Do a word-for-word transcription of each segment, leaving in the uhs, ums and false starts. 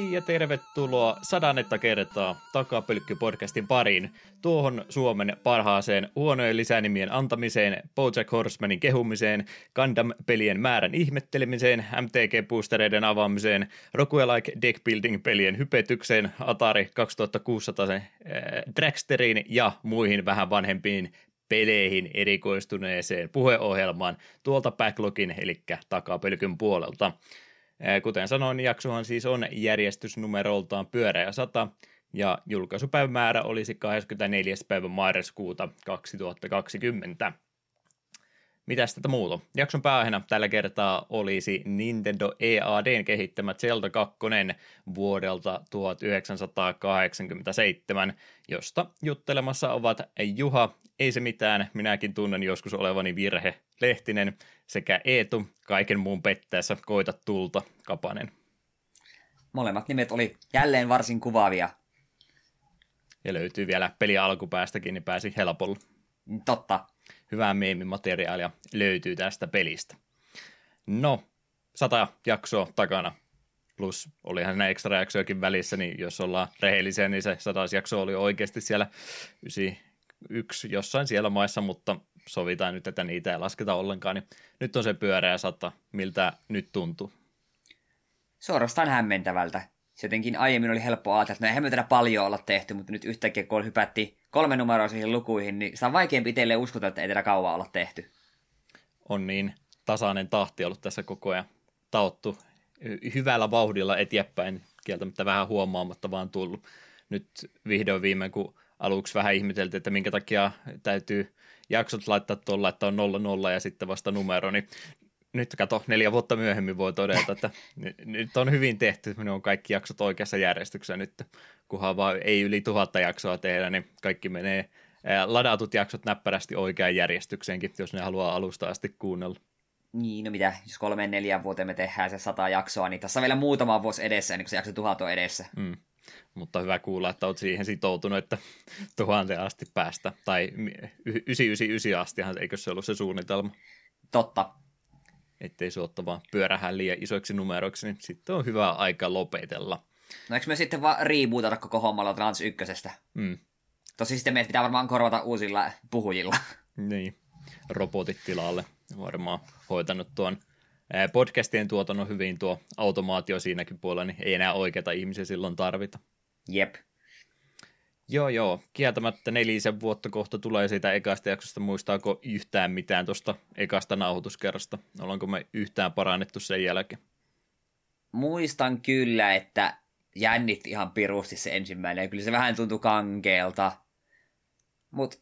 Hei ja tervetuloa sadannetta kertaa Takapölkky-podcastin pariin, tuohon Suomen parhaaseen huonojen lisänimien antamiseen, BoJack Horsemanin kehumiseen, Gundam-pelien määrän ihmettelemiseen, M T G-boostereiden avaamiseen, Roguelike deckbuilding-pelien hypetykseen, Atari kaksituhattakuusisataa äh, Dragsteriin ja muihin vähän vanhempiin peleihin erikoistuneeseen puheohjelmaan tuolta Backlogin eli Takapölkyn puolelta. Kuten sanoin, jaksohan siis on järjestysnumeroltaan pyöreä sata, ja julkaisupäivämäärä olisi kahdeskymmenesneljäs päivä marraskuuta kaksituhattakaksikymmentä. Mitäs tätä muuta? Jakson pääaiheena tällä kertaa olisi Nintendo E A D:n kehittämä Zelda kaksi vuodelta tuhatyhdeksänsataakahdeksankymmentäseitsemän, josta juttelemassa ovat Juha, ei se mitään, minäkin tunnen joskus olevani virhe, Lehtinen, sekä Eetu, kaiken muun pettäessä koita tulta, Kapanen. Molemmat nimet oli jälleen varsin kuvaavia. Ja löytyy vielä peli alkupäästäkin, niin pääsi helpolla. Totta. Hyvää meemimateriaalia löytyy tästä pelistä. No, sata jaksoa takana, plus olihan ne ekstra jaksojakin välissä, niin jos ollaan rehellisiä, niin se sadas jakso oli oikeasti siellä yhdeksänkymmentäyksi jossain siellä maissa, mutta sovitaan nyt, että niitä ei lasketa ollenkaan, niin nyt on se pyöreä sata. Miltä nyt tuntuu? Suorastaan hämmentävältä. Se jotenkin aiemmin oli helppo ajatella, että no eihän me tätä paljon olla tehty, mutta nyt yhtäkkiä kun hypättiin kolme numeroa siihen lukuihin, niin sitä on vaikeampi itselleen uskota, että ei tätä kauan olla tehty. On niin tasainen tahti ollut tässä koko ajan taottu hyvällä vauhdilla eteenpäin, kieltämättä vähän huomaamatta vaan tullut. Nyt vihdoin viimein, kun aluksi vähän ihmeteltiin, että minkä takia täytyy jaksot laittaa tuolla, että on nolla nolla ja sitten vasta numero, niin nyt kato, neljä vuotta myöhemmin voi todeta, että nyt on hyvin tehty, ne on kaikki jaksot oikeassa järjestyksessä nyt, kunhan vaan ei yli tuhatta jaksoa tehdä, niin kaikki menee ladatut jaksot näppärästi oikeaan järjestykseenkin, jos ne haluaa alusta asti kuunnella. Niin, no mitä, jos kolmeen neljään vuoteen me tehdään se sata jaksoa, niin tässä on vielä muutama vuosi edessä, ennen kuin se jakso tuhat on edessä. Mm. Mutta hyvä kuulla, että olet siihen sitoutunut, että tuhanteen asti päästä, tai yhdeksänsataayhdeksänkymmentäyhdeksän astihan, eikö se ollut se suunnitelma? Totta. Ettei se otta vaan pyörähän liian isoiksi numeroiksi, niin sitten on hyvä aika lopetella. No eikö me sitten vaan rebootata koko hommalla Trans ykkösestä? Mm. Tosi sitten meidät pitää varmaan korvata uusilla puhujilla. Niin, robotit tilalle varmaan hoitanut tuon podcastien tuotannon hyvin tuo automaatio siinäkin puolella, niin ei enää oikeita ihmisiä silloin tarvita. Jep. Joo, joo. Kieltämättä nelisen vuotta kohta tulee siitä ekasta jaksosta. Muistaako yhtään mitään tuosta ekasta nauhoituskerrasta? Ollaanko me yhtään parannettu sen jälkeen? Muistan kyllä, että jännitti ihan pirusti se ensimmäinen. Kyllä se vähän tuntui kankeelta. Mut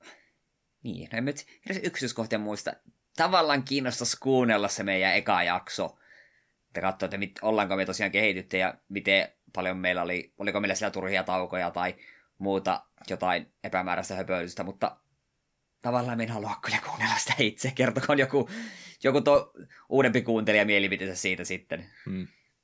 niin, no en nyt yksityiskohtia muista. Tavallaan kiinnostaisi kuunnella se meidän eka jakso. Että katsoa, että mit, ollaanko me tosiaan kehitytty ja miten paljon meillä oli, oliko meillä siellä turhia taukoja tai muuta jotain epämääräistä höpöilystä, mutta tavallaan me en halua kyllä kuunnella sitä itse. Kertokoon joku, joku to, uudempi kuuntelija mielipiteensä siitä sitten. Hmm.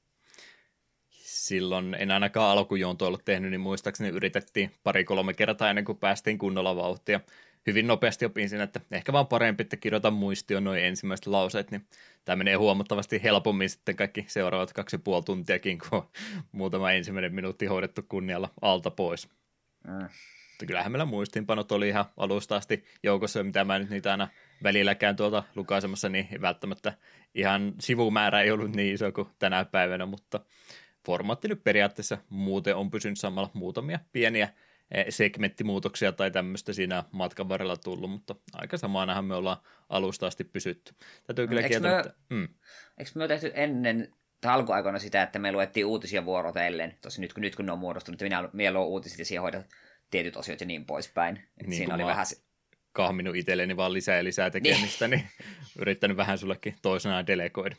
Silloin en ainakaan alkujuonto ollut tehnyt, niin muistaakseni yritettiin pari-kolme kertaa ennen kuin päästiin kunnolla vauhtia. Hyvin nopeasti opin sen, että ehkä vaan parempi, että kirjoitan muistioon noin ensimmäiset lauseet, niin tämä menee huomattavasti helpommin sitten kaikki seuraavat kaksi ja puoli tuntiakin, kun on muutama ensimmäinen minuutti hoidettu kunnialla alta pois. Mm. Mutta kyllähän meillä muistiinpanot oli ihan alusta asti joukossa, mitä mä nyt niitä aina välilläkään tuolta lukaisemassa, niin välttämättä ihan sivumäärä ei ollut niin iso kuin tänä päivänä, mutta formaatti nyt periaatteessa muuten on pysynyt samalla, muutamia pieniä segmenttimuutoksia tai tämmöistä siinä matkan varrella tullut, mutta aika samaanahan me ollaan alusta asti pysytty. Täytyy kyllä kieltä, että... Mm. Eikö me ole tehty ennen tai alkuaikoina sitä, että me luettiin uutisia vuorotellen, tosi nyt kun, nyt kun ne on muodostunut, että minä, minä luon uutiset ja siihen hoidat tietyt osiot ja niin poispäin. Niin siinä oli vähän... kahminut itselleni vaan lisää ja lisää tekemistä, niin yrittänyt vähän sullekin toisenaan delegoida.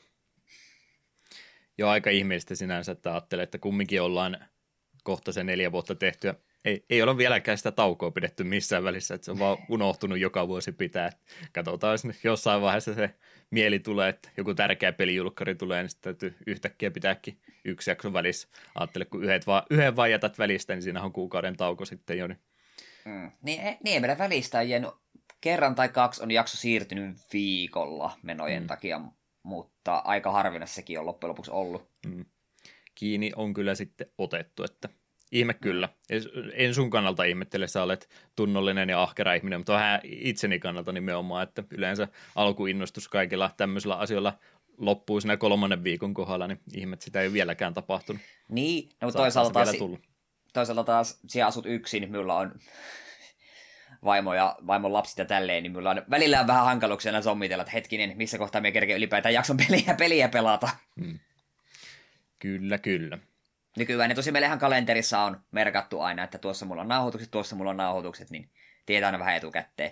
Joo, aika ihmeellistä sinänsä, että ajattelee, että kumminkin ollaan kohta se neljä vuotta tehtyä. Ei, ei ole vieläkään sitä taukoa pidetty missään välissä, että se on vaan unohtunut joka vuosi pitää. Katsotaan, jos jossain vaiheessa se mieli tulee, että joku tärkeä pelijulkkari tulee, niin sitten täytyy yhtäkkiä pitääkin yksi jakson välissä. Ajattele, kun yhdet vaan, yhden vaan jätät välistä, niin siinä on kuukauden tauko sitten jo. Niin, mm. niin, niin ei meidän välistä on jäänyt, kerran tai kaksi on jakso siirtynyt viikolla menojen mm. takia, mutta aika harvinaisessakin on loppujen lopuksi ollut. Mm. kiinni on kyllä sitten otettu, että ihme kyllä. En sun kannalta ihmettele, sä olet tunnollinen ja ahkera ihminen, mutta vähän itseni kannalta nimenomaan, että yleensä alkuinnostus kaikilla tämmöisillä asioilla loppuu siinä kolmannen viikon kohdalla, niin ihmet sitä ei ole vieläkään tapahtunut. Niin, no toisaalta taas, toisaalta taas siellä asut yksin, niin minulla on vaimo ja vaimon lapsit ja tälleen, niin minulla on välillä on vähän hankaluuksia aina sommitella, että hetkinen, missä kohtaa me kerkeä ylipäätään jakson peliä, peliä pelata. Hmm. Kyllä, kyllä. Nykyään ne tosi meillähän kalenterissa on merkattu aina, että tuossa mulla on nauhoitukset, tuossa mulla on nauhoitukset, niin tietää aina vähän etukäteen.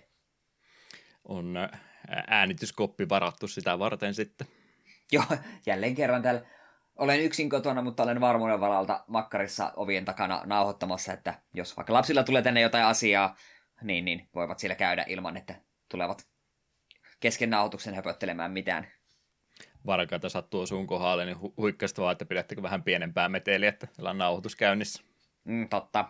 On äänityskoppi varattu sitä varten sitten. Joo, jälleen kerran täällä olen yksin kotona, mutta olen varmuuden varalta makkarissa ovien takana nauhoittamassa, että jos vaikka lapsilla tulee tänne jotain asiaa, niin, niin voivat siellä käydä ilman, että tulevat kesken nauhoituksen höpöttelemään mitään. Varkaita sattuu sun kohdalle, niin hu- huikkasta vaan, että pidättekö vähän pienempää meteliä, että meillä on nauhoitus käynnissä. Mm, totta.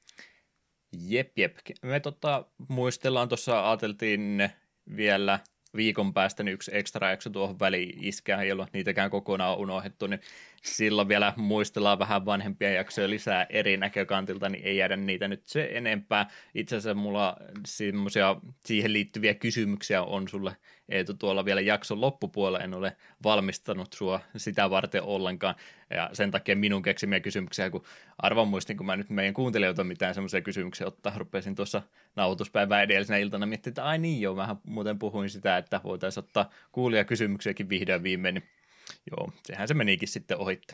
Jep, jep. Me tota, muistellaan tuossa, ajateltiin vielä viikon päästä niin yksi ekstra jakso tuohon väliin iskää, jolloin niitäkään kokonaan on unohdettu, niin silloin vielä muistellaan vähän vanhempia jaksoja lisää eri näkökantilta, niin ei jäädä niitä nyt se enempää. Itse asiassa mulla semmoisia siihen liittyviä kysymyksiä on sulle, Eetu, tuolla vielä jakson loppupuolella, en ole valmistanut sua sitä varten ollenkaan, ja sen takia minun keksimiä kysymyksiä, kun arvan muistin, kun mä nyt meidän kuuntelijoilta mitään semmoisia kysymyksiä ottaa, rupesin tuossa nauhoituspäivän edellisenä iltana miettimään, että ai niin joo, mähän muuten puhuin sitä, että voitaisiin ottaa kuulia kysymyksiäkin vihdoin viimein, niin joo, sehän se menikin sitten ohitte.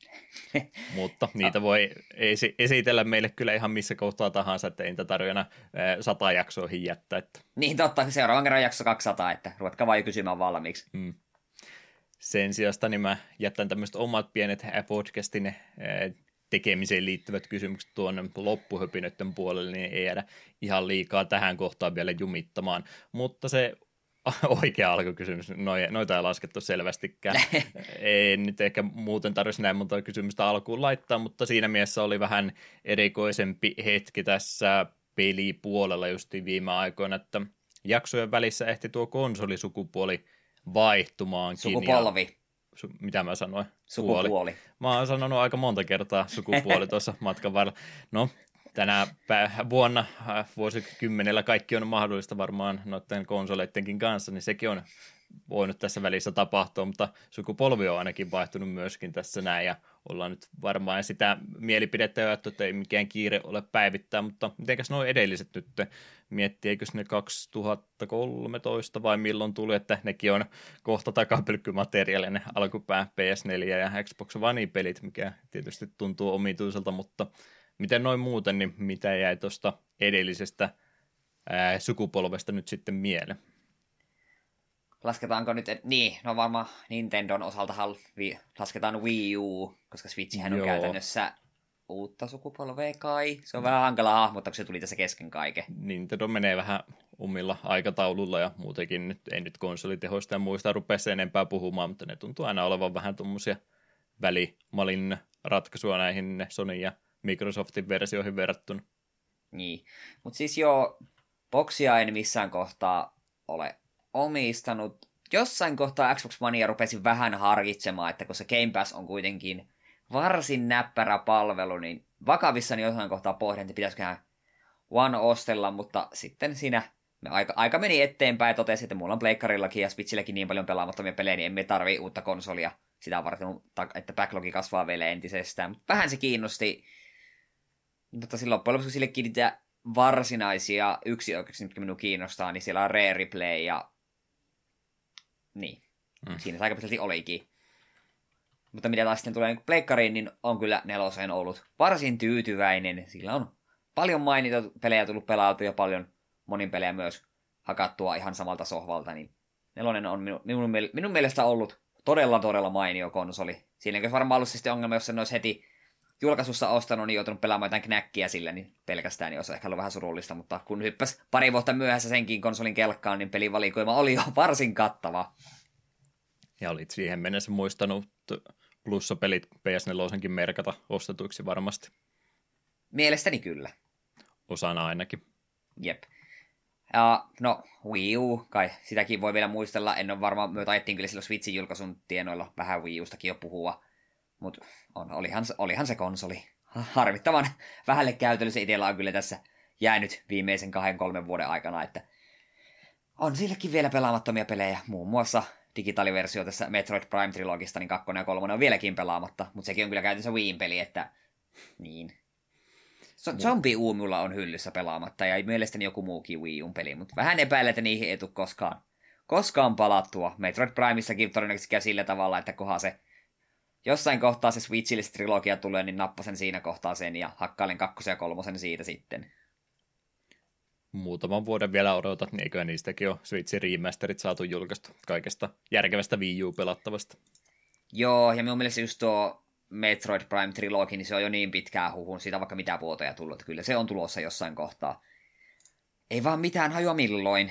Mutta niitä voi esi- esitellä meille kyllä ihan missä kohtaa tahansa, että ei niitä tarvitse sata jaksoihin jättää. Että. Niin totta, seuraavan kerran jakso kaksisataa, että ruvetkaa vaan jo kysymään valmiiksi. Mm. Sen sijasta niin mä jätän tämmöiset omat pienet podcastin tekemiseen liittyvät kysymykset tuonne loppuhöpinöiden puolelle, niin ei jäädä ihan liikaa tähän kohtaan vielä jumittamaan. Mutta se oikea alkukysymys, noita ei laskettu selvästikään. Ei nyt ehkä muuten tarvitsisi näin monta kysymystä alkuun laittaa, mutta siinä mielessä oli vähän erikoisempi hetki tässä pelipuolella justiin viime aikoina, että jaksojen välissä ehti tuo konsolisukupuoli vaihtumaankin. Sukupuoli. Ja, su, mitä mä sanoin? Sukupuoli. Puoli. Mä oon sanonut aika monta kertaa sukupuoli tuossa matkan varrella. No, tänä vuonna, vuosikymmenellä kaikki on mahdollista varmaan noiden konsoleittenkin kanssa, niin sekin on voinut tässä välissä tapahtua, mutta sukupolvi on ainakin vaihtunut myöskin tässä näin, ja ollaan nyt varmaan sitä mielipidettä jo, että ei mikään kiire ole päivittää, mutta mitenkäs nuo edelliset nyt miettii, eikös ne kaksituhattakolmetoista vai milloin tuli, että nekin on kohta takapylkkymateriaalia, ne alkupää P S neljä ja Xbox One-pelit, mikä tietysti tuntuu omituiselta, mutta miten noin muuten, niin mitä jäi tuosta edellisestä ää, sukupolvesta nyt sitten mieleen? Lasketaanko nyt, et, niin, no varmaan Nintendon osalta vi, lasketaan Wii U, koska Switchihän on Joo. käytännössä uutta sukupolvea kai. Se on vähän hankala hahmottaa, kun se tuli tässä kesken kaiken. Nintendo menee vähän omilla aikataululla ja muutenkin nyt, ei nyt konsolitehoista ja muista rupea se enempää puhumaan, mutta ne tuntuu aina olevan vähän tuommoisia välimalin ratkaisua näihin Sony ja Microsoftin versioihin verrattuna. Niin, mutta siis joo, boksia en missään kohtaa ole omistanut. Jossain kohtaa Xbox Onea rupesin vähän harkitsemaan, että kun se Game Pass on kuitenkin varsin näppärä palvelu, niin vakavissani jossain kohtaa pohdin, että pitäisiköhän One ostella, mutta sitten siinä aika, aika meni eteenpäin ja totesin, että mulla on Pleikkarillakin ja Switchilläkin niin paljon pelaamattomia pelejä, niin emme tarvii uutta konsolia sitä varten, että backlogi kasvaa vielä entisestään. Vähän se kiinnosti, mutta silloin loppujen lopuksi sillekin niitä varsinaisia yksioikeuksia, mitkä minua kiinnostaa, niin siellä on Rare Replay ja niin, mm. siinä se aika pitkälti olikin. Mutta mitä taas sitten tulee niin pleikkariin, niin on kyllä neloseen ollut varsin tyytyväinen. Sillä on paljon mainita pelejä tullut pelailtu ja paljon monin pelejä myös hakattua ihan samalta sohvalta. Niin nelonen on minun, minun, minun mielestä ollut todella, todella mainio konsoli. Siinä olisi varmaan ollut sitten ongelma, jos sen olisi heti julkaisussa ostanut, niin joutunut pelaamaan jotain knäkkiä sillä, niin pelkästään niin olisi ehkä ollut vähän surullista. Mutta kun hyppäsi pari vuotta myöhässä senkin konsolin kelkkaan, niin pelivalikoima oli jo varsin kattava. Ja olit siihen mennessä muistanut plussapelit P S neljä merkata ostetuiksi varmasti. Mielestäni kyllä. Osana ainakin. Jep. Ja, no, Wii U, kai sitäkin voi vielä muistella. En ole varmaan, me taittiin kyllä silloin Switchin julkaisun tienoilla vähän Wii Ustakin jo puhua. Mutta on, olihan, olihan se konsoli. Harmittavan vähälle käytölle se itsellä on kyllä tässä jäänyt viimeisen kahden kolmen vuoden aikana, että on silläkin vielä pelaamattomia pelejä, muun muassa digitaaliversio tässä Metroid Prime Trilogista, niin kakkonen ja kolmonen on vieläkin pelaamatta, mutta sekin on kyllä käytössä Wiin peli, että niin. Zombie U mulla on hyllyssä pelaamatta, ja mielestäni joku muukin Wii Un peli, mutta vähän epäilen, että niihin ei tule koskaan, koskaan palattua. Metroid Primeissakin todennäköisesti käy sillä tavalla, että kohan se jossain kohtaa se Switchille se trilogia tulee, niin nappasen siinä kohtaa sen ja hakkailen kakkosen ja kolmosen siitä sitten. Muutaman vuoden vielä odotat, niin eiköhän niistäkin ole Switchin remasterit saatu julkaistu kaikesta järkevästä Wii U-pelattavasta. Joo, ja minun mielestä just tuo Metroid Prime Trilogy, niin se on jo niin pitkään huhun, siitä on vaikka mitään vuotoja tullut, että kyllä se on tulossa jossain kohtaa. Ei vaan mitään hajua milloin.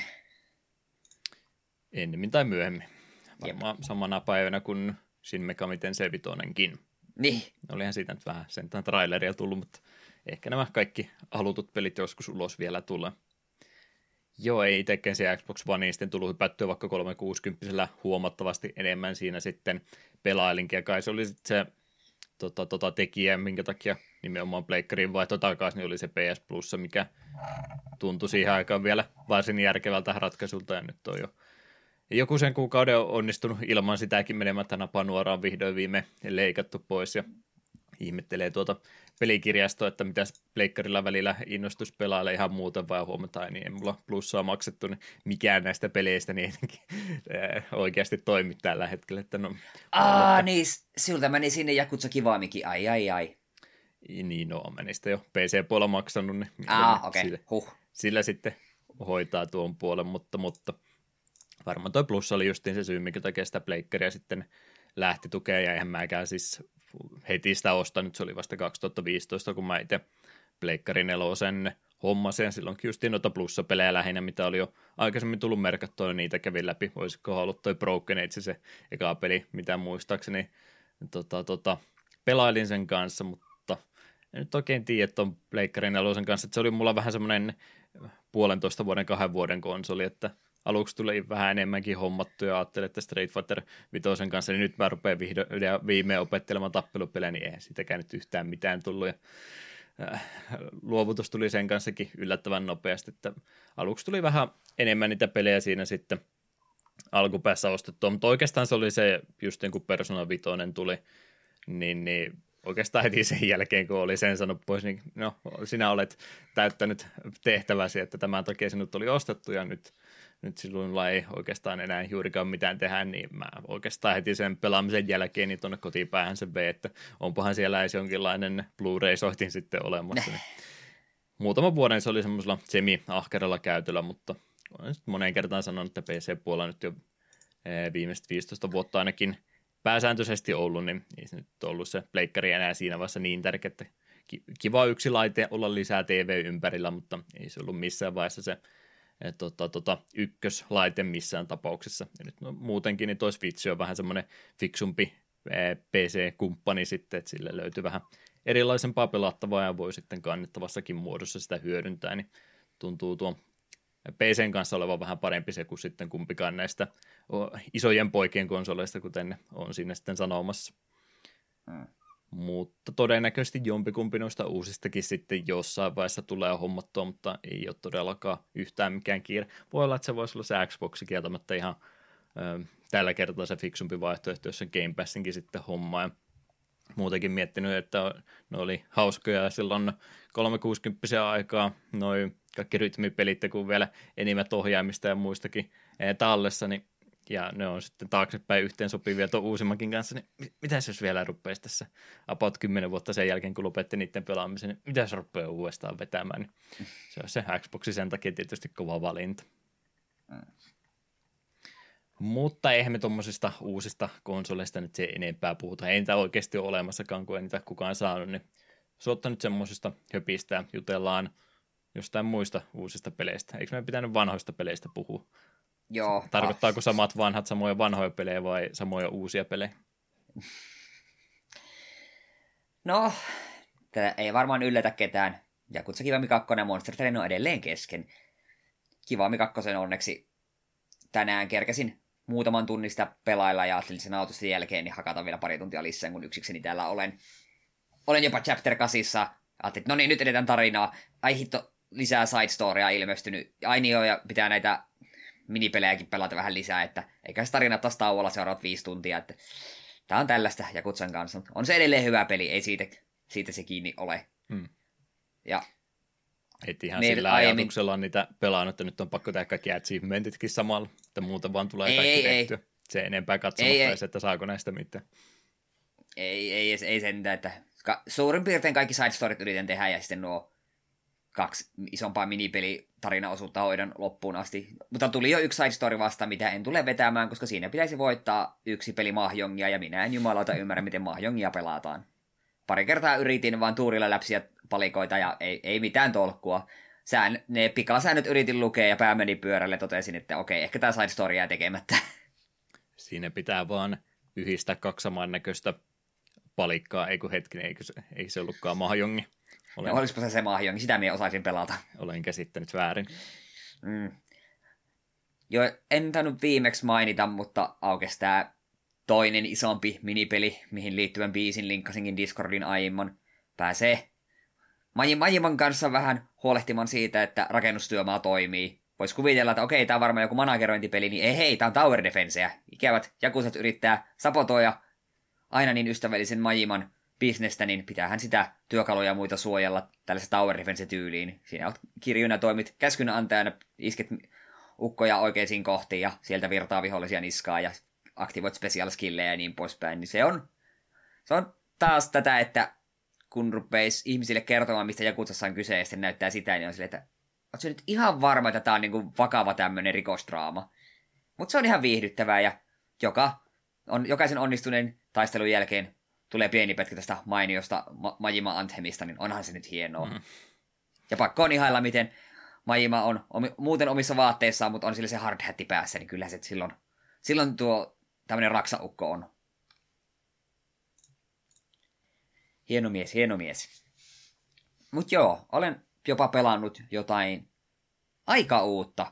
Ennemmin tai myöhemmin. Varmaan Jep. samana päivänä kuin Shin Megami Tensei vitonenkin. Niin. Olihan siitä nyt vähän sentään traileria tullut, mutta ehkä nämä kaikki halutut pelit joskus ulos vielä tulee. Joo, ei itsekään se Xbox One sitten tullut hypättyä vaikka kolmesataakuusikymmentä huomattavasti enemmän siinä sitten pelailinkin. Ja kai se oli sitten se tota, tota, tekijä, minkä takia nimenomaan Pleikkariin vaihto takaisin, niin oli se P S Plus, mikä tuntui siihen aikaan vielä varsin järkevältä ratkaisulta. Ja nyt on jo joku sen kuukauden on onnistunut ilman sitäkin menemättä napanuoraan vihdoin viime leikattu pois. Ja ihmettelee tuota pelikirjastoa, että mitä pleikkarilla välillä innostus pelailla ihan muuten, vai huomataan, niin ei mulla plussaa maksettu, niin mikään näistä peleistä niin oikeasti toimi tällä hetkellä. Että no, Aa, niin, siltä meni sinne Jakutsa Kivaamikin, ai ai ai. Niin, no, meni sitä jo P C-puolella maksanut, niin Aa, okei, okay. huh. Sillä sitten hoitaa tuon puolen, mutta, mutta varmaan toi plussa oli justiin se syy, mikä takia sitä pleikkaria sitten lähti tukea, ja eihän mäkään siis heti sitä ostanut, se oli vasta kaksituhattaviisitoista, kun mä itse Pleikkari nelosen hommasin, silloinkin justiin noita plussapelejä lähinnä, mitä oli jo aikaisemmin tullut merkattua, niitä kävin läpi, olisiko ollut toi Broken Age se eka peli, mitä muistaakseni tota, tota, pelailin sen kanssa, mutta en nyt oikein tiedä tuon Pleikkari nelosen kanssa, että se oli mulla vähän semmoinen puolentoista vuoden, kahden vuoden konsoli, että aluksi tuli vähän enemmänkin hommattu ja ajattelin, että Street Fighter viitosen kanssa, niin nyt mä rupean vihdoin ja viimein opettelemaan tappelupelejä, niin eihän siitäkään nyt yhtään mitään tullut. Ja, äh, luovutus tuli sen kanssakin yllättävän nopeasti, että aluksi tuli vähän enemmän niitä pelejä siinä sitten alkupäässä ostettua, mutta oikeastaan se oli se, just niin kuin Persona viisi tuli, niin, niin oikeastaan heti sen jälkeen, kun oli sen sanonut pois, niin no, sinä olet täyttänyt tehtäväsi, että tämän takia sinut oli ostettu ja nyt nyt silloin ei oikeastaan enää juurikaan mitään tehdä, niin mä oikeastaan heti sen pelaamisen jälkeen niin tuonne kotipäähän se vei, että onpahan siellä edes jonkinlainen Blu-ray-soitin sitten olemassa. Niin muutaman vuoden se oli semmoisella semi-ahkeralla käytöllä, mutta olen nyt moneen kertaan sanonut, että P C-puolella nyt jo viimeiset viisitoista vuotta ainakin pääsääntöisesti ollut, niin ei se nyt ollut se pleikkari enää siinä vaiheessa niin tärkeä, että kiva yksi laite olla lisää T V ympärillä, mutta ei se ollut missään vaiheessa se Tota, tota, ykköslaite missään tapauksessa. Ja nyt no, muutenkin niin toi Switch on vähän semmoinen fiksumpi P C-kumppani sitten, että sille löytyy vähän erilaisempaa pelattavaa ja voi sitten kannettavassakin muodossa sitä hyödyntää, niin tuntuu tuo P C:n kanssa olevan vähän parempi se kuin sitten kumpikaan näistä isojen poikien konsoleista, kuten on siinä sitten sanomassa. Hmm. Mutta todennäköisesti jompikumpi noista uusistakin sitten jossain vaiheessa tulee hommattua, mutta ei ole todellakaan yhtään mikään kiire. Voi olla, että se voisi olla se Xbox kieltämättä ihan ö, tällä kertaa se fiksumpi vaihtoehto, jos se Game Passinkin sitten hommaa. Ja muutenkin miettinyt, että ne oli hauskoja silloin kolmesataakuusikymmentä aikaa, noin kaikki rytmipelit, kun vielä enimmät ohjaimista ja muistakin tallessa, niin ja ne on sitten taaksepäin yhteen sopivia tuon uusimmankin kanssa, niin mitä jos vielä rupeaisi tässä about kymmenen vuotta sen jälkeen, kun lopetti niiden pelaamisen, niin mitä se rupeaa uudestaan vetämään, niin se on se Xboxi sen takia tietysti kova valinta. Mm. Mutta eihän me tuommoisista uusista konsoleista nyt se enempää puhuta. Ei niitä oikeasti ole olemassakaan, kun ei niitä kukaan saanut, niin suotta nyt semmoisista höpistä ja jutellaan jostain muista uusista peleistä. Eikö me pitänyt vanhoista peleistä puhua? Joo. Tarkoittaako samat vanhat samoja vanhoja pelejä vai samoja uusia pelejä? No, tätä ei varmaan yllätä ketään. Jakutsa Kiwami kaksi ja Monster Train on edelleen kesken. Kiwami kaksi onneksi tänään kerkäsin muutaman tunnista pelailla ja ajattelin sen autosta jälkeen niin hakata vielä pari tuntia lisää, kun yksikseni täällä olen. Olen jopa chapter kasissa. Ajattelin, että no niin, nyt edetään tarinaa. Ai hitto, lisää side storya ilmestynyt. Ai niin joo, ja pitää näitä minipelejäkin pelata vähän lisää, että eikä se tarina taas tauolla seuraavat viisi tuntia, että tää on tällaista Jakutsan kanssa. On se edelleen hyvä peli, ei siitä, siitä se kiinni ole. Hmm. Ja et ihan sillä aiemmin ajatuksella on niitä pelannut, että nyt on pakko tehdä kaikki achievementitkin samalla, että muuten vaan tulee ei, kaikki ei, tehtyä. Ei. Se enempää katsomatta edes, että saako näistä mitään. Ei, ei, ei, ei sentään, että ka- suurin piirtein kaikki side storyt yritän tehdä ja sitten nuo kaksi isompaa minipelitarinaosuutta hoidan loppuun asti. Mutta tuli jo yksi side story vasta, mitä en tule vetämään, koska siinä pitäisi voittaa yksi peli Mahjongia, ja minä en jumalauta ymmärrä, miten Mahjongia pelataan. Pari kertaa yritin vaan tuurilla läpsiä palikoita, ja ei, ei mitään tolkkua. Sään, ne pikasäännöt yritin lukea, ja pää meni pyörälle, totesin, että okei, ehkä tämä side story jää tekemättä. Siinä pitää vaan yhdistää kaksi samannäköistä palikkaa, ei kun hetkinen, eikö se, ei se ollutkaan Mahjongi. Olen... No, olisiko se se Mahjongi, sitä minä osaisin pelata. Olen käsittänyt väärin. Mm. Jo, en tainnut viimeksi mainita, mutta aukesi tämä toinen isompi minipeli, mihin liittyvän biisin linkkasinkin Discordin aiemman. Pääsee Majiman kanssa vähän huolehtimaan siitä, että rakennustyömaa toimii. Voisi kuvitella, että okei, tämä on varmaan joku managerointipeli, niin ei hei, tämä on Tower Defenseä. Ikävät Jakusat yrittää sapotoida aina niin ystävällisen Majiman bisnestä, niin pitäähän sitä työkaluja ja muita suojella tällaisessa Tower Defense-tyyliin. Siinä olet kirjuna toimit käskynantajana, isket ukkoja oikeisiin kohtiin ja sieltä virtaa vihollisia niskaa ja aktivoit special skillejä ja niin poispäin. Niin se on, se on taas tätä, että kun rupeisi ihmisille kertomaan, mistä Jakutsassa on kyse ja sitten näyttää sitä, niin on silleen, että oot sä nyt ihan varma, että tää on niinku vakava tämmönen rikosdraama. Mutta se on ihan viihdyttävää ja joka on, jokaisen onnistuneen taistelun jälkeen tulee pieni pätkä tästä mainiosta Ma- Majima Anthemista, niin onhan se nyt hienoa. Mm. Ja pakko on ihailla, miten Majima on omi- muuten omissa vaatteissaan, mutta on sille se hard hatti päässä, niin kyllä se silloin, silloin tuo tämmönen raksaukko on. Hieno mies, hieno mies. Mut joo, olen jopa pelannut jotain aika uutta.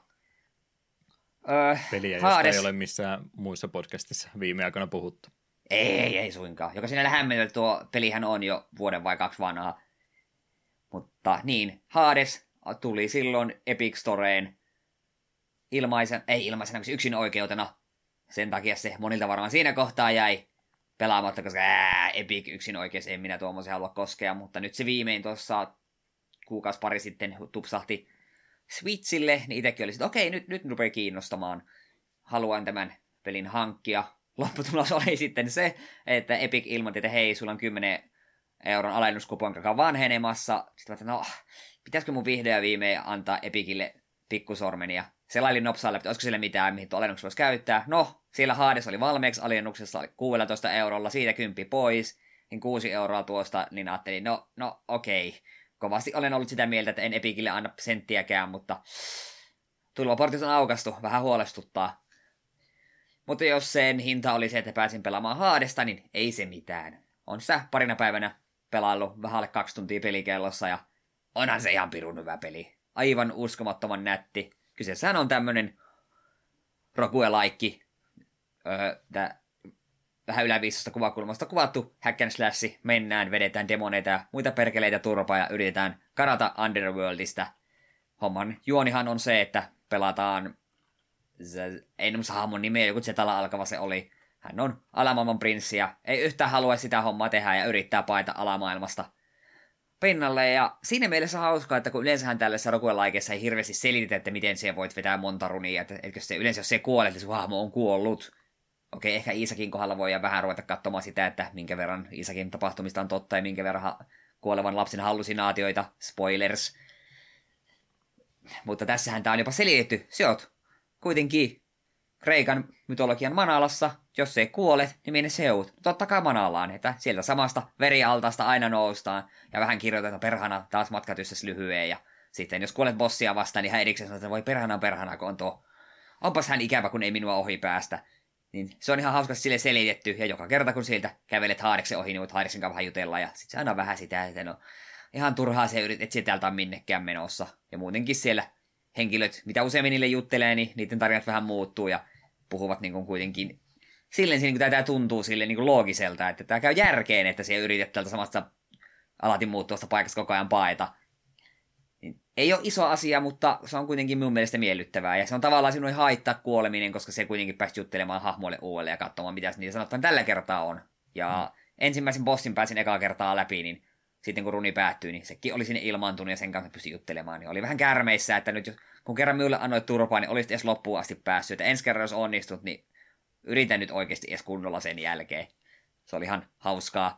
Öö, Peliä, josta Hades... ei ole missään muissa podcastissa viime aikoina puhuttu. Ei, ei suinkaan. Joka sinällä hämmentää, että tuo pelihän on jo vuoden vai kaksi vanhaa. Mutta niin, Hades tuli silloin Epic Storeen ilmaisen, ei ilmaisena, yksin oikeutena. Sen takia se monilta varmaan siinä kohtaa jäi pelaamatta, koska ää, Epic yksin oikeus, en minä tuommoisen halua koskea. Mutta nyt se viimein tuossa kuukausi pari sitten tupsahti Switchille, niin itsekin oli että okei, nyt, nyt rupeaa kiinnostamaan. Haluan tämän pelin hankkia. Lopputulos oli sitten se, että Epic ilmoitti, että hei, sulla on kymmenen euron alennuskupon, joka on vanhenemassa. Sitten mä no, pitäisikö mun vihdoin ja viimein antaa Epicille pikkusormeni. Ja selailin nopsaalle, että olisiko sille mitään, mihin tuo alennuksen voisi käyttää. No, siellä Hades oli valmiiksi alennuksessa, oli kuusitoista eurolla, siitä kymppi pois, niin kuusi euroa tuosta, niin ajattelin, no, no okei. Kovasti olen ollut sitä mieltä, että en Epicille anna senttiäkään, mutta tulvaportit on aukastu, vähän huolestuttaa. Mutta jos sen hinta oli se, että pääsin pelaamaan Hadesta, niin ei se mitään. On sitä parina päivänä pelaillut vähän alle kaksi tuntia pelikellossa ja onhan se ihan pirun hyvä peli. Aivan uskomattoman nätti. Kyseessähän on tämmönen roguelike, öö, tää vähän yläviistosta kuvakulmasta kuvattu hack and slash. Mennään, vedetään demoneita ja muita perkeleitä turpaa ja yritetään karata Underworldista. Homman juonihan on se, että pelataan, ei muista hahmon nimeä, joku Zetalla alkava se oli. Hän on alamaailman prinssi ja ei yhtään halua sitä hommaa tehdä ja yrittää paeta alamaailmasta pinnalle. Ja siinä mielessä hauskaa, että kun yleensähän tällaisessa roguelikeissa ei hirveästi selitetä, että miten se voit vetää monta runia. Että etkö se, yleensä jos se kuolee, että sun hahmo on kuollut. Okei, ehkä Iisakin kohdalla voi vähän ruveta katsomaan sitä, että minkä verran Iisakin tapahtumista on totta ja minkä verran ha- kuolevan lapsen hallusinaatioita. Spoilers. Mutta tässähän tää on jopa selitetty. Se oot kuitenkin Kreikan mytologian Manalassa. Jos se kuolet, niin minne seut? Totta kai Manalaan, että sieltä samasta verialtaasta aina noustaan. Ja vähän kirjoitetaan perhana taas matkatyssäs lyhyen. Ja sitten jos kuolet bossia vastaan, niin hän erikseen sanoo, että voi perhana perhana, kun on tuo. Onpas hän ikävä, kun ei minua ohi päästä. Niin se on ihan hauska sille selitetty, ja joka kerta kun sieltä kävelet Hadeksen ohi, niin voit Hadeksen kanssa vähän jutella, ja sit se aina vähän sitä, että no ihan turhaa se yrit, et se täältä on minnekään menossa. Ja muutenkin siellä henkilöt, mitä useammin niille juttelee, niin niiden tarinat vähän muuttuu, ja puhuvat niin kuin kuitenkin silleen, niin kuin tämä tuntuu silleen niin kuin loogiselta, että tämä käy järkeen, että siellä yritet tältä samasta alati muuttuvasta paikasta koko ajan paeta. Ei ole iso asia, mutta se on kuitenkin minun mielestä miellyttävää. Ja se on tavallaan sinun ei haittaa kuoleminen, koska se kuitenkin pääsi juttelemaan hahmoille uudelleen ja katsomaan, mitä niitä sanotaan tällä kertaa on. Ja mm. ensimmäisen bossin pääsin ekaa kertaa läpi, niin sitten kun runi päättyi, niin sekin oli sinne ilmaantunut ja sen kanssa pystyi juttelemaan. Niin oli vähän kärmeissä, että nyt kun kerran minulle annoit turpaa, niin olisit edes loppuun asti päässyt. Että ensi kerran jos onnistut, niin yritän nyt oikeasti edes kunnolla sen jälkeen. Se oli ihan hauskaa.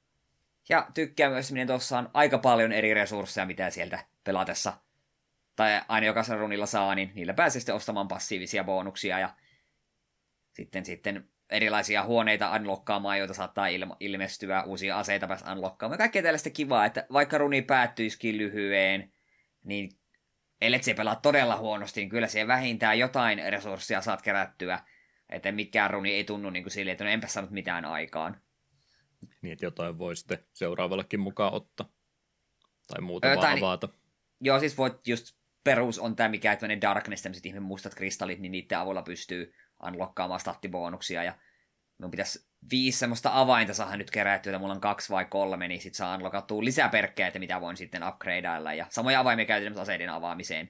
Ja tykkään myös, että tuossa on aika paljon eri resursseja, mitä sieltä pelatessa, tai aina jokaisella runilla saa, niin niillä pääsee sitten ostamaan passiivisia bonuksia, ja sitten, sitten erilaisia huoneita unlockkaamaan, joita saattaa ilma- ilmestyä, uusia aseita päästä unlockkaamaan. Kaikkea tällaista kivaa, että vaikka runi päättyisikin lyhyen, niin ellet se pelaa todella huonosti, niin kyllä siihen vähintään jotain resursseja saat kerättyä, että mikään runi ei tunnu niin kuin silleen, että no enpä saanut mitään aikaan. Niin, että jotain voi sitten seuraavallekin mukaan ottaa. Tai muuta öö, vaan avata. Niin, joo, siis voit just perus on tämä mikä, että ne Darkness, tämmöiset ihme mustat kristallit, niin niiden avulla pystyy unlockkaamaan stattibonuksia. Ja minun pitäisi viisi semmoista avainta saada nyt kerättyä, että mulla on kaksi vai kolme, niin sit saa unlockattua lisäperkkejä, että mitä voin sitten upgradeailla. Ja samoja avaimia käytetään aseiden avaamiseen.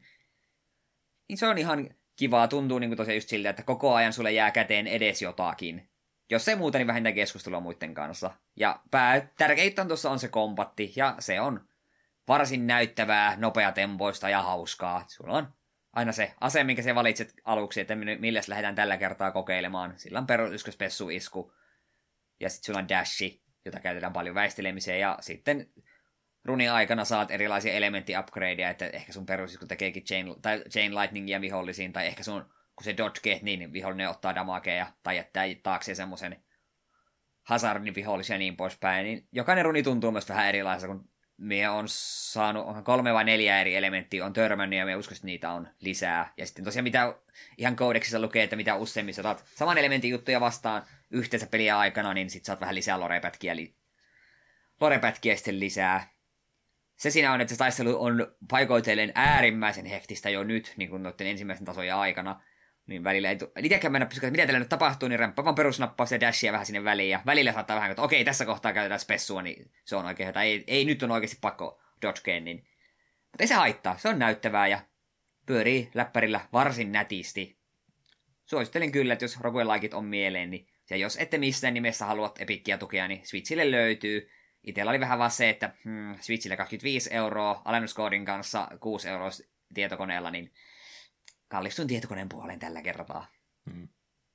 Niin se on ihan kivaa, tuntuu niin kuin tosiaan just siltä, että koko ajan sulle jää käteen edes jotakin. Jos ei muuta, niin vähintään keskustelua muiden kanssa. Ja pää, tärkeintä tuossa on se kombatti, ja se on varsin näyttävää, nopeatempoista ja hauskaa. Sulla on aina se ase, minkä sä valitset aluksi, että milläs lähdetään tällä kertaa kokeilemaan. Sillä on perus ykköspessu-isku, ja sitten sulla on dashi, jota käytetään paljon väistelemiseen, ja sitten runin aikana saat erilaisia elementti-upgradeja, että ehkä sun perusisku tekeekin chain, tai chain lightningia vihollisiin, tai ehkä sun kun se dodge, niin vihollinen ottaa damagea tai jättää taakseen semmoisen hazardin vihollisia ja niin poispäin. Niin jokainen runi tuntuu myös vähän erilaiselta, kun me on saanut kolme vai neljä eri elementtiä on törmännyt ja me uskon, että niitä on lisää. Ja sitten tosiaan mitä ihan koodeksissa lukee, että mitä useimmin saat saman elementin juttuja vastaan yhteensä peliä aikana, niin sitten saat vähän lisää lorepätkiä, li- lorepätkiä sitten lisää. Se siinä on, että se taistelu on paikoitellen äärimmäisen hektistä jo nyt, niin kuin noiden ensimmäisen tasojen aikana. Niin välillä ei tule. Itsekään mennä pysyä, että mitä tällä nyt tapahtuu, niin rämppää vaan perusnappaus ja dashia vähän sinne väliin. Ja välillä saattaa vähän, että okei, tässä kohtaa käytetään spessua, niin se on oikein. Tai ei, ei nyt on oikeasti pakko dodgeen, niin. Mutta ei se haittaa, se on näyttävää ja pyörii läppärillä varsin nätisti. Suosittelen kyllä, että jos roguelikeit on mieleen, niin ja jos ette missään nimessä haluat Epickiä tukea, niin Switchille löytyy. Itellä oli vähän vaan se, että hmm, Switchille kaksikymmentäviisi euroa, alennuskoodin kanssa kuusi euroa tietokoneella, niin kallistuin tietokoneen puoleen tällä kertaa. Hmm.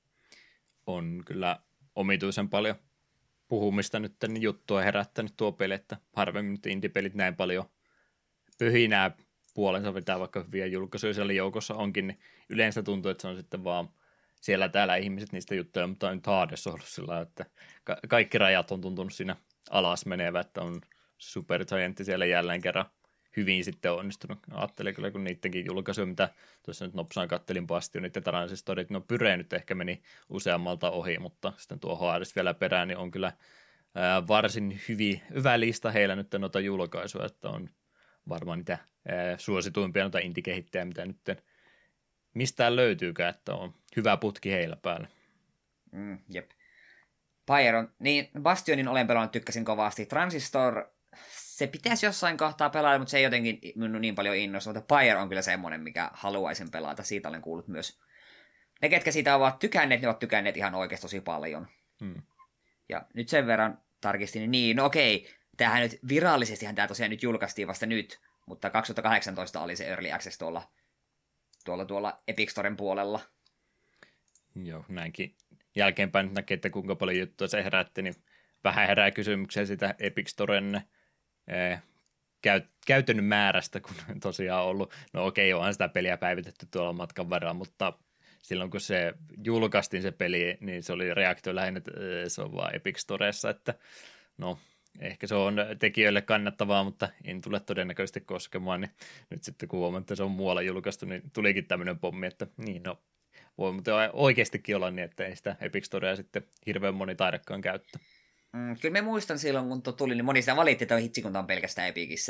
On kyllä omituisen paljon puhumista nyt tänne juttua herättänyt tuo peli, että harvemmin nyt indie-pelit näin paljon pöhinää puolensa vetää, vaikka hyviä julkaisuja siellä joukossa onkin, niin yleensä tuntuu, että se on sitten vaan siellä täällä ihmiset niistä juttuja, mutta on nyt Hades ollut sillä, että ka- kaikki rajat on tuntunut siinä alas menevä, että on Supergiant siellä jälleen kerran hyvin sitten onnistunut. Ajattelin kyllä, kun niidenkin julkaisuja, mitä tuossa nyt nopsaan kattelin Bastionit ja Taransis todit, no Pyre nyt ehkä meni useammalta ohi, mutta sitten tuo Hades vielä perään, niin on kyllä ää, varsin hyvin, hyvä lista heillä nyt noita julkaisuja, että on varmaan niitä ää, suosituimpia noita indie-kehittäjä, mitä nyt mistään löytyykään, että on hyvä putki heillä päällä. Mm, jep. Pyron, niin Bastionin olen pelannut, tykkäsin kovasti. Transistor, se pitäisi jossain kohtaa pelata, mutta se ei jotenkin minun niin paljon innosta, mutta Pyro on kyllä semmoinen, mikä haluaisin pelata. Siitä olen kuullut myös. Ne, ketkä siitä ovat tykänneet, ne ovat tykänneet ihan oikeasti tosi paljon. Hmm. Ja nyt sen verran tarkistin, niin, niin no okei, tämähän nyt virallisestihan tämä tosiaan nyt julkaistiin vasta nyt, mutta kaksituhattakahdeksantoista oli se Early Access tuolla, tuolla, tuolla Epic Storen puolella. Joo, näinkin. Jälkeenpäin nyt näkee, että kuinka paljon juttua se herätti, niin vähän herää kysymyksiä sitä Epic Storen eh, käy, käytön määrästä, kun tosiaan on ollut. No okei, onhan sitä peliä päivitetty tuolla matkan varrella, mutta silloin kun se julkaistiin se peli, niin se oli reaktio lähinnä, että se on vaan Epic Storessa, että no ehkä se on tekijöille kannattavaa, mutta en tule todennäköisesti koskemaan, niin nyt sitten kun huomaan, että se on muualla julkaistu, niin tulikin tämmöinen pommi, että niin no, voi mutta oikeastikin olla niin, että ei sitä Epic Storea sitten hirveän moni taidakaan käyttää. Mm, kyllä me muistan silloin, kun tuo tuli, niin moni sitä valitti, että hitsi, kun tämä on pelkästään Epicissä.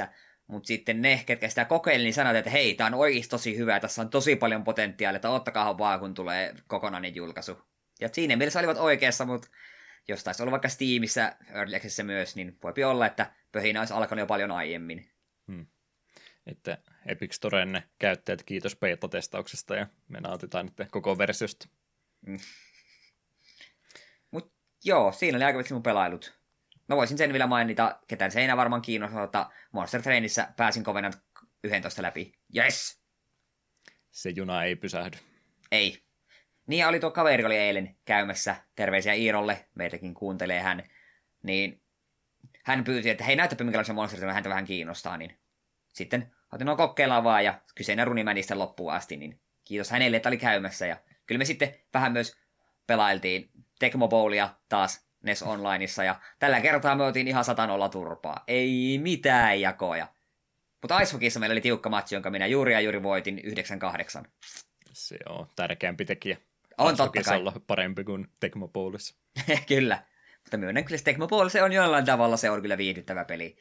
Mutta sitten ne, ketkä sitä kokeili, niin sanoivat, että hei, tämä on oikeasti tosi hyvä, tässä on tosi paljon potentiaalia, että ottakaa vaan, kun tulee kokonainen julkaisu. Ja siinä mielessä olivat oikeassa, mutta jos taisi olla vaikka Steamissa, Early Accessissa myös, niin voipi olla, että pöhinä olisi alkanut jo paljon aiemmin. Hmm. Että Epic Storen käyttäjät, kiitos beta-testauksesta, ja me nautitaan nyt koko versiosta. Mm. Mut joo, siinä oli aika mun pelailut. Mä voisin sen vielä mainita, ketään se ei enää varmaan kiinnostaa, että Monster Trainissa pääsin Covenant yksitoista läpi. Yes! Se juna ei pysähdy. Ei. Niin ja oli tuo kaveri, oli eilen käymässä, terveisiä Iirolle, meitäkin kuuntelee hän, niin hän pyysi, että hei näyttäpä minkälaisia Monster Train, häntä vähän kiinnostaa, niin sitten otin no kokeillaan vaan, ja kyseinen runi meni sitten loppuun asti, niin kiitos hänelle, että oli käymässä, ja kyllä me sitten vähän myös pelailtiin Tecmo Bowlia taas N E S Onlineissa, ja tällä kertaa me otin ihan satanolla turpaa. Ei mitään jakoja. Mutta Ice Hockeyssa meillä oli tiukka matsi, jonka minä juuri ja juuri voitin yhdeksän kahdeksan. Se on tärkeämpi tekijä. On Ice totta kai. Olla parempi kuin Tecmo Bowlissa. Kyllä. Mutta myönnän kyllä, Tecmo Bowl se on jollain tavalla, se on kyllä viihdyttävä peli.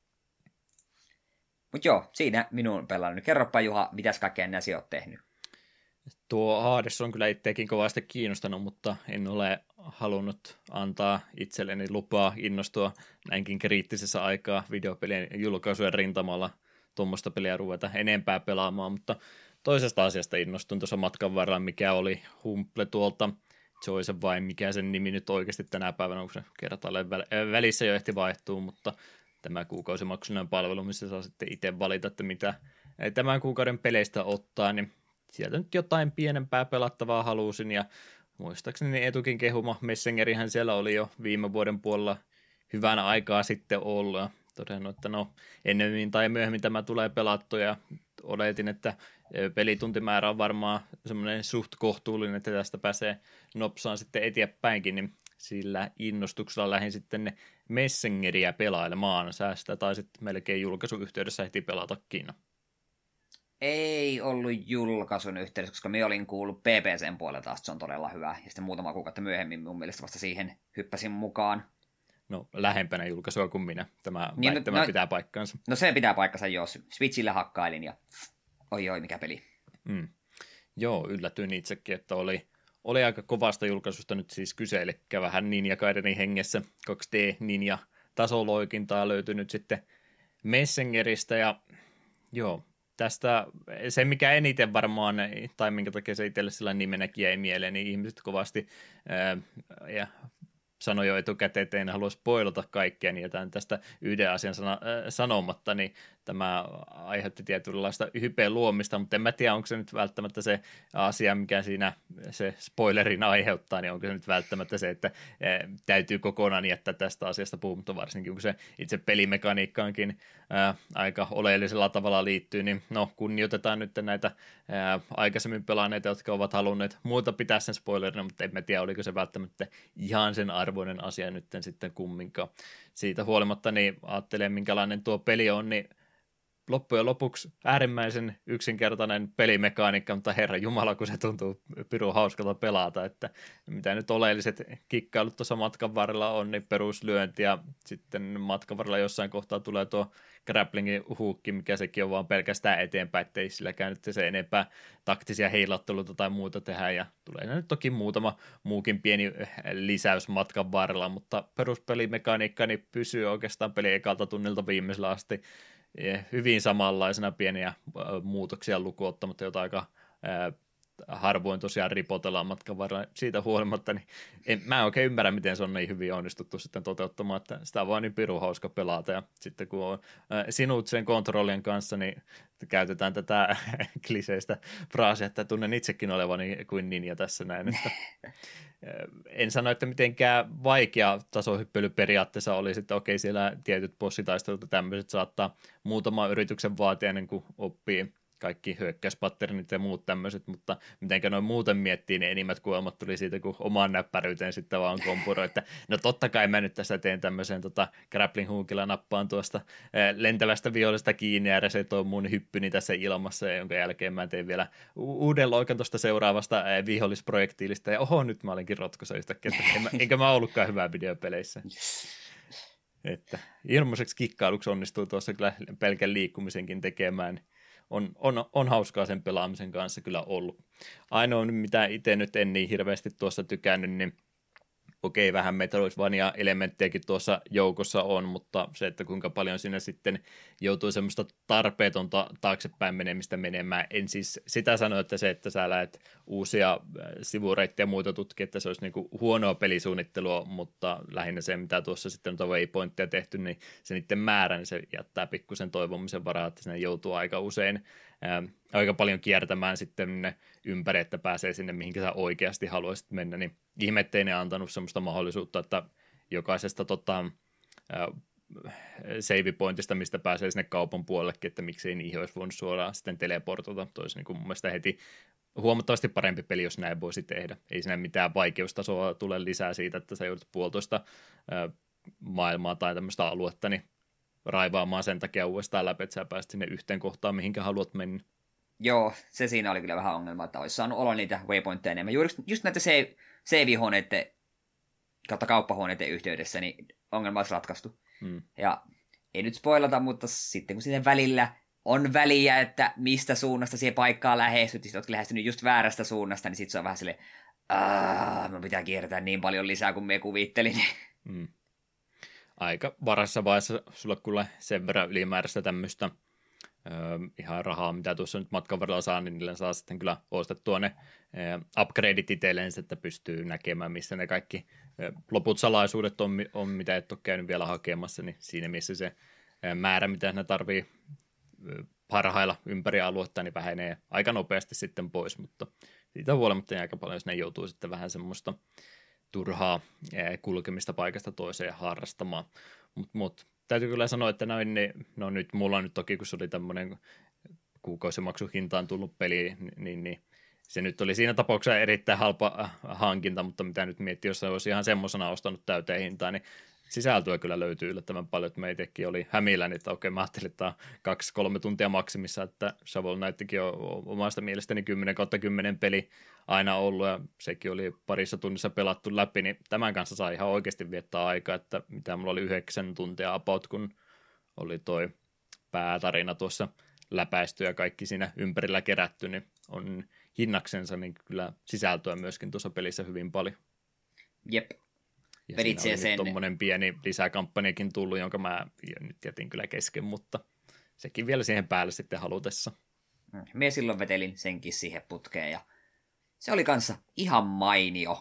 Mutta joo, siinä minun pelannut. Kerropa Juha, mitäs kaikkea nää oot tehnyt? Tuo Hades on kyllä itsekin kovasti kiinnostanut, mutta en ole halunnut antaa itselleni lupaa innostua näinkin kriittisessä aikaa videopelien julkaisujen rintamalla tuommoista peliä ruveta enempää pelaamaan, mutta toisesta asiasta innostun tuossa matkan varrella, mikä oli Humble tuolta Joyce vai mikä sen nimi nyt oikeasti tänä päivänä, onko se kertaalleen välissä jo ehti vaihtuu, mutta tämä kuukausimaksuinen palvelu, missä saa sitten itse valita, että mitä tämän kuukauden peleistä ottaa, niin sieltä nyt jotain pienempää pelattavaa halusin, ja muistaakseni Etukin kehuma Messengerihän siellä oli jo viime vuoden puolella hyvän aikaa sitten ollut, ja todennut, että no ennemmin tai myöhemmin tämä tulee pelattua, ja oletin, että pelituntimäärä on varmaan semmoinen suht kohtuullinen, että tästä pääsee nopsaan sitten eteenpäinkin, niin sillä innostuksella lähdin sitten ne Messengeriä pelailemaan. Säästä tai sitten melkein julkaisuyhteydessä ehti pelatakin. Ei ollut julkaisun yhteydessä, koska minä olin kuullut P P C:n puolelta, että se on todella hyvä. Ja sitten muutama kuukautta myöhemmin mun mielestä vasta siihen hyppäsin mukaan. No lähempänä julkaisua kuin minä. Tämä niin, väittämä no, pitää paikkaansa. No se pitää paikkansa, jos Switchillä hakkailin ja oi oi mikä peli. Mm. Joo, yllätyin itsekin, että oli, oli aika kovasta julkaisusta nyt siis kyse, eli vähän Ninja Gaidenin hengessä kaksi D Ninja tasoloikintaa löytyi nyt sitten Messengeristä ja joo, tästä se, mikä eniten varmaan, tai minkä takia se itselle sillä nimenäkin jäi mieleen, niin ihmiset kovasti ää, ja sanoi jo etukäteen, että en halua spoilata kaikkea, niin jätän tästä yhden asian sana, äh, sanomatta, niin tämä aiheutti tietynlaista hypeen luomista, mutta en mä tiedä, onko se nyt välttämättä se asia, mikä siinä se spoilerin aiheuttaa, niin onko se nyt välttämättä se, että äh, täytyy kokonaan jättää tästä asiasta puhuttua, varsinkin kun se itse pelimekaniikkaankin äh, aika oleellisella tavalla liittyy, niin no kunnioitetaan nyt näitä äh, aikaisemmin pelaaneita, jotka ovat halunneet muuta pitää sen spoilerina, mutta en mä tiedä, oliko se välttämättä ihan sen arvoinen asia nyt sitten kumminkaan. Siitä huolimatta niin ajattelen, minkälainen tuo peli on, niin loppujen lopuksi äärimmäisen yksinkertainen pelimekaniikka, mutta herra jumala, kun se tuntuu pirun hauskalta pelata, että mitä nyt oleelliset kikkailut tuossa matkan varrella on, niin peruslyönti ja sitten matkan varrella jossain kohtaa tulee tuo grapplingin huukki, mikä sekin on vaan pelkästään eteenpäin, ettei silläkään nyt se enempää taktisia heilatteluita tai muuta tehdä, ja tulee nyt toki muutama muukin pieni lisäys matkan varrella, mutta peruspelimekaniikka niin pysyy oikeastaan peli ekalta tunnilta viimeisellä asti hyvin samanlaisena, pieniä muutoksia lukuun ottamatta, jota aika ää, harvoin tosiaan ripotellaan matkan varrella. Siitä huolimatta, niin en, mä en oikein ymmärrä, miten se on niin hyvin onnistuttu sitten toteuttamaan, että sitä on vaan niin pirun hauska pelata, ja sitten kun on ää, sinut sen kontrollien kanssa, niin käytetään tätä kliseistä fraasia, että tunnen itsekin olevani kuin ninja tässä näin, että en sano, että mitenkään vaikea tasohyppely periaatteessa oli, että okei, siellä tietyt bossitaistelut ja tämmöiset saattaa muutaman yrityksen vaatia ennen kuin oppii kaikki hyökkäyspatternit ja muut tämmöiset, mutta mitenkä noin muuten miettii, niin enimmät kuolemat tuli siitä, kun omaan näppäryyteen sitten vaan kompuro, että no totta kai mä nyt tässä teen tämmöisen tota, grappling hookilla nappaan tuosta ää, lentävästä vihollista kiinni ja resetoin mun hyppyni tässä ilmassa, jonka jälkeen mä teen vielä u- uuden loikan tuosta seuraavasta ää, vihollisprojektiilista, ja oho, nyt mä olenkin rotkossa yhtäkkiä, että en mä, enkä mä ollutkaan hyvää videopeleissä. Että ilmaiseksi kikkailuksi onnistuu tuossa kyllä pelkän liikkumisenkin tekemään. On, on, on hauskaa sen pelaamisen kanssa kyllä ollut. Ainoa, mitä itse nyt en niin hirveästi tuossa tykännyt, niin okei, vähän Metroidvania-elementtejäkin tuossa joukossa on, mutta se, että kuinka paljon siinä sitten joutuu semmoista tarpeetonta taaksepäin menemistä menemään. En siis sitä sano, että se, että sä lähdet uusia sivureittejä ja muita tutkia, että se olisi niinku huonoa pelisuunnittelua, mutta lähinnä se, mitä tuossa sitten on waypointteja tehty, niin se niiden määrä, niin se jättää pikkusen toivomisen varaa, että sinne joutuu aika usein ää, aika paljon kiertämään sitten ympäri, että pääsee sinne, mihinkä sä oikeasti haluaisit mennä, niin ihme, ettei ne antanut semmoista mahdollisuutta, että jokaisesta tota, ää, save pointista, mistä pääsee sinne kaupan puolellekin, että miksei niihin olisi voinut suoraan sitten teleportata. Toisi niin kuin mun mielestä heti huomattavasti parempi peli, jos näin voisi tehdä. Ei siinä mitään vaikeustasoa tule lisää siitä, että sä joudut puolitoista ää, maailmaa tai tämmöistä aluetta, niin raivaamaan sen takia uudestaan läpi, että sä pääset sinne yhteen kohtaan, mihinkä haluat mennä. Joo, se siinä oli kyllä vähän ongelma, että olisi saanut olla niitä waypointteja enemmän. Juuri just näitä save, save-huoneiden kautta kauppahuoneiden yhteydessä, niin ongelma olisi ratkaistu. Hmm. Ja ei nyt spoilata, mutta sitten kun sinne välillä on väliä, että mistä suunnasta siihen paikkaan lähestyt, ja sitten oletkin lähestynyt just väärästä suunnasta, niin sitten se on vähän silleen, aah, mun pitää kiertää niin paljon lisää kuin me kuvittelin. Hmm. Aika varassa vaiheessa sulla kyllä sen verran ylimääräistä tämmöistä Öö, ihan rahaa, mitä tuossa nyt matkan varrella saa, niin niillä saa sitten kyllä ostettua ne öö, upgradeit itselleen, että pystyy näkemään, missä ne kaikki öö, loput salaisuudet on, on, mitä et ole käynyt vielä hakemassa, niin siinä missä se öö, määrä, mitä ne tarvii öö, parhailla ympäri aluetta, niin vähenee aika nopeasti sitten pois, mutta siitä huolimatta niin aika paljon, jos ne joutuu sitten vähän semmoista turhaa öö, kulkemista paikasta toiseen harrastamaan, mutta mut, täytyy kyllä sanoa, että noin, niin, no nyt mulla nyt toki, kun se oli tämmöinen kuukausimaksuhintaan tullut peli, niin, niin se nyt oli siinä tapauksessa erittäin halpa hankinta, mutta mitä nyt miettii, jos se olisi ihan semmoisena ostanut täyteen hintaan, niin sisältöä kyllä löytyy yllättävän paljon, että meitäkin oli hämillä, niin että okei, mä ajattelin, että tämä on kaksi kolme tuntia maksimissa, että Shovel Knightkin on omasta mielestäni kymmenen kautta kymmenen peli aina ollut, ja sekin oli parissa tunnissa pelattu läpi, niin tämän kanssa sai ihan oikeasti viettää aikaa, että mitä mulla oli yhdeksän tuntia about, kun oli toi päätarina tuossa läpäisty ja kaikki siinä ympärillä kerätty, niin on hinnaksensa, niin kyllä sisältöä myöskin tuossa pelissä hyvin paljon. Jep. Ja siinä oli sen... tuommoinen pieni lisäkampanjakin tullut, jonka mä nyt jätin kyllä kesken, mutta sekin vielä siihen päälle sitten halutessa. Mie silloin vetelin senkin siihen putkeen ja se oli kanssa ihan mainio.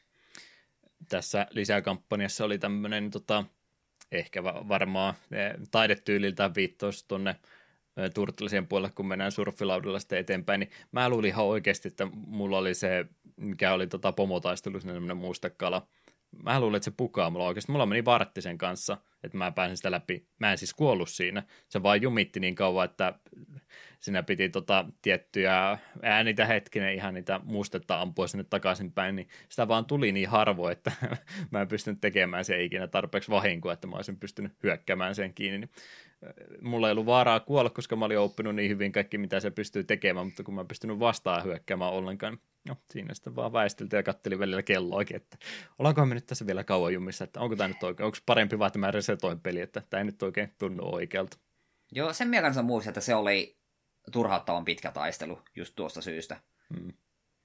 Tässä lisäkampanjassa oli tämmöinen tota, ehkä varmaan taidetyyliltään viittaus tuonne Turtlesien puolelle, kun mennään surfilaudella sitten eteenpäin, niin mä luulin ihan oikeasti, että mulla oli se, mikä oli tota pomotaistelu, semmoinen mustekala. Mä luulin, että se pukaa mulla oikeasti. Mulla meni vartti sen kanssa, että mä pääsin sitä läpi. Mä en siis kuollut siinä. Se vaan jumitti niin kauan, että siinä piti tota tiettyjä äänitä hetkinen ihan niitä mustetta ampua sinne takaisinpäin, niin sitä vaan tuli niin harvoin, että mä en pystynyt tekemään sen ikinä tarpeeksi vahinkoa, että mä olisin pystynyt hyökkäämään sen kiinni. Niin mulla ei ollut vaaraa kuolla, koska mä olin oppinut niin hyvin kaikki, mitä se pystyy tekemään, mutta kun mä en pystynyt vastaan hyökkäämään ollenkaan, no siinä sitten vaan väisteltiin ja kattelin välillä kelloakin, että ollaankohan me nyt tässä vielä kauan jumissa, että onko tämä nyt oikein, onko parempi vaan, että mä resetoin peli, että tämä ei nyt oikein tunnu oikealta. Joo, sen minä kanssa muistin, että se oli turhauttavan pitkä taistelu just tuosta syystä. Hmm.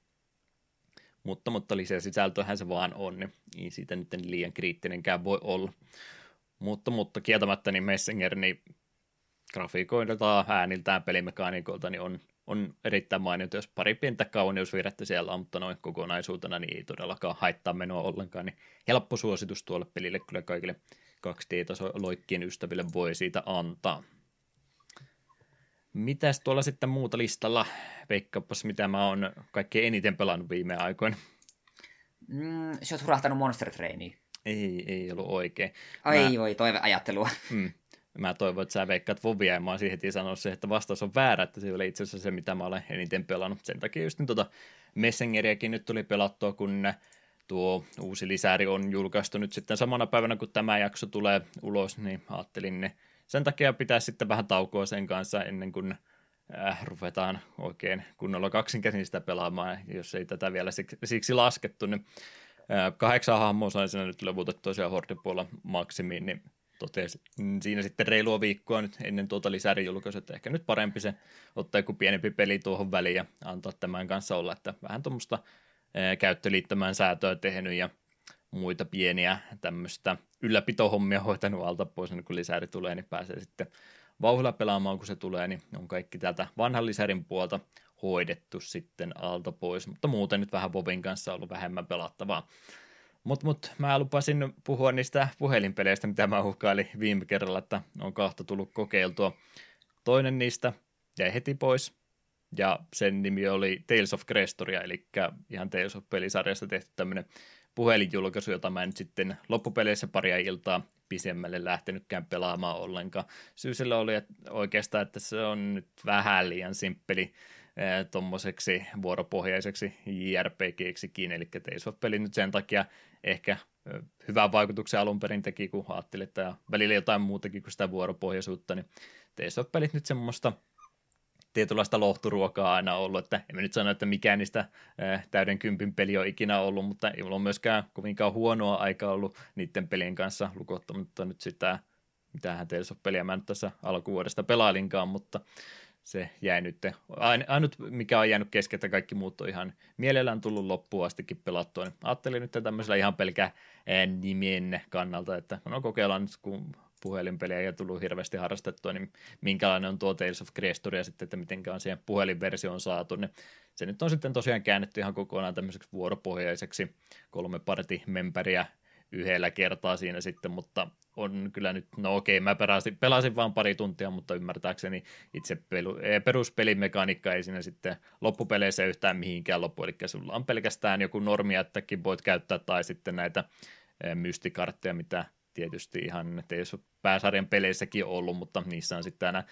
Mutta, mutta lisää sisältöhän se vaan on, niin ei siitä nyt liian kriittinenkään voi olla. Mutta, mutta kieltämättä niin Messenger, niin grafiikoilta, ääniltään, pelimekaniikoilta, niin on, on erittäin mainiota, jos pari pientä kauneusvirrettä siellä on, mutta noin kokonaisuutena niin ei todellakaan haittaa menoa ollenkaan, niin helppo suositus tuolle pelille kyllä kaikille kaksi D-taso-loikkien ystäville voi siitä antaa. Mitäs tuolla sitten muuta listalla? Veikkaappas, mitä mä oon kaikkein eniten pelannut viime aikoina. Mm, sä oot hurahtanut Monster Trainiin. Ei, ei ollut oikein. Ai mä... voi, toiveajattelua. Mm, mä toivon, että sä veikkaat Vovia, ja mä oon siihen heti sanonut se, että vastaus on väärä, että se ei ole itse asiassa se, mitä mä olen eniten pelannut. Sen takia just niin tuota Messengeriäkin nyt tuli pelattua, kun tuo uusi lisäri on julkaistu nyt sitten samana päivänä, kun tämä jakso tulee ulos, niin ajattelin ne. Sen takia pitää sitten vähän taukoa sen kanssa ennen kuin äh, ruvetaan oikein kunnolla kaksinkäsin sitä pelaamaan, jos ei tätä vielä siksi, siksi laskettu, niin äh, kahdeksan hahmoa sain siinä nyt levutettua siellä Horde-puolella maksimiin, niin totesi mm, siinä sitten reilua viikkoa nyt ennen tuota lisärijulkaisua, että ehkä nyt parempi se ottaa joku pienempi peli tuohon väliin ja antaa tämän kanssa olla, että vähän tuommoista käyttöliittämään säätöä tehnyt ja muita pieniä tämmöistä ylläpitohommia hoitanut alta pois, niin kun lisäri tulee, niin pääsee sitten vauhdilla pelaamaan, kun se tulee, niin on kaikki täältä vanhan lisärin puolta hoidettu sitten alta pois, mutta muuten nyt vähän Vovin kanssa ollut vähemmän pelattavaa. Mutta mut, mä lupasin puhua niistä puhelinpeleistä, mitä mä uhkailin viime kerralla, että on kahta tullut kokeiltua. Toinen niistä jäi heti pois, ja sen nimi oli Tales of Crestoria, eli ihan Tales of -pelisarjasta tehty tämmöinen puhelinjulkaisu, jota mä en nyt sitten loppupeleissä paria iltaa pisemmälle lähtenytkään pelaamaan ollenkaan. Syy sillä oli että oikeastaan, että se on nyt vähän liian simppeli tuommoiseksi vuoropohjaiseksi J R P G:ksikin, eli Tales of -peli nyt sen takia ehkä hyvän vaikutuksen alun perin teki, kun ajattelin, että välillä jotain muutakin kuin sitä vuoropohjaisuutta, niin Tales of -pelit nyt semmoista tietynlaista lohturuokaa aina ollut, että en nyt sano, että mikään niistä täyden kympin peli on ikinä ollut, mutta ei mulla ole myöskään kovinkaan huonoa aikaa ollut niiden pelien kanssa lukottamatta nyt sitä, mitähän Tales of -peliä mä nyt tässä alkuvuodesta pelailinkaan, mutta se jäi nyt, ainut mikä on jäänyt kesken, että kaikki muut on ihan mielellään tullut loppuun astikin pelattua, niin ajattelin nyt tämmöisellä ihan pelkä nimen kannalta, että no kokeillaan nyt, kun puhelinpeliä ei ole tullut hirveästi harrastettua, niin minkälainen on tuo Tales of Crestoria sitten, että mitenkä on siihen puhelinversioon saatu, niin se nyt on sitten tosiaan käännetty ihan kokonaan tämmöiseksi vuoropohjaiseksi, kolme party-mempäriä yhdellä kertaa siinä sitten, mutta on kyllä nyt, no okei, mä pelasin, pelasin vaan pari tuntia, mutta ymmärtääkseni itse pelu, peruspelimekaniikka ei siinä sitten loppupeleissä yhtään mihinkään loppu, eli sulla on pelkästään joku normijättäkin voit käyttää, tai sitten näitä mystikartteja, mitä tietysti ihan Tales of -pääsarjan peleissäkin on ollut, mutta niissä on sitten aina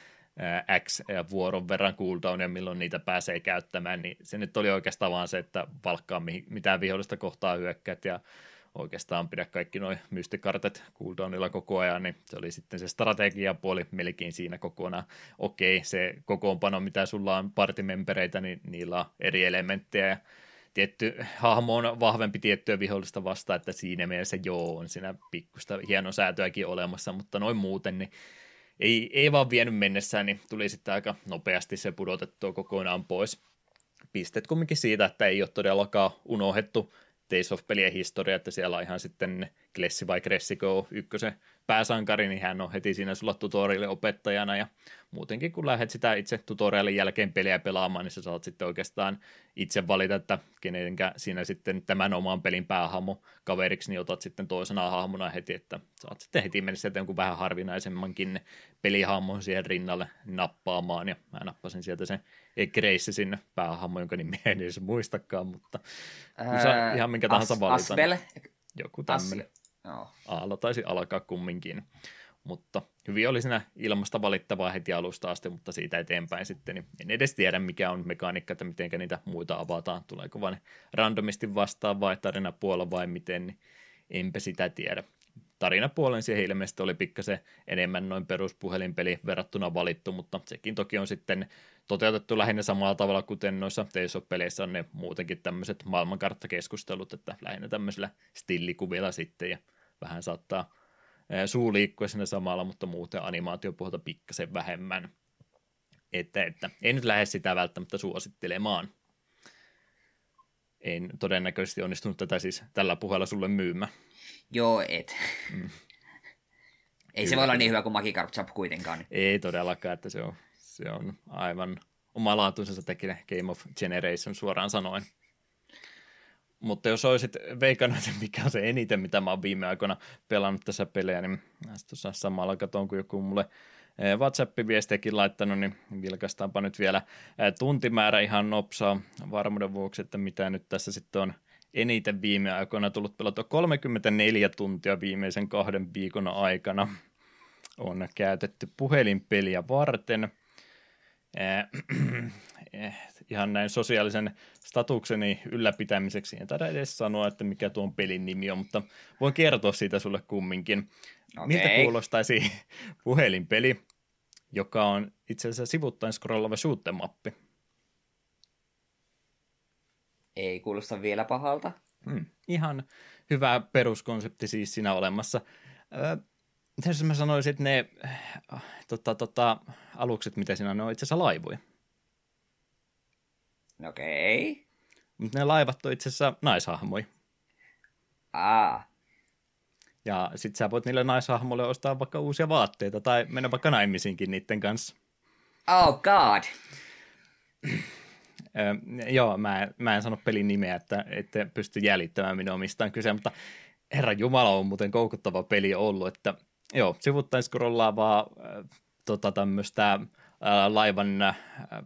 X-vuoron verran cooldownia, milloin niitä pääsee käyttämään, niin se nyt oli oikeastaan vaan se, että valkkaa mitään vihollista kohtaa hyökkäät ja oikeastaan pidä kaikki nuo mystikartat cooldownilla koko ajan, niin se oli sitten se strategiapuoli melkein siinä kokonaan. Okei, se kokoonpano, mitä sulla on partimempereitä, niin niillä on eri elementtejä ja tietty hahmo on vahvempi tiettyä vihollista vastaan, että siinä mielessä joo, on siinä pikkusta hienosäätöäkin olemassa, mutta noin muuten, niin ei, ei vaan vienyt mennessään, niin tuli sitten aika nopeasti se pudotettua kokonaan pois. Pistet kumminkin siitä, että ei ole todellakaan unohdettu Tales of -pelien historia, että siellä on ihan sitten Klessi vai Cressigo ykkösen pääsankari, niin hän on heti siinä sulla tutorialin opettajana, ja muutenkin kun lähdet sitä itse tutorialin jälkeen peliä pelaamaan, niin sä saat sitten oikeastaan itse valita, että kenenkä siinä sitten tämän oman pelin päähahmo kaveriksi, niin otat sitten toisena hahmona heti, että saat sitten heti mennä sieltä jonkun vähän harvinaisemmankin pelihahmon siihen rinnalle nappaamaan, ja mä nappasin sieltä sen Grace sinne päähahmo, jonka nimi en edes muistakaan, mutta Ää, ihan minkä tahansa As, valitaan. Asbel. Joku tämmöinen. No. Aalla taisi alkaa kumminkin, mutta hyvin oli siinä ilmasta valittavaa heti alusta asti, mutta siitä eteenpäin sitten, niin en edes tiedä mikä on mekaniikka, että miten niitä muita avataan, tuleeko vain randomisti vastaan vai tarinapuolella vai miten, niin enpä sitä tiedä. Tarinapuolen siihen ilmeisesti oli pikkasen enemmän noin peruspuhelinpeli verrattuna valittu, mutta sekin toki on sitten toteutettu lähinnä samalla tavalla, kuten noissa Tales of -peleissä on ne muutenkin tämmöiset maailmankarttakeskustelut, että lähinnä tämmöisillä stillikuvilla sitten, ja vähän saattaa suu liikkua siinä samalla, mutta muuten animaatiopuolta pikkasen vähemmän. Että, että ei nyt lähde sitä välttämättä suosittelemaan. En todennäköisesti onnistunut tätä siis tällä puheella sulle myymään. Joo, et. Mm. Ei se voi olla niin hyvä kuin Magikarp Jump kuitenkaan. Niin. Ei todellakaan, että se on, se on aivan omalaatuisensa tekijä Game of Generation suoraan sanoen. Mutta jos olisit veikannut, mikä on se eniten, mitä mä oon viime aikoina pelannut tässä pelejä, niin tuossa samalla katoin, kun joku mulle WhatsApp-viestejäkin laittanut, niin vilkaistaanpa nyt vielä tuntimäärä ihan nopsaa varmuuden vuoksi, että mitä nyt tässä sitten on eniten viime aikoina tullut pelattua. kolmekymmentäneljä tuntia viimeisen kahden viikon aikana on käytetty puhelinpeliä varten. Ihan näin sosiaalisen statukseni ylläpitämiseksi. En taida edes sanoa, että mikä tuon pelin nimi on, mutta voin kertoa siitä sulle kumminkin. Okay. Miltä kuulostaisi puhelinpeli, joka on itse asiassa sivuttain scrollava shoot-mappi? Ei kuulosta vielä pahalta. Hmm. Ihan hyvä peruskonsepti siis siinä olemassa. Ö, Miten mä sanoisin, että ne tota, tota, alukset, mitä siinä on, ne on itse asiassa laivoja. Okei. Okay. Mutta ne laivat on itse asiassa naishahmoja. Aa. Ja sit sä voit niille naishahmoille ostaa vaikka uusia vaatteita tai mennä vaikka naimisiinkin niiden kanssa. Oh god. Öö, joo, mä, mä en sano pelin nimeä, että ette pysty jäljittämään minua mistään kyse, mutta herran jumala on muuten koukuttava peli ollut, että joo, sivuttain scrollaavaa äh, tota tämmöistä äh, laivan äh,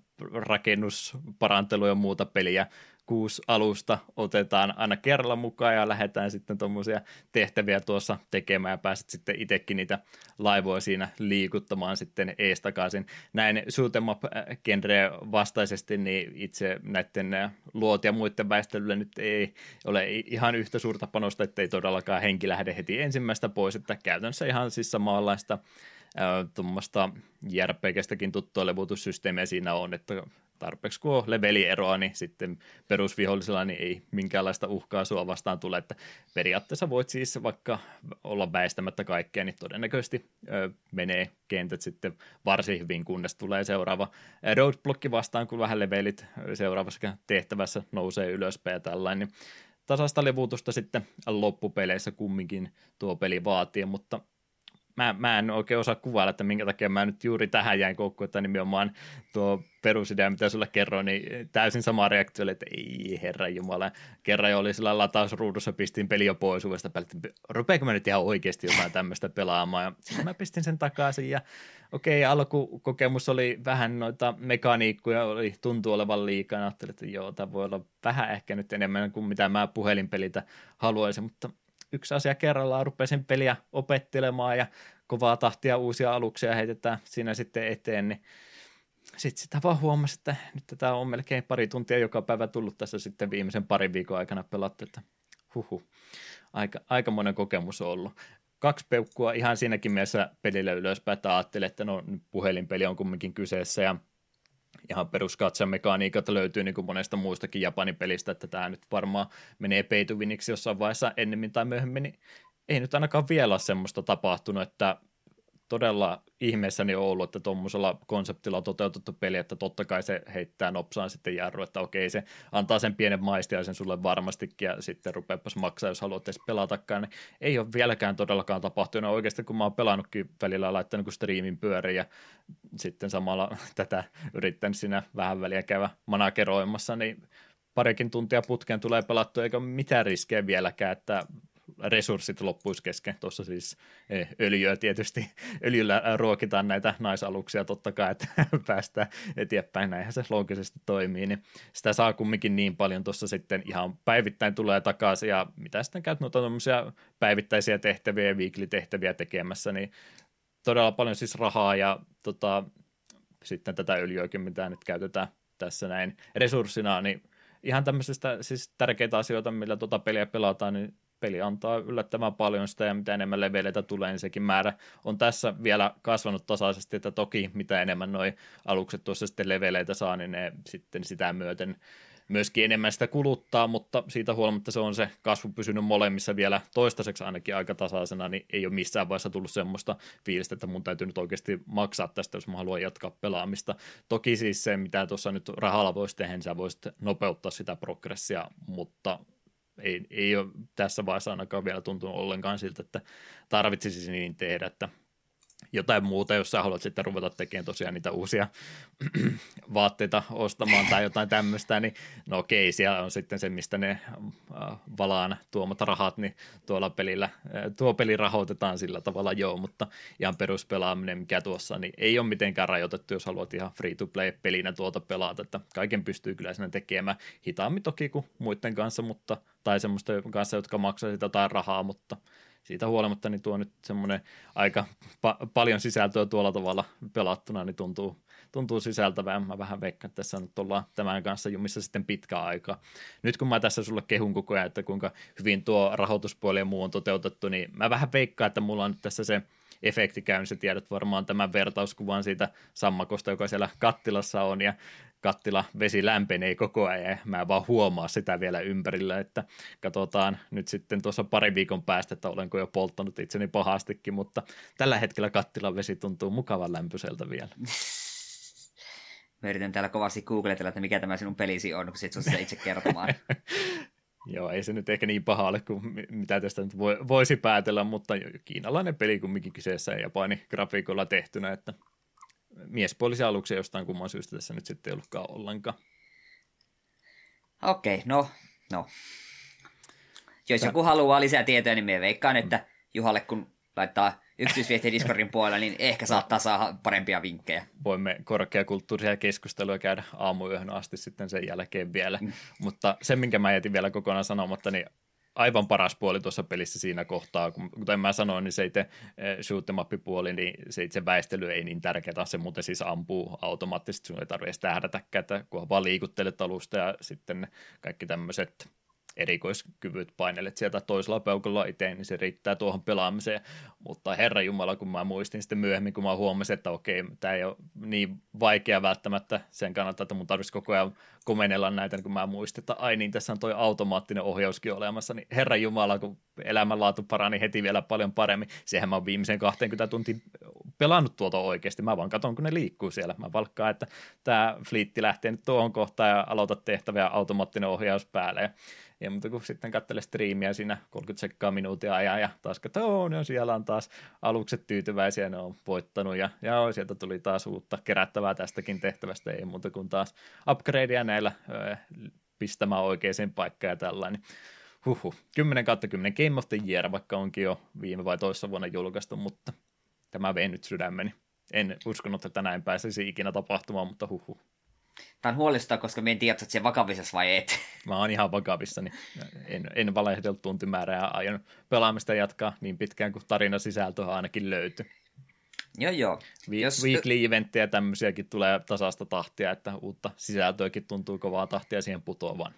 rakennusparantelu ja muuta peliä. Kuusi alusta otetaan aina kerralla mukaan ja lähdetään sitten tuommoisia tehtäviä tuossa tekemään ja pääset sitten itsekin niitä laivoja siinä liikuttamaan sitten ees takaisin. Näin shoot 'em up -genre vastaisesti, niin itse näiden luot ja muiden väistelyllä nyt ei ole ihan yhtä suurta panosta, ettei todellakaan henki lähde heti ensimmäistä pois, että käytännössä ihan siis samanlaista tuommoista J R P G:stäkin tuttua levutussysteemiä siinä on, että tarpeeksi kun on levelieroa, niin sitten perusvihollisella niin ei minkäänlaista uhkaa sua vastaan tule, että periaatteessa voit siis vaikka olla väistämättä kaikkea, niin todennäköisesti ö, menee kentät sitten varsin hyvin, kunnes tulee seuraava roadblocki vastaan, kun vähän levelit seuraavassa tehtävässä nousee ylöspäin ja tällainen, niin tasaista levutusta sitten loppupeleissä kumminkin tuo peli vaatii, mutta Mä, mä en oikein osaa kuvailla, että minkä takia mä nyt juuri tähän jäin koukkuun, että nimenomaan tuo perusidea, mitä sulle kerroin, niin täysin sama reaktio oli, että ei herran jumala. Kerran jo oli sillä latausruudussa, pistin peli jo pois uudesta päälle, että rupeeko mä nyt ihan oikeasti jotain tämmöistä pelaamaan. Ja sitten mä pistin sen takaisin ja okei, alkukokemus oli vähän noita mekaniikkoja, oli, tuntuu olevan liikaa. Ajattelin, että joo, tämä voi olla vähän ehkä nyt enemmän kuin mitä mä puhelinpelitä haluaisin, mutta yksi asia kerrallaan rupesin peliä opettelemaan ja kovaa tahtia uusia aluksia heitetään siinä sitten eteen, niin sitten sitä vaan huomasi, että nyt tätä on melkein pari tuntia joka päivä tullut tässä sitten viimeisen parin viikon aikana pelattu, että huhu, aika, aikamoinen kokemus on ollut. Kaksi peukkua ihan siinäkin mielessä pelille ylöspäin, että ajattelin, että no puhelinpeli on kumminkin kyseessä ja ihan peruskatsemekaniikat löytyy niin kuin monesta muustakin Japanin pelistä, että tämä nyt varmaan menee pay to winiksi jossain vaiheessa ennemmin tai myöhemmin, niin ei nyt ainakaan vielä ole semmoista tapahtunut, että todella ihmeessäni on ollut, että tuommoisella konseptilla on toteutettu peli, että totta kai se heittää nopsaan sitten jarru, että okei, se antaa sen pienen maistiaisen sulle varmastikin ja sitten rupeapas maksaa, jos haluat edes pelatakaan, niin ei ole vieläkään todellakaan tapahtunut. Oikeasti kun mä oon pelannutkin välillä ja laittanut niin striimin pyöriin ja sitten samalla tätä yrittänyt siinä vähän väliä käydä manageroimassa, niin parikin tuntia putkeen tulee pelattua, eikä ole mitään riskejä vieläkään, että resurssit loppuisi kesken. Tuossa siis öljyä tietysti. Öljyllä ruokitaan näitä naisaluksia totta kai, että päästään eteenpäin. Näinhän se loogisesti toimii. Niin sitä saa kumminkin niin paljon tuossa sitten ihan päivittäin tulee takaisin. Ja mitä sitten käyt noita tämmöisiä päivittäisiä tehtäviä ja weekly-tehtäviä tekemässä, niin todella paljon siis rahaa ja tota, sitten tätä öljyäkin, mitä nyt käytetään tässä näin resurssina, niin ihan tämmöisistä siis tärkeitä asioita, millä tuota peliä pelataan, niin peli antaa yllättävän paljon sitä, ja mitä enemmän leveleitä tulee, niin sekin määrä on tässä vielä kasvanut tasaisesti, että toki mitä enemmän noi alukset tuossa sitten leveleitä saa, niin ne sitten sitä myöten myöskin enemmän sitä kuluttaa, mutta siitä huolimatta se on se kasvu pysynyt molemmissa vielä toistaiseksi ainakin aika tasaisena, niin ei ole missään vaiheessa tullut semmoista fiilistä, että mun täytyy nyt oikeasti maksaa tästä, jos mä haluan jatkaa pelaamista. Toki siis se, mitä tuossa nyt rahalla voisi tehdä, niin sä voisit nopeuttaa sitä progressia, mutta ei, ei ole tässä vaiheessa ainakaan vielä tuntunut ollenkaan siltä, että tarvitsisi niin tehdä, että jotain muuta, jos sä haluat sitten ruveta tekemään tosiaan niitä uusia vaatteita ostamaan tai jotain tämmöistä, niin no okei, siellä on sitten se, mistä ne valaan tuomat rahat, niin tuolla pelillä, tuo peli rahoitetaan sillä tavalla joo, mutta ihan peruspelaaminen, mikä tuossa, niin ei ole mitenkään rajoitettu, jos haluat ihan free-to-play-pelinä tuota pelata, että kaiken pystyy kyllä sinne tekemään hitaammin toki kuin muiden kanssa, mutta, tai semmoista kanssa, jotka maksaa sitä jotain rahaa, mutta siitä huolimatta niin tuo nyt semmoinen aika pa- paljon sisältöä tuolla tavalla pelattuna, niin tuntuu, tuntuu sisältävää. Mä vähän veikkaan, että tässä nyt ollaan tämän kanssa jumissa sitten pitkä aika. Nyt kun mä tässä sulle kehun koko ajan, että kuinka hyvin tuo rahoituspuoli ja muu on toteutettu, niin mä vähän veikkaan, että mulla on nyt tässä se efekti käynnissä. Tiedät varmaan tämän vertauskuvan siitä sammakosta, joka siellä kattilassa on, ja kattila vesi lämpenee koko ajan, ja mä en vaan huomaa sitä vielä ympärillä, että katsotaan nyt sitten tuossa pari viikon päästä, että olenko jo polttanut itseni pahastikin, mutta tällä hetkellä kattilan vesi tuntuu mukavan lämpöiseltä vielä. Mä yritän täällä kovasti googletella, että mikä tämä sinun pelisi on, kun sit sun sitä itse kertomaan. Joo, ei se nyt ehkä niin paha ole kuin mitä tästä nyt voi, voisi päätellä, mutta kiinalainen peli kumminkin kyseessä ja Japanin grafiikolla tehtynä, että miespuolisia aluksia jostain kumman syystä tässä nyt sitten ei ollutkaan ollenkaan. Okei, okay, no, no. Jos joku haluaa lisää tietoja, niin me veikkaan, että Juhalle kun laittaa yksityisviestiä Discordin puolella, niin ehkä saattaa saada parempia vinkkejä. Voimme korkeakulttuurisia keskusteluja käydä aamuyöhön asti sitten sen jälkeen vielä. Mm. Mutta se, minkä mä jätin vielä kokonaan sanomatta, niin aivan paras puoli tuossa pelissä siinä kohtaa, kuten mä sanoin, niin se itse shoot em up-puoli, niin se itse väistely ei niin tärkeää, se muuten siis ampuu automaattisesti, sun ei tarvitse tähdätäkään, että kunhan vaan liikuttelet alusta ja sitten kaikki tämmöiset erikoiskyvyt painelet sieltä toisella peukolla itse, niin se riittää tuohon pelaamiseen, mutta herra jumala, kun mä muistin sitten myöhemmin, kun mä huomasin, että okei, tämä ei ole niin vaikea välttämättä sen kannalta, että mun tarvitsisi koko ajan komennella näitä, niin kun mä muistin, että ai niin, tässä on toi automaattinen ohjauskin olemassa, niin herra jumala, kun elämänlaatu parani heti vielä paljon paremmin, sehän mä oon viimeisen kaksikymmentä tuntia pelannut tuota oikeasti, mä vaan katson, kun ne liikkuu siellä, mä valkkaan, että tämä fliitti lähtee nyt tuohon kohtaan ja aloita tehtäviä automaattinen ohjaus päälle, ja Ja mutta kun sitten katselee striimiä siinä kolmekymmentä sekkaa minuutin ajan ja taas katsoin, no siellä on taas alukset tyytyväisiä, ne on voittanut ja, ja sieltä tuli taas uutta kerättävää tästäkin tehtävästä, ei muuta kuin taas upgradea näillä ö, pistämään oikeaan paikkaan ja tällainen. Huhhuh, kymmenen kautta kymmenen Game of the Year, vaikka onkin jo viime vai toissa vuonna julkaistu, mutta tämä vei nyt sydämeni. En uskonut, että näin pääsisi ikinä tapahtumaan, mutta huhhuh. Tämä on huolestuttaa, koska me en tiedä, että se vakavisessa vai et. Mä oon ihan vakavissani. En, en valehdellut tuntimäärää ja aion pelaamista jatkaa niin pitkään, kuin tarina sisältöä ainakin löytyy. Joo, joo. Vi- Jos... Weekly-eventtejä tämmöisiäkin tulee tasasta tahtia, että uutta sisältöäkin tuntuu kovaa tahtia siihen putoavan.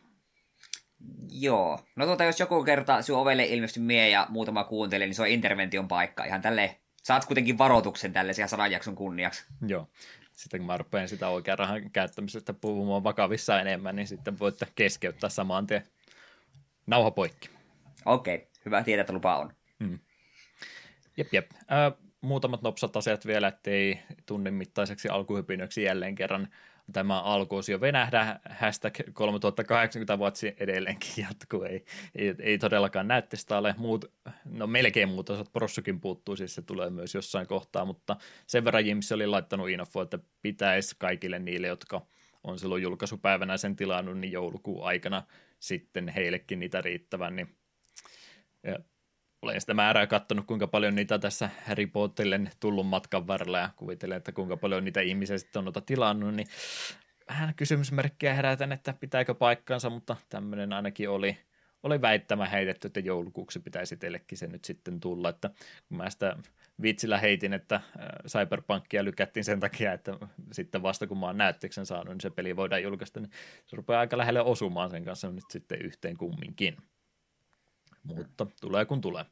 Joo. No tuota, jos joku kerta sun ovelle ilmestyy mie ja muutama kuuntelee, niin se on intervention paikka. Ihan tälleen, saat kuitenkin varoituksen tälle siihen sadan jakson kunniaksi. Joo. Sitten kun mä rupean sitä oikean rahan käyttämisestä puhumaan vakavissa enemmän, niin sitten voitte keskeyttää samaan tien nauha poikki. Okei, okay. Hyvä tietää, että lupa on. Mm. Jep, jep. Äh, muutamat nopsat asiat vielä, ettei tunnin mittaiseksi alkuhypinöksi jälleen kerran tämä alkuosio venähdä. Hashtag kolmetuhattakahdeksankymmentä vuotta edelleenkin jatkuu. Ei, ei, ei todellakaan näe testaalle. Muut, no melkein muut osat. Prossukin puuttuu, siis se tulee myös jossain kohtaa, mutta sen verran Jims oli laittanut info, että pitäisi kaikille niille, jotka on silloin julkaisupäivänä sen tilannut, niin joulukuun aikana sitten heillekin niitä riittävän, niin ja olen sitä määrää katsonut, kuinka paljon niitä tässä Harry Potterille tullut matkan varrella ja kuvitellen, että kuinka paljon niitä ihmisiä sitten on noita tilannut, niin vähän kysymysmerkkiä herätän, että pitääkö paikkansa, mutta tämmöinen ainakin oli, oli väittämä heitetty, että joulukuuksi pitäisi teillekin se nyt sitten tulla, että kun mä sitä vitsillä heitin, että Cyberpunkia lykättiin sen takia, että sitten vasta kun mä oon näytteeksen saanut, niin se peli voidaan julkaista, niin se rupeaa aika lähelle osumaan sen kanssa nyt sitten yhteen kumminkin. Mutta tulee kun tulee.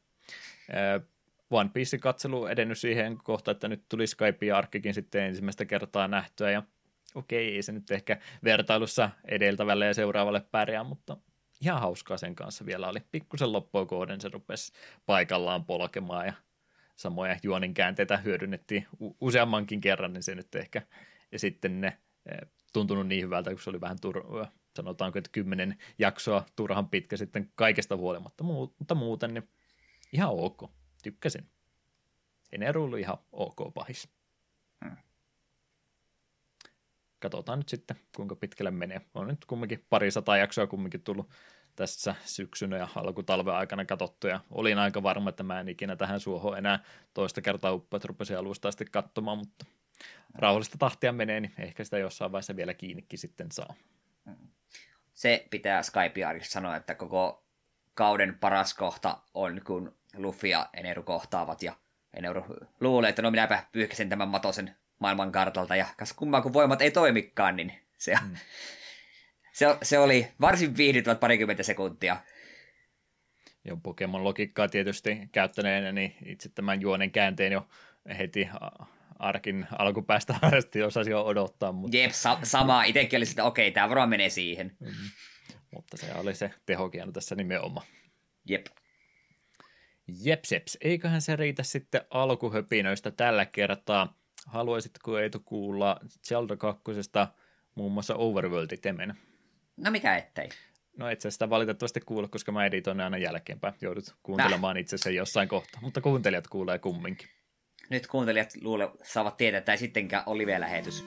One Piece-katselu edennyt siihen kohtaan, että nyt tuli Skype ja Arkkikin sitten ensimmäistä kertaa nähtyä, ja okei, ei se nyt ehkä vertailussa edeltävälle ja seuraavalle pärjää, mutta ihan hauskaa sen kanssa vielä oli. Pikkusen loppua kohden se rupesi paikallaan polkemaan, ja samoja juoninkäänteitä hyödynnettiin u- useammankin kerran, niin se nyt ehkä, ja sitten ne tuntunut niin hyvältä, kun se oli vähän tur- sanotaanko, että kymmenen jaksoa turhan pitkä sitten kaikesta huolimatta, mutta muuten niin ihan ok, tykkäsin. Eneru oli ihan ok pahis. Hmm. Katsotaan nyt sitten, kuinka pitkälle menee. On nyt kumminkin pari sata jaksoa kumminkin tullut tässä syksynä ja alkutalven aikana katsottu, ja olin aika varma, että mä en ikinä tähän suohon enää toista kertaa uppoa, että rupesin alusta asti katsomaan, mutta rauhallista tahtia menee, niin ehkä sitä jossain vaiheessa vielä kiinnikin sitten saa. Se pitää Skypearissa sanoa, että koko kauden paras kohta on, kun Luffy ja Eneru kohtaavat, ja Eneru luulee, että no minäpä pyyhkäsen tämän matosen maailmankartalta, ja kas kummaa kun voimat ei toimikaan, niin se, mm. se, se oli varsin viihdyttävät parikymmentä sekuntia. jo Pokemon-logiikkaa tietysti käyttäneenä, niin itse tämän juonen käänteen jo heti arkin alkupäästä asti osasi jo odottaa. Mutta... Jep, sa- sama. Itsekin oli sitä, okei, tämä varmaan menee siihen. Mm-hmm. Mutta se oli se tehokeino tässä nimenomaan. Jep. Jepseps, eiköhän se riitä sitten alkuhöpinöistä tällä kertaa. Haluaisitko Eetu kuulla Zelda kakkosesta muun muassa Overworld-temen? No mikä ettei. No et sä sitä valitettavasti kuule, koska mä editoin aina jälkeenpäin. Joudut kuuntelemaan itse sen jossain kohtaa, mutta kuuntelijat kuulee kumminkin. Nyt kuuntelijat luule, saavat tietää, että ei sittenkään ole live-lähetys.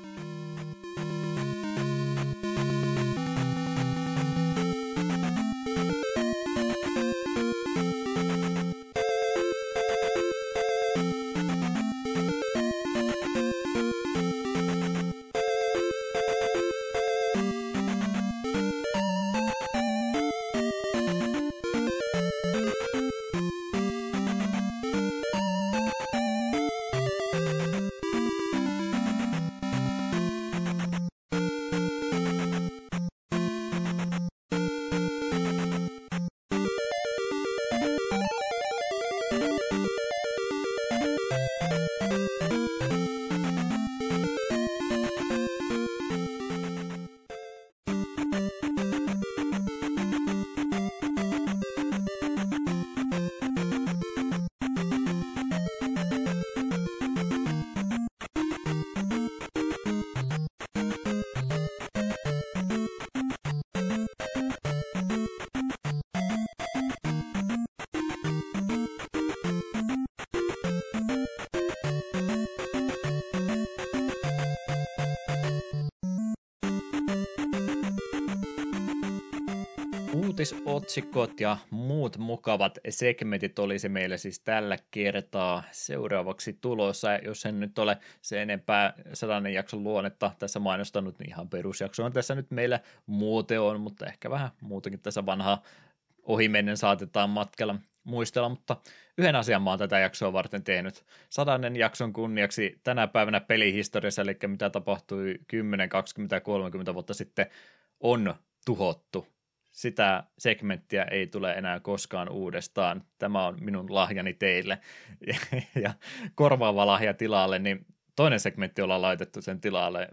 Uutisotsikot ja muut mukavat segmentit olisi meillä siis tällä kertaa seuraavaksi tulossa. Jos en nyt ole se enempää sadannen jakson luonnetta tässä mainostanut, niin ihan perusjakso on tässä nyt meillä muuten on, mutta ehkä vähän muutakin tässä vanhaa ohimennen saatetaan matkalla muistella, mutta yhden asian mä oon tätä jaksoa varten tehnyt. Sadannen jakson kunniaksi tänä päivänä pelihistoriassa, eli mitä tapahtui kymmenen, kaksikymmentä ja kolmekymmentä vuotta sitten, on tuhottu. Sitä segmenttiä ei tule enää koskaan uudestaan. Tämä on minun lahjani teille. Ja, ja korvaava lahja tilalle, niin toinen segmentti ollaan laitettu sen tilalle.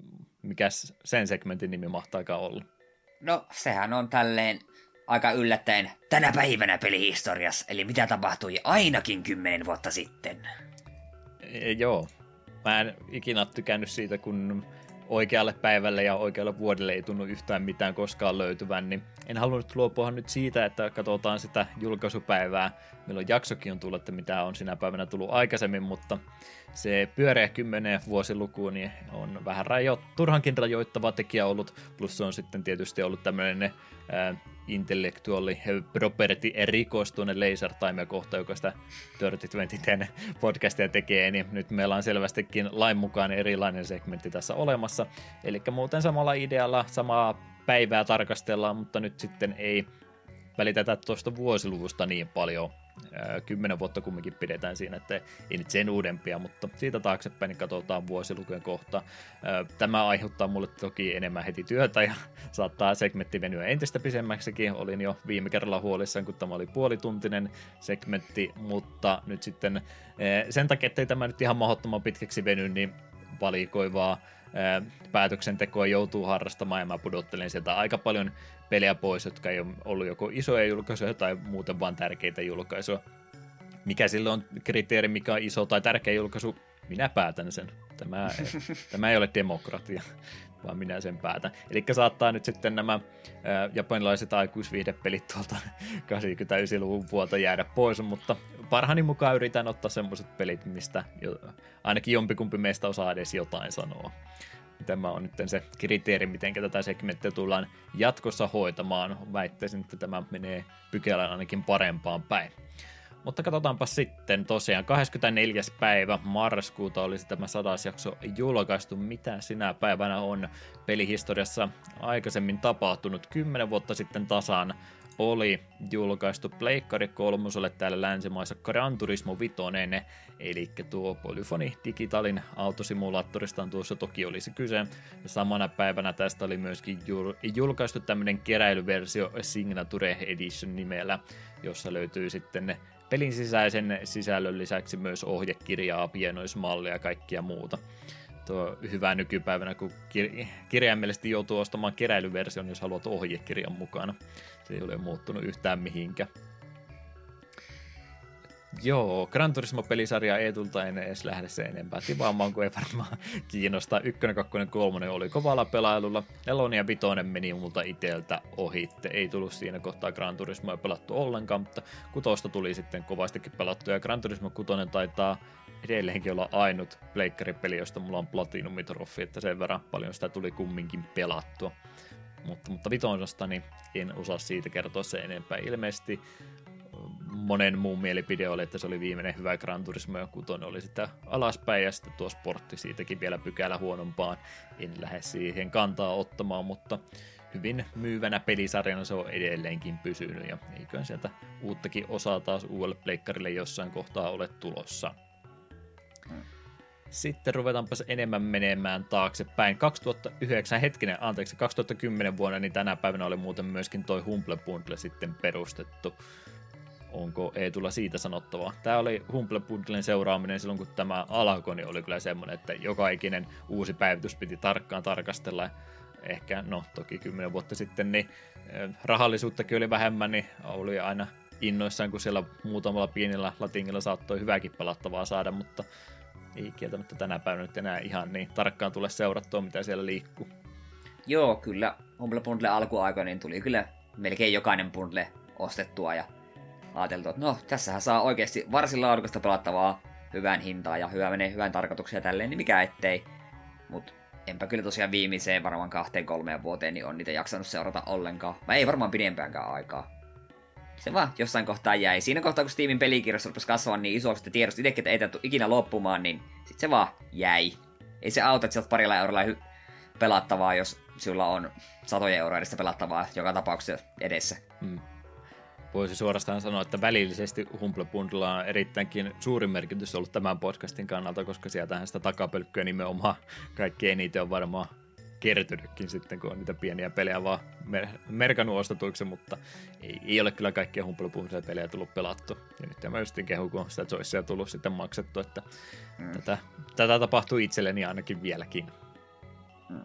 Mikäs sen segmentin nimi mahtaakaan olla? No, sehän on tälleen aika yllättäen tänä päivänä pelihistoriassa, eli mitä tapahtui ainakin kymmenen vuotta sitten. E, joo. Mä en ikinä tykännyt siitä, kun oikealle päivälle ja oikealle vuodelle ei tunnu yhtään mitään koskaan löytyvän, niin en halunnut luopua nyt siitä, että katsotaan sitä julkaisupäivää, milloin jaksokin on tullut, että mitä on sinä päivänä tullut aikaisemmin, mutta se pyöreä kymmenen vuosiluku niin on vähän rajo- turhankin rajoittava tekijä ollut, plus se on sitten tietysti ollut tämmöinen ää, intellektuaali property rikos tuonne Laser Timea kohta, joka sitä Dirty kaksikymmentä podcastia tekee, niin nyt meillä on selvästikin lain mukaan erilainen segmentti tässä olemassa, eli muuten samalla idealla samaa päivää tarkastellaan, mutta nyt sitten ei välitetä tuosta vuosiluvusta niin paljon. Kymmenen vuotta kumminkin pidetään siinä, että ei nyt sen uudempia, mutta siitä taaksepäin niin katsotaan vuosilukujen kohta. Tämä aiheuttaa mulle toki enemmän heti työtä ja saattaa segmentti venyä entistä pisemmäksikin. Olin jo viime kerralla huolissaan, kun tämä oli puolituntinen segmentti, mutta nyt sitten sen takia, ettei tämä nyt ihan mahdottoman pitkäksi veny, niin valikoivaa päätöksentekoa joutuu harrastamaan ja mä pudottelen sieltä aika paljon pelejä pois, jotka ei ole ollut joko isoja julkaisuja tai muuten vaan tärkeitä julkaisuja. Mikä silloin on kriteeri, mikä on iso tai tärkeä julkaisu? Minä päätän sen. Tämä, tämä ei ole demokratia, vaan minä sen päätän. Eli saattaa nyt sitten nämä ää, japanilaiset aikuisviihdepelit tuolta kahdeksankymmentäyhdeksän-luvun puolta jäädä pois, mutta parhaani mukaan yritän ottaa semmoiset pelit, mistä jo, ainakin jompikumpi meistä osaa edes jotain sanoa. Tämä on nyt se kriteeri, miten tätä segmenttiä tullaan jatkossa hoitamaan. Väittäisin, että tämä menee pykälän ainakin parempaan päin. Mutta katsotaanpa sitten tosiaan kahdeskymmenesneljäs päivä marraskuuta olisi tämä sadas jakso julkaistu. Mitä sinä päivänä on pelihistoriassa aikaisemmin tapahtunut? Kymmenen vuotta sitten tasan oli julkaistu Pleikkari kolmoselle täällä länsimaissa Gran Turismo Vitonen, eli tuo Polyphony Digitalin autosimulaattorista tuossa toki olisi kyse. Ja samana päivänä tästä oli myöskin julkaistu tämmöinen keräilyversio Signature Edition nimellä, jossa löytyy sitten pelin sisäisen sisällön lisäksi myös ohjekirjaa, pienoismallia ja kaikkia muuta. Tuo hyvä nykypäivänä, kun kir- kirjaimellisesti joutuu ostamaan keräilyversion, jos haluat ohjekirjan mukana. Se ei ole muuttunut yhtään mihinkä. Joo, Gran Turismo-pelisarjaa Eetulta en edes lähde se enempää tivaamaan, kun ei varmaan kiinnostaa. Ykkönen, kakkonen, kolmonen oli kovalla pelailulla. Nelonen ja vitonen meni multa iteltä ohitte. Ei tullut siinä kohtaa Gran Turismoa pelattu ollenkaan, mutta kutosta tuli sitten kovastikin pelattu. Ja Gran Turismo kutonen taitaa edelleenkin olla ainut pleikkaripeli, josta mulla on Platinum-troffi, että sen verran paljon sitä tuli kumminkin pelattua. Mutta, mutta vitosesta niin en osaa siitä kertoa sen enempää. Ilmeisesti monen muun mielipide oli, että se oli viimeinen hyvä Gran Turismo, ja kutonen oli sitä alaspäin, ja sitten tuo sportti siitäkin vielä pykälä huonompaan. En lähde siihen kantaa ottamaan, mutta hyvin myyvänä pelisarjana se on edelleenkin pysynyt, ja eiköhän sieltä uuttakin osaa taas uudelle pleikkarille jossain kohtaa ole tulossa. Sitten ruvetaanpas enemmän menemään taaksepäin. kaksituhattayhdeksän, hetkinen, anteeksi, kaksituhattakymmenen vuonna, niin tänä päivänä oli muuten myöskin toi Humble Bundle sitten perustettu. Onko Eetulla siitä sanottavaa? Tämä oli Humble Bundlen seuraaminen silloin, kun tämä alkoi, niin oli kyllä semmoinen, että joka ikinen uusi päivitys piti tarkkaan tarkastella. Ehkä, no toki kymmenen vuotta sitten, niin rahallisuuttakin oli vähemmän, niin oli aina innoissaan, kun siellä muutamalla pienellä latingilla saattoi hyväkin pelattavaa saada, mutta ei kieltämättä tänä päivänä nyt enää ihan niin tarkkaan tule seurattua, mitä siellä liikkuu. Joo, kyllä. Humble Bundle alkuaikoina niin tuli kyllä melkein jokainen bundle ostettua ja ajateltu, että no, tässähän saa oikeasti varsin laadukasta pelattavaa hyvään hintaan ja hyvä menee hyvän tarkoituksia ja tälleen, niin mikä ettei. Mut enpä kyllä tosiaan viimeiseen varmaan kahteen kolmeen vuoteen niin on niitä jaksanut seurata ollenkaan. Mä ei varmaan pidempäänkään aikaa. Se vaan jossain kohtaa jäi. Siinä kohtaa, kun Steamin pelikirjoissa rupesi kasvaa niin isoksi, että tiedosti itsekin, että ei tätä ikinä loppumaan, niin sit se vaan jäi. Ei se auta, että sieltä parilla eurolla hy- pelattavaa, jos sulla on satoja euroa edestä pelattavaa joka tapauksessa edessä. Hmm. Voisi suorastaan sanoa, että välillisesti Humble Bundlella on erittäinkin suuri merkitys ollut tämän podcastin kannalta, koska sieltähän sitä takapölkkyä nimenomaan kaikki eniten on varmaan kertynytkin sitten, kun on niitä pieniä pelejä vaan mer- merkannut ostatuiksi, mutta ei, ei ole kyllä kaikkia Humble Bundle-pelejä tullut pelattu. Ja nyt mä justin kehu, kun sitä Joycea tullut sitten maksettu, että mm. tätä, tätä tapahtuu itselleni ainakin vieläkin. Mm.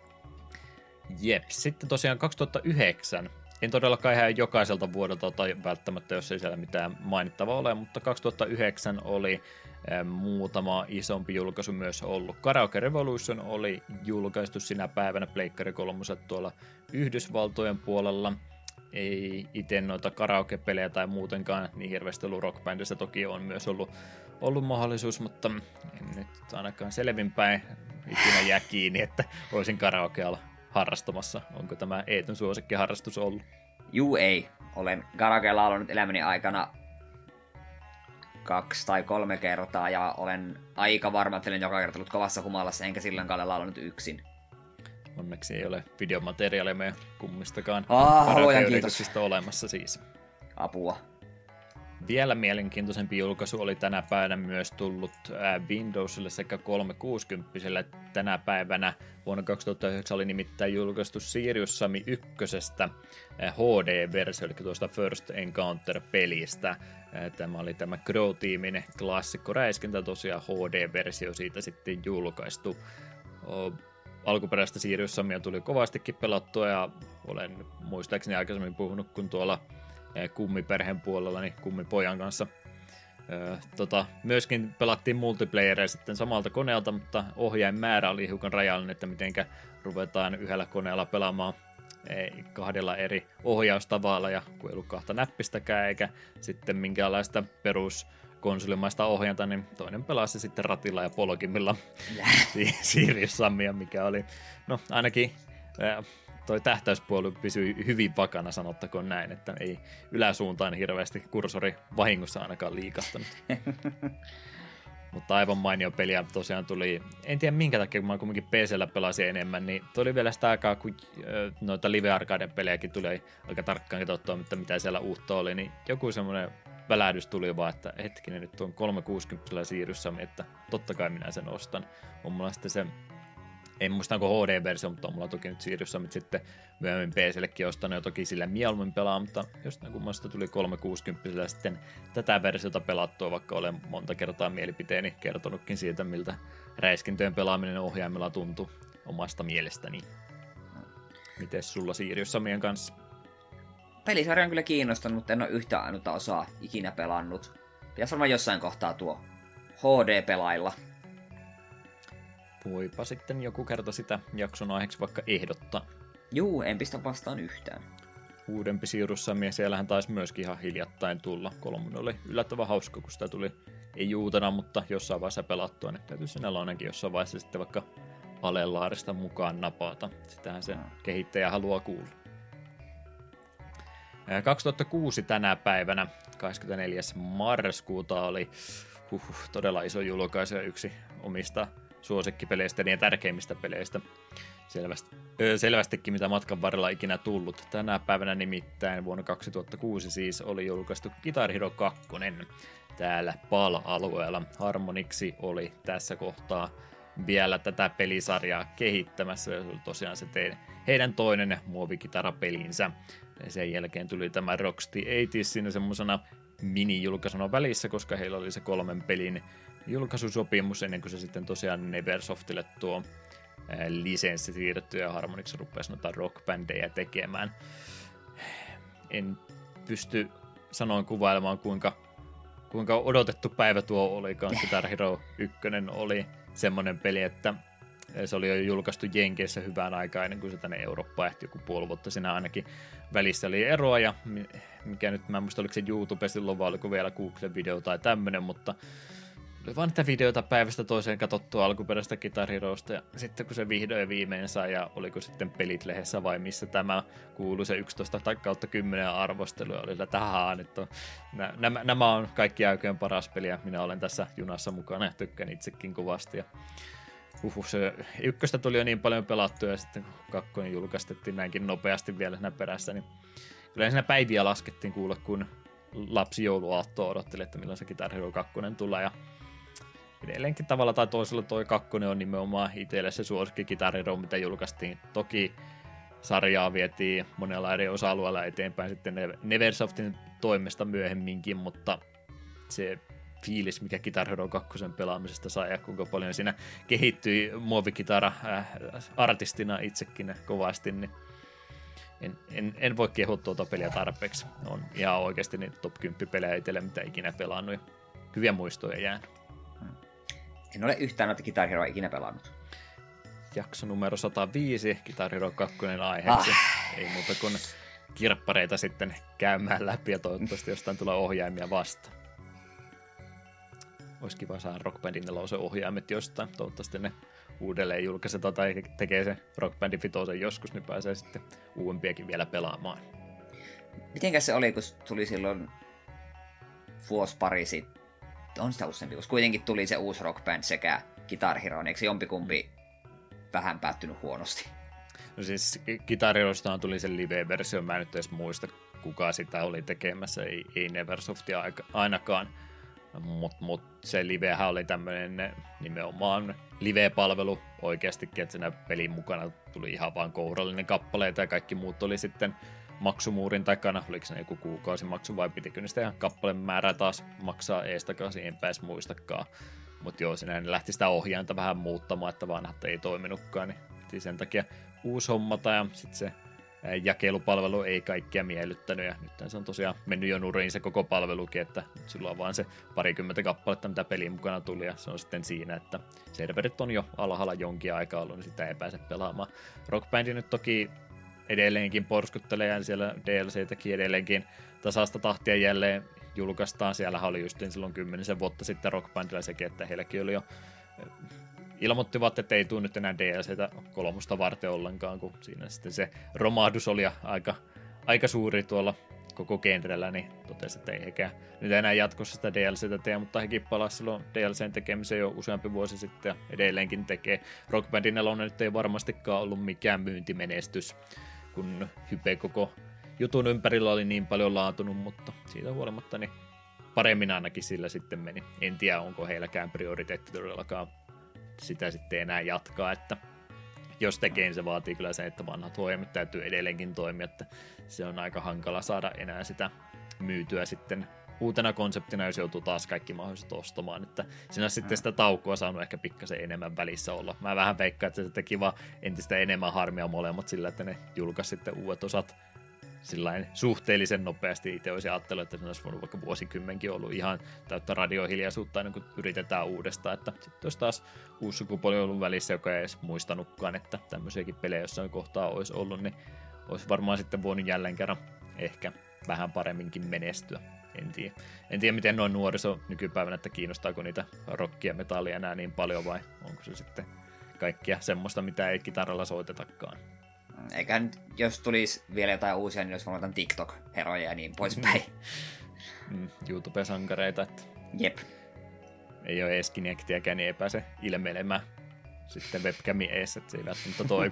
Jep, sitten tosiaan kaksituhattayhdeksän. En todellakaan ihan jokaiselta vuodelta tai välttämättä, jos ei siellä mitään mainittavaa ole, mutta kaksituhattayhdeksän oli eh, muutama isompi julkaisu myös ollut. Karaoke Revolution oli julkaistu sinä päivänä Pleikkari kolmoset tuolla Yhdysvaltojen puolella. Ei itse noita karaoke-pelejä tai muutenkaan niin hirveästi ollut Rock Bandissa. Toki on myös ollut, ollut mahdollisuus, mutta en nyt ainakaan selvinpäin ikinä jää kiinni, että olisin karaokealla harrastamassa. Onko tämä Eetun suosikkiharrastus ollut? Juu, ei. Olen karaokeella laulanut elämäni aikana kaksi tai kolme kertaa ja olen aika varma, että olen joka kerta ollut kovassa humalassa, enkä silloinkaan ole laulanut yksin. Onneksi ei ole videomateriaalia meidän kummistakaan ah, karaoke-yrityksistä olemassa siis. Apua. Vielä mielenkiintoisempi julkaisu oli tänä päivänä myös tullut Windowsille sekä kolmesataakuusikymmentä tänä päivänä. Vuonna kaksituhattayhdeksän oli nimittäin julkaistu Serious Sam ykkösestä H D-versio, eli tuosta First Encounter-pelistä. Tämä oli tämä Crow-tiimin klassikko räiskintä, tosiaan H D-versio siitä sitten julkaistu. Alkuperäistä Serious Samia tuli kovastikin pelattua ja olen muistaakseni aikaisemmin puhunut, kun tuolla kummiperheen puolella, niin kummipojan kanssa. Öö, tota, myöskin pelattiin multiplayeria sitten samalta koneelta, mutta ohjain määrä oli hiukan rajallinen, että mitenkä ruvetaan yhdellä koneella pelaamaan ei, kahdella eri ohjaustavalla, ja kun ei ollut kahta näppistäkään, eikä sitten minkäänlaista peruskonsolimaista ohjanta, niin toinen pelasi sitten ratilla ja polkimilla Serious Samia, mikä oli, no ainakin äh, toi tähtäyspuoli pysyi hyvin vakana, sanottakoon näin, että ei yläsuuntaan hirveästi kursori vahingossa ainakaan liikahtanut. Mutta aivan mainio peli, ja tosiaan tuli, en tiedä minkä takia, kun mä kuitenkin P C:llä pelasin enemmän, niin tuli vielä sitä aikaa, kun noita Live Arcaden pelejäkin tuli aika tarkkaan katsottua, mutta mitä siellä uutta oli, niin joku semmoinen välähdys tuli vaan, että hetkinen, nyt on kolmesataakuusikymmentä siirryssä, että totta kai minä sen ostan. On mulla sitten se, en muista onko H D-versio, mutta on mulla toki nyt siirryssä, mutta sitten myöhemmin P C:llekin ostanut ja toki sillä mieluummin pelaa, mutta jostain kummasta tuli kolmesataakuusikymmentä sitten tätä versiota pelattua, vaikka olen monta kertaa mielipiteeni kertonutkin siitä, miltä räiskintöjen pelaaminen ohjaimella tuntui omasta mielestäni. Mites sulla Sirius meidän kanssa? Pelisarja on kyllä kiinnostanut, mutta en ole yhtään ainutta osaa ikinä pelannut. Pitäisi varmaan jossain kohtaa tuo H D-pelailla. Voipa sitten joku kerta sitä jakson aiheeksi vaikka ehdottaa. Juu, en pistä vastaan yhtään. Uudempi Siirussamme, siellähän taisi myöskin ihan hiljattain tulla. Kolmonen oli yllättävän hauska, kun sitä tuli ei uutena, mutta jossain vaiheessa pelattua. Niin täytyy sen ainakin jossain vaiheessa sitten vaikka Alelaarista mukaan napata. Sitähän se kehittäjä haluaa kuulla. kaksituhattakuusi tänä päivänä, kahdeskymmenesneljäs marraskuuta, oli huh, todella iso julkaisu ja yksi omista suosikkipeleistä ja tärkeimmistä peleistä. Selvästi, öö, selvästikin, mitä matkan varrella ikinä tullut. Tänä päivänä nimittäin vuonna kaksituhattakuusi siis oli julkaistu Guitar Hero kaksi täällä P A L-alueella. Harmonixi oli tässä kohtaa vielä tätä pelisarjaa kehittämässä, ja se oli tosiaan se teidän, heidän toinen muovikitarapelinsä. Ja sen jälkeen tuli tämä Rocksteady kahdeksankymmentä siinä semmoisena mini-julkaisuna välissä, koska heillä oli se kolmen pelin julkaisusopimus ennen kuin se sitten tosiaan Neversoftille tuo lisenssi siirretty ja Harmonix rupesi noita rockbändejä tekemään. En pysty sanoin kuvailemaan, kuinka, kuinka odotettu päivä tuo olikaan. Guitar Hero yksi oli semmoinen peli, että se oli jo julkaistu Jenkeissä hyvään aikaan ennen kuin se tänne Eurooppaan ehti joku puoli vuotta. Siinä ainakin välissä oli eroa ja mikä nyt, mä en muista oliko se YouTube silloin vai oliko vielä Google-video tai tämmönen, mutta oli vaan niitä videoita päivästä toiseen katsottua alkuperäistä Guitar Herosta ja sitten kun se vihdoin ja viimein sai ja oliko sitten pelit lehdessä vai missä tämä kuului se yksitoista tai kautta kymmenen arvostelu ja oli sillä tähän, että nämä, nämä on kaikki aikojen paras peli ja minä olen tässä junassa mukana ja tykkään itsekin kovasti ja uhuh, se ykköstä tuli jo niin paljon pelattua ja sitten kun kakkonen julkaistettiin näinkin nopeasti vielä siinä perässä, niin kyllä siinä päiviä laskettiin kuulla, kun lapsi jouluaattoa odotteli, että milloin se Guitar Hero kaksi tulee ja edelleenkin tavalla tai toisella toi kakkonen on nimenomaan itselle se suosikki Guitar Hero, mitä julkaistiin. Toki sarjaa vietiin monella eri osa-alueella eteenpäin sitten Neversoftin toimesta myöhemminkin, mutta se fiilis, mikä Guitar Hero kaksi pelaamisesta sai ja kuinka paljon siinä kehittyi muovikitara äh, artistina itsekin kovasti, niin en, en, en voi kehua tuota peliä tarpeeksi. On ihan oikeasti niin top kymmenen pelejä itselle, mitä ikinä pelannut ja hyviä muistoja jäänyt. En ole yhtään noita Guitar Heroa ikinä pelannut. Jakso numero sata viisi, Guitar Hero kaksi aiheeksi. Ah. Ei muuta kuin kirppareita sitten käymään läpi ja toivottavasti jostain tulee ohjaimia vasta. Olisi kiva saada Rock Bandin nelosen ohjaimet jostain. Toivottavasti ne uudelleen julkaisetaan tai tekee se Rock Bandin vitosen joskus, niin pääsee sitten uudempiakin vielä pelaamaan. Mitenkäs se oli, kun tuli silloin vuosi pari sitten? On sitä useampi, koska kuitenkin tuli se uusi Rock Band sekä Guitar Hero, niin eikö se jompikumpi vähän päättynyt huonosti? No siis Guitar Herostahan tuli se live-versio, mä en nyt edes muista kuka sitä oli tekemässä, ei, ei Neversoftia ainakaan, mutta mut se livehän oli tämmöinen nimenomaan live-palvelu oikeastikin, että siinä pelin mukana tuli ihan vaan kourallinen kappaleita ja kaikki muut oli sitten maksumuurin takana, oliko se joku kuukausimaksu vai pitikö ne sitä ihan kappaleen määrää taas maksaa eestakaisin, en pääs muistakaan. Mutta joo, siinä ne lähti sitä ohjainta vähän muuttamaan, että vanhat ei toiminutkaan, niin piti sen takia uusi hommata ja sitten se jakelupalvelu ei kaikkia miellyttänyt ja nyt se on tosiaan mennyt jo nuriin se koko palvelukin, että nyt sulla on vaan se parikymmentä kappaletta, mitä pelin mukana tuli ja se on sitten siinä, että serverit on jo alhaalla jonkin aikaa ollut, niin sitä ei pääse pelaamaan. Rock Band nyt toki edelleenkin porskuttelee ja siellä D L C-täkin edelleenkin tasasta tahtia jälleen julkaistaan. Siellähän oli just silloin kymmenisen vuotta sitten Rock Bandilla sekin, että heilläkin oli jo ilmoittivat, että ei tule nyt enää D L C:tä kolmosta varten ollenkaan, kun siinä sitten se romahdus oli aika, aika suuri tuolla koko genrellä, niin totesi, että ei hekään nyt enää jatkossa sitä D L C:tä tee, mutta hekin palasi silloin D L C:n tekemiseen jo useampi vuosi sitten ja edelleenkin tekee. Rock Band nelonen nyt ei varmastikaan ollut mikään myyntimenestys, kun hype koko jutun ympärillä oli niin paljon laatunut, mutta siitä huolimatta niin paremmin ainakin sillä sitten meni. En tiedä, onko heilläkään prioriteetti todellakaan sitä sitten enää jatkaa, että jos tekee, niin se vaatii kyllä sen, että vanhat ohjelmat täytyy edelleenkin toimia, että se on aika hankala saada enää sitä myytyä sitten uutena konseptina, jos joutuu taas kaikki mahdolliset ostamaan, että siinä on sitten sitä taukoa saanut ehkä pikkasen enemmän välissä olla. Mä vähän veikkaan, että se teki vaan entistä enemmän harmia molemmat sillä, että ne julkaisi sitten uudet osat sillain suhteellisen nopeasti. Itse olisin ajatellut, että se olisi voinut vaikka vuosikymmenkin ollut ihan täyttä radiohiljaisuutta ennen kuin yritetään uudestaan, että sitten olisi taas uusi sukupolvi ollut välissä, joka ei edes muistanutkaan, että tämmöisiäkin pelejä jossain kohtaa olisi ollut, niin olisi varmaan sitten voinut jälleen kerran ehkä vähän paremminkin menestyä. En tiedä. En tiedä, miten noin nuoriso nykypäivänä, että kiinnostaako niitä rockia ja metallia enää niin paljon vai onko se sitten kaikkia semmoista, mitä ei kitaralla soitetakaan. Eikä nyt, jos tulisi vielä jotain uusia, niin olisi varmaan TikTok-heroja ja niin poispäin. Mm, YouTube-sankareita, että jep. Ei ole edes Kinectiäkään, niin ei pääse ilmeilemään sitten webcamin eessä, että se ei välttämättä toimi.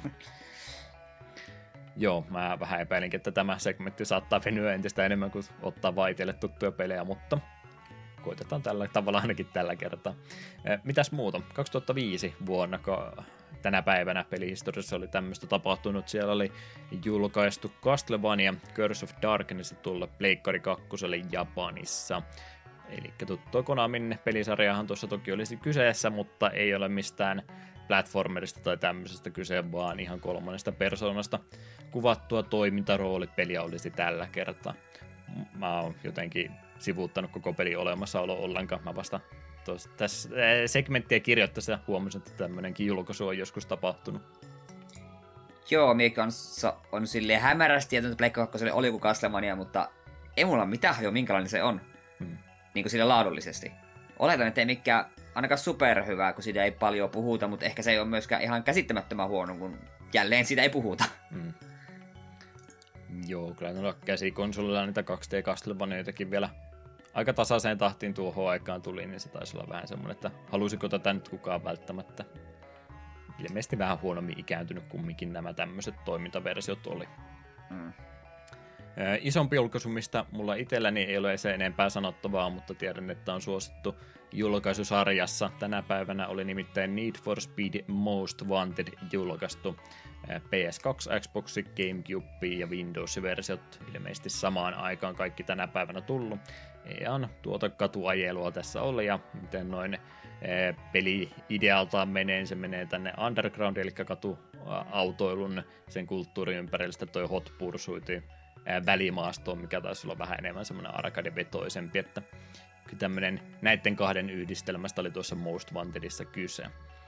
Joo, mä vähän epäilinkin, että tämä segmentti saattaa venyä entistä enemmän kuin ottaa vaan itselle tuttuja pelejä, mutta koitetaan tällä tavalla ainakin tällä kertaa. Mitäs muuta? kaksituhattaviisi vuonna tänä päivänä pelihistoriassa oli tämmöistä tapahtunut. Siellä oli julkaistu Castlevania Curse of Darkness tulla Pleikkari kakkoselle Japanissa. Eli tuttua Konamin pelisarjahan tuossa toki olisi kyseessä, mutta ei ole mistään platformerista tai tämmöisestä kyse, vaan ihan kolmannesta persoonasta kuvattua toimintaroolipeliä olisi tällä kertaa. Mä oon jotenkin sivuuttanut koko pelin olemassaolo ollenkaan. Mä vasta tuossa, tässä segmenttiä kirjoittaessa huomasin, että tämmönenkin julkaisu on joskus tapahtunut. Joo, mie kanssa on silleen hämärästi tietää, että Pleikka kakkoselle oli joku Castlevania, mutta ei mulla mitään jo minkälainen se on. Hmm. Niin kuin sille laadullisesti. Oletan, että ei mikään ainakaan superhyvää, kun siitä ei paljon puhuta, mutta ehkä se ei ole myöskään ihan käsittämättömän huono, kun jälleen siitä ei puhuta. Hmm. Joo, kyllä noilla käsikonsolilla niitä kaksi D-Castlevaniaitakin vielä aika tasaiseen tahtiin tuohon aikaan tuli, niin se taisi olla vähän semmoinen, että halusiko tätä nyt kukaan välttämättä. Ilmeisesti vähän huonommin ikääntynyt kumminkin nämä tämmöiset toimintaversiot oli. Mm. Isompi julkaisu, mistä mulla itselläni ei ole se enempää sanottavaa, mutta tiedän, että on suosittu julkaisusarjassa. Tänä päivänä oli nimittäin Need for Speed Most Wanted julkaistu. P S kaksi, Xbox, GameCube ja Windows-versiot ilmeisesti samaan aikaan kaikki tänä päivänä tullut. Ihan tuota katuajelua tässä oli ja miten noin peli-idealtaan menee, se menee tänne underground, eli katuautoilun sen kulttuurin ympärillä toi Hot Pursuitin välimaastoon, mikä taisi olla vähän enemmän semmoinen arcade-vetoisempi, että tämmöinen näiden kahden yhdistelmästä oli tuossa Most Wantedissa kyse.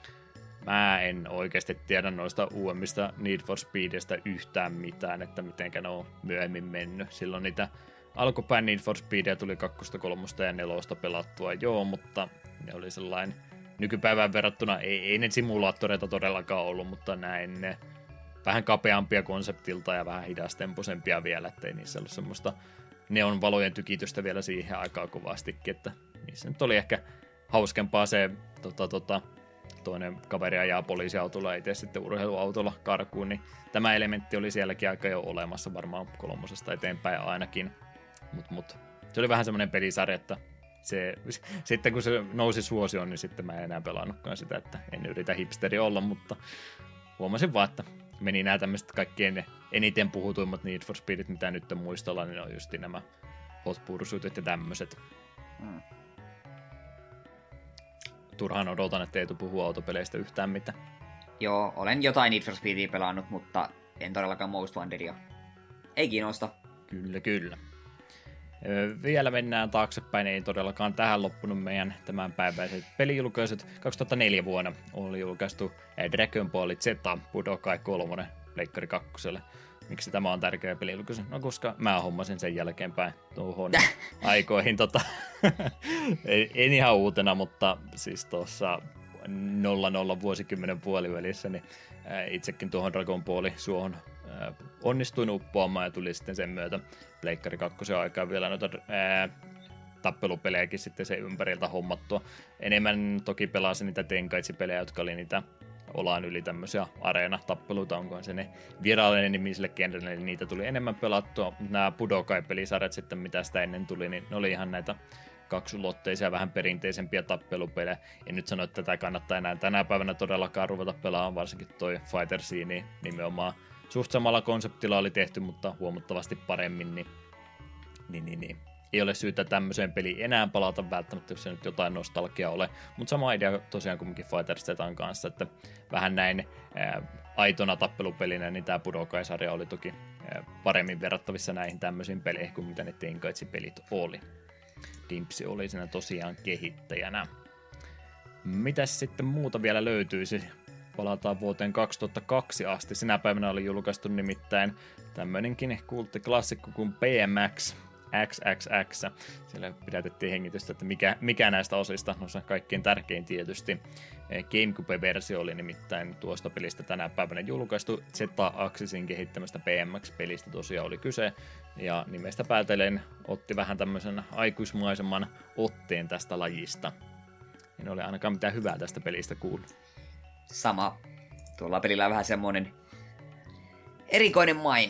Mä en oikeasti tiedä noista uudemmista Need for Speedistä yhtään mitään, että mitenkä ne on myöhemmin mennyt. Silloin niitä alkupäin Need for Speedia tuli kakkosta, kolmosta ja nelosta pelattua, joo, mutta ne oli sellainen nykypäivään verrattuna, ei, ei ne simulaattoreita todellakaan ollut, mutta näin ne vähän kapeampia konseptilta ja vähän hidastempoisempia vielä, ettei niissä ollut semmoista neonvalojen tykitystä vielä siihen aikaan kovastikin, että niissä nyt oli ehkä hauskempaa se tota, tota, toinen kaveri ajaa poliisiautolla ja itse sitten urheiluautolla karkuun, niin tämä elementti oli sielläkin aika jo olemassa varmaan kolmosesta eteenpäin ainakin, mutta mut, se oli vähän semmoinen pelisarja, että se, sitten kun se nousi suosioon, niin sitten mä en enää pelannutkaan sitä, että en yritä hipsteri olla, mutta huomasin vaan, että meni nämä tämmöiset kaikkien eniten puhutuimmat Need for Speedit, mitä nyt muistella, niin on just nämä Hot Pursuitit ja tämmöiset. Hmm. Turhaan odotan, että ei tule puhua autopeleistä yhtään mitään. Joo, olen jotain Need for Speedia pelannut, mutta en todellakaan Most Wantedia. Ei kiinnosta. Kyllä, kyllä. Vielä mennään taaksepäin, ei todellakaan tähän loppunut meidän tämänpäiväiset pelijulkaisut. kaksituhattaneljä vuonna oli julkaistu Dragon Ball Z Budokai kolme Pleikkari kakkoselle. Miksi tämä on tärkeä pelijulkaisu? No koska mä hommasin sen jälkeenpäin tuohon aikoihin. Tota, en ihan uutena, mutta siis tuossa nolla nolla vuosikymmenen puolivälissä, niin itsekin tuohon Dragon Ballin suohon onnistuin uppoamaan ja tuli sitten sen myötä Pleikkari kakkosen aikaa vielä noita ää, tappelupelejäkin sitten sen ympäriltä hommattua. Enemmän toki pelasin niitä Tenkaichi-pelejä, jotka oli niitä olan yli tämmöisiä areena-tappeluita, onkohan se ne virallinen nimi sille genrelle, niin niitä tuli enemmän pelattua. Nämä Budokai-pelisarjat sitten, mitä sitä ennen tuli, niin ne oli ihan näitä kaksulotteisia, vähän perinteisempiä tappelupelejä. En nyt sano, että tätä kannattaa enää tänä päivänä todellakaan ruveta pelaamaan, varsinkin toi Fighter Scene, niin nimenomaan suht samalla konseptilla oli tehty, mutta huomattavasti paremmin, niin, niin, niin, niin. Ei ole syytä tämmöiseen peliin enää palata välttämättä, jos se nyt jotain nostalgiaa ole, mutta sama idea tosiaan kumminkin Fighter Zetan kanssa, että vähän näin ää, aitona tappelupelinä, niin tämä Budokai-sarja oli toki ää, paremmin verrattavissa näihin tämmöisiin peleihin kuin mitä ne Tenkaichi-pelit oli. Dimpsi oli siinä tosiaan kehittäjänä. Mitäs sitten muuta vielä löytyisi? Palataan vuoteen kaksituhattakaksi asti. Sinä päivänä oli julkaistu nimittäin tämmöinenkin kulttiklassikko kuin P M X X X X. Siellä pidätettiin hengitystä, että mikä, mikä näistä osista, no se kaikkein tärkein tietysti. GameCube-versio oli nimittäin tuosta pelistä tänä päivänä julkaistu. Z-Axisin kehittämästä P M X-pelistä tosiaan oli kyse. Ja nimestä päätellen otti vähän tämmöisen aikuismaisemman otteen tästä lajista. En ole ainakaan mitään hyvää tästä pelistä kuullut. Sama. Tuolla pelillä on vähän semmoinen erikoinen maine.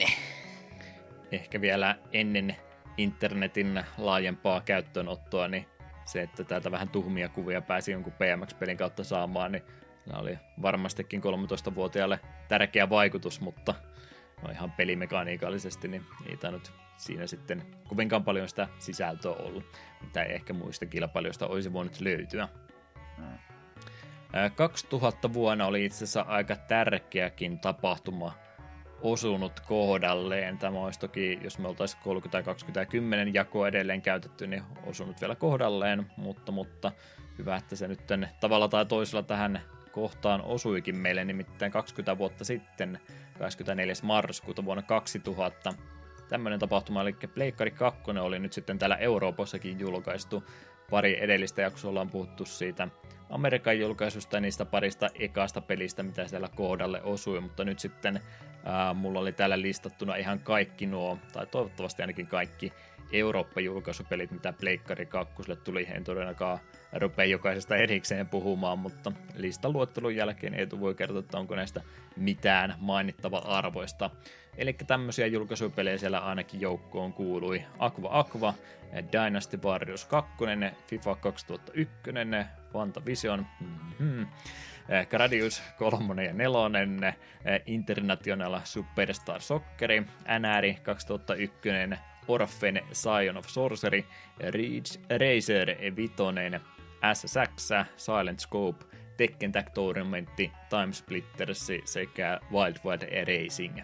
Ehkä vielä ennen internetin laajempaa käyttöönottoa, niin se, että täältä vähän tuhmia kuvia pääsi jonkun P M X-pelin kautta saamaan, niin se oli varmastikin kolmetoistavuotiaalle tärkeä vaikutus, mutta no ihan pelimekaniikallisesti, niin ei tainnut siinä sitten kovinkaan paljon sitä sisältöä ollut, mitä ei ehkä muista kilpailijoista olisi voinut löytyä. Hmm. kaksituhatta vuonna oli itse asiassa aika tärkeäkin tapahtuma osunut kohdalleen. Tämä olisi toki, jos me oltaisiin kolmekymmentä kaksikymmentä kymmenen jakoa edelleen käytetty, niin osunut vielä kohdalleen, mutta, mutta hyvä, että se nyt tavalla tai toisella tähän kohtaan osuikin meille, nimittäin kaksikymmentä vuotta sitten, kahdeskymmenesneljäs marraskuuta vuonna kaksituhatta. Tämmöinen tapahtuma, eli Pleikkari kaksi oli nyt sitten täällä Euroopassakin julkaistu. Pari edellistä jaksoa ollaan puhuttu siitä Amerikan julkaisusta ja niistä parista ekasta pelistä, mitä siellä kohdalle osui, mutta nyt sitten ää, mulla oli täällä listattuna ihan kaikki nuo, tai toivottavasti ainakin kaikki Eurooppa-julkaisupelit, mitä Pleikkari kakkoselle tuli. En todellakaan rupea jokaisesta erikseen puhumaan, mutta listan luettelun jälkeen Eetu voi kertoa, että onko näistä mitään mainittava arvoista. Eli tämmöisiä julkaisupelejä siellä ainakin joukkoon kuului Aqua Aqua, Dynasty Warriors kaksi, FIFA kaksituhattayksi, Fantavision, mm-hmm. Gradius kolme ja neljä, International Superstar Soccer, N R kaksituhattayksi, Orphan Scion of Sorcery, Ridge Racer viisi, S S X, Silent Scope, Tekken Tag Tournament, Time Splitters sekä Wild Wild Racing.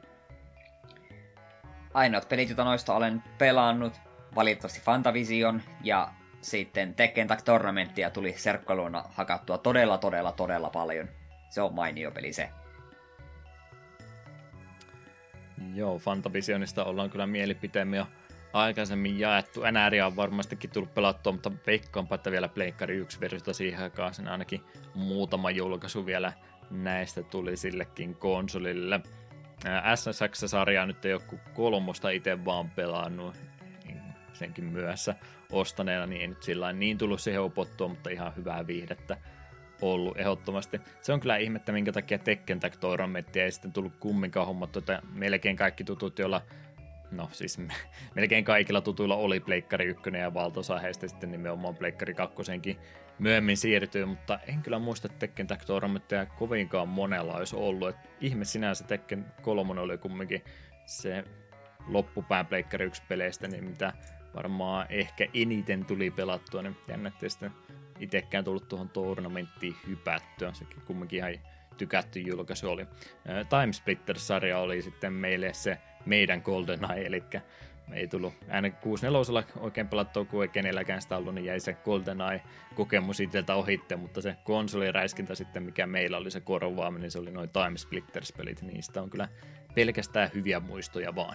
Ainoat pelit, joita noista olen pelannut, valitettavasti Fantavision ja sitten Tekken Tag Tournamenttia tuli serkkaluona hakattua todella, todella, todella paljon. Se on mainio peli se. Joo, Fantavisionista ollaan kyllä mielipiteemme jo aikaisemmin jaettu. N R on varmastikin tullut pelattua, mutta veikkaanpa, että vielä Pleikkari yksi versiota siihen aikaan sen ainakin muutama julkaisu vielä näistä tuli sillekin konsolille. S S X-sarjaa nyt ei ole kolmosta itse vaan pelannut senkin myöhässä ostaneena, niin ei nyt sillä niin tullut siihen opottua, mutta ihan hyvää viihdettä ollut ehdottomasti. Se on kyllä ihmettä, minkä takia Tekken Tag Tournamenttia ei sitten tullut kumminkaan hommattu, että melkein kaikki tutut, joilla, no siis melkein kaikilla tutuilla oli Pleikkari yksi ja valtaosa heistä sitten nimenomaan Pleikkari kakkosenkin myöhemmin siirtyy, mutta en kyllä muista, että Tekken Tag Tournamenttia kovinkaan monella olisi ollut. Et ihme sinänsä Tekken kolme oli kumminkin se loppupään Pleikkari yksi peleistä, niin mitä varmaan ehkä eniten tuli pelattua, niin jännätti sitten itsekään tullut tuohon tournamenttiin hypättyä. Sekin kumminkin ihan tykätty julkaisu oli. Time Splitters-sarja oli sitten meille se meidän GoldenEye, eli me ei tullut ainakin kuusikymmentäneljä oikein pelattua, kun ei kenelläkään sitä ollut, niin jäi se GoldenEye-kokemus itseltä ohitte, mutta se konsoliräiskintä sitten, mikä meillä oli se korvaaminen, se oli noin Time Splitters-pelit, niin sitä on kyllä pelkästään hyviä muistoja vaan.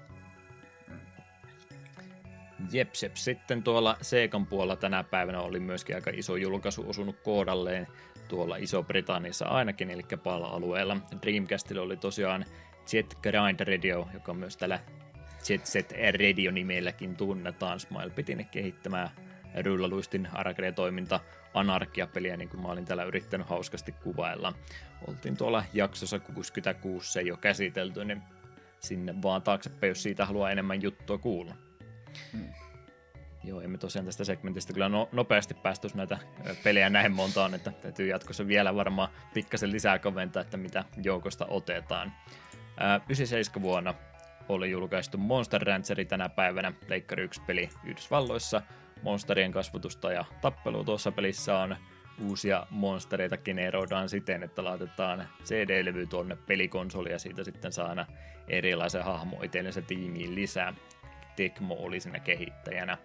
Jeps, jeps. Sitten tuolla Segan puolella tänä päivänä oli myöskin aika iso julkaisu osunut kohdalleen tuolla Iso-Britanniassa ainakin, eli Pala-alueella. Dreamcastilla oli tosiaan Jet Grind Radio, joka myös tällä Jet Set Radio-nimelläkin tunnetaan. Smile piti ne kehittämään rullaluistin arcade-toiminta anarkia-peliä, niin kuin mä olin täällä yrittänyt hauskasti kuvailla. Oltiin tuolla jaksossa kuusikymmentäkuusi se jo käsitelty, niin sinne vaan taaksepäin, jos siitä haluaa enemmän juttua kuulla. Hmm. Joo, emme tosiaan tästä segmentistä kyllä no, nopeasti päästy näitä pelejä näin montaan, että täytyy jatkossa vielä varmaan pikkasen lisää koventaa, että mitä joukosta otetaan. Ää, yhdeksänkymmentäseitsemän vuonna oli julkaistu Monster Rancheri tänä päivänä, Pleikkari yksi peli Yhdysvalloissa. Monsterien kasvatusta ja tappelua tuossa pelissä on. Uusia monstereita generoidaan siten, että laitetaan C D-levy tuonne pelikonsoliin ja siitä sitten saa aina erilaisen hahmo itsellensä tiimiin lisää. Tecmo oli siinä kehittäjänä.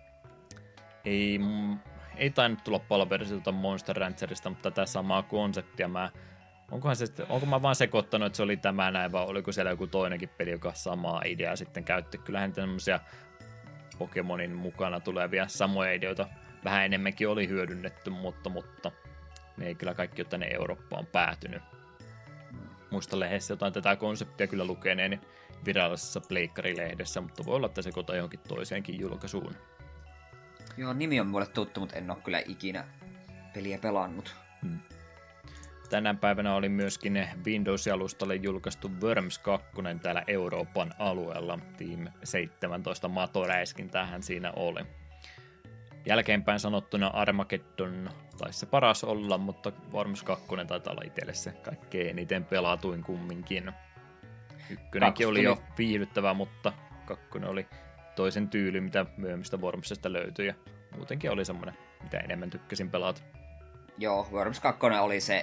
Ei, ei tainnut tulla paloversiota Monster Rancherista, mutta tätä samaa konseptia mä... Onkohan se, onko mä vaan sekoittanut, että se oli tämä näin, vai oliko siellä joku toinenkin peli, joka samaa ideaa sitten käytti. Kyllähän tämmöisiä Pokemonin mukana tulevia samoja ideoita vähän enemmänkin oli hyödynnetty, mutta, mutta ne ei kyllä kaikki ole tänne Eurooppaan päätynyt. Muista lehdessä jotain tätä konseptia kyllä lukeneeni virallisessa Pleikkari-lehdessä, mutta voi olla, että se kota johonkin toiseenkin julkaisuun. Joo, nimi on mulle tuttu, mutta en ole kyllä ikinä peliä pelannut. Hmm. Tänä päivänä oli myöskin Windows-alustalle julkaistu Worms kaksi täällä Euroopan alueella. Team seitsemäntoista matoräiskintähän siinä oli. Jälkeenpäin sanottuna Armageddon taisi se paras olla, mutta Worms kaksi taitaa olla itselle se kaikkein eniten pelatuin kumminkin. Ykkönenkin oli jo viihdyttävä, mutta kakkonen oli toisen tyyli, mitä myöhemmistä Wormsista löytyi. Ja muutenkin oli semmoinen, mitä enemmän tykkäsin pelata. Joo, Worms kaksi oli se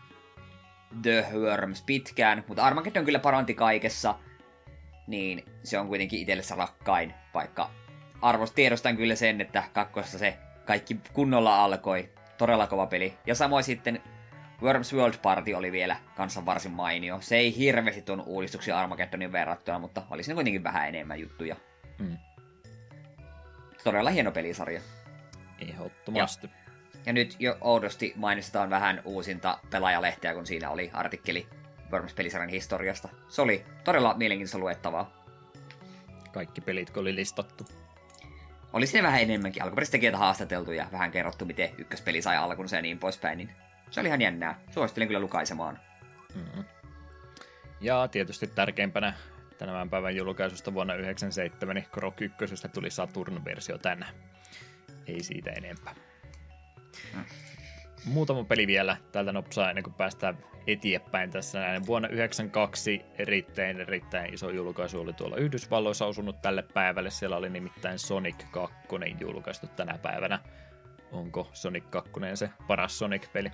The Worms pitkään, mutta Armageddon kyllä paranti kaikessa, niin se on kuitenkin itselle se rakkain, vaikka arvost tiedostan kyllä sen, että kakkosta se kaikki kunnolla alkoi. Todella kova peli. Ja samoin sitten Worms World Party oli vielä kanssa varsin mainio. Se ei hirveästi tuon uudistuksia Armageddonin verrattuna, mutta oli siinä kuitenkin vähän enemmän juttuja. Mm. Todella hieno pelisarja. Ehdottomasti. Ja, ja nyt jo oudosti mainistetaan vähän uusinta pelaajalehteä, kun siinä oli artikkeli Worms-pelisarjan historiasta. Se oli todella mielenkiintoista luettavaa. Kaikki pelit, kun oli listattu. Oli siinä vähän enemmänkin alkuperäistekijöitä haastateltu ja vähän kerrottu, miten ykköspeli sai alkunsa ja niin poispäin. Niin se oli ihan jännää. Suosittelen kyllä lukaisemaan. Mm-hmm. Ja tietysti tärkeimpänä tämän päivän julkaisusta vuonna yhdeksänkymmentäseitsemän, niin Krok ykkösestä tuli Saturn-versio tänään. Ei siitä enempää. Mm. Muutama peli vielä täältä nopsaa ennen kuin päästään eteenpäin tässä näin. Vuonna yhdeksänkymmentäkaksi erittäin, erittäin iso julkaisu oli tuolla Yhdysvalloissa osunut tälle päivälle. Siellä oli nimittäin Sonic kaksi julkaistu tänä päivänä. Onko Sonic kaksi se paras Sonic-peli?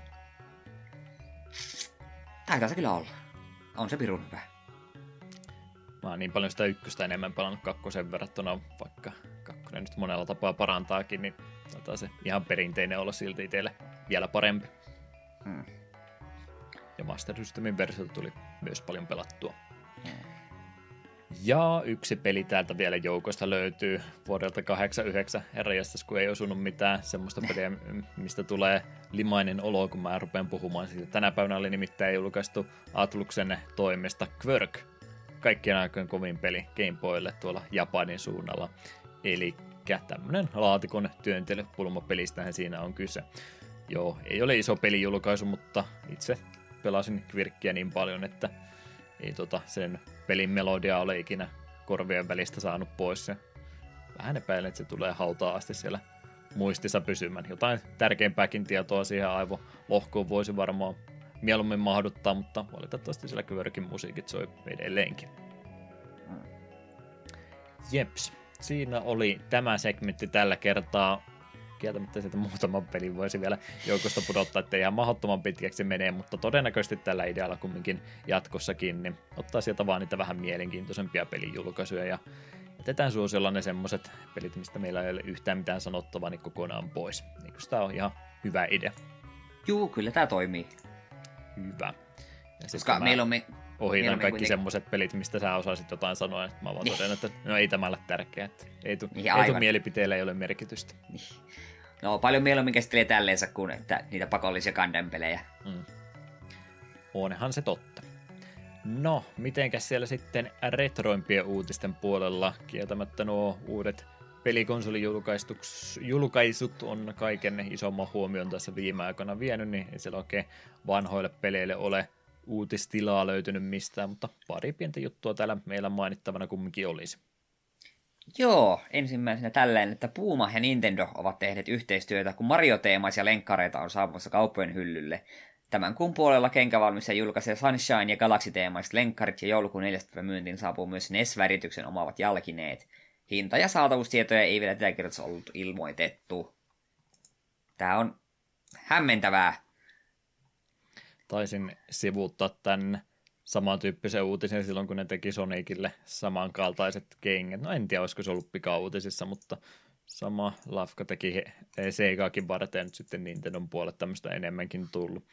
Taitaa se kyllä olla. On se pirun hyvä. Mä oon niin paljon sitä ykköstä enemmän pelannut kakkosen verrattuna, vaikka kakkonen nyt monella tapaa parantaakin, niin taitaa se ihan perinteinen olla silti itselle vielä parempi. Hmm. Ja Master Systemin versiota tuli myös paljon pelattua. Hmm. Ja yksi peli täältä vielä joukosta löytyy vuodelta kahdeksankymmentäyhdeksän. Herranjestas, kun ei osunut mitään semmoista peliä, mistä tulee limainen olo, kun mä rupean puhumaan siitä. Tänä päivänä oli nimittäin julkaistu Atluksen toimesta Quirk. Kaikkien aikojen kovin peli Game Boylle tuolla Japanin suunnalla. Eli tämmönen laatikon työntelypulmapelistähän siinä on kyse. Joo, ei ole iso pelijulkaisu, mutta itse pelasin Quirkkiä niin paljon, että ei tota sen pelin melodia ole ikinä korvien välistä saanut pois. Ja vähän epäilen, että se tulee hautaan asti siellä muistissa pysymään. Jotain tärkeämpääkin tietoa siihen aivolohkoon voisi varmaan mieluummin mahduttaa, mutta valitettavasti siellä Quirkin musiikit soi edelleenkin. Jeps, siinä oli tämä segmentti tällä kertaa. Kieltämättä sieltä muutaman pelin voisi vielä joukosta pudottaa, ettei ihan mahdottoman pitkäksi se menee, mutta todennäköisesti tällä idealla kumminkin jatkossakin, niin ottaa sieltä vaan niitä vähän mielenkiintoisempia pelijulkaisuja ja jätetään suosiolla ne semmoiset pelit, mistä meillä ei ole yhtään mitään sanottavaa, niin kokonaan pois. Niin tämä on ihan hyvä idea. Juu, kyllä tämä toimii. Hyvä. Ja koska meillä on me... Ohitan kaikki kuitenkin semmoiset pelit, mistä sä osaisit jotain sanoa, että mä vaan todennut, että no ei tämä ole tärkeää, että ei tu, niin, ei tu mielipiteellä ei ole merkitystä. No paljon mieluummin käsittelee tälleensä kuin että niitä pakollisia Gundam-pelejä. Mm. Onhan se totta. No, mitenkäs siellä sitten retroimpien uutisten puolella? Kieltämättä nuo uudet pelikonsolijulkaisut on kaiken isomman huomion tässä viime aikoina vienyt, niin ei siellä oikein vanhoille peleille ole uutistilaa löytynyt mistään, mutta pari pientä juttua täällä meillä mainittavana kumminkin olisi. Joo, ensimmäisenä tällainen, että Puma ja Nintendo ovat tehneet yhteistyötä, kun Mario-teemaisia lenkkareita on saapumassa kauppojen hyllylle. Tämän kuun puolella kenkävalmistaja julkaisee Sunshine- ja Galaxy-teemaiset lenkkarit ja joulukuun neljäs päivä myyntiin saapuu myös N E S-värityksen omaavat jalkineet. Hinta- ja saatavuustietoja ei vielä tätä kertaa ollut ilmoitettu. Tää on hämmentävää. Taisin sivuuttaa tämän samantyyppisen uutisen silloin, kun ne teki Sonicille samankaltaiset kengät. No en tiedä, olisiko se ollut pika-uutisissa, mutta sama lafka teki Segaakin varten nyt sitten Nintendon puolelle tämmöistä enemmänkin tullut.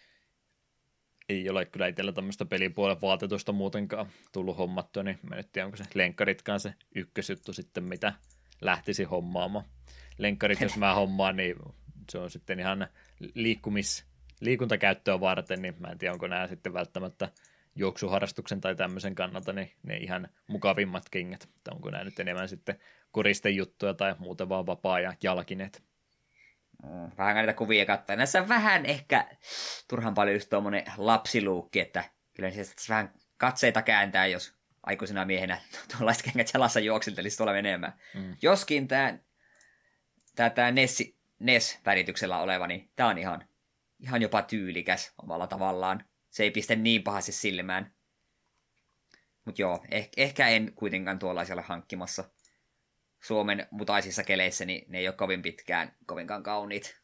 Ei ole kyllä itsellä tämmöistä pelipuolen vaatetusta muutenkaan tullut hommattua, niin mä en tiedä, onko se lenkkaritkaan se ykkösjuttu sitten, mitä lähtisi hommaamaan. Lenkkarit, jos mä hommaan, niin se on sitten ihan liikkumis, liikuntakäyttöä varten, niin mä en tiedä, onko nämä sitten välttämättä juoksuharrastuksen tai tämmöisen kannalta niin ne ihan mukavimmat kengät. Tai onko nämä nyt enemmän sitten koristejuttuja tai muuten vaan vapaa- ja jalkineet. Vähän näitä kuvia katsoa. Näissä on vähän ehkä turhan paljon just tuommoinen lapsiluukki, että kyllä se vähän katseita kääntää, jos aikuisena miehenä tuollaiset kengät jalassa juoksentelisi tuolla menemään. Mm. Joskin tämä tää, tää Nessi, N E S-värityksellä oleva, niin tämä on ihan, ihan jopa tyylikäs omalla tavallaan. Se ei pistä niin pahasti silmään. Mutta joo, eh, ehkä en kuitenkaan tuollaisella hankkimassa. Suomen mutaisissa keleissä, niin ne ei ole kovin pitkään kovinkaan kauniit.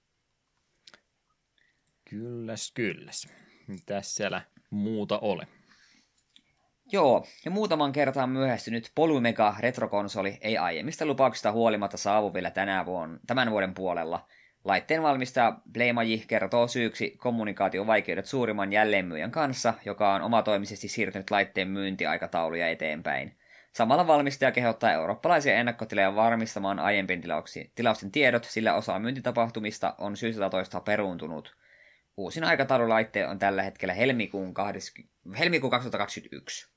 Kylläs, kylläs. Mitäs siellä muuta ole? Joo, ja muutaman kertaan myöhästynyt Polymega retrokonsoli ei aiemmista lupauksista huolimatta saavu vielä tänä vuonna, tämän vuoden puolella. Laitteen valmistaja Bleimaji kertoo syyksi kommunikaatiovaikeudet suurimman jälleenmyyjän kanssa, joka on omatoimisesti siirtynyt laitteen myyntiaikatauluja eteenpäin. Samalla valmistaja kehottaa eurooppalaisia ennakkotileja varmistamaan aiempien tilausten tiedot, sillä osa myyntitapahtumista on syystä toista peruuntunut. Uusin aikataululaitteen on tällä hetkellä helmikuun, kaksikymmentä, helmikuun kaksituhattakaksikymmentäyksi.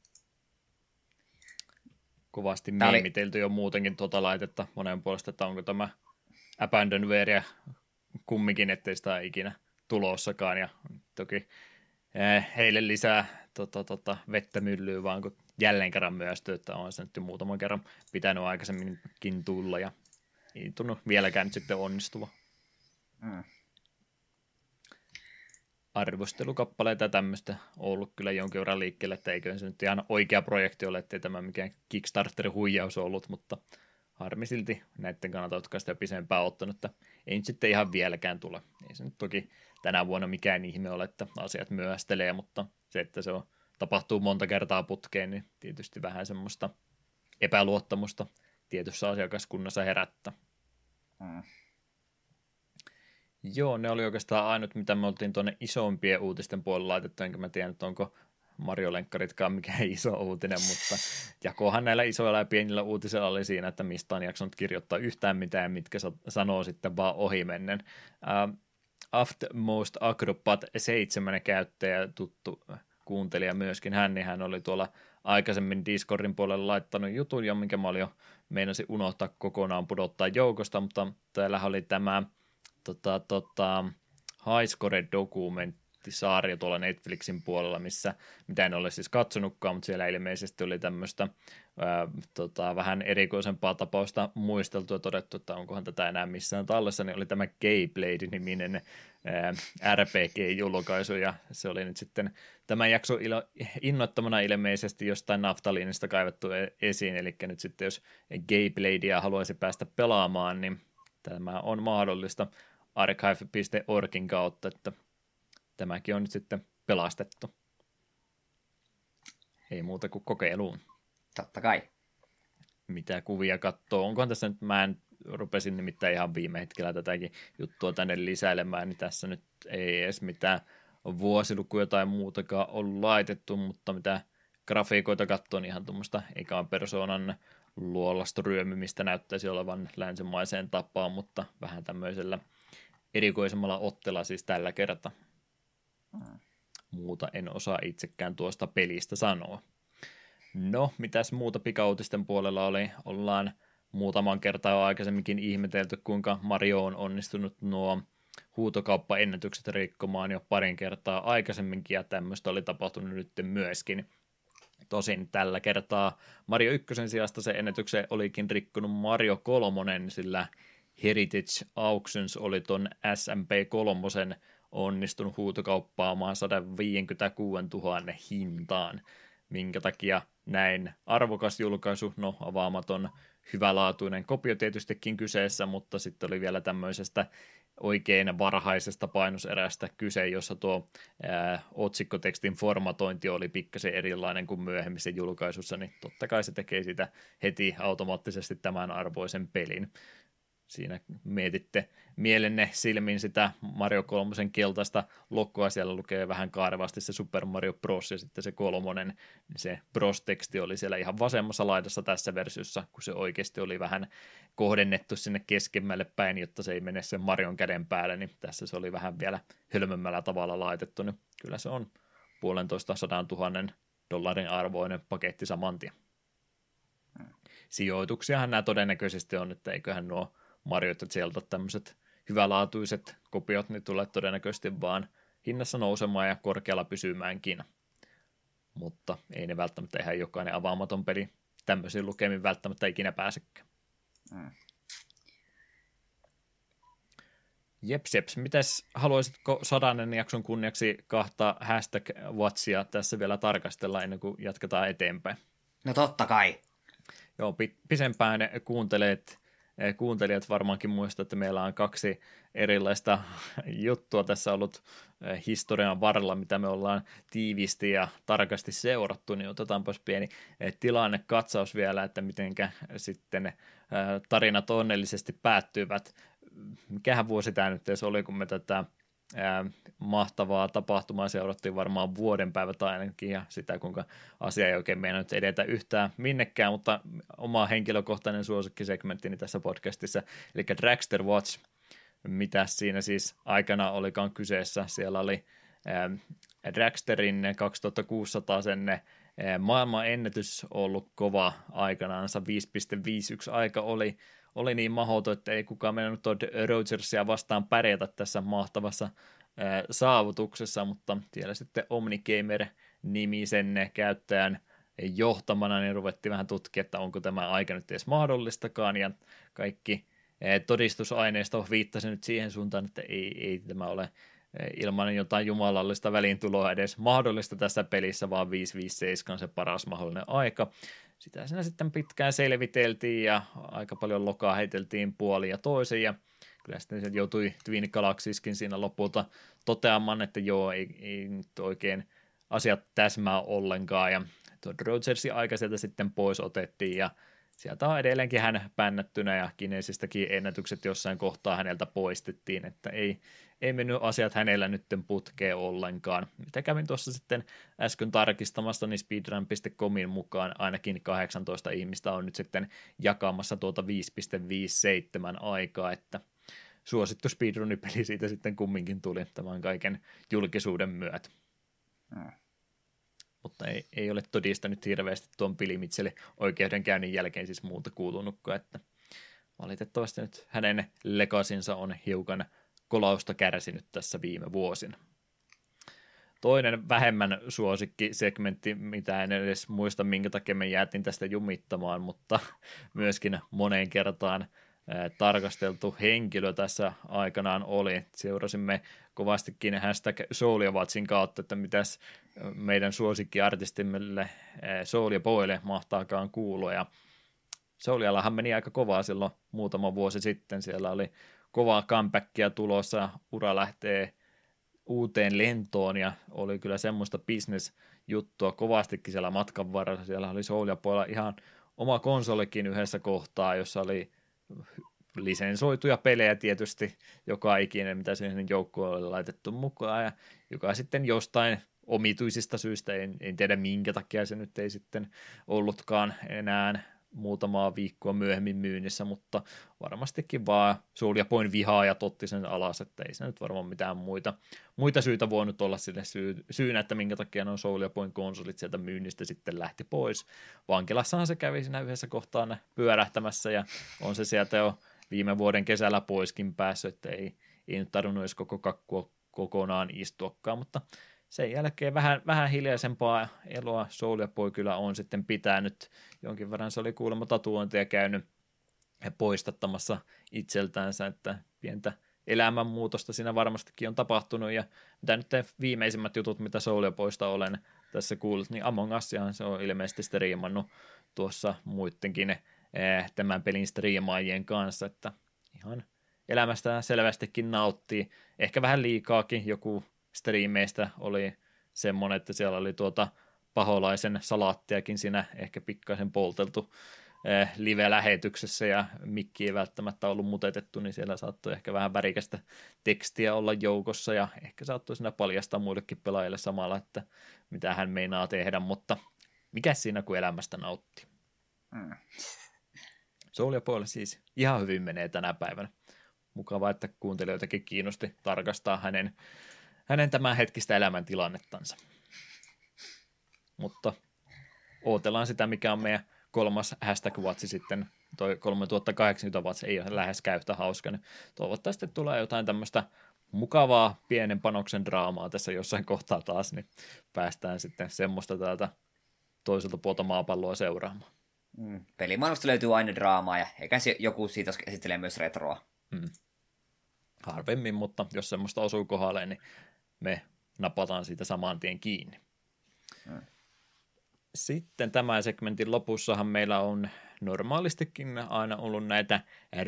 Kovasti meemitelty jo muutenkin tuota laitetta monen puolesta, että onko tämä abandonwarea kumminkin, ettei sitä ikinä tulossakaan. Ja toki heille lisää tota, tota, vettä myllyy vaan, kun jälleen kerran myöstyy, että on se nyt muutaman kerran pitänyt aikaisemminkin tulla ja ei tunnu vieläkään nyt sitten onnistuva. Mm. Arvostelukappaleita ja tämmöistä on ollut kyllä jonkin verran liikkeelle, että eikö se nyt ihan oikea projekti ole, ettei tämä mikään Kickstarter-huijaus ollut, mutta harmi silti näiden kannalta, jotka sitä pisempään ottanut, että ei nyt sitten ihan vieläkään tule. Ei se nyt toki tänä vuonna mikään ihme ole, että asiat myöhästelee, mutta se, että se on, tapahtuu monta kertaa putkeen, niin tietysti vähän semmoista epäluottamusta tietyssä asiakaskunnassa herättää. Mm. Joo, ne oli oikeastaan ainut, mitä me oltiin tuonne isompien uutisten puolella laitettu, enkä mä tiedä, että onko Mario-lenkkaritkaan mikään iso uutinen, mutta jakohan näillä isoilla ja pienillä uutisilla oli siinä, että mistä on jaksanut kirjoittaa yhtään mitään, mitkä sanoo sitten vaan ohimennen. Uh, Aftmost Acrobat seitsemän käyttäjä, tuttu kuuntelija myöskin hän, niin hän oli tuolla aikaisemmin Discordin puolella laittanut jutun, jo minkä mä olin jo meinasin unohtaa kokonaan pudottaa joukosta, mutta täällä oli tämä tota, tota, Highscore-dokumenttisarja tuolla Netflixin puolella, missä, mitä en ole siis katsonutkaan, mutta siellä ilmeisesti oli tämmöistä ää, tota, vähän erikoisempaa tapausta muisteltu ja todettu, että onkohan tätä enää missään tallessa, niin oli tämä Keyblade-niminen ää, R P G-julkaisu, ja se oli nyt sitten tämän jakson ilo, innoittamana ilmeisesti jostain naftaliinista kaivettu esiin, eli nyt sitten jos Keybladea haluaisi päästä pelaamaan, niin tämä on mahdollista archive piste orgin kautta, että tämäkin on nyt sitten pelastettu. Ei muuta kuin kokeiluun. Totta kai. Mitä kuvia katsoo. Onkohan tässä nyt, mä en rupesin nimittäin ihan viime hetkellä tätäkin juttua tänne lisäilemään, niin tässä nyt ei edes mitään vuosilukuja tai muutakaan ollut laitettu, mutta mitä grafiikoita katsoo, niin ihan tuommoista ekaan persoonan luolasta ryömimistä näyttäisi olevan länsimaiseen tapaan, mutta vähän tämmöisellä erikoisemmalla otteella siis tällä kertaa. Hmm. muuta en osaa itsekään tuosta pelistä sanoa. No, mitäs muuta pikautisten puolella oli? Ollaan muutaman kertaa jo aikaisemminkin ihmetelty, kuinka Mario on onnistunut nuo huutokauppaennätykset rikkomaan jo parin kertaa aikaisemminkin, ja tämmöistä oli tapahtunut nyt myöskin. Tosin tällä kertaa Mario ykkösen sijasta se ennätyksen olikin rikkonut Mario kolmonen, sillä Heritage Auctions oli ton S M P kolme onnistunut huutokauppaamaan sata viisikymmentäkuusituhatta hintaan, minkä takia näin arvokas julkaisu, no avaamaton hyvälaatuinen kopio tietystikin kyseessä, mutta sitten oli vielä tämmöisestä oikein varhaisesta painoserästä kyse, jossa tuo ää, otsikkotekstin formatointi oli pikkasen erilainen kuin myöhemmissä julkaisussa, niin totta kai se tekee sitä heti automaattisesti tämän arvoisen pelin. Siinä mietitte mielenne silmin sitä Mario kolmosen keltaista logoa, siellä lukee vähän kaarevasti se Super Mario Bros. Ja sitten se kolmonen, niin se Bros-teksti oli siellä ihan vasemmassa laidassa tässä versiossa, kun se oikeasti oli vähän kohdennettu sinne keskemmälle päin, jotta se ei mene sen Marion käden päälle, niin tässä se oli vähän vielä hölmömmällä tavalla laitettu, niin kyllä se on puolentoista sadan tuhannen dollarin arvoinen paketti saman tien. Sijoituksiahan nämä todennäköisesti on, että eiköhän nuo Marioita sieltä tämmöiset hyvälaatuiset kopiot, niin tulee todennäköisesti vaan hinnassa nousemaan ja korkealla pysymäänkin. Mutta ei ne välttämättä ihan jokainen avaamaton peli tämmöisiin lukemiin välttämättä ikinä pääsekään. Mm. Jeps, jeps. Mites haluaisitko sadannen jakson kunniaksi kahta hashtag watchia tässä vielä tarkastella ennen kuin jatketaan eteenpäin? No totta kai. Joo, pisempään kuuntelet Kuuntelijat varmaankin muistaa, että meillä on kaksi erilaista juttua tässä ollut historian varrella, mitä me ollaan tiivisti ja tarkasti seurattu, niin otetaanpas pieni tilannekatsaus vielä, että mitenkä sitten tarinat onnellisesti päättyivät. Mikähän vuosi tämä nyt edes oli, kun me tätä Ää, mahtavaa tapahtumaa seurattiin varmaan vuoden päivä tai ainakin, ja sitä kuinka asia ei oikein meinannut edetä yhtään minnekään, mutta oma henkilökohtainen suosikkisegmenttini tässä podcastissa, eli Dragster Watch, mitä siinä siis aikana olikaan kyseessä, siellä oli ää, Dragsterin kaksituhattakuusisataa sen maailman ennätys ollut kova aikanaansa, viisi pilkku viisikymmentäyksi aika oli, oli niin mahdoton, että ei kukaan mennyt Todd Rogersia vastaan pärjätä tässä mahtavassa ää, saavutuksessa, mutta siellä sitten Omnigamer-nimisen käyttäjän johtamana niin ruvettiin vähän tutkia, että onko tämä aika nyt edes mahdollistakaan, ja kaikki ää, todistusaineisto viittasi nyt siihen suuntaan, että ei, ei tämä ole ilman jotain jumalallista väliintuloa edes mahdollista tässä pelissä, vaan viisi pilkku viisikymmentäseitsemän on se paras mahdollinen aika. Sitä siinä sitten pitkään selviteltiin ja aika paljon lokaa heiteltiin puolin ja toisin, ja kyllä sitten se joutui Twin Galaxieskin siinä lopulta toteamaan, että joo, ei, ei nyt oikein asiat täsmää ollenkaan, ja Todd Rogersin aika sieltä sitten pois otettiin, ja sieltä on edelleenkin hän pännättynä, ja Guinnessistäkin ennätykset jossain kohtaa häneltä poistettiin, että ei, ei mennyt asiat hänellä nytten putkeen ollenkaan. Mitä kävin tuossa sitten äsken tarkistamassa, niin speedrun piste comin mukaan ainakin kahdeksantoista ihmistä on nyt sitten jakamassa tuota viisi pilkku viisikymmentäseitsemän aikaa, että suosittu speedrunipeli siitä sitten kumminkin tuli tämän kaiken julkisuuden myötä. Hmm. Mutta ei, ei ole todista nyt hirveästi tuon Pilimitseli oikeudenkäynnin jälkeen siis muuta kuulunutkaan, että valitettavasti nyt hänen legasinsa on hiukan kolausta kärsinyt tässä viime vuosina. Toinen vähemmän suosikkisegmentti, mitä en edes muista, minkä takia me jäätiin tästä jumittamaan, mutta myöskin moneen kertaan tarkasteltu henkilö tässä aikanaan oli. Seurasimme kovastikin hashtag Soulja-Watchin kautta, että mitäs meidän suosikkiartistimmille Soulja Boyle mahtaakaan kuulua. Ja Souljallahan meni aika kovaa silloin muutama vuosi sitten. Siellä oli kovaa comebackia tulossa, ura lähtee uuteen lentoon ja oli kyllä semmoista business-juttua kovastikin siellä matkan varrella. Siellä oli Soulja Boylla ihan oma konsolikin yhdessä kohtaa, jossa oli lisensoituja pelejä tietysti joka ikinen, mitä siihen joukkoon oli laitettu mukaan, ja joka sitten jostain omituisista syistä, en, en tiedä minkä takia se nyt ei sitten ollutkaan enää muutamaa viikkoa myöhemmin myynnissä, mutta varmastikin vaan Soulja Boyn vihaajat otti sen alas, että ei se nyt varmaan mitään muita, muita syitä voinut olla sille syy, syynä, että minkä takia nuo Soulja Boyn konsolit sieltä myynnistä sitten lähti pois. Vankilassahan se kävi siinä yhdessä kohtaan pyörähtämässä ja on se sieltä jo viime vuoden kesällä poiskin päässyt, että ei, ei nyt tarvinnut edes koko kakkua kokonaan istuakaan, mutta sen jälkeen vähän, vähän hiljaisempaa eloa Soulja Boy kyllä on sitten pitänyt. Jonkin verran se oli kuulemma tatuointia käynyt poistattamassa itseltänsä, että pientä elämänmuutosta siinä varmastikin on tapahtunut. Ja mitä nyt viimeisimmät jutut, mitä Soulja Boysta olen tässä kuullut, niin Among Usiahan se on ilmeisesti striimannut tuossa muidenkin eh, tämän pelin striimaajien kanssa, että ihan elämästä selvästikin nauttii. Ehkä vähän liikaakin joku striimeistä oli semmoinen, että siellä oli tuota paholaisen salaattiakin siinä ehkä pikkaisen polteltu eh, live-lähetyksessä ja mikki ei välttämättä ollut mutetettu, niin siellä saattoi ehkä vähän värikästä tekstiä olla joukossa ja ehkä saattoi siinä paljastaa muillekin pelaajille samalla, että mitä hän meinaa tehdä, mutta mikä siinä kun elämästä nautti. Mm. Soulja Boylle siis ihan hyvin menee tänä päivänä. Mukavaa, että kuuntelijoitakin kiinnosti tarkastaa hänen hänen tämänhetkistä elämäntilannettansa. Mutta odotellaan sitä, mikä on meidän kolmas hashtag-vatsi sitten. Toi kolmetuhattakahdeksankymmentä vatsi ei ole läheskään yhtä hauska. Niin toivottavasti tulee jotain tämmöistä mukavaa pienen panoksen draamaa tässä jossain kohtaa taas, niin päästään sitten semmoista täältä toiselta puolta maapalloa seuraamaan. Mm, pelimaailmasta löytyy aina draamaa ja eikä joku siitä esittelee myös retroa. Mm. Harvemmin, mutta jos semmoista osuu kohdalle, niin me napataan siitä saman tien kiinni. Hmm. Sitten tämän segmentin lopussahan meillä on normaalistikin aina ollut näitä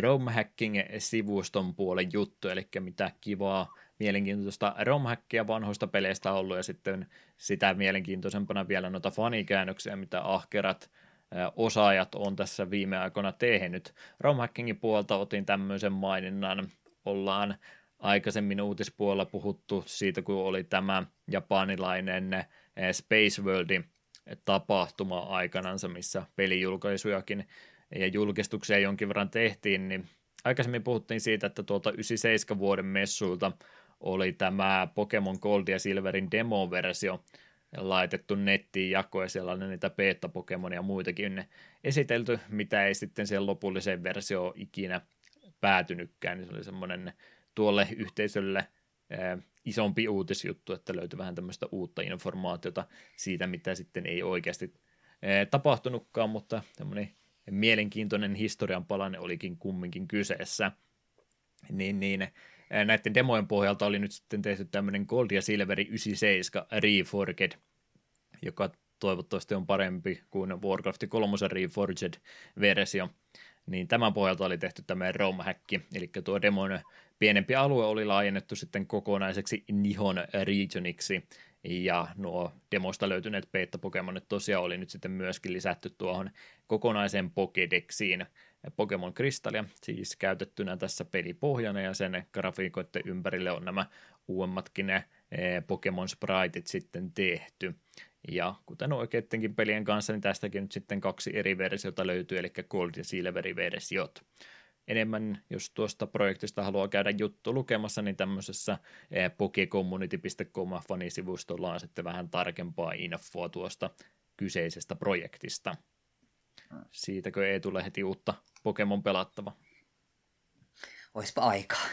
ROM-hacking-sivuston puolen juttuja, eli mitä kivaa, mielenkiintoista ROM-hackia vanhoista peleistä on ollut, ja sitten sitä mielenkiintoisempana vielä noita fanikäännöksiä, mitä ahkerat osaajat on tässä viime aikoina tehnyt. ROM-hackingin puolta otin tämmöisen maininnan, ollaan aikaisemmin uutispuolella puhuttu siitä, kun oli tämä japanilainen Space World tapahtuma aikanansa, missä pelijulkaisujakin ja julkistuksia jonkin verran tehtiin, niin aikaisemmin puhuttiin siitä, että tuolta yhdeksänkymmentäseitsemän vuoden messuilta oli tämä Pokemon Gold ja Silverin demo-versio laitettu nettiin jakoon, ja siellä oli niitä beta-Pokemonia ja muitakin esitelty, mitä ei sitten siihen lopulliseen versioon ikinä päätynytkään, niin se oli semmoinen tuolle yhteisölle ää, isompi uutisjuttu, että löytyi vähän tämmöistä uutta informaatiota siitä, mitä sitten ei oikeasti ää, tapahtunutkaan, mutta tämmöinen mielenkiintoinen historian palanen olikin kumminkin kyseessä. Niin, niin ää, näiden demojen pohjalta oli nyt sitten tehty tämmöinen Gold ja Silveri yhdeksänkymmentäseitsemän Reforged, joka toivottavasti on parempi kuin Warcraft kolme Reforged-versio. Niin tämän pohjalta oli tehty tämä ROM-häkki, eli tuo demon pienempi alue oli laajennettu sitten kokonaiseksi Nihon regioniksi, ja nuo demosta löytyneet beta-pokemonit tosiaan oli nyt sitten myöskin lisätty tuohon kokonaiseen Pokédexiin. Pokemon Kristallia siis käytettynä tässä pelipohjana, ja sen grafiikoiden ympärille on nämä uudemmatkin ne Pokemon Spriteit sitten tehty. Ja kuten oikeittenkin pelien kanssa, niin tästäkin nyt sitten kaksi eri versiota löytyy, eli Gold- ja Silver-versiot. Enemmän, jos tuosta projektista haluaa käydä juttu lukemassa, niin tämmöisessä pokecommunity piste com-fanisivustolla on sitten vähän tarkempaa infoa tuosta kyseisestä projektista. Siitäkö ei tule heti uutta Pokemon pelattava? Oispa aikaa.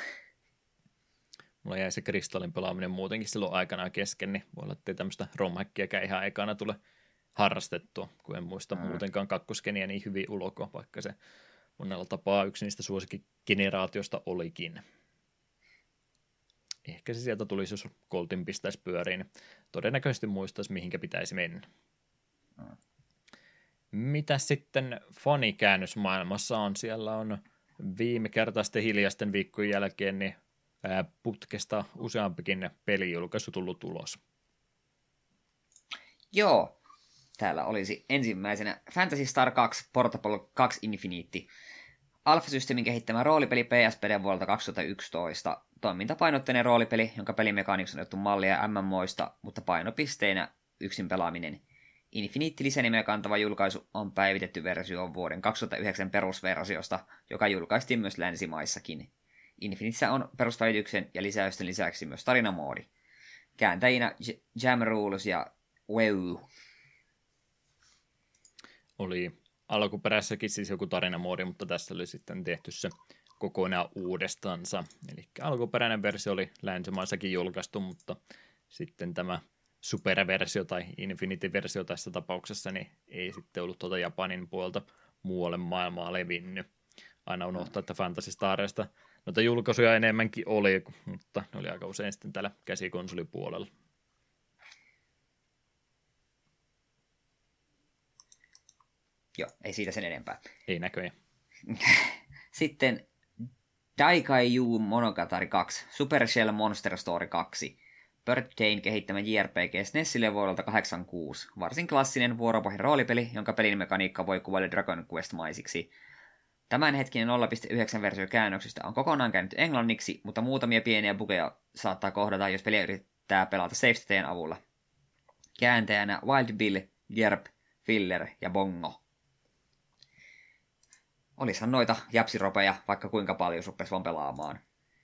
Mulla jäi se kristallin pelaaminen muutenkin silloin aikanaan kesken, niin voi olla, ettei tämmöistä romhäkkiäkään ihan aikana tule harrastettua, kun en muista mm. muutenkaan kakkoskeniä niin hyvin ulkoa, vaikka se monella tapaa yksi niistä suosikkigeneraatiosta olikin. Ehkä se sieltä tulisi, jos Coltin pistäisi pyöriin, niin todennäköisesti muistaisi, mihinkä pitäisi mennä. Mm. Mitä sitten fanikäännösmaailmassa on? Siellä on viime kertaisten hiljaisten viikkojen jälkeen niin putkesta useampikin pelijulkaisu tullut ulos. Joo. Täällä olisi ensimmäisenä Phantasy Star kaksi Portable kaksi Infinity. Alpha-systeemin kehittämä roolipeli P S P:n vuodelta kaksituhattayksitoista. Toimintapainotteinen roolipeli, jonka pelimekaniikassa on otettu mallia M M Oista, mutta painopisteenä yksin pelaaminen. Infinity-lisänimeä kantava julkaisu on päivitetty versio vuoden kaksituhattayhdeksän perusversiosta, joka julkaistiin myös länsimaissakin. Infinitissä on peruspäivityksen ja lisäysten lisäksi myös tarinamoodi. Kääntäjinä J- Jam Rules ja Wow. Oli alkuperäisessäkin siis joku tarinamoodi, mutta tässä oli sitten tehty se kokonaan uudestansa. Eli alkuperäinen versio oli länsimaissakin julkaistu, mutta sitten tämä superversio tai Infinity-versio tässä tapauksessa niin ei sitten ollut tuota Japanin puolta muualle maailmaa levinnyt. Aina unohtaa, että Fantasy Starista noita julkaisuja enemmänkin oli, mutta ne oli aika usein sitten täällä käsikonsolipuolella. Joo, ei siitä sen enempää. Ei näköjään. Sitten Daikaiju Monogatari kaksi, Supercell Monster Story kaksi, Birthdayn kehittämä J R P G SNESille vuodelta kahdeksankymmentäkuusi. Varsin klassinen vuoropohjainen roolipeli, jonka pelin mekaniikka voi kuvailla Dragon Quest-maisiksi. Tämänhetkinen nolla pilkku yhdeksän versio käännöksestä on kokonaan käännetty englanniksi, mutta muutamia pieniä bugeja saattaa kohdata, jos peliä yrittää pelata save avulla. Kääntäjänä Wild Bill, Jerp, Filler ja Bongo. Olishan noita japsiropeja vaikka kuinka paljon suppes vaan pelaamaan.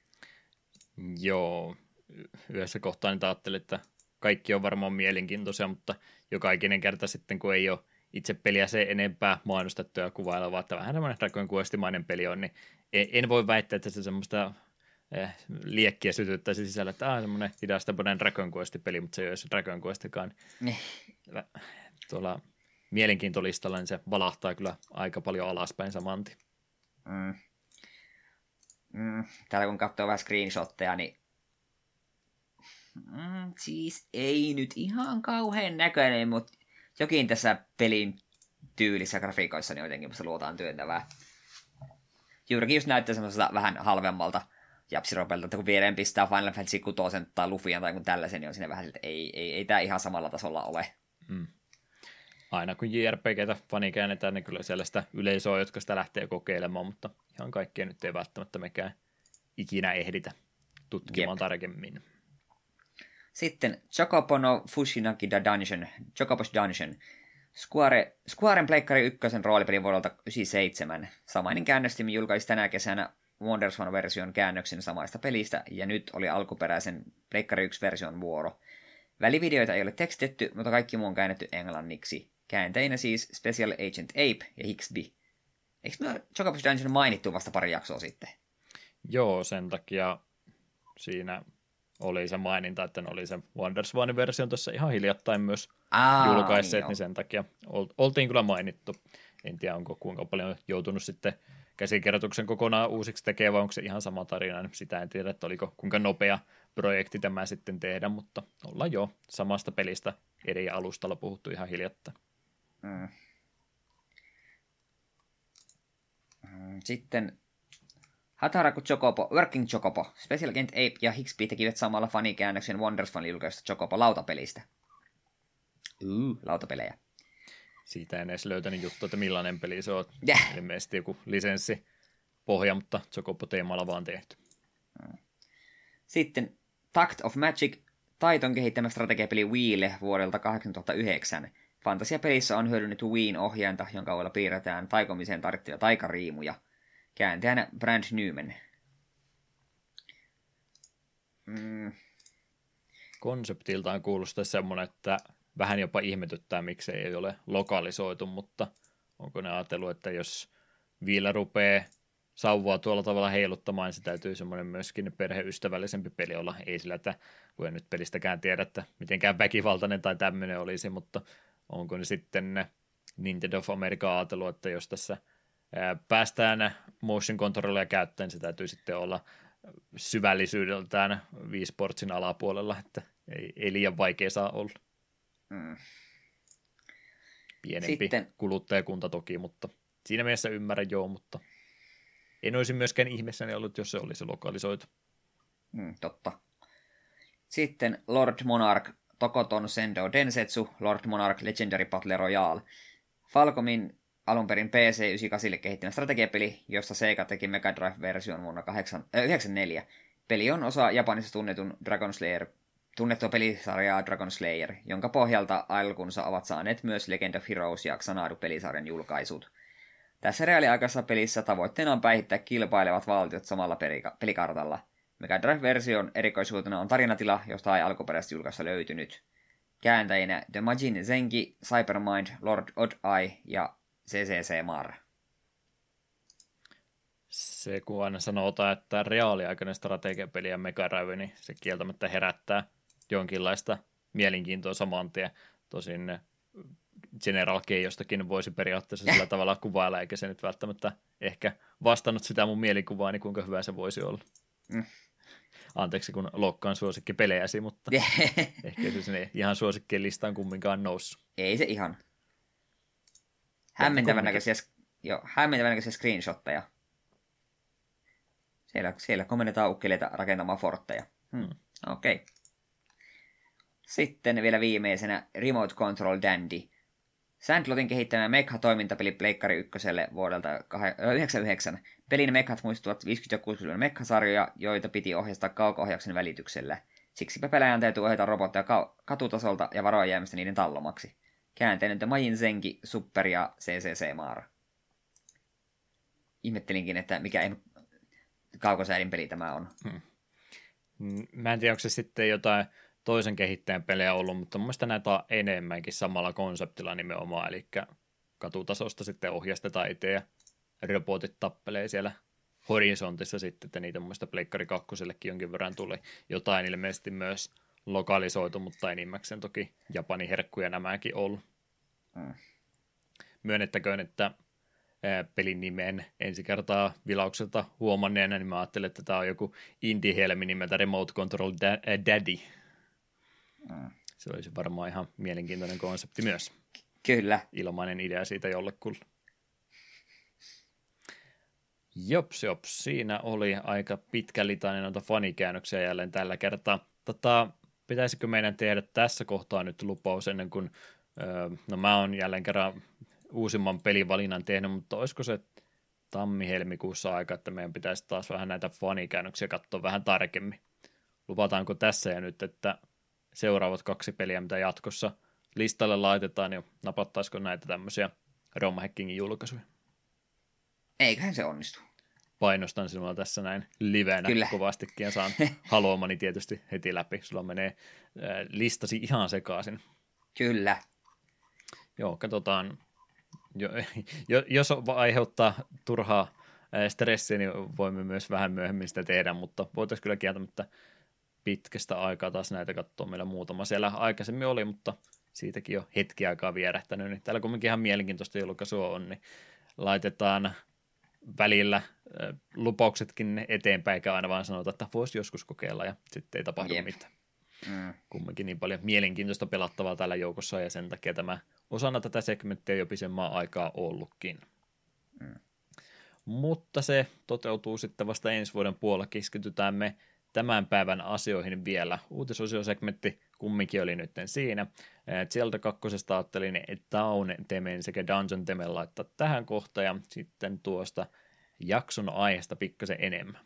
Joo, yhdessä kohtaa nyt ajattelin, että kaikki on varmaan mielenkiintoisia, mutta joka ikinen kerta sitten, kun ei ole itse peliä se enempää mainostettu ja kuvailevaa, että vähän semmoinen Dragon Quest-mainen peli on, niin en voi väittää, että se semmoista eh, liekkiä sytyttäisi sisällä, että ah, semmoinen hidas tämmöinen Dragon Quest-peli, mutta se ei ole se Dragon Questikaan. Tuolla mielenkiintolistalla, niin se valahtaa kyllä aika paljon alaspäin samanti. Mm. Mm. Täällä kun katsoo vähän screenshotteja, niin mm, siis ei nyt ihan kauhean näköinen, mutta jokin tässä pelin tyylissä grafiikoissa niin jotenkin musta luotaan työntävää. Juurikin just näyttää semmoiselta vähän halvemmalta japsiropelta, että kun viereen pistää Final Fantasy kuusi tai Lufian tai kun tällaisen, niin on siinä vähän siltä, että ei, ei, ei tämä ihan samalla tasolla ole. Mm. Aina kun J R P G:tä fani käännetään, niin kyllä siellä sitä yleisöä, jotka sitä lähtee kokeilemaan, mutta ihan kaikkea nyt ei välttämättä mekään ikinä ehditä tutkimaan Jep. tarkemmin. Sitten Chocobo no Fushinaki da Dungeon, Chocobo's Dungeon, Square, Squaren Pleikkari ykkösen roolipelin vuodelta yhdeksänkymmentäseitsemän. Samainen käännöstimi julkaisi tänä kesänä WonderSwan-version käännöksen samaista pelistä, ja nyt oli alkuperäisen Pleikkari yksi-version vuoro. Välivideoita ei ole tekstetty, mutta kaikki muu on käännetty englanniksi. Kääntäjinä siis Special Agent Ape ja Hixby. Eikö nuo Chocobo's Dungeon mainittu vasta pari jaksoa sitten? Joo, sen takia siinä oli se maininta, että ne oli se WonderSwanin version tuossa ihan hiljattain myös Aa, julkaisseet, niin, niin sen takia oltiin kyllä mainittu. En tiedä, onko kuinka paljon joutunut sitten käsikirjoituksen kokonaan uusiksi tekemään, vai onko se ihan sama tarina. Sitä en tiedä, että oliko kuinka nopea projekti tämä sitten tehdä, mutta ollaan jo samasta pelistä eri alustalla puhuttu ihan hiljattain. Mm. Sitten Hataraku Chocobo, Working Chocobo, Special Agent Ape ja Hixby tekivät samalla fanikäännöksen WonderSwan julkaista Chocobo lautapelistä. Uh, lautapelejä. Siitä en edes löytänyt juttu, että millainen peli se on. Yeah. Ilmeisesti joku lisenssipohja, mutta Chocobo-teemalla vaan tehty. Sitten Tact of Magic, Taiton kehittämä strategiapeli Wiille vuodelta kaksituhattayhdeksän. Fantasiapelissä on hyödynnetty Wiin ohjainta, jonka avulla piirretään taikomiseen tarvittavia taikariimuja. Kääntäjänä Brand Newman. Mm. Konseptiltaan kuulostaa semmoinen, että vähän jopa ihmetyttää, miksi ei ole lokalisoitu, mutta onko ne ajatellut, että jos Wiillä rupeaa sauvaa tuolla tavalla heiluttamaan, niin se täytyy semmoinen myöskin perheystävällisempi peli olla. Ei sillä, että kun en nyt pelistäkään tiedä, että mitenkään väkivaltainen tai tämmöinen olisi, mutta onko ne sitten Nintendo of America ajatellut, että jos tässä päästään motion controllia käyttäen, se täytyy sitten olla syvällisyydeltään Wii Sportsin alapuolella, että ei, ei liian vaikea saa olla. Mm. Pienempi sitten kuluttajakunta toki, mutta siinä mielessä ymmärrän joo, mutta en olisi myöskään ihmeessäni ollut, jos se olisi lokalisoitu. Mm, totta. Sitten Lord Monarch, Tokoton Sendo Densetsu, Lord Monarch Legendary Battle Royale. Falcomin alun perin P C yhdeksänkymmentäkahdeksan kehittämä strategiapeli, josta Sega teki Mega Drive-version vuonna yhdeksänkymmentäneljä. Peli on osa Japanissa tunnetun Dragon Slayer tunnettua pelisarjaa Dragon Slayer, jonka pohjalta alkunsa ovat saaneet myös Legend of Heroes ja Xanadu-pelisarjan julkaisut. Tässä reaaliaikaisessa pelissä tavoitteena on päihittää kilpailevat valtiot samalla pelikartalla. Mega Drive-version erikoisuutena on tarinatila, josta ei alkuperäisesti julkaista löytynyt. Kääntäjinä The Majin Zenki, Cybermind, Lord Odd Eye ja C C C Mar. Se, kun aina sanotaan, että reaaliaikainen strategiapeli ja Mega Drive, niin se kieltämättä herättää jonkinlaista mielenkiintoa saman tien. Tosin General Keijostakin voisi periaatteessa sillä tavalla kuvailla, eikä se nyt välttämättä ehkä vastannut sitä mun mielikuvaa, niin kuinka hyvä se voisi olla. Mm. Anteeksi, kun loukkaan suosikkipelejäsi, mutta ehkä se sinne ihan suosikkien listaan kumminkaan noussut. Ei se ihan. Hämmentävän näköisiä, jo, hämmentävän näköisiä screenshotteja. Siellä, siellä komennetaan ukkeleita rakentamaan fortteja. Hmm. Okei. Okay. Sitten vielä viimeisenä Remote Control Dandy. Sandlotin kehittämä Mekha-toimintapeli Pleikkari ykköselle vuodelta yhdeksänkymmentäyhdeksän. Pelin mekhat muistuvat viisikymmentä- ja kuusikymmentä mekhasarjoja, joita piti ohjastaa kauko-ohjauksen välityksellä. Siksipä pelaajan täytyy ohjata robotteja katutasolta ja varoa jäämistä niiden tallomaksi. Käänteinen The Majin Zenki, Super ja C C C Mar. Ihmettelinkin, että mikä en... kaukosäädin peli tämä on. Hmm. Mä en tiedä, onko se sitten jotain toisen kehittäjän pelejä ollut, mutta mun mielestä näitä on enemmänkin samalla konseptilla nimenomaan, eli katutasosta sitten ohjastetaan itse ja robotit tappelee siellä horisontissa sitten, että niitä mun mielestä Pleikkari kakkosellekin jonkin verran tuli jotain ilmeisesti myös lokalisoitu, mutta enimmäkseen toki Japanin herkkuja nämäkin ollut. Hmm. Myönnettäköön, että pelin nimen ensi kertaa vilaukselta huomanneena, niin mä ajattelin, että tämä on joku indie-helmi nimeltä Remote Control Daddy. Mm. Se olisi varmaan ihan mielenkiintoinen konsepti myös. Kyllä. Ilmainen idea siitä jollekulle. Jops, jops. Siinä oli aika pitkä litainen noita fanikäännöksiä jälleen tällä kertaa. Tota, pitäisikö meidän tehdä tässä kohtaa nyt lupaus ennen kuin, öö, no mä oon jälleen kerran uusimman pelivalinnan tehnyt, mutta olisiko se tammi-helmikuussa aika, että meidän pitäisi taas vähän näitä fanikäännöksiä katsoa vähän tarkemmin. Luvataanko tässä ja nyt, että seuraavat kaksi peliä, mitä jatkossa listalle laitetaan, niin napattaisiko näitä tämmöisiä Rom Hackingin julkaisuja? Eiköhän se onnistu. Painostan sinua tässä näin livenä Kyllä. kovastikin ja saan haluamani tietysti heti läpi. Sulla menee äh, listasi ihan sekaisin. Kyllä. Joo, katsotaan. Jo, jo, jos aiheuttaa turhaa stressiä, niin voimme myös vähän myöhemmin sitä tehdä, mutta voitaisiin kyllä kieltämättä pitkästä aikaa taas näitä katsoa. Meillä muutama siellä aikaisemmin oli, mutta siitäkin jo hetki aikaa vierähtänyt. Niin täällä kuitenkin ihan mielenkiintoista julkaisua on, niin laitetaan välillä lupauksetkin eteenpäin, eikä aina vaan sanota, että voisi joskus kokeilla ja sitten ei tapahdu Jep. mitään. Mm. Kumminkin niin paljon mielenkiintoista pelattavaa täällä joukossa ja sen takia tämä osana tätä segmenttiä jo pisemmää aikaa ollutkin. Mm. Mutta se toteutuu sitten vasta ensi vuoden puolella. Keskitytään me tämän päivän asioihin vielä. Uutisosiosegmentti kumminkin oli nyt siinä. Zelda kakkosesta ajattelin Town temen sekä Dungeon temen laittaa tähän kohtaan ja sitten tuosta jakson aiheesta pikkasen enemmän.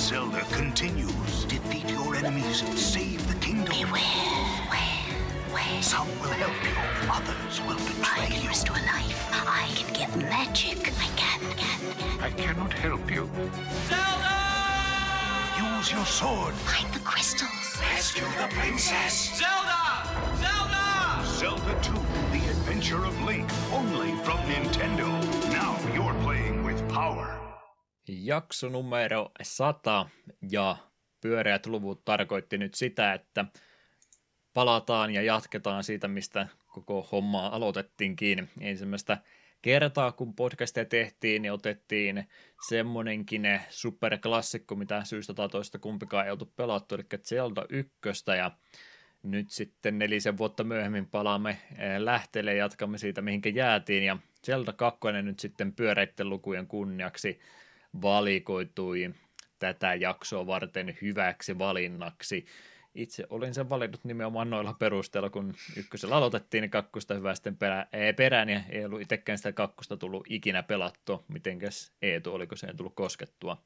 Zelda continues. Defeat your enemies, save the kingdom. Beware, beware, beware. Some will help you, others will betray I can you. restore life. I can give magic. I can, can, can. I cannot help you. Zelda! Use your sword. Find the crystals. Rescue the princess. Zelda! Zelda! Zelda two, The Adventure of Link, only from Nintendo. Now you're playing with power. Jakso numero sata ja pyöreät luvut tarkoitti nyt sitä, että palataan ja jatketaan siitä, mistä koko hommaa aloitettiinkin. Ensimmäistä kertaa, kun podcastia tehtiin, niin otettiin semmonenkin superklassikko, mitä syystä tai toista kumpikaan ei oltu pelattu, eli Zelda yksi, ja nyt sitten nelisen vuotta myöhemmin palaamme lähteelle ja jatkamme siitä, mihinkä jäätiin, ja Zelda kaksi nyt sitten pyöreitten lukujen kunniaksi valikoitui tätä jaksoa varten hyväksi valinnaksi. Itse olin sen valinnut nimenomaan noilla perusteella, kun ykkösellä aloitettiin, niin kakkosta hyvää sitten perä, perään, ja ei ollut itsekään sitä kakkosta tullut ikinä pelattua. Mitenkäs Eetu, oliko siihen tullut koskettua?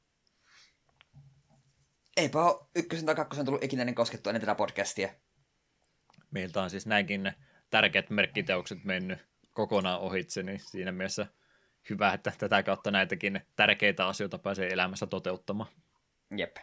Eipä ole ykkösen tai kakkosen tullut ikinä niin koskettua ennen tätä podcastia. Meiltä on siis näinkin tärkeät merkkiteokset mennyt kokonaan ohitse, niin siinä mielessä hyvä, että tätä kautta näitäkin tärkeitä asioita pääsee elämässä toteuttamaan. Jep.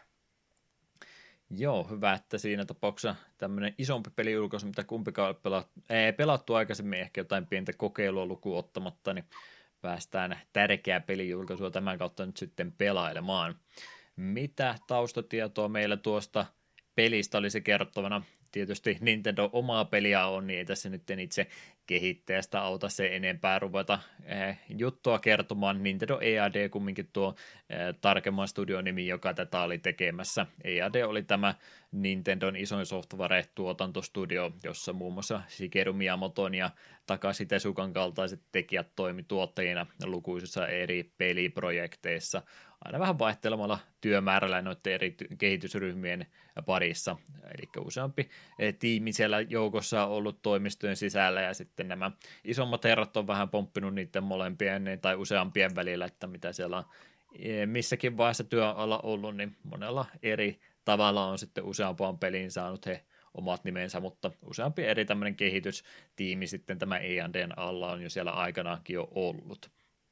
Joo, hyvä, että siinä tapauksessa tämmöinen isompi pelijulkaisu, mitä kumpikaan on pelattu, ei, pelattu aikaisemmin, ehkä jotain pientä kokeilua lukuun ottamatta, niin päästään tärkeää pelijulkaisua tämän kautta nyt sitten pelailemaan. Mitä taustatietoa meillä tuosta pelistä olisi kertovana? Tietysti Nintendo omaa peliä on, niin ei tässä nyt itse kehittäjästä auta se enempää ruveta eh, juttua kertomaan. Nintendo E A D kumminkin tuo eh, tarkemman studionimi, joka tätä oli tekemässä. E A D oli tämä Nintendon isoin software-tuotantostudio, jossa muun muassa Shigeru Miyamoton ja Takashi Tezukan kaltaiset tekijät toimi tuottajina lukuisissa eri peliprojekteissa, aina vähän vaihtelemalla työmäärällä noiden eri kehitysryhmien parissa. Eli useampi tiimi siellä joukossa on ollut toimistojen sisällä, ja sitten nämä isommat herrat on vähän pomppinut niiden molempien tai useampien välillä, että mitä siellä on missäkin vaiheessa työala ollut, niin monella eri tavalla on sitten useampaan peliin saanut he omat nimensä, mutta useampi eri tämmöinen kehitystiimi sitten tämä E A D:n alla on jo siellä aikanaankin jo ollut.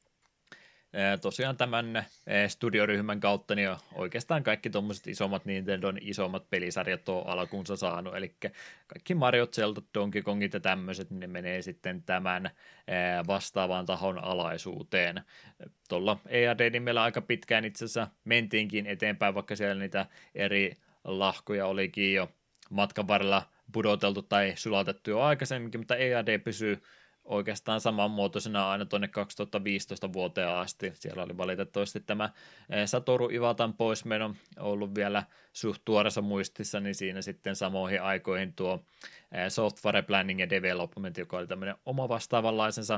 Tosiaan tämän studioryhmän kautta niin oikeastaan kaikki tuommoiset isommat Nintendon isommat pelisarjat on alkuunsa saanut, eli kaikki Mario, Zelda, Donkey Kongit ja tämmöiset, niin ne menee sitten tämän vastaavan tahon alaisuuteen. Tuolla E A D-nimellä aika pitkään itse asiassa mentiinkin eteenpäin, vaikka siellä niitä eri lahkoja olikin jo matkan varrella pudoteltu tai sulatettu jo aikaisemminkin, mutta E A D pysyy oikeastaan samanmuotoisena aina tuonne kaksituhattaviisitoista vuoteen asti. Siellä oli valitettavasti tämä Satoru Iwatan poismeno ollut vielä suht tuoreessa muistissa, niin siinä sitten samoihin aikoihin tuo Software Planning ja Development, joka oli tämmöinen oma vastaavanlaisensa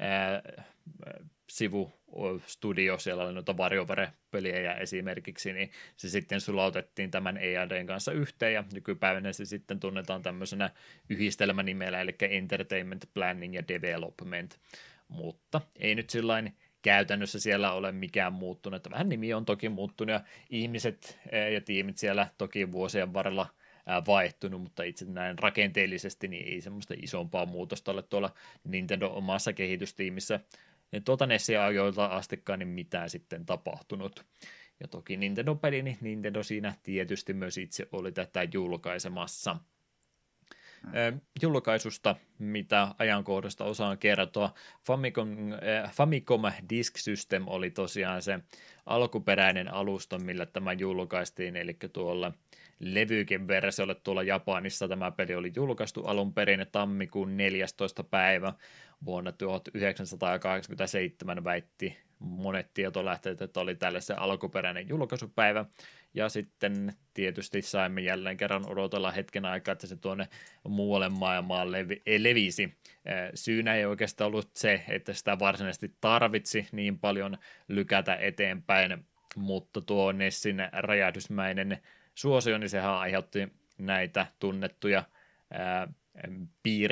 sivustudio, siellä oli noita WarioWare-pelejä esimerkiksi, niin se sitten sulautettiin tämän E A D:n kanssa yhteen, ja nykypäivänä se sitten tunnetaan tämmöisenä yhdistelmänimellä, eli Entertainment Planning ja Development, mutta ei nyt sillain käytännössä siellä ole mikään muuttunut, että vähän nimi on toki muuttunut, ja ihmiset ja tiimit siellä toki vuosien varrella vaihtunut, mutta itse näin rakenteellisesti niin ei semmoista isompaa muutosta ole tuolla Nintendo omassa kehitystiimissä tuota Nessia-ajoilta astikkaan niin mitään sitten tapahtunut. Ja toki Nintendo-peli, niin Nintendo siinä tietysti myös itse oli tätä julkaisemassa. Hmm. Julkaisusta, mitä ajankohdasta osaan kertoa, Famicom, äh, Famicom Disk System oli tosiaan se alkuperäinen alusta, millä tämä julkaistiin, eli tuolla levykeversiolle tuolla Japanissa tämä peli oli julkaistu alun perin tammikuun neljästoista päivä vuonna tuhatyhdeksänsataakahdeksankymmentäseitsemän, väitti monet tietolähteet, että oli tälle se alkuperäinen julkaisupäivä, ja sitten tietysti saimme jälleen kerran odotella hetken aikaa, että se tuonne muualle maailmaan levi- levisi. Syynä ei oikeastaan ollut se, että sitä varsinaisesti tarvitsi niin paljon lykätä eteenpäin, mutta tuo Nessin räjähdysmäinen suosio, niin sehän aiheutti näitä tunnettuja ää, piiri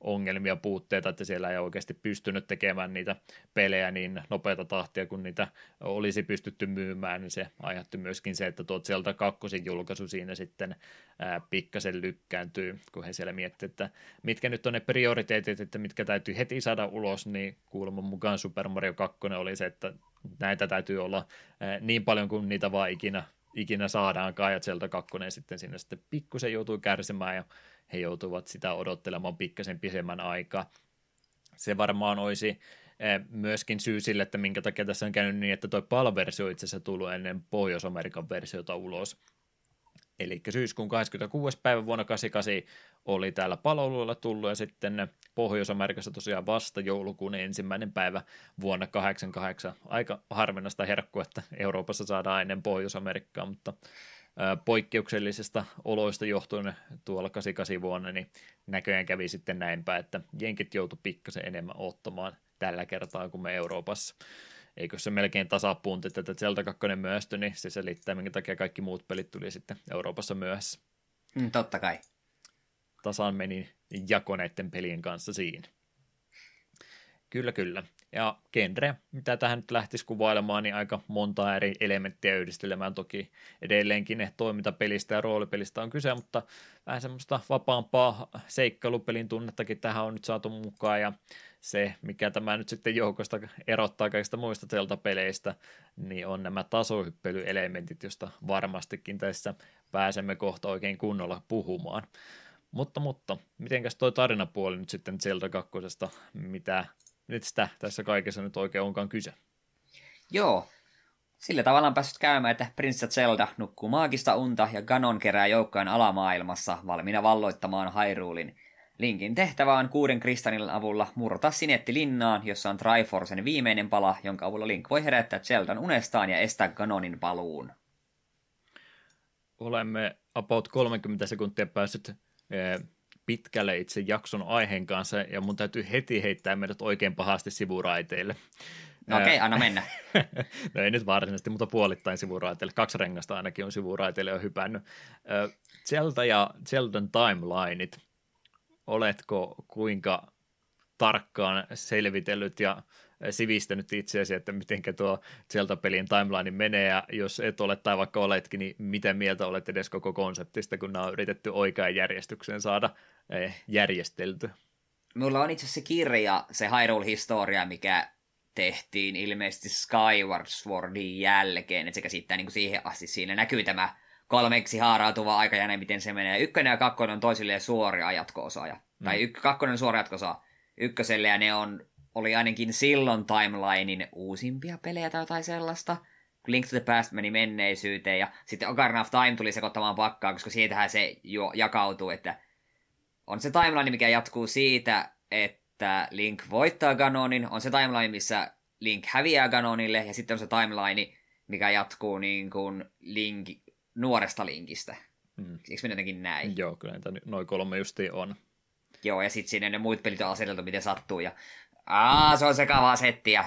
ongelmia, puutteita, että siellä ei oikeasti pystynyt tekemään niitä pelejä niin nopeata tahtia, kun niitä olisi pystytty myymään, niin se aiheutti myöskin se, että tuot sieltä kakkosin julkaisu siinä sitten ää, pikkasen lykkääntyy, kun he siellä miettii, että mitkä nyt on ne prioriteetit, että mitkä täytyy heti saada ulos, niin kuuleman mukaan Super Mario kaksi oli se, että näitä täytyy olla ää, niin paljon kuin niitä vaan ikinä, ikinä saadaankaan, ja sieltä kakkonen sitten siinä sitten pikkusen joutuu kärsimään, ja he joutuvat sitä odottelemaan pikkasen pisemmän aikaa. Se varmaan olisi myöskin syy sille, että minkä takia tässä on käynyt niin, että tuo P A L-versio itse asiassa tullut ennen Pohjois-Amerikan versiota ulos. Eli syyskuun kahdeskymmeneskuudes päivä vuonna kahdeksankymmentäkahdeksan oli täällä palveluilla tullut, ja sitten Pohjois-Amerikassa tosiaan vasta joulukuun ensimmäinen päivä vuonna kahdeksankymmentäkahdeksan. Aika harvinaista herkkua, että Euroopassa saadaan ennen Pohjois-Amerikkaa, mutta poikkeuksellisista oloista johtuen tuolla kahdeksankymmentäkahdeksan vuonna, niin näköjään kävi sitten näinpä, että jenkit joutui pikkasen enemmän ottamaan tällä kertaa kuin me Euroopassa. Eikö se melkein tasapunti, että Zelda kaksi myöhästyi, niin se selittää, minkä takia kaikki muut pelit tuli sitten Euroopassa myöhässä. Mm, totta kai. Tasan meni jako näiden pelien kanssa siinä. Kyllä, kyllä. Ja genre, mitä tähän nyt lähtisi kuvailemaan, niin aika monta eri elementtiä yhdistelemään. Toki edelleenkin ne toimintapelistä ja roolipelistä on kyse, mutta vähän semmoista vapaampaa seikkailupelin tunnettakin tähän on nyt saatu mukaan. Ja se, mikä tämä nyt sitten joukosta erottaa kaikista muista Zelda-peleistä, niin on nämä tasohyppelyelementit, josta varmastikin tässä pääsemme kohta oikein kunnolla puhumaan. Mutta, mutta, mitenkäs toi tarinapuoli nyt sitten Zelda kakkosesta, mitä nyt sitä tässä kaikessa nyt oikein onkaan kyse? Joo, sillä tavalla on päässyt käymään, että prinsessa Zelda nukkuu maagista unta ja Ganon kerää joukkojen alamaailmassa valmiina valloittamaan Hyrulein. Linkin tehtävä on kuuden kristallin avulla murtaa Sinetti linnaan, jossa on Triforcen viimeinen pala, jonka avulla Link voi herättää Zeldan unestaan ja estää Ganonin paluun. Olemme about kolmekymmentä sekuntia päässyt pitkälle itse jakson aiheen kanssa, ja mun täytyy heti heittää meidät oikein pahasti sivuraiteille. No okei, okay, anna mennä. No ei nyt varsinaisesti, mutta puolittain sivuraiteille. Kaksi rengasta ainakin on sivuraiteille jo hypännyt. Zelda ja Zeldan timelineit. Oletko kuinka tarkkaan selvitellyt ja sivistänyt itseäsi, että miten tuo Zelda-pelin timeline menee, ja jos et ole tai vaikka oletkin, niin mitä mieltä olet edes koko konseptista, kun nämä on yritetty oikeaan järjestykseen saada eh, järjestelty? Mulla on itse asiassa kirja, se Hyrule-historia, mikä tehtiin ilmeisesti Skyward Swordin jälkeen, että se käsittää niin kuin siihen asti. Siinä näkyy tämä kolmeksi haarautuva aikajänne, miten se menee. Ykkönen ja kakkonen on toisilleen suoria jatko-osia. Mm. Tai yk- kakkonen on suora jatko-osa ykköselle, ja ne on, oli ainakin silloin timelinein uusimpia pelejä tai jotain sellaista. Link to the Past meni menneisyyteen, ja sitten Ocarina of Time tuli sekoittamaan pakkaa, koska siitähän se jo jakautuu, että on se timeline, mikä jatkuu siitä, että Link voittaa Ganonin, on se timeline, missä Link häviää Ganonille, ja sitten on se timeline, mikä jatkuu niin kuin Link, nuoresta Linkistä. Mm. Eikö me jotenkin näin? Joo, kyllä niitä noin kolme justiin on. Joo, ja sitten sinne ne muut pelit on aseteltu, miten sattuu, ja aa, se on sekavaa settiä.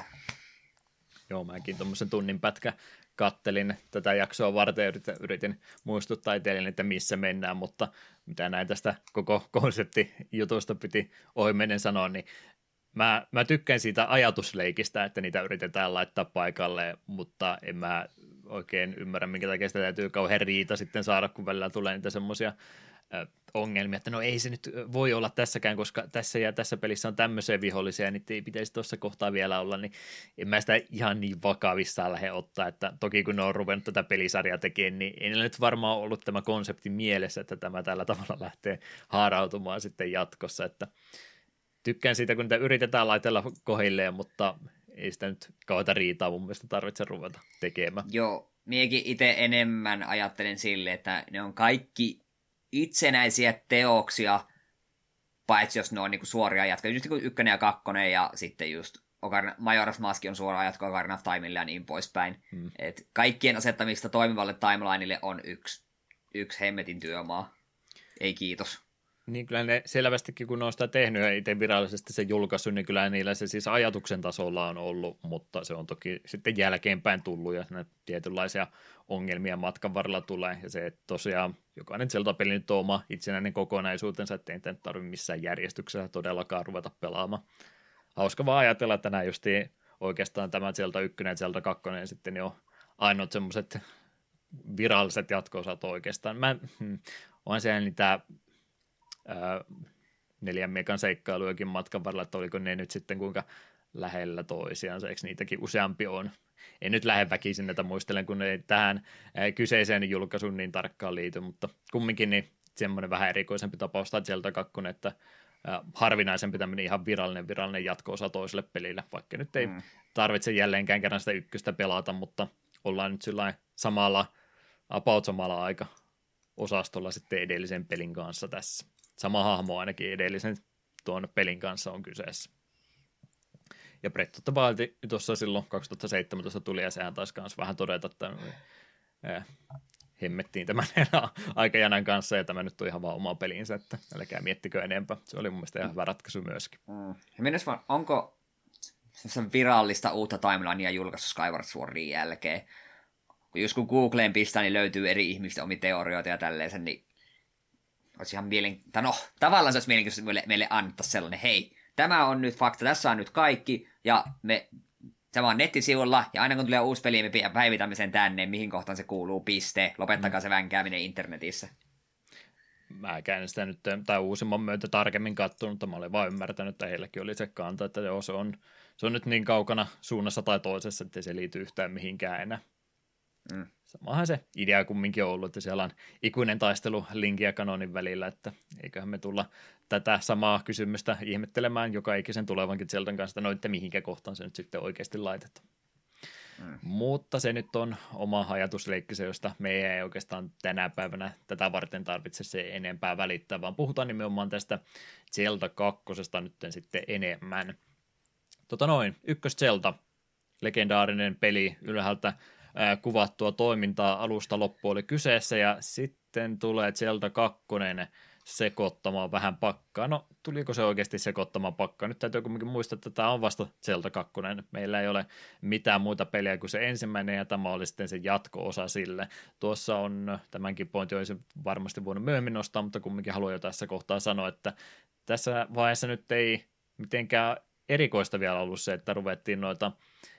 Joo, mäkin tuommoisen tunnin pätkä kattelin tätä jaksoa varten ja yritin, yritin muistuttaa itselleni, että missä mennään, mutta mitä näin tästä koko konseptijutusta piti ohimennen sanoa, niin mä, mä tykkään siitä ajatusleikistä, että niitä yritetään laittaa paikalle, mutta en mä oikein ymmärrä, minkä takia sitä täytyy kauhean riita sitten saada, kun välillä tulee niitä semmoisia ongelmia, että no ei se nyt voi olla tässäkään, koska tässä ja tässä pelissä on tämmöisiä vihollisia, ja niitä ei pitäisi tuossa kohtaa vielä olla, niin en mä sitä ihan niin vakavissaan lähde ottaa, että toki kun ne on ruvennut tätä pelisarjaa tekemään, niin ei nyt varmaan ollut tämä konsepti mielessä, että tämä tällä tavalla lähtee haarautumaan sitten jatkossa, että tykkään siitä, kun niitä yritetään laitella kohilleen, mutta ei sitä nyt kauheita riitaa mun mielestä tarvitse ruveta tekemään. Joo, miekin itse enemmän ajattelen sille, että ne on kaikki itsenäisiä teoksia, paitsi jos ne on niinku suoria jatkoja, just niin kuin ykkönen ja kakkonen, ja sitten just Ocarina, Majora's Mask on suora jatko Ocarina of Timelle ja niin poispäin. Hmm. Et kaikkien asettamista toimivalle timelineille on yksi, yksi hemmetin työmaa. Ei kiitos. Niin kyllä ne selvästikin, kun ne on sitä tehnyt ja itse virallisesti se julkaisu, niin kyllä niillä se siis ajatuksen tasolla on ollut, mutta se on toki sitten jälkeenpäin tullut ja tietynlaisia ongelmia matkan varrella tulee. Ja se, että tosiaan jokainen Zelda-peli nyt on oma itsenäinen kokonaisuutensa, ettei niitä nyt tarvitse missään järjestyksessä todellakaan ruveta pelaamaan. Hauska vaan ajatella, että nämä justiin oikeastaan tämä Zelda yksi ja Zelda kaksi sitten jo ainoat semmoiset viralliset jatko-osat oikeastaan. Mä, hmm, on siellä niitä ää, neljän megan seikkailujakin matkan varrella, että oliko ne nyt sitten kuinka lähellä toisiaan, eikö niitäkin useampi on. En nyt lähde väkisin näitä muistelen, kun ei tähän ää, kyseiseen julkaisuun niin tarkkaan liity, mutta kumminkin niin semmoinen vähän erikoisempi tapaus tai Zelda kaksi, että ää, harvinaisempi tämmöinen ihan virallinen, virallinen jatko-osa toiselle pelille, vaikka nyt ei mm. tarvitse jälleenkään kerran sitä ykköstä pelata, mutta ollaan nyt sillä samalla, about samalla aika osastolla sitten edellisen pelin kanssa tässä. Sama hahmo ainakin edellisen tuon pelin kanssa on kyseessä. Ja Breath of the Wild tuossa silloin kaksituhattaseitsemäntoista tuli, ja sehän taisi myös vähän todeta, että äh, hemmettiin tämän aikajanan kanssa, ja tämä nyt on ihan vaan oma pelinsä, että älkää miettikö enempää. Se oli mun mielestä ihan hyvä ratkaisu myöskin. Mm. Ja vaan, onko virallista uutta timelinea julkaistu Skyward Swordin jälkeen? Kun just kun Googleen pistää, niin löytyy eri ihmisten omia teorioita ja tälleen, niin olisi ihan mielenkiintoista. No, tavallaan se olisi mielenkiintoista meille, meille antaa sellainen, hei, tämä on nyt fakta, tässä on nyt kaikki, ja me, tämä on nettisivulla, ja aina kun tulee uusi peli, me päivitämme sen tänne, mihin kohtaan se kuuluu, piste, lopettakaa mm. se vänkääminen internetissä. Mä käyn sitä nyt, tai uusimman myötä tarkemmin katsonut, mutta mä olen vaan ymmärtänyt, että heilläkin oli se kanta, että joo, se on, se on nyt niin kaukana suunnassa tai toisessa, että se liity yhtään mihinkään enää. Mm. Samahan se idea kumminkin on ollut, että siellä on ikuinen taistelu Linkin ja Ganonin välillä, että eiköhän me tulla tätä samaa kysymystä ihmettelemään joka ikisen tulevankin Zeldan kanssa, no että mihinkä kohtaan se nyt sitten oikeasti laitetaan. Mm. Mutta se nyt on oma ajatusleikkisä, josta me ei oikeastaan tänä päivänä tätä varten tarvitse se enempää välittää, vaan puhutaan nimenomaan tästä Zelda kakkosesta nyt sitten enemmän. Tota noin, ykkös Zelda, legendaarinen peli ylhäältä kuvattua toimintaa alusta loppuun oli kyseessä, ja sitten tulee Zelda kaksi sekoittamaan vähän pakkaa. No, tuliko se oikeasti sekoittamaan pakkaa? Nyt täytyy kuitenkin muistaa, että tämä on vasta Zelda kaksi. Meillä ei ole mitään muita pelejä kuin se ensimmäinen, ja tämä oli sitten se jatko-osa sille. Tuossa on, tämänkin pointti olisi varmasti voinut myöhemmin nostaa, mutta kumminkin haluan jo tässä kohtaa sanoa, että tässä vaiheessa nyt ei mitenkään erikoista vielä ollut se, että ruvettiin noita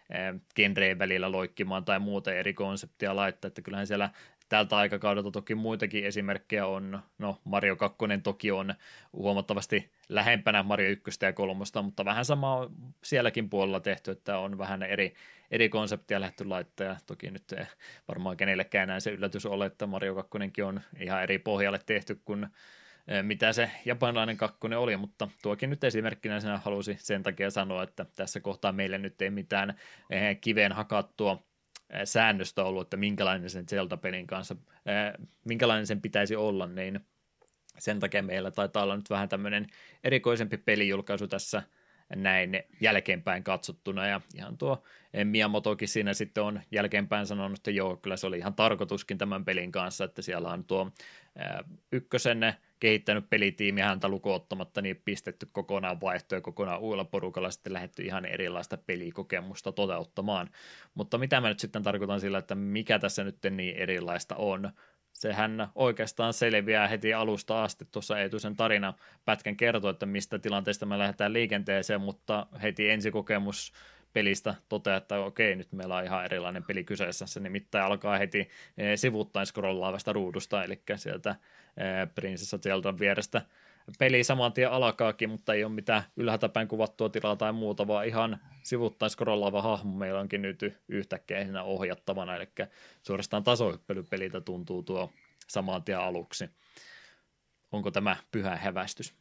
genreen välillä loikkimaan tai muuta eri konseptia laittaa, että kyllähän siellä tältä aikakaudelta toki muitakin esimerkkejä on, no Mario kaksi toki on huomattavasti lähempänä Mario yksi ja kolme, mutta vähän sama on sielläkin puolella tehty, että on vähän eri, eri konseptia lähdetty laittaa, ja toki nyt ei varmaan kenellekään enää se yllätys ole, että Mario kaksi on ihan eri pohjalle tehty kuin mitä se japanilainen kakkonen oli, mutta tuokin nyt esimerkkinä sinä halusi sen takia sanoa, että tässä kohtaa meille nyt ei mitään kiveen hakattua säännöstä ollut, että minkälainen sen Zelda-pelin kanssa, minkälainen sen pitäisi olla, niin sen takia meillä taitaa olla nyt vähän tämmöinen erikoisempi pelijulkaisu tässä näin jälkeenpäin katsottuna, ja ihan tuo Miyamotokin siinä sitten on jälkeenpäin sanonut, että joo, kyllä se oli ihan tarkoituskin tämän pelin kanssa, että siellä on tuo ää, ykkösen kehittänyt pelitiimi häntä lukuun ottamatta, niin pistetty kokonaan vaihtoja kokonaan uudella porukalla, sitten lähdetty ihan erilaista pelikokemusta toteuttamaan. Mutta mitä mä nyt sitten tarkoitan sillä, että mikä tässä nyt niin erilaista on? Sehän oikeastaan selviää heti alusta asti. Tuossa Eetusen tarina pätkän kertoo, että mistä tilanteesta me lähdetään liikenteeseen, mutta heti ensikokemus pelistä toteaa, että okei, nyt meillä on ihan erilainen peli kyseessä. Se nimittäin alkaa heti sivuttain scrollaavasta ruudusta, eli sieltä Prinsessa Zeldan vierestä peli saman tien alkaakin, mutta ei ole mitään ylhäältäpäin kuvattua tilaa tai muuta, vaan ihan sivuttain scrollaava hahmo meillä onkin nyt yhtäkkiä siinä ohjattavana, eli suorastaan tasohyppelypeliltä tuntuu tuo saman tien aluksi. Onko tämä pyhä hävästys?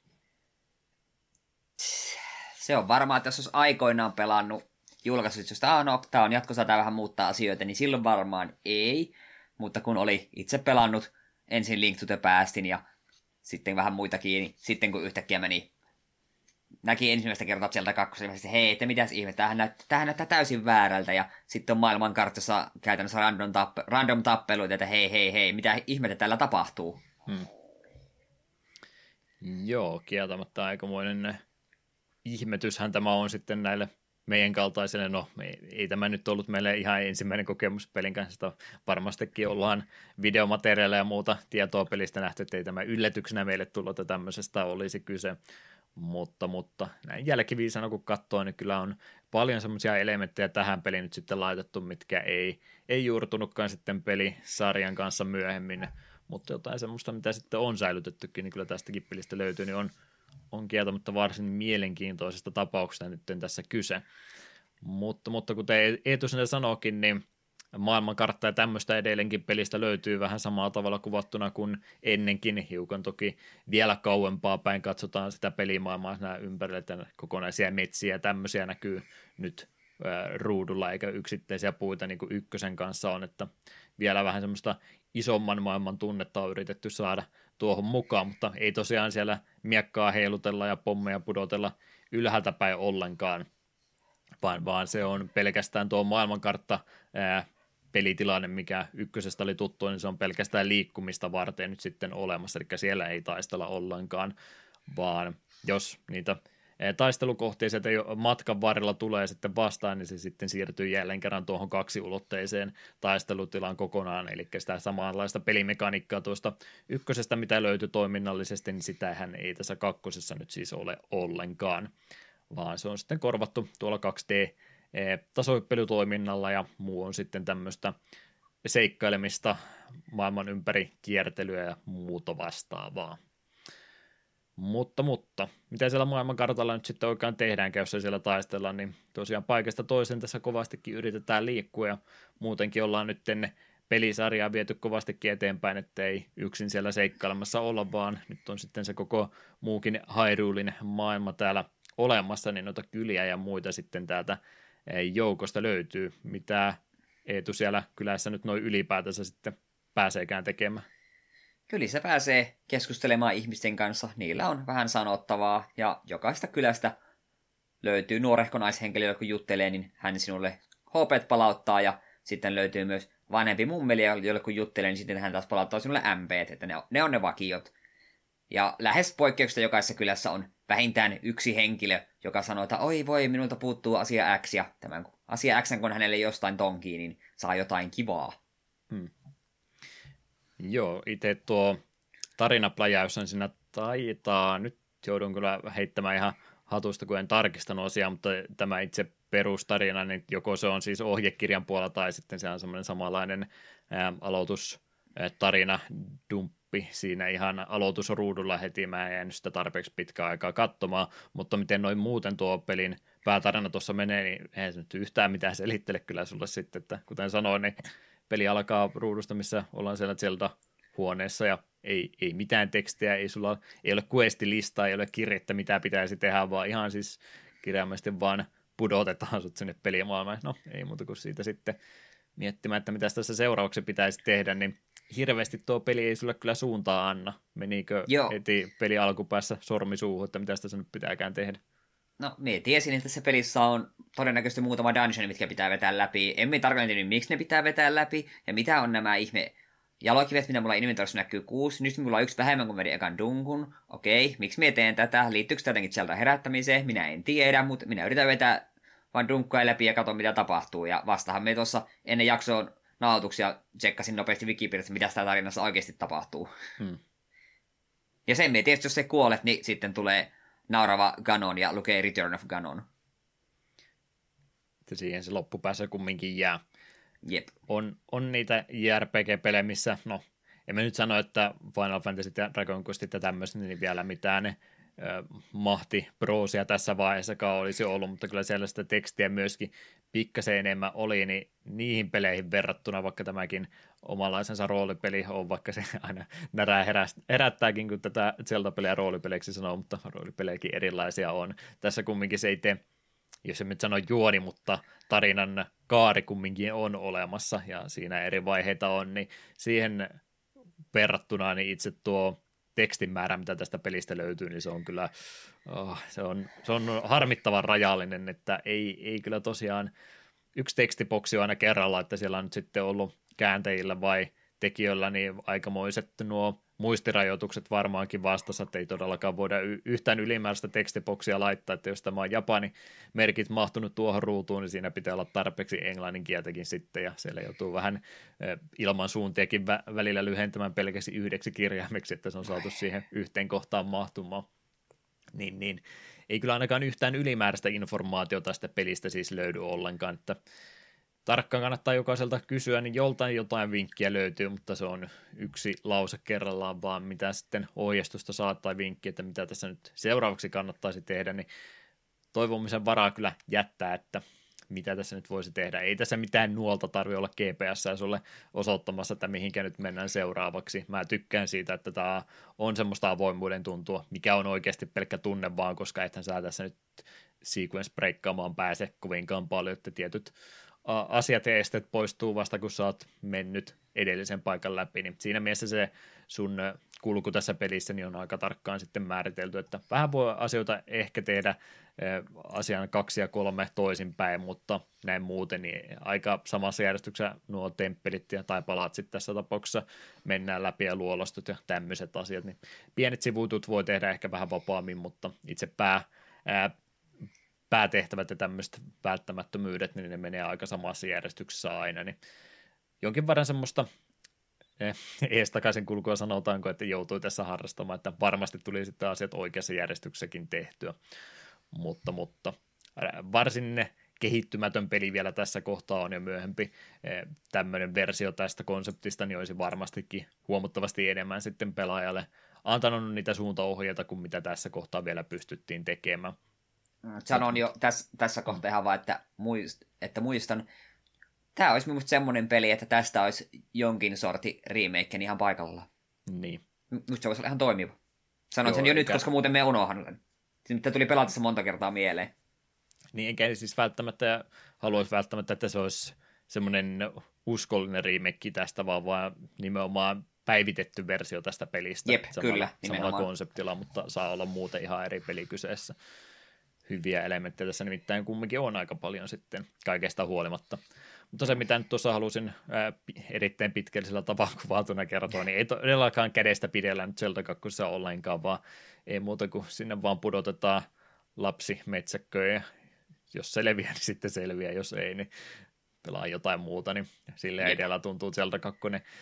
Se on varmaan, että jos olisi aikoinaan pelannut julkaisuissa, jos tämä on, no, tämä on jatkossa tämä vähän muuttaa asioita, niin silloin varmaan ei, mutta kun oli itse pelannut ensin Link to the Pastin ja sitten vähän muitakin, niin sitten kun yhtäkkiä meni, näki ensimmäistä kertaa sieltä kakkosen, että hei, että mitäs ihme, tämähän näyttää, tämähän näyttää täysin väärältä, ja sitten on maailmankartassa käytännössä random, tappe, random tappeluita, että hei, hei, hei, mitä ihmettä täällä tapahtuu. Hmm. Joo, kieltämättä aikamoinen ihmetyshän tämä on sitten näille meidän kaltaisille. No, ei, ei tämä nyt ollut meille ihan ensimmäinen kokemus pelin kanssa. Varmastikin ollaan videomateriaaleja ja muuta tietoa pelistä nähty, että ei tämä yllätyksenä meille tullut, että tämmöisestä olisi kyse. Mutta, mutta näin jälkiviisana kun katsoo, niin kyllä on paljon semmoisia elementtejä tähän peliin nyt sitten laitettu, mitkä ei, ei juurtunutkaan sitten pelisarjan kanssa myöhemmin, mutta jotain semmoista, mitä sitten on säilytettykin, niin kyllä tästäkin pelistä löytyy, niin on, on kieltämättä varsin mielenkiintoisesta tapauksesta nyt tässä kyse. Mutta, mutta kuten Eetu sinne sanookin, niin maailmankartta ja tämmöistä edelleenkin pelistä löytyy vähän samalla tavalla kuvattuna kuin ennenkin, hiukan toki vielä kauempaa päin katsotaan sitä pelimaailmaa nämä ympärillä, että kokonaisia metsiä ja tämmöisiä näkyy nyt ää, ruudulla, eikä yksittäisiä puita niin kuin ykkösen kanssa on, että vielä vähän semmoista isomman maailman tunnetta on yritetty saada tuohon mukaan, mutta ei tosiaan siellä miekkaa heilutella ja pommeja pudotella ylhäältä päin ollenkaan, vaan, vaan se on pelkästään tuo maailmankartta ää, pelitilanne, mikä ykkösestä oli tuttu, niin se on pelkästään liikkumista varten nyt sitten olemassa, eli siellä ei taistella ollenkaan, vaan jos niitä taistelukohtia sieltä jo matkan varrella tulee sitten vastaan, niin se sitten siirtyy jälleen kerran tuohon kaksiulotteiseen taistelutilaan kokonaan, eli sitä samanlaista pelimekaniikkaa tuosta ykkösestä, mitä löytyi toiminnallisesti, niin sitähän ei tässä kakkosessa nyt siis ole ollenkaan, vaan se on sitten korvattu tuolla kaksi D tasohyppelytoiminnalla ja muu on sitten tämmöistä seikkailemista, maailman ympäri kiertelyä ja muuta vastaavaa. Mutta, mutta, mitä siellä maailmankartalla nyt sitten oikein tehdäänkään, jos siellä taistellaan, niin tosiaan paikasta toiseen tässä kovastikin yritetään liikkua ja muutenkin ollaan nyt pelisarjaa viety kovastikin eteenpäin, ettei yksin siellä seikkailemassa olla, vaan nyt on sitten se koko muukin Hyrulein maailma täällä olemassa, niin noita kyliä ja muita sitten täältä joukosta löytyy, mitä Eetu siellä kylässä nyt noin ylipäätänsä sitten pääseekään tekemään. Kyllä se pääsee keskustelemaan ihmisten kanssa, niillä on vähän sanottavaa, ja jokaista kylästä löytyy nuorehko naishenkilö, kun juttelee, niin hän sinulle H P:t palauttaa, ja sitten löytyy myös vanhempi mummeli, jolle kun juttelee, niin sitten hän taas palauttaa sinulle M P:t, että ne on ne, on ne vakiot. Ja lähes poikkeuksesta jokaisessa kylässä on vähintään yksi henkilö, joka sanoo, että oi voi, minulta puuttuu asia X, ja tämän asia X, kun hänelle jostain tonkii, niin saa jotain kivaa. Hmm. Joo, itse tuo tarinapläjäys on siinä taitaa, nyt joudun kyllä heittämään ihan hatusta, kun en tarkistanut asiaa, mutta tämä itse perustarina, niin joko se on siis ohjekirjan puolella tai sitten se on semmoinen samanlainen ää, aloitustarina, dumppi siinä ihan aloitusruudulla heti, mä en jäänyt sitä tarpeeksi pitkään aikaa katsomaan, mutta miten noin muuten tuo pelin päätarina tuossa menee, niin eihän se nyt yhtään mitään selittele kyllä sulle sitten, että kuten sanoin, niin peli alkaa ruudusta, missä ollaan siellä Zelda-huoneessa ja ei, ei mitään tekstiä, ei sulla ei ole quest-listaa, ei ole kirjettä, mitä pitäisi tehdä, vaan ihan siis kirjaimellisesti vaan pudotetaan sut sinne pelimaailmaan. No ei muuta kuin siitä sitten miettimään, että mitä tässä seuraavaksi pitäisi tehdä, niin hirveästi tuo peli ei sulle kyllä suuntaa anna. Menikö Joo. heti peli alkupäässä sormi suuhun, että mitä tässä nyt pitääkään tehdä? No, me tiesin, että tässä pelissä on todennäköisesti muutama dungeon, mitkä pitää vetää läpi. Emme tarkalleen tiedä, miksi ne pitää vetää läpi, ja mitä on nämä ihme jalokivet, mitä mulla inventoissa näkyy kuusi. Nyt mulla on yksi vähemmän kuin vedin ekan dunkun. Okei, miksi me teen tätä? Liittyykö tämä jotenkin sieltä herättämiseen? Minä en tiedä, mutta minä yritän vetää vaan dunkkaa läpi ja katson, mitä tapahtuu. Ja vastahan me tuossa ennen jaksoon nauhoituksia tsekkasin nopeasti Wikipediasta, mitä sitä tarinassa oikeasti tapahtuu. Hmm. Ja sen me tietysti, jos se kuolet, niin sitten tulee naurava Ganon ja lukee Return of Ganon. Että siihen se loppupäässä kumminkin jää. Jep. On, on niitä J R P G-pelejä, missä, no, en mä nyt sano, että Final Fantasy ja Dragon Quest ja tämmöistä, niin vielä mitään ne ö, mahti proosia tässä vaiheessakaan olisi ollut, mutta kyllä siellä sitä tekstiä myöskin pikkasen enemmän oli, niin niihin peleihin verrattuna, vaikka tämäkin omanlaisensa roolipeli on, vaikka se aina närää herättääkin, kun tätä Zelda-pelejä roolipeleiksi sanoo, mutta roolipelejäkin erilaisia on. Tässä kumminkin se ei tee, jos en nyt sano juoni, mutta tarinan kaari kumminkin on olemassa ja siinä eri vaiheita on, niin siihen verrattuna niin itse tuo tekstin määrä, mitä tästä pelistä löytyy, niin se on kyllä oh, se on, se on harmittavan rajallinen, että ei, ei kyllä tosiaan yksi tekstiboksi on aina kerralla, että siellä on nyt sitten ollut kääntäjillä vai tekijöillä niin aikamoiset nuo muistirajoitukset varmaankin vastassa, että ei todellakaan voida y- yhtään ylimääräistä tekstiboksia laittaa, että jos tämä on Japani merkit mahtunut tuohon ruutuun, niin siinä pitää olla tarpeeksi englannin kieltäkin sitten, ja siellä joutuu vähän ilman suuntiakin vä- välillä lyhentämään pelkäsi yhdeksi kirjaimeksi, että se on saatu siihen yhteen kohtaan mahtumaan. Niin, niin. Ei kyllä ainakaan yhtään ylimääräistä informaatiota tästä pelistä siis löydy ollenkaan, että tarkkaan kannattaa jokaiselta kysyä, niin joltain jotain vinkkiä löytyy, mutta se on yksi lause kerrallaan vaan, mitä sitten ohjeistusta saa tai vinkki, että mitä tässä nyt seuraavaksi kannattaisi tehdä, niin toivomisen varaa kyllä jättää, että mitä tässä nyt voisi tehdä. Ei tässä mitään nuolta tarvitse olla G P S sulle osoittamassa, että mihinkä nyt mennään seuraavaksi. Mä tykkään siitä, että tämä on semmoista avoimuuden tuntua, mikä on oikeasti pelkkä tunne vaan, koska ethän sä tässä nyt sequence breikkaamaan pääse kovinkaan paljon, että tietyt asiat ja esteet poistuu vasta, kun sä oot mennyt edellisen paikan läpi, niin siinä mielessä se sun kulku tässä pelissä niin on aika tarkkaan sitten määritelty, että vähän voi asioita ehkä tehdä asian kaksi ja kolme toisinpäin, mutta näin muuten niin aika samassa järjestyksessä nuo temppelit ja tai palatsit tässä tapauksessa mennään läpi ja luolostut ja tämmöiset asiat, niin pienet sivutut voi tehdä ehkä vähän vapaammin, mutta itse pää ää, päätehtävät ja tämmöiset välttämättömyydet, niin ne menee aika samassa järjestyksessä aina, niin jonkin verran semmoista eh, eestakaisin kulkua sanotaanko, että joutuu tässä harrastamaan, että varmasti tuli sitten asiat oikeassa järjestyksessäkin tehtyä, mutta, mutta varsin kehittymätön peli vielä tässä kohtaa on jo myöhempi eh, tämmöinen versio tästä konseptista, niin olisi varmastikin huomattavasti enemmän sitten pelaajalle antanut niitä suuntaohjeita kuin mitä tässä kohtaa vielä pystyttiin tekemään. Sanon jo tässä, tässä kohtaa ihan vaan, että, muist, että muistan, tämä olisi minusta semmoinen peli, että tästä olisi jonkin sorti remake ihan paikallaan. Niin. Minusta se voisi olla ihan toimiva. Sanon Joo, sen jo eikä... nyt, koska muuten me unohdan sen. Tämä tuli pelatessa monta kertaa mieleen. Niin, enkä siis välttämättä haluaisi välttämättä, että se olisi semmoinen uskollinen remake tästä, vaan, vaan nimenomaan päivitetty versio tästä pelistä. Jep, samalla, kyllä, samalla konseptilla, mutta saa olla muuten ihan eri peli kyseessä. Hyviä elementtejä tässä nimittäin kumminkin on aika paljon sitten kaikesta huolimatta. Mutta se, mitä nyt tuossa halusin ää, erittäin pitkällisellä tavalla kuvaatuna kertoa, niin ei todellakaan kädestä pidellä nyt Zelda kaksi ollenkaan, vaan ei muuta kuin sinne vaan pudotetaan lapsi metsäkköön, ja jos selviää, niin sitten selviää, jos ei, niin pelaa jotain muuta, niin sille edellä tuntuu Zelda kaksi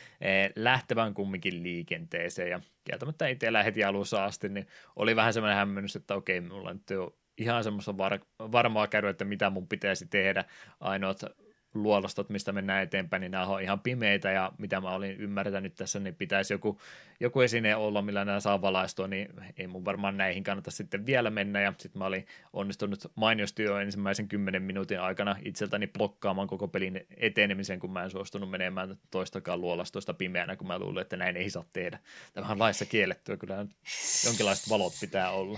lähtevän kumminkin liikenteeseen, ja kieltämättä itsellä heti alussa asti, niin oli vähän semmoinen hämmennys, että okei, mulla nyt on ihan semmoista var- varmaa käydä, että mitä mun pitäisi tehdä. Ainoat luolostot, mistä mennään eteenpäin, niin nämä on ihan pimeitä, ja mitä mä olin ymmärtänyt tässä, niin pitäisi joku, joku esine olla, millä nämä saa valaistua, niin ei mun varmaan näihin kannata sitten vielä mennä, ja sitten mä olin onnistunut mainiosti jo ensimmäisen kymmenen minuutin aikana itseltäni blokkaamaan koko pelin etenemisen, kun mä en suostunut menemään toistakaan luolastoista pimeänä, kun mä luulin, että näin ei saa tehdä. Tämä on laissa kiellettyä, kyllä jonkinlaiset valot pitää olla.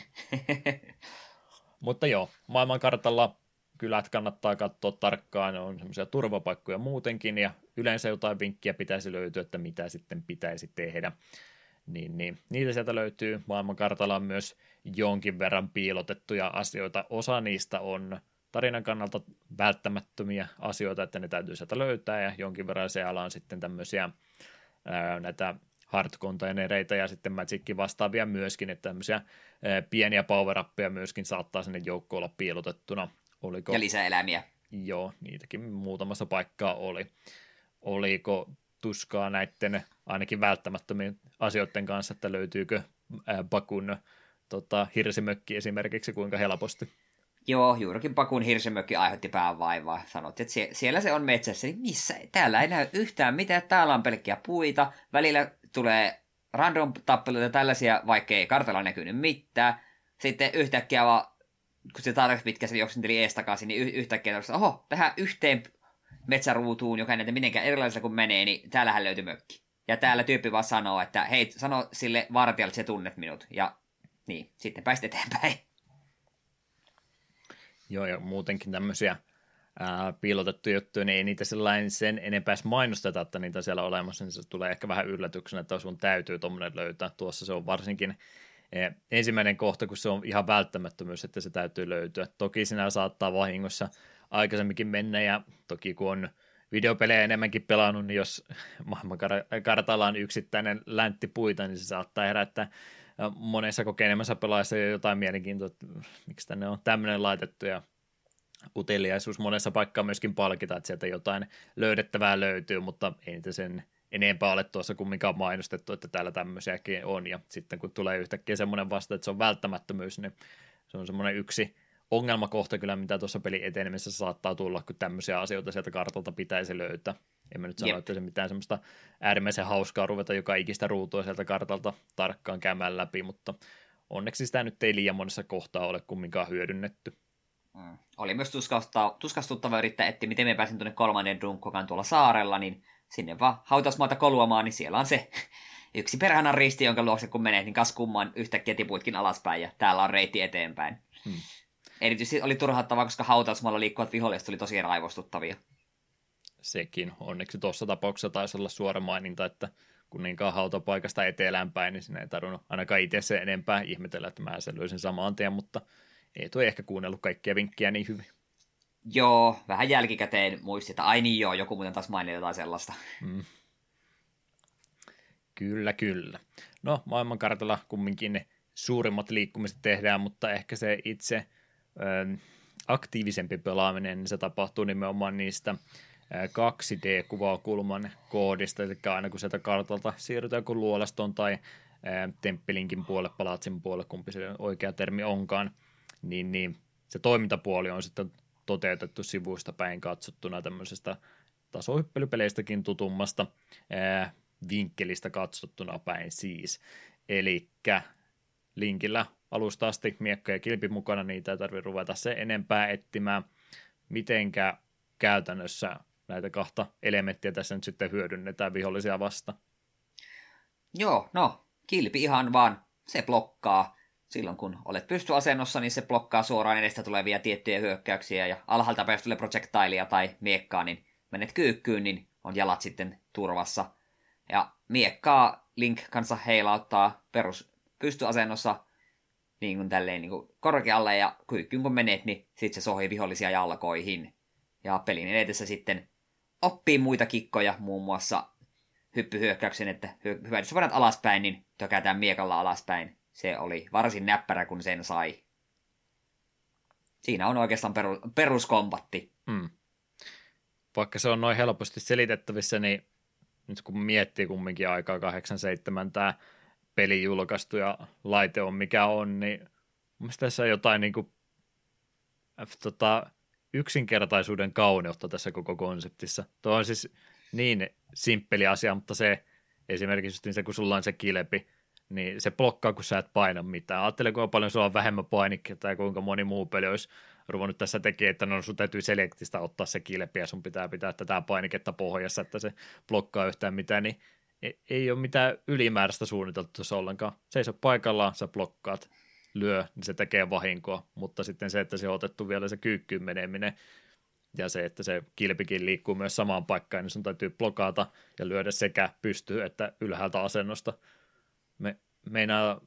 Mutta joo, maailmankartalla kylät kannattaa katsoa tarkkaan, ne on semmoisia turvapaikkoja muutenkin, ja yleensä jotain vinkkiä pitäisi löytyä, että mitä sitten pitäisi tehdä. Niin, niin. Niitä sieltä löytyy. Maailmankartalla on myös jonkin verran piilotettuja asioita. Osa niistä on tarinan kannalta välttämättömiä asioita, että ne täytyy sieltä löytää, ja jonkin verran siellä on sitten tämmöisiä ää, näitä hard-containereita ja sitten Magicin vastaavia myöskin, että tämmöisiä ää, pieniä power-appeja myöskin saattaa sinne joukkoon olla piilotettuna. Oliko... Ja lisäeläimiä. Joo, niitäkin muutamassa paikkaa oli. Oliko tuskaa näiden ainakin välttämättömien asioiden kanssa, että löytyykö ää, Bakun tota, hirsimökki esimerkiksi kuinka helposti? Joo, juurikin Bakun hirsimökki aiheutti päänvaivaa. Sanottiin, että sie- siellä se on metsässä. Niin missä? Täällä ei näy yhtään mitään. Täällä on pelkkiä puita. Välillä tulee random tappeluita tällaisia, vaikka ei kartalla näkynyt mitään. Sitten yhtäkkiä vaan, kun se tarvitsi pitkä se juoksenteli ees takaisin, niin y- yhtäkkiä tarvitsi, oho, tähän yhteen metsäruutuun, joka ei näitä mitenkään erilaisella kun menee, niin täällähän löytyi mökki. Ja täällä tyyppi vaan sanoo, että hei, sano sille vartijalle, että sä tunnet minut. Ja niin, sitten pääsit eteenpäin. Joo, ja muutenkin tämmöisiä ää, piilotettuja juttuja, niin ei niitä sellainen sen enempää mainosteta, että niitä siellä on olemassa, niin se tulee ehkä vähän yllätyksenä, että sun täytyy tuommoinen löytää. Tuossa se on varsinkin eh, ensimmäinen kohta, kun se on ihan välttämättömyys, että se täytyy löytyä. Toki sinä saattaa vahingossa aikaisemminkin mennä, ja toki kun on videopelejä enemmänkin pelannut, niin jos maailmankartalla on yksittäinen läntti puita, niin se saattaa herättää monessa kokeneemmassa pelaajassa jo jotain mielenkiintoa, että miksi tänne on tämmöinen laitettu, ja uteliaisuus monessa paikkaa myöskin palkita, että sieltä jotain löydettävää löytyy, mutta ei niitä sen enempää ole tuossa kumminkaan mainostettu, että täällä tämmöisiäkin on, ja sitten kun tulee yhtäkkiä semmoinen vasta, että se on välttämättömyys, niin se on semmoinen yksi ongelmakohta kyllä, mitä tuossa pelin etenemisessä saattaa tulla, kun tämmöisiä asioita sieltä kartalta pitäisi löytää. En mä nyt sano, Jep. että se mitään semmoista äärimmäisen hauskaa ruveta joka ikistä ruutua sieltä kartalta tarkkaan käymään läpi, mutta onneksi sitä nyt ei liian monessa kohtaa ole kumminkaan hyödynnetty. Mm. Oli myös tuskastuttava yrittää etsiä, miten me pääsin tuonne kolmannen dunkkokan tuolla saarella, niin sinne vaan hautausmaata koluamaan, niin siellä on se yksi perhana risti, jonka luokse kun menet, niin kas kumman yhtäkkiä tipuitkin alaspäin, ja täällä on reitti eteenpäin. Hmm. Erityisesti oli turhauttavaa, koska hautausmaalla liikkuvat viholliset oli tosi raivostuttavia. Sekin. Onneksi tuossa tapauksessa taisi olla suora maininta, että kun niinkaan hautapaikasta etelään päin, niin sinne ei tarvinnut ainakaan itse sen enempää ihmetellä, että mä sen löysin samaan tien, mutta ei tuo ehkä kuunnellut kaikkia vinkkejä niin hyvin. Joo, vähän jälkikäteen muisti, että ai niin joo, joku muuten taas mainita jotain sellaista. Mm. Kyllä, kyllä. No, maailmankartalla kumminkin ne suurimmat liikkumiset tehdään, mutta ehkä se itse ö, aktiivisempi pelaaminen, niin se tapahtuu nimenomaan niistä ö, kaksi D-kuvakulman koodista, eli aina kun sieltä kartalta siirrytään kun luolaston tai ö, temppelinkin puolelle, palatsin puolelle, kumpi se oikea termi onkaan, niin, niin se toimintapuoli on sitten toteutettu sivuista päin katsottuna tämmöisestä tasohyppelypeleistäkin tutummasta ää, vinkkelistä katsottuna päin siis. Elikkä linkillä alusta asti miekka ja kilpi mukana, niitä ei tarvitse ruveta se enempää etsimään. Mitenkä käytännössä näitä kahta elementtiä tässä nyt sitten hyödynnetään vihollisia vasta? Joo, no kilpi ihan vaan, se blokkaa. Silloin kun olet pystyasennossa, niin se blokkaa suoraan edestä tulevia tiettyjä hyökkäyksiä, ja alhaalta päin jos tulee projectilia tai miekkaa, niin menet kyykkyyn, niin on jalat sitten turvassa. Ja miekkaa Link kanssa heilauttaa perus pystyasennossa niin kuin tälleen niin kuin korkealle, ja kyykkyyn kun menet, niin sitten se sohii vihollisia jalkoihin. Ja pelin edetessä sitten oppii muita kikkoja, muun muassa hyppyhyökkäyksen, että hyväydessä voidaan alaspäin, niin tökätään miekalla alaspäin. Se oli varsin näppärä, kun sen sai. Siinä on oikeastaan peru, peruskombatti. Hmm. Vaikka se on noin helposti selitettävissä, niin nyt kun miettii kumminkin aikaa kahdeksankymmentäseitsemän tämä peli julkaistu ja laite on mikä on, niin mun mielestä tässä on jotain niin kuin, äh, tota, yksinkertaisuuden kauneutta tässä koko konseptissa. Tuo on siis niin simppeli asia, mutta se esimerkiksi se, kun sulla on se kilpi, niin se blokkaa, kun sä et paina mitään. Ajattele, kuinka paljon sulla on vähemmän painikkeita tai kuinka moni muu peli olisi ruvennut tässä tekemään, että no sun täytyy selektistä ottaa se kilpi ja sun pitää pitää tätä painiketta pohjassa, että se blokkaa yhtään mitään, niin ei ole mitään ylimääräistä suunniteltu tuossa ollenkaan. Seiso paikallaan, sä blokkaat, lyö, niin se tekee vahinkoa, mutta sitten se, että se on otettu vielä se kyykkyyn meneminen ja se, että se kilpikin liikkuu myös samaan paikkaan, niin sun täytyy blokata ja lyödä sekä pystyyn että ylhäältä asennosta. Me, meinaa,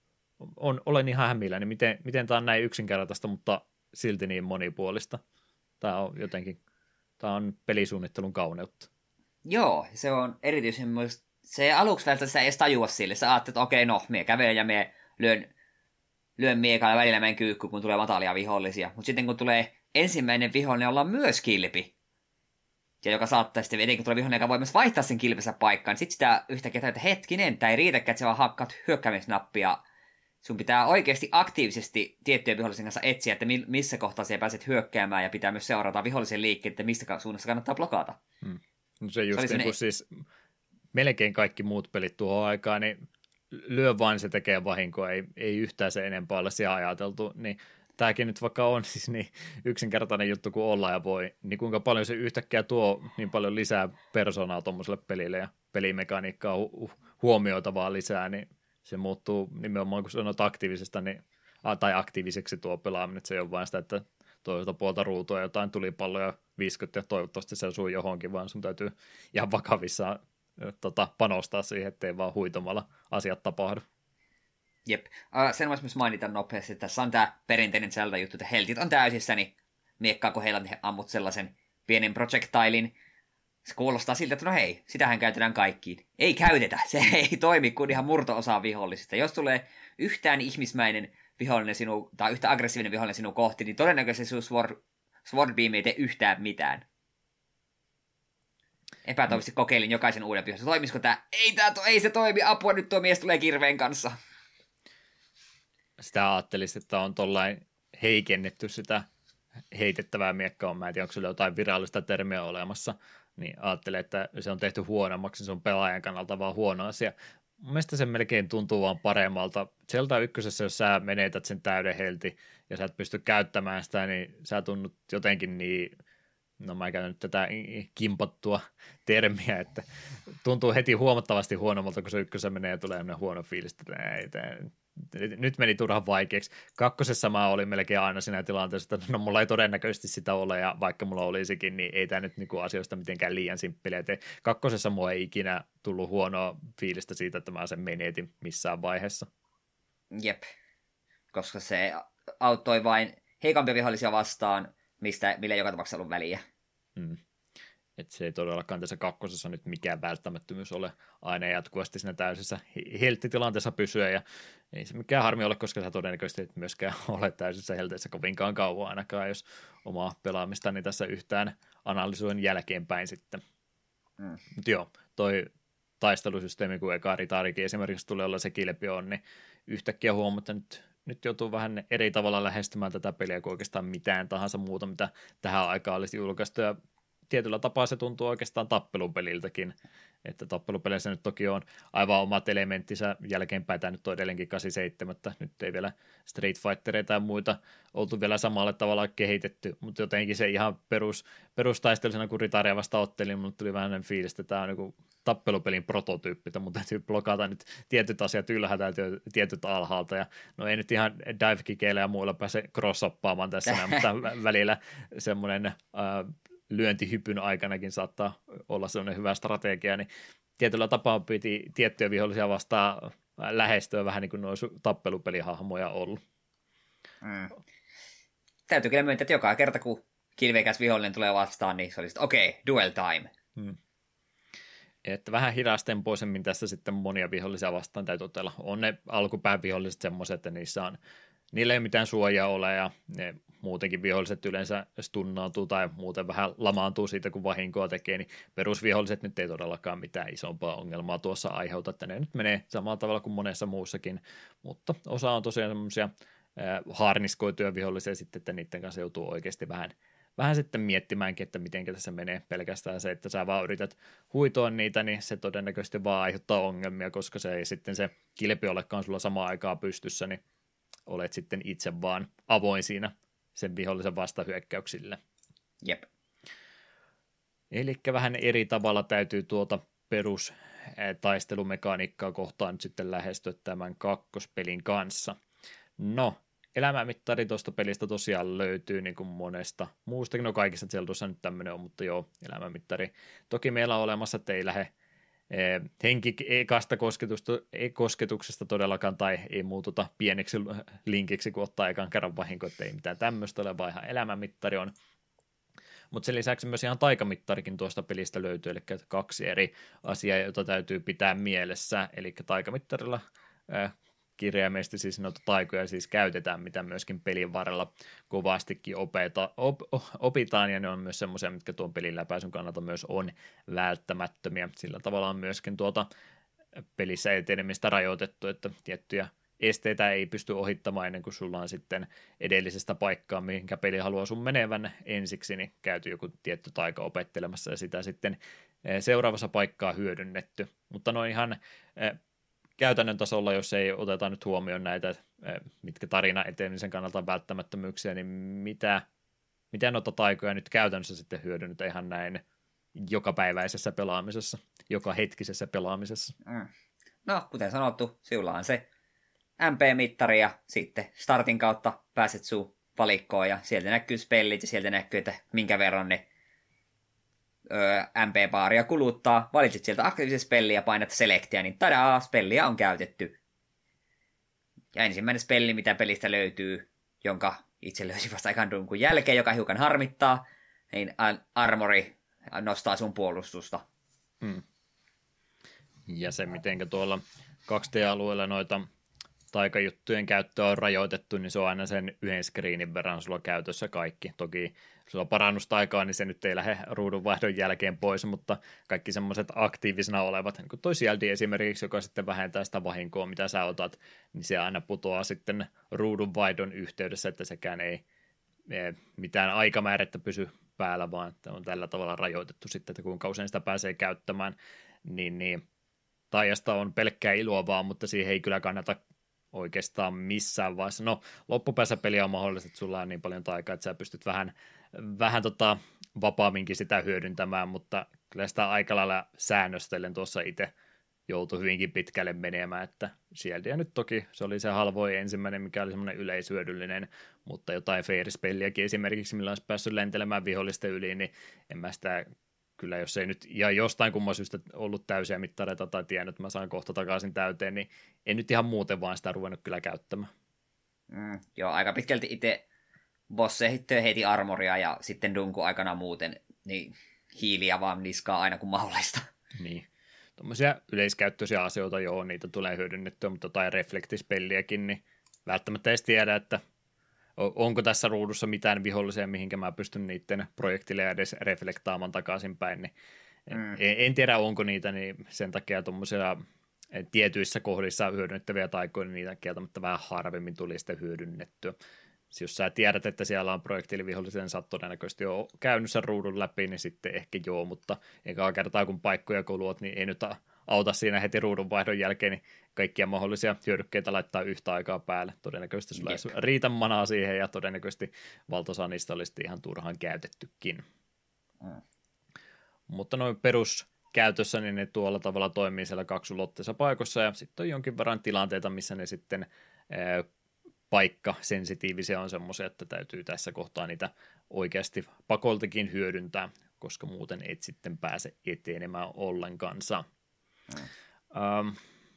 on, olen ihan hämillä, niin miten, miten tämä on näin yksinkertaista, mutta silti niin monipuolista. Tämä on jotenkin, tämä on pelisuunnittelun kauneutta. Joo, se on erityisen myös, se aluksi välttämättä sitä ei edes tajua sille. Sä ajattelet, että okei, no, mie kävelen ja mie lyön, lyön miekalla ja välillä menen kyykky, kun tulee matalia vihollisia. Mutta sitten kun tulee ensimmäinen vihollinen, jolla on myös kilpi, ja joka saattaa sitten, etenkin tulee vihollinen, joka voi myös vaihtaa sen kilpensä paikkaan, niin sitten sitä yhtäkkiä tajua, että hetkinen, tämä ei riitäkään, että sä vaan hakkaat hyökkäämisnappia. Sun pitää oikeasti aktiivisesti tiettyjen vihollisen kanssa etsiä, että missä kohtaa sä pääset hyökkäämään, ja pitää myös seurata vihollisen liikkeet, että mistä suunnassa kannattaa blokata. Hmm. No se just se niin kuin siis melkein kaikki muut pelit tuohon aikaan, niin lyö vain se tekee vahinkoa, ei, ei yhtään se enempää ole siellä ajateltu, niin tämäkin nyt vaikka on siis niin yksinkertainen juttu kuin olla ja voi, niin kuinka paljon se yhtäkkiä tuo niin paljon lisää persoonaa tuommoiselle pelille ja pelimekaniikkaa hu- huomioitavaa lisää, niin se muuttuu nimenomaan, kun sanot aktiivisesta, niin, tai aktiiviseksi tuo pelaaminen, että se ei ole vain sitä, että toiselta puolta ruutua jotain tulipalloja viisikymmentä ja toivottavasti se osuu johonkin, vaan sun täytyy ihan vakavissaan tota, panostaa siihen, ettei vaan huitomalla asiat tapahdu. Jep. Uh, sen voisi myös mainita nopeasti, että tässä on tämä perinteinen Zelda-juttu, että heltit on täysissä, niin miekkaa kun heillä ammut sellaisen pienen projectilin Se kuulostaa siltä, että no hei, sitähän käytetään kaikkiin. Ei käytetä, se ei toimi kuin ihan murto-osa vihollisista. Jos tulee yhtään ihmismäinen vihollinen sinu, tai yhtä aggressiivinen vihollinen sinun kohti, niin todennäköisesti sinun sword, sword beam ei tee yhtään mitään. Epätoivoisesti kokeilin jokaisen uuden vihollisen. Toimisiko tämä? Ei, tää to- ei se toimi, apua, nyt tuo mies tulee kirveen kanssa. Sitä ajattelisit, että on tollain heikennetty sitä heitettävää miekkaa. Mä en tiedä, onko sillä jotain virallista termiä olemassa. Niin ajattelen, että se on tehty huonommaksi, se on pelaajan kannalta vaan huono asia. Mun mielestä se melkein tuntuu vaan paremmalta. Zelda ykkösessä, jos sä menetät sen täyden helti ja sä et pysty käyttämään sitä, niin sä tunnut jotenkin niin, no mä käytän nyt tätä kimpattua termiä, että tuntuu heti huomattavasti huonommalta, kun se ykkösessä menee ja tulee huono fiilis, että ei, nyt meni turhan vaikeaksi. Kakkosessa mä olin melkein aina siinä tilanteessa, että no mulla ei todennäköisesti sitä ole, ja vaikka mulla olisikin, niin ei tämä nyt niinku asioista mitenkään liian simppeliä. Kakkosessa mulla ei ikinä tullut huonoa fiilistä siitä, että mä sen menetin missään vaiheessa. Jep, koska se auttoi vain heikompia vihollisia vastaan, mistä, millä ei joka tapauksessa ollut väliä. Hmm. Että se ei todellakaan tässä kakkosessa nyt mikään välttämättömyys ole aina jatkuvasti siinä täysessä helttitilanteessa pysyä, ja ei se mikään harmi ole, koska sä todennäköisesti et myöskään ole täysessä helteissä kovinkaan kauan ainakaan, jos omaa pelaamistani tässä yhtään analysoin jälkeenpäin sitten. Mm. Mutta joo, toi taistelusysteemi, kun eka ritaarikin esimerkiksi tulee olla se kilpi on, niin yhtäkkiä huomaa, että nyt, nyt joutuu vähän eri tavalla lähestymään tätä peliä kuin oikeastaan mitään tahansa muuta, mitä tähän aikaan olisi julkaistu, ja tietyllä tapaa se tuntuu oikeastaan tappelupeliltäkin, että tappelupeleissä nyt toki on aivan omat elementtinsä jälkeenpäin, tämä nyt on edelleenkin kahdeksankymmentäseitsemän, nyt ei vielä Street Fightereita ja muita oltu vielä samalla tavalla kehitetty, mutta jotenkin se ihan perus, perustaistelusena, kun Ritaria vasta ottelin, niin mulle tuli vähän fiilis, että tämä on niin tappelupelin prototyyppi, mutta täytyy blokata nyt tietyt asiat ylhäältä ja tietyt alhaalta, ja no ei nyt ihan dive-kikeillä ja muilla pääse cross-oppaamaan tässä, mutta välillä semmoinen äh, lyöntihypyn aikanakin saattaa olla sellainen hyvä strategia, niin tietyllä tapaa piti tiettyjä vihollisia vastaan lähestyä vähän niin kuin nuo tappelupelihahmoja ollut. Mm. Täytyy kyllä myöntää, että joka kerta kun kilveikäs vihollinen tulee vastaan, niin se oli sitten okei, okay, duel time. Mm. Että vähän hidastempoisemmin tässä sitten monia vihollisia vastaan täytyy otella. On ne alkupään viholliset semmoiset, että niissä on, niillä ei mitään suojaa ole, ja ne muutenkin viholliset yleensä stunnautuu tai muuten vähän lamaantuu siitä, kun vahinkoa tekee, niin perusviholliset nyt ei todellakaan mitään isompaa ongelmaa tuossa aiheuta, että ne nyt menee samalla tavalla kuin monessa muussakin, mutta osa on tosiaan semmoisia harniskoituja vihollisia sitten, että niiden kanssa joutuu oikeasti vähän, vähän sitten miettimäänkin, että miten tässä menee pelkästään se, että sä vaan yrität huitoa niitä, niin se todennäköisesti vaan aiheuttaa ongelmia, koska se ei sitten se kilpi olekaan sulla samaan aikaan pystyssä, niin olet sitten itse vaan avoin siinä sen vihollisen vastahyökkäyksille. Jep. Elikkä vähän eri tavalla täytyy tuota perustaistelumekaniikkaa kohtaan nyt sitten lähestyä tämän kakkospelin kanssa. No, elämänmittari tuosta pelistä tosiaan löytyy niin kuin monesta muustakin. No kaikissa Zeldossa nyt tämmöinen on, mutta joo, elämänmittari. Toki meillä on olemassa, että ei lähde henki ekasta kosketuksesta todellakaan tai ei muututa pieneksi linkiksi, kun ottaa ekan kerran vahinko, että ei mitään tämmöistä ole, vaan ihan elämänmittari on. Mutta sen lisäksi myös ihan taikamittarikin tuosta pelistä löytyy, eli kaksi eri asiaa, joita täytyy pitää mielessä, eli taikamittarilla äh, kirjaimellisesti siis noita taikoja siis käytetään, mitä myöskin pelin varrella kovastikin opeta, op, opitaan, ja ne on myös semmoisia, mitkä tuon pelin läpäisyn kannalta myös on välttämättömiä. Sillä tavalla on myöskin tuota pelissä etenemistä rajoitettu, että tiettyjä esteitä ei pysty ohittamaan ennen kuin sulla on sitten edellisestä paikkaa, mihinkä peli haluaa sun menevän ensiksi, niin käyty joku tietty taika opettelemassa ja sitä sitten seuraavassa paikkaa hyödynnetty. Mutta no ihan käytännön tasolla, jos ei oteta nyt huomioon näitä, mitkä tarina etenemisen kannalta on välttämättömyyksiä, niin mitä, mitä noita taikoja nyt käytännössä sitten hyödynnetä ihan näin jokapäiväisessä pelaamisessa, joka hetkisessä pelaamisessa? Mm. No, kuten sanottu, sinulla on se M P-mittari ja sitten startin kautta pääset sun valikkoon ja sieltä näkyy spellit ja sieltä näkyy, että minkä verran ne öö, M P-baaria kuluttaa. Valitset sieltä aktiivisen spellin ja painat selectia, niin tadaa, spelliä on käytetty. Ja ensimmäinen spelli, mitä pelistä löytyy, jonka itse löysin vasta aikaan dunkun jälkeen, joka hiukan harmittaa, niin Armori nostaa sun puolustusta. Hmm. Ja se, mitenkä tuolla kaksi D-alueella noita taikajuttujen käyttöä on rajoitettu, niin se on aina sen yhden screenin verran sulla käytössä kaikki. Toki sulla on parannustaikaa, niin se nyt ei lähde ruudunvaihdon jälkeen pois, mutta kaikki semmoiset aktiivisena olevat, niin kuin toi C L D esimerkiksi, joka sitten vähentää sitä vahinkoa, mitä sä otat, niin se aina putoaa sitten ruudunvaihdon yhteydessä, että sekään ei, ei mitään aikamäärettä pysy päällä, vaan että on tällä tavalla rajoitettu sitten, että kuinka usein sitä pääsee käyttämään, niin, niin taijasta on pelkkää iloa vaan, mutta siihen ei kyllä kannata oikeastaan missään vaiheessa. No, loppupäässä peliä on mahdollista, että sulla on niin paljon taikaa, että sä pystyt vähän, vähän tota vapaamminkin sitä hyödyntämään, mutta kyllä sitä aika lailla säännöstellen tuossa itse joutui hyvinkin pitkälle menemään, että sieltä nyt toki se oli se halvoin ensimmäinen, mikä oli semmoinen yleishyödyllinen, mutta jotain Fairies-peliäkin esimerkiksi, millä olisi päässyt lentelemään vihollisten yli, niin en mä sitä kyllä, jos ei nyt ja jostain kumman syystä ollut täysiä mittareita tai tiennyt, että mä saan kohta takaisin täyteen, niin en nyt ihan muuten vaan sitä ruvennut kyllä käyttämään. Mm, joo, aika pitkälti itse bosseihin heiti armoria ja sitten dunku aikana muuten, niin hiiliä vaan niskaa aina kun mahdollista. Niin, tuommoisia yleiskäyttöisiä asioita, joo, niitä tulee hyödynnettyä, mutta jotain reflektispelliäkin, niin välttämättä edes tiedä, että onko tässä ruudussa mitään vihollisia, mihinkä mä pystyn niiden projektille edes reflektaamaan takaisinpäin, niin mm. en, en tiedä, onko niitä, niin sen takia tuommoisia tietyissä kohdissa hyödynnettäviä taikoja, niin niitä kieltämättä vähän harvemmin tuli sitten hyödynnettyä. Siis jos sä tiedät, että siellä on projektiilivihollisia, niin sä oot todennäköisesti jo käynyt sen ruudun läpi, niin sitten ehkä joo, mutta eikä kertaa kun paikkoja kun luot, niin ei nyt auta siinä heti ruudunvaihdon jälkeen, niin kaikkia mahdollisia hyödykkeitä laittaa yhtä aikaa päälle. Todennäköisesti sulla ei riitä manaa siihen, ja todennäköisesti valtaosa niistä olisi ihan turhaan käytettykin. Mm. Mutta noin peruskäytössä, niin ne tuolla tavalla toimii siellä kaksulotteissa paikoissa, ja sitten on jonkin verran tilanteita, missä ne sitten ää, paikkasensitiivisiä on semmoisia, että täytyy tässä kohtaa niitä oikeasti pakoltakin hyödyntää, koska muuten et sitten pääse etenemään ollenkansa. Mm. Um,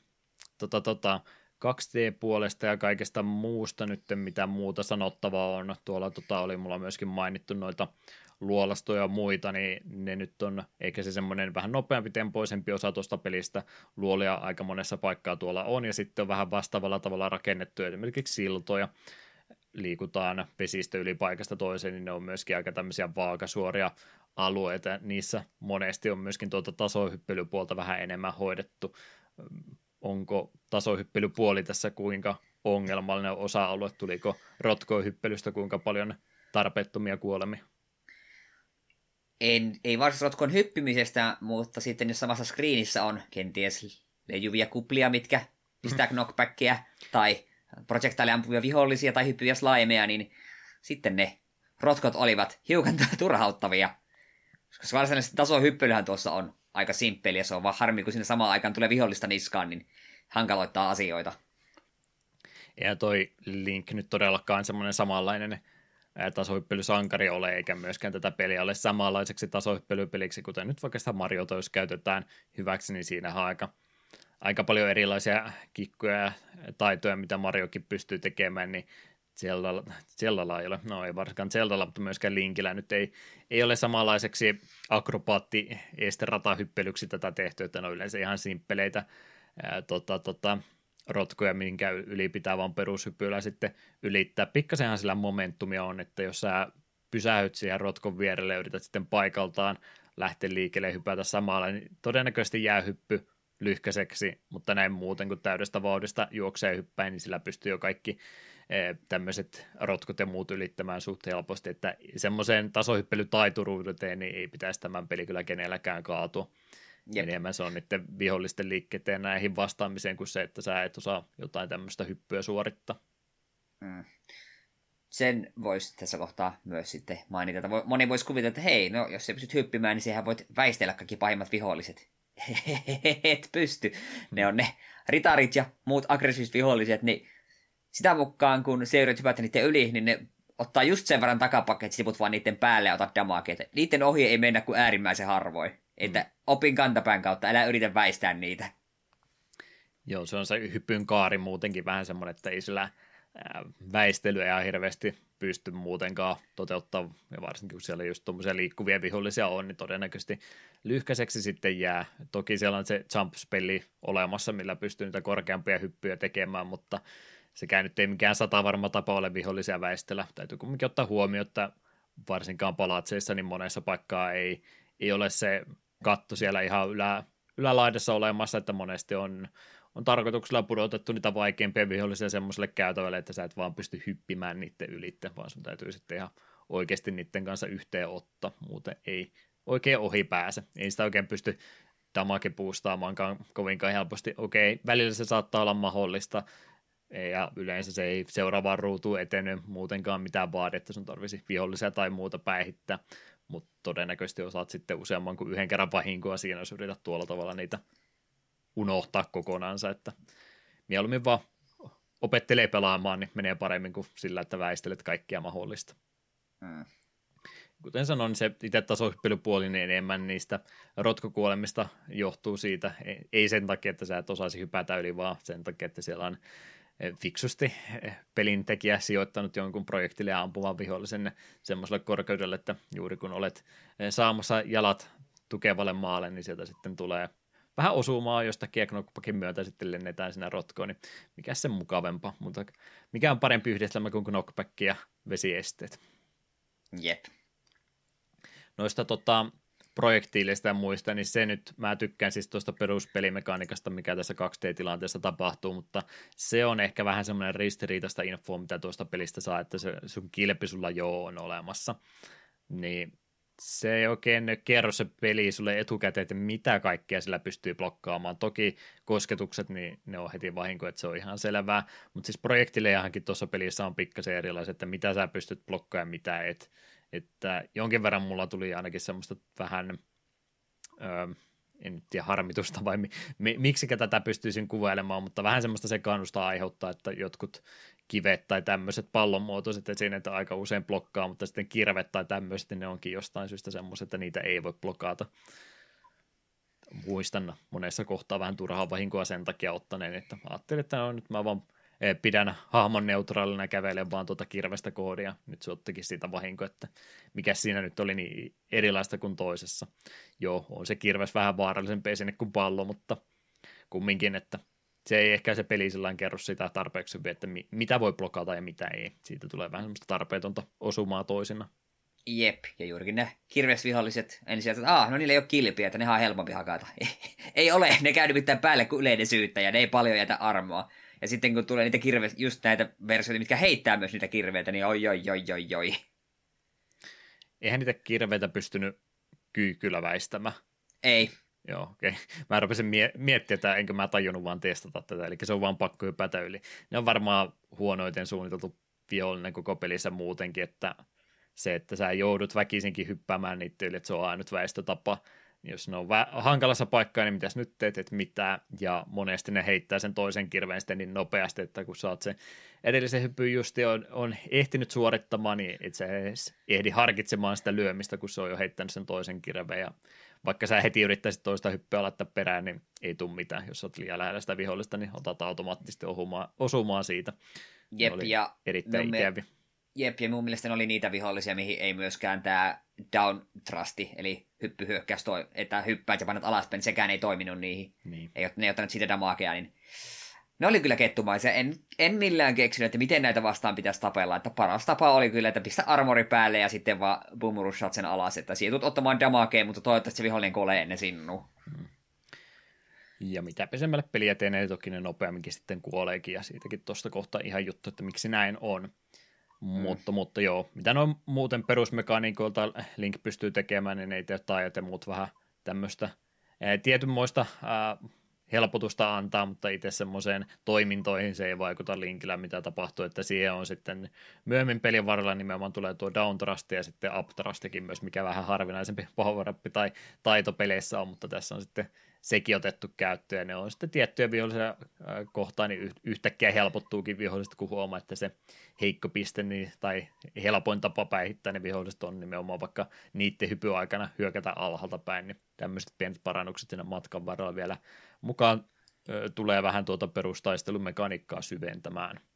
tota, tota, kaksi D-puolesta ja kaikesta muusta nyt, mitä muuta sanottavaa on. Tuolla tota, oli mulla myöskin mainittu noita luolastoja ja muita, niin ne nyt on, eikä se semmoinen vähän nopeampi tempoisempi osa tuosta pelistä, luolia aika monessa paikkaa tuolla on, ja sitten on vähän vastaavalla tavalla rakennettu esimerkiksi siltoja, liikutaan vesistä yli paikasta toiseen, niin ne on myöskin aika tämmöisiä vaakasuoria alueita, niissä monesti on myöskin tuota tasohyppelypuolta vähän enemmän hoidettu. Onko tasohyppelypuoli tässä kuinka ongelmallinen osa-alue, tuliko rotkohyppelystä kuinka paljon tarpeettomia kuolemia? En, ei varsinaisesti rotkon hyppimisestä, mutta sitten jos samassa screenissä on kenties leijuvia kuplia, mitkä pistää knockbackia, tai projectile ampuvia vihollisia tai hyppiviä slimeja, niin sitten ne rotkot olivat hiukan turhauttavia. Koska varsinaisesti tasohyppelyhän tuossa on aika simppeli, ja se on vaan harmi, kun sinne samaan aikaan tulee vihollista niskaan, niin hankaloittaa asioita. Ja toi Link nyt todellakaan semmoinen samanlainen tasohyppelysankari ole, eikä myöskään tätä peliä ole samanlaiseksi tasohyppelypeliksi, kuten nyt vaikka sitä Mariota, jos käytetään hyväksi, niin siinä on aika, aika paljon erilaisia kikkoja ja taitoja, mitä Mariokin pystyy tekemään, niin Zeldalla ei ole, no ei varsinkaan Zeldalla, mutta myöskään Linkillä nyt ei, ei ole samanlaiseksi akrobaatti esteratahyppelyksi tätä tehty, että ne on yleensä ihan simppeleitä ää, tota, tota, rotkoja, minkä yli pitää vaan perushyppyillä sitten ylittää. Pikkasenhan sillä momentumia on, että jos sä pysähyt siihen rotkon vierelle ja yrität sitten paikaltaan lähteä liikkeelle ja hypätä samalla, niin todennäköisesti jää hyppy lyhkäiseksi, mutta näin muuten kuin täydestä vauhdista juoksee hyppäin, niin sillä pystyy jo kaikki tämmöiset rotkot ja muut ylittämään suht helposti, että semmoiseen tasohyppelytaituruuteen niin ei pitäisi tämän peli kyllä kenelläkään kaatua. Jep. Enemmän se on niiden vihollisten liikkeiden näihin vastaamiseen kuin se, että sä et osaa jotain tämmöistä hyppyä suorittaa. Mm. Sen voisi tässä kohtaa myös sitten mainita, että moni voisi kuvitella, että hei, no jos sä pystyt hyppimään, niin sehän voit väistellä kaikki pahimmat viholliset. Et pysty. Ne on ne ritarit ja muut aggressiiviset viholliset, niin sitä mukaan, kun seurat hypätä niiden yli, niin ne ottaa just sen verran takapakkeet, että siput vaan niiden päälle ja otat damakeita. Niiden ohi ei mennä kuin äärimmäisen harvoin. Että mm. opin kantapään kautta, älä yritä väistää niitä. Joo, se on se hypyn kaari muutenkin vähän semmoinen, että ei sillä väistelyä ihan hirveästi pysty muutenkaan toteuttamaan, ja varsinkin kun siellä just tuommoisia liikkuvia vihollisia on, niin todennäköisesti lyhkäiseksi sitten jää. Toki siellä on se jump-spelli olemassa, millä pystyy niitä korkeampia hyppyjä tekemään, mutta sekään nyt ei mikään satavarma tapa ole vihollisia väistellä. Täytyy kuitenkin ottaa huomioon, että varsinkaan palatseissa niin monessa paikkaa ei, ei ole se katto siellä ihan ylä, ylälaidassa olemassa, että monesti on, on tarkoituksella pudotettu niitä vaikeimpia vihollisia semmoiselle käytävälle, että sä et vaan pysty hyppimään niiden ylitte, vaan sun täytyy sitten ihan oikeasti niiden kanssa yhteen ottaa, muuten ei oikein ohi pääse. Ei sitä oikein pysty damage boostaamaan kovinkaan helposti. Okei, välillä se saattaa olla mahdollista, ja yleensä se ei seuraavaan ruutuun etene muutenkaan mitään vaadi, että sun tarvisi vihollisia tai muuta päihittää, mutta todennäköisesti osaat sitten useamman kuin yhden kerran vahinkoa siinä, jos yrität tuolla tavalla niitä unohtaa kokonaansa, että mieluummin vaan opettelee pelaamaan, niin menee paremmin kuin sillä, että väistelet kaikkia mahdollista. Hmm. Kuten sanoin, se itse tasohyppelypuoli niin enemmän niistä rotkokuolemista johtuu siitä, ei sen takia, että sä et osaisi hypätä yli, vaan sen takia, että siellä on fiksusti pelintekijä sijoittanut jonkun projektille ja ampuvan vihollisen semmoiselle korkeudelle, että juuri kun olet saamassa jalat tukevalle maalle, niin sieltä sitten tulee vähän osumaan jostakin ja knockbackin myötä sitten lennetään sinä rotkoon, niin mikä sen mukavempaa, mutta mikä on parempi yhdistelmä kuin knockback ja vesiesteet. Jep. Noista tota, projektiileista ja muista, niin se nyt, mä tykkään siis tuosta peruspelimekaanikasta, mikä tässä kaksi D-tilanteessa tapahtuu, mutta se on ehkä vähän semmoinen ristiriitaista infoa, mitä tuosta pelistä saa, että se sun kilpi sulla jo on olemassa, niin se ei oikein kerro se peli sulle etukäteen, että mitä kaikkea sillä pystyy blokkaamaan. Toki kosketukset, niin ne on heti vahinko, että se on ihan selvää, mutta siis projektilejahankin tuossa pelissä on pikkasen erilaiset, että mitä sä pystyt blokkaamaan ja mitä et. Että jonkin verran mulla tuli ainakin semmoista vähän, öö, en nyt tiedä harmitusta vai mi, mi, miksikä tätä pystyisin kuvailemaan, mutta vähän semmoista sekaannusta aiheuttaa, että jotkut kivet tai tämmöiset pallonmuotoiset, että siinä että aika usein blokkaa, mutta sitten kirvet tai tämmöiset, niin ne onkin jostain syystä semmoiset, että niitä ei voi blokata. Muistan monessa kohtaa vähän turhaa vahinkoa sen takia ottaneen, että ajattelin, että no, nyt mä vaan pidän hahmon neutraalina ja kävelen vaan tuota kirvestä koodia. Nyt se ottikin siitä vahinko, että mikä siinä nyt oli niin erilaista kuin toisessa. Joo, on se kirves vähän vaarallisempi sinne kuin pallo, mutta kumminkin, että se ei ehkä se peli sillä kerro sitä tarpeeksi hyvin, että mitä voi blokata ja mitä ei. Siitä tulee vähän semmoista tarpeetonta osumaa toisina. Jep, ja juurikin ne kirvesviholliset ensin sieltä, että ah, no niillä ei ole kilpiä, että ne on helpompi hakata. Ei ole, ne käy nimittäin päälle kuin yleinen syyttäjä, ne ei paljon jätä armoa. Ja sitten kun tulee niitä kirve, just näitä versioita, mitkä heittää myös niitä kirveitä, niin oi, oi, oi, oi, oi. Eihän niitä kirveitä pystynyt kyykyllä väistämään. Ei. Joo, okei. Okay. Mä rupesin mie- miettimään, että enkö mä tajunnut vaan testata tätä, eli se on vaan pakko hypätä yli. Ne on varmaan huonoiten suunniteltu vihollinen koko pelissä muutenkin, että se, että sä joudut väkisinkin hyppäämään niitä yli, että se on ainut väistötapa. Jos ne on vä- hankalassa paikkaa, niin mitäs nyt teet, että mitä, ja monesti ne heittää sen toisen kirveen sitten niin nopeasti, että kun sä oot sen edellisen hyppyn justi on, on ehtinyt suorittamaan, niin et sä edes ehdi harkitsemaan sitä lyömistä, kun se on jo heittänyt sen toisen kirveen, ja vaikka sä heti yrittäisit toista hyppyä laittaa perään, niin ei tule mitään, jos oot liian lähellä sitä vihollista, niin otat automaattisesti osumaan, osumaan siitä. Jep, ja erittäin ikäviä. Jep, ja mun mielestä ne oli niitä vihollisia, mihin ei myöskään tämä down thrusti, eli hyppyhyökkäys, toi, että hyppäät ja painat alaspäin, niin sekään ei toiminut niihin. Niin. Ei, ne ei ottanut siitä damagea, niin ne oli kyllä kettumaisia. En, en millään keksinyt, että miten näitä vastaan pitäisi tapella. Että paras tapa oli kyllä, että pistä armori päälle ja sitten vaan boomurushat sen alas, että siitä tulet ottamaan damagea, mutta toivottavasti se vihollinen kuolee ennen sinua. Hmm. Ja mitä pesemmälle peliä etenee, toki ne nopeamminkin sitten kuoleekin, ja siitäkin tuosta kohtaa ihan juttu, että miksi näin on. Mm. Mutta, mutta joo, mitä noin muuten perusmekaniikoilta Link pystyy tekemään, niin ei tee taajat ja muut vähän tämmöistä tietynmoista ää, helpotusta antaa, mutta itse semmoiseen toimintoihin se ei vaikuta Linkillä, mitä tapahtuu, että siihen on sitten myöhemmin pelin varrella nimenomaan tulee tuo down thrust ja sitten up thrustikin myös, mikä vähän harvinaisempi power up tai taito peleissä on, mutta tässä on sitten sekin otettu käyttöön, ja ne on sitten tiettyjä vihollisia kohtaan, niin yhtäkkiä helpottuukin viholliset, kun huomaa, että se heikko piste niin, tai helpoin tapa päihittää ne viholliset on nimenomaan vaikka niiden hypyn aikana hyökätä alhaalta päin, niin tämmöiset pienet parannukset siinä matkan varrella vielä mukaan ö, tulee vähän tuota perustaistelumekaniikkaa syventämään.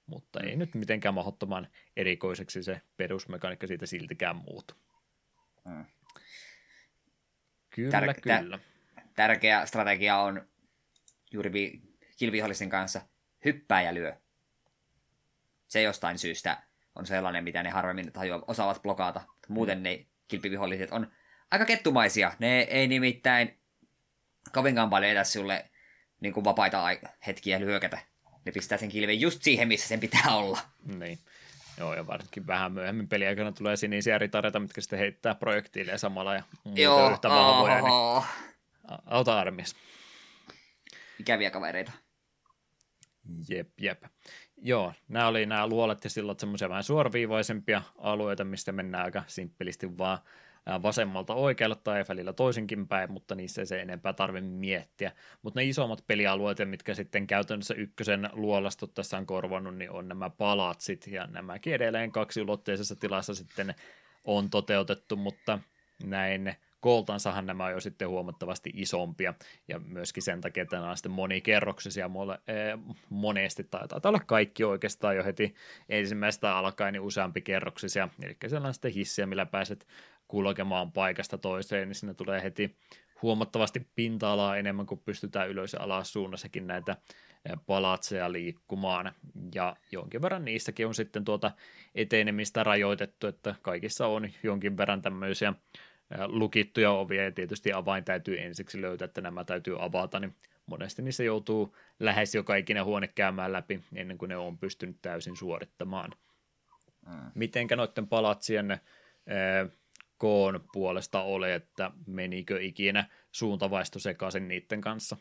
mutta ei nyt mitenkään mahdottoman erikoiseksi se perusmekaniikka siitä siltikään muutu. Mm. Kyllä, Tär- kyllä. Tär- tärkeä strategia on juuri vi- kilvihollisten kanssa hyppää ja lyö. Se jostain syystä on sellainen, mitä ne harvemmin tajua, osaavat blokata. Muuten mm. ne kilpiviholliset on aika kettumaisia. Ne ei nimittäin kovinkaan paljon etä sulle niin kuin vapaita hetkiä hyökätä. Ne pistää sen kilven just siihen, missä sen pitää olla. Niin. Joo, ja varsinkin vähän myöhemmin peliaikana tulee sinisiä ritareita, mitkä sitten heittää projektiileja samalla ja muuta yhtä vahvoja. Niin auta armies. Ikäviä kavereita. Jep, jep. Joo, nämä oli nämä luolat ja silloin semmoisia vähän suoraviivaisempia alueita, mistä mennään aika simppelisti vaan vasemmalta oikealle tai välillä toisinkin päin, mutta niissä ei se enempää tarvitse miettiä. Mutta ne isommat pelialueet, mitkä sitten käytännössä ykkösen luolastot tässä on korvannut, niin on nämä palatsit, ja nämäkin edelleen kaksiulotteisessa tilassa sitten on toteutettu, mutta näin kooltansahan nämä on jo sitten huomattavasti isompia, ja myöskin sen takia, että nämä on sitten monikerroksisia, mulle, eh, monesti taitaa olla kaikki oikeastaan jo heti ensimmäistä alkaen niin useampi kerroksisia, eli siellä on sitten hissiä, millä pääset kulkemaan paikasta toiseen, niin siinä tulee heti huomattavasti pinta-alaa enemmän, kuin pystytään ylös ja alas suunnassakin näitä palatseja liikkumaan, ja jonkin verran niissäkin on sitten tuota etenemistä rajoitettu, että kaikissa on jonkin verran tämmöisiä lukittuja ovia, ja tietysti avain täytyy ensiksi löytää, että nämä täytyy avata, niin monesti niissä joutuu lähes joka ikinen huone käymään läpi, ennen kuin ne on pystynyt täysin suorittamaan. Mm. Mitenkä noiden palatsien äh, koon puolesta ole, että menikö ikinä suuntavaisto sekaisin niiden kanssa?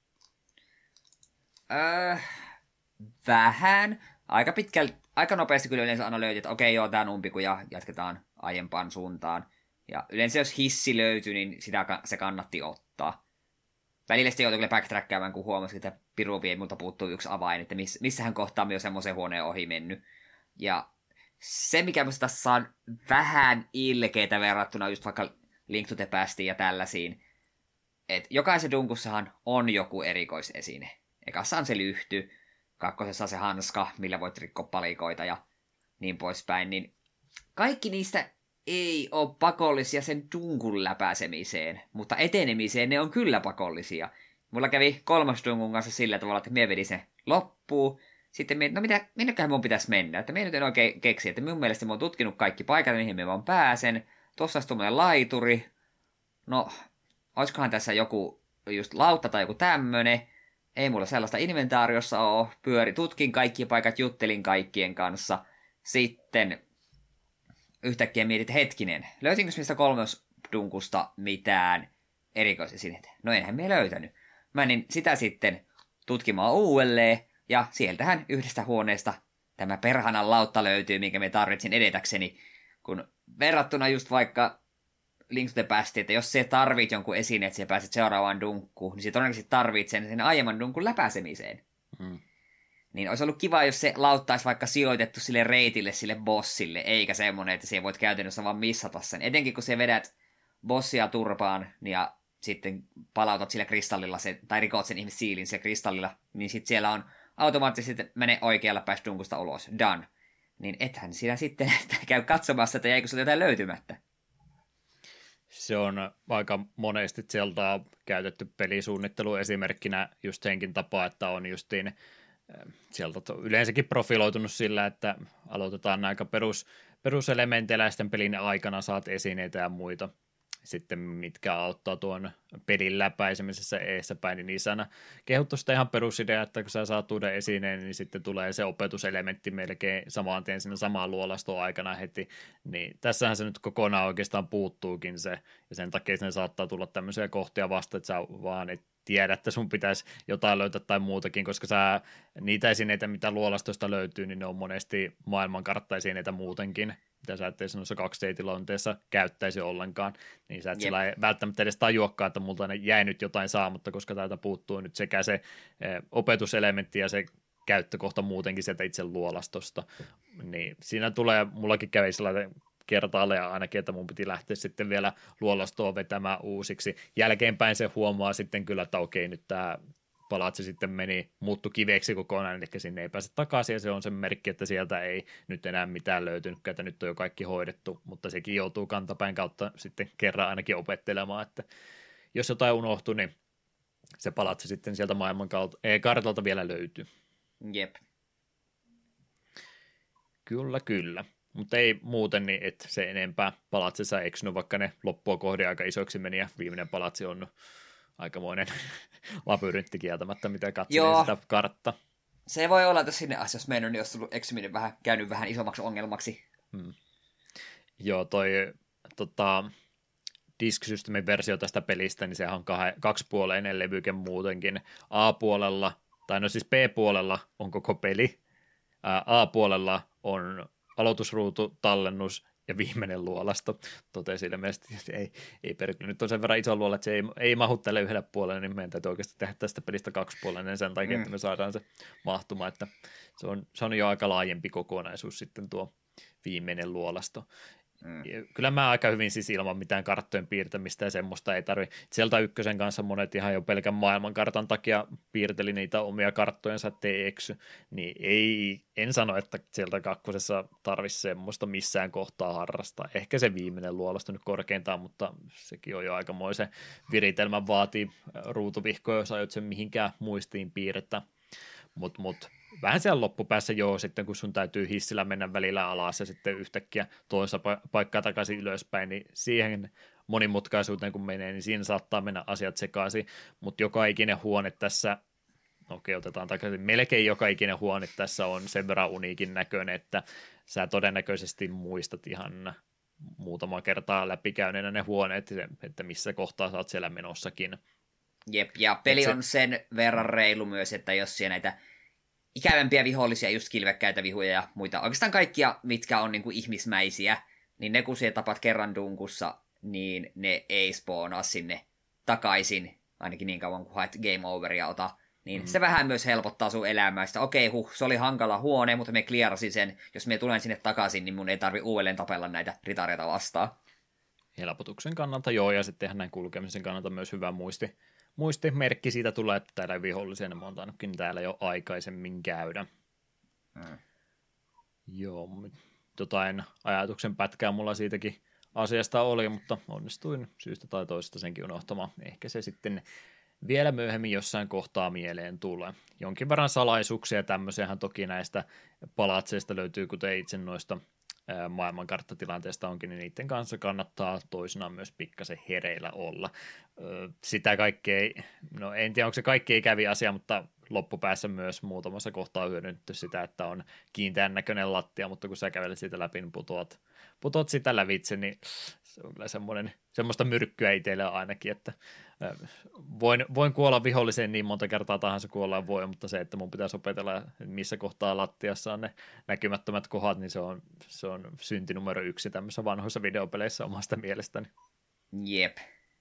Äh, vähän. Aika pitkällä, aika nopeasti kyllä yleensä aina löytyy, että okei, joo, tää on umpiku ja jatketaan aiempaan suuntaan. Ja yleensä jos hissi löytyi, niin sitä se kannatti ottaa. Välillä sitten joutui kyllä backtrackkäämään, kun huomasi, että piru vie, multa puuttuu yksi avain, että miss, missähän kohtaa me jo semmoisen huoneen ohi mennyt. Ja se, mikä minusta tässä on vähän ilkeitä verrattuna just vaikka Link to the Pastiin ja tällaisiin, että jokaisen dunkussahan on joku erikoisesine. Ekassa on se lyhty, kakkosessa on se hanska, millä voit rikkoa palikoita ja niin poispäin, niin kaikki niistä ei ole pakollisia sen dunkun läpäisemiseen, mutta etenemiseen ne on kyllä pakollisia. Mulla kävi kolmas dunkun kanssa sillä tavalla, että mie vedin sen loppuun. Sitten mietin, no mitä, minnekähän mun pitäisi mennä? Että mie nyt en oikein keksi, että minun mielestä mä oon tutkinut kaikki paikat, mihin mä vaan pääsen. Tuossa olisi tuommoinen laituri. No, olisikohan tässä joku just lautta tai joku tämmönen. Ei mulla sellaista inventaariossa ole. Pyöri, tutkin kaikki paikat, juttelin kaikkien kanssa. Sitten yhtäkkiä mietit, hetkinen, löytinkö mistä kolmosdunkusta mitään erikoisesineitä? No enhän me löytänyt. Mä menin sitä sitten tutkimaan uudelleen, ja sieltähän yhdestä huoneesta tämä perhanan lautta löytyy, minkä me tarvitsin edetäkseni, kun verrattuna just vaikka Link to the Pastiin, että jos se tarvit jonkun esineen, että sä pääset seuraavaan dunkkuun, niin se todennäköisesti tarvitset sen, sen aiemman dunkun läpäisemiseen. Hmm. Niin olisi ollut kiva, jos se lautta olisi vaikka sijoitettu sille reitille, sille bossille, eikä semmoinen, että se voit käytännössä vaan missata sen. Etenkin kun se vedät bossia turpaan ja sitten palautat sillä kristallilla, se, tai rikot sen ihmissiilin sillä kristallilla, niin sitten siellä on automaattisesti mene oikealla päästä dunkusta ulos. Done. Niin ethän sinä sitten käy katsomassa, että jäikö sinulle jotain löytymättä. Se on aika monesti sieltä käytetty pelisuunnittelu esimerkkinä just senkin tapaa, että on justiin sieltä on yleensäkin profiloitunut sillä, että aloitetaan aika perus, peruselementeillä ja sitten pelin aikana saat esineitä ja muita sitten, mitkä auttaa tuon pelin läpäisemisessä eessäpäin, niin niissä aina kehuttu sitä ihan perusidea, että kun sä saat uuden esineen, niin sitten tulee se opetuselementti melkein samaan tien siinä samaan luolastoon aikana heti, niin tässähän se nyt kokonaan oikeastaan puuttuukin se, ja sen takia sen saattaa tulla tämmöisiä kohtia vasta, että sä vaan et tiedä, että sun pitäisi jotain löytää tai muutakin, koska sä, niitä esineitä, mitä luolastosta löytyy, niin ne on monesti maailmankartta-esineitä muutenkin, mitä sä ettei sanossa kaksi D-tilanteessa käyttäisi ollenkaan, niin sä et sillä ei välttämättä edes tajuakaan, että multa jäi nyt jotain saamatta, koska täältä puuttuu nyt sekä se eh, opetuselementti ja se käyttökohta muutenkin sieltä itse luolastosta, niin siinä tulee, mullakin kävi sellainen kertaalleen ainakin, että mun piti lähteä sitten vielä luolastoa vetämään uusiksi. Jälkeenpäin se huomaa sitten kyllä, että okei, nyt tämä palatsi sitten meni, muuttui kiveksi kokonaan, eli sinne ei pääse takaisin, ja se on sen merkki, että sieltä ei nyt enää mitään löytynyt, että nyt on jo kaikki hoidettu, mutta sekin joutuu kantapäin kautta sitten kerran ainakin opettelemaan, että jos jotain unohtuu, niin se palatsi sitten sieltä maailman ei, kartalta vielä löytyy. Jep. Kyllä, kyllä. Mutta ei muuten niin, että se enempää palatsissa eksynyt, vaikka ne loppua kohde aika isoksi meni, ja viimeinen palatsi on aikamoinen labyrintti kieltämättä, mitä katselin sitä kartta. Se voi olla, että sinne asiassa mennyt, niin olisi tullut eksyminen vähän, käynyt vähän isommaksi ongelmaksi. Hmm. Joo, toi tota, Disk Systemin versio tästä pelistä, niin sehän on kah- kaksipuoleinen levyke muutenkin. A-puolella, tai no siis B-puolella on koko peli, A-puolella on aloitusruutu, tallennus ja viimeinen luolasto. Totesi ilmeisesti, että ei, ei perkele. Nyt on sen verran iso luola, että se ei, ei mahu tälle yhdelle puolelle, niin meidän täytyy oikeasti tehdä tästä pelistä kaksipuolinen sen takia, mm. että me saadaan se mahtumaan. Että se, on, se on jo aika laajempi kokonaisuus sitten tuo viimeinen luolasto. Mm. Kyllä mä aika hyvin siis ilman mitään karttojen piirtämistä ja semmoista ei tarvi. Zelda ykkösen kanssa monet ihan jo pelkän maailmankartan takia piirteli niitä omia karttojensa, ettei eksy. Niin ei, en sano, että Zelda kakkosessa tarvitsisi semmoista missään kohtaa harrastaa. Ehkä se viimeinen luolasto nyt korkeintaan, mutta sekin on jo aikamoisen viritelmän vaatii ruutuvihkoja, jos aiot sen mihinkään muistiin piirrettä. Mutta mut, vähän siellä loppupäässä joo, sitten kun sun täytyy hissillä mennä välillä alas ja sitten yhtäkkiä toisessa pa- paikkaa takaisin ylöspäin, niin siihen monimutkaisuuteen kun menee, niin siinä saattaa mennä asiat sekaisin, mutta joka ikinen huone tässä, okei otetaan takaisin, melkein joka ikinen huone tässä on sen verran uniikin näköinen, että sä todennäköisesti muistat ihan muutama kertaa läpikäyneenä ne huoneet, että missä kohtaa sä oot siellä menossakin. Jep, ja peli se... on sen verran reilu myös, että jos siellä näitä ikävämpiä vihollisia, just kilvekkäitä vihuja ja muita, oikeastaan kaikkia, mitkä on niin kuin ihmismäisiä, niin ne kun siellä tapat kerran dunkussa, niin ne ei spoonaa sinne takaisin, ainakin niin kauan kuin haet game overia ota, niin mm-hmm. se vähän myös helpottaa sun elämää. Sitä, okei, huh, se oli hankala huone, mutta me kliarasin sen, jos me tulen sinne takaisin, niin mun ei tarvi uudelleen tapella näitä ritareita vastaan. Helpotuksen kannalta joo, ja sitten näin kulkemisen kannalta myös hyvä muisti. Muistimerkki siitä tulee, että täällä vihollisia, niin mä oon tainnutkin täällä jo aikaisemmin käydä. Hmm. Joo, jotain ajatuksen pätkää mulla siitäkin asiasta oli, mutta onnistuin syystä tai toisesta senkin unohtamaan. Ehkä se sitten vielä myöhemmin jossain kohtaa mieleen tulee. Jonkin verran salaisuuksia tämmöisiähän toki näistä palatseista löytyy, kuten itse noista maailmankarttatilanteesta onkin, niin niiden kanssa kannattaa toisinaan myös pikkasen hereillä olla. Sitä kaikkea, no en tiedä onko se kaikki ikävi asia, mutta loppupäässä myös muutamassa kohtaa on hyödynnetty sitä, että on kiinteän näköinen lattia, mutta kun sä kävelet siitä läpi, niin putoat, putoat sitä lävitse, niin se on kyllä semmoinen, semmoista myrkkyä itselle ainakin, että voin, voin kuolla viholliseen niin monta kertaa tahansa kuollaan voi, mutta se, että mun pitäisi opetella, missä kohtaa lattiassa on ne näkymättömät kohdat, niin se on, se on synti numero yksi tämmöisissä vanhoissa videopeleissä omasta mielestäni. Jep.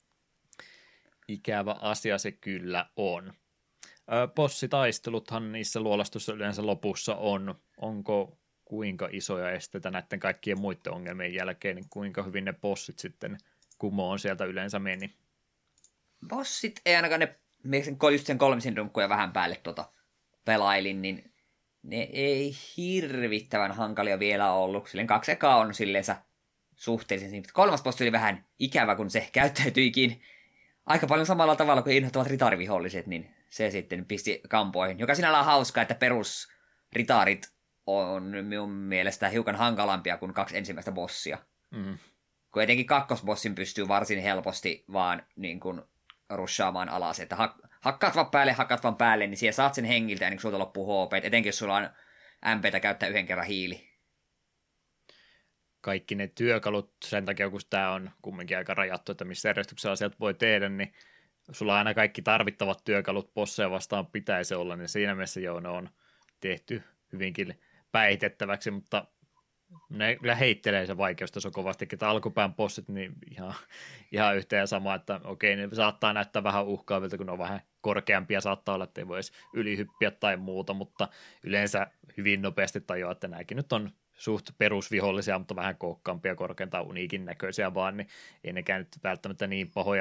Ikävä asia se kyllä on. Bossitaisteluthan niissä luolastussa yleensä lopussa on. Onko kuinka isoja esteitä näiden kaikkien muiden ongelmien jälkeen, niin kuinka hyvin ne bossit sitten kumoon sieltä yleensä meni? Bossit ei ainakaan ne, just sen kolmisen dunkkuja vähän päälle tuota pelailin, niin ne ei hirvittävän hankalia vielä ollut. Silleen kaksi ekaa on silleensä suhteellisen. Kolmas bossi oli vähän ikävä, kun se käyttäytyikin aika paljon samalla tavalla kuin inhottavat ritariviholliset, niin se sitten pisti kampoihin. Joka sinällään on hauskaa, että perusritaarit on minun mielestä hiukan hankalampia kuin kaksi ensimmäistä bossia. Mm. Kun etenkin kakkosbossin pystyy varsin helposti vaan niin kuin rushaamaan alas, että hak- hakkaat vaan päälle, hakkaat vaan päälle, niin siellä saat sen hengiltä ennen kuin sulta loppuu H P, etenkin jos sulla on M P:tä käyttää yhden kerran hiili. Kaikki ne työkalut, sen takia kun tämä on kumminkin aika rajattu, että missä järjestyksessä asiat voi tehdä, niin sulla aina kaikki tarvittavat työkalut bosseja vastaan pitäisi olla, niin siinä mielessä joo, ne on tehty hyvinkin päihitettäväksi, mutta ne kyllä heittelee se vaikeustaso kovasti, että alkupään bossit, niin ihan, ihan yhtä ja sama, että okei, ne saattaa näyttää vähän uhkaavilta, kun ne on vähän korkeampia, saattaa olla, että ei voi edes ylihyppiä tai muuta, mutta yleensä hyvin nopeasti tajuaa, että nämäkin nyt on suht perusvihollisia, mutta vähän kookkaampia, korkeintaan uniikin näköisiä vaan, niin ei nekään nyt välttämättä niin pahoja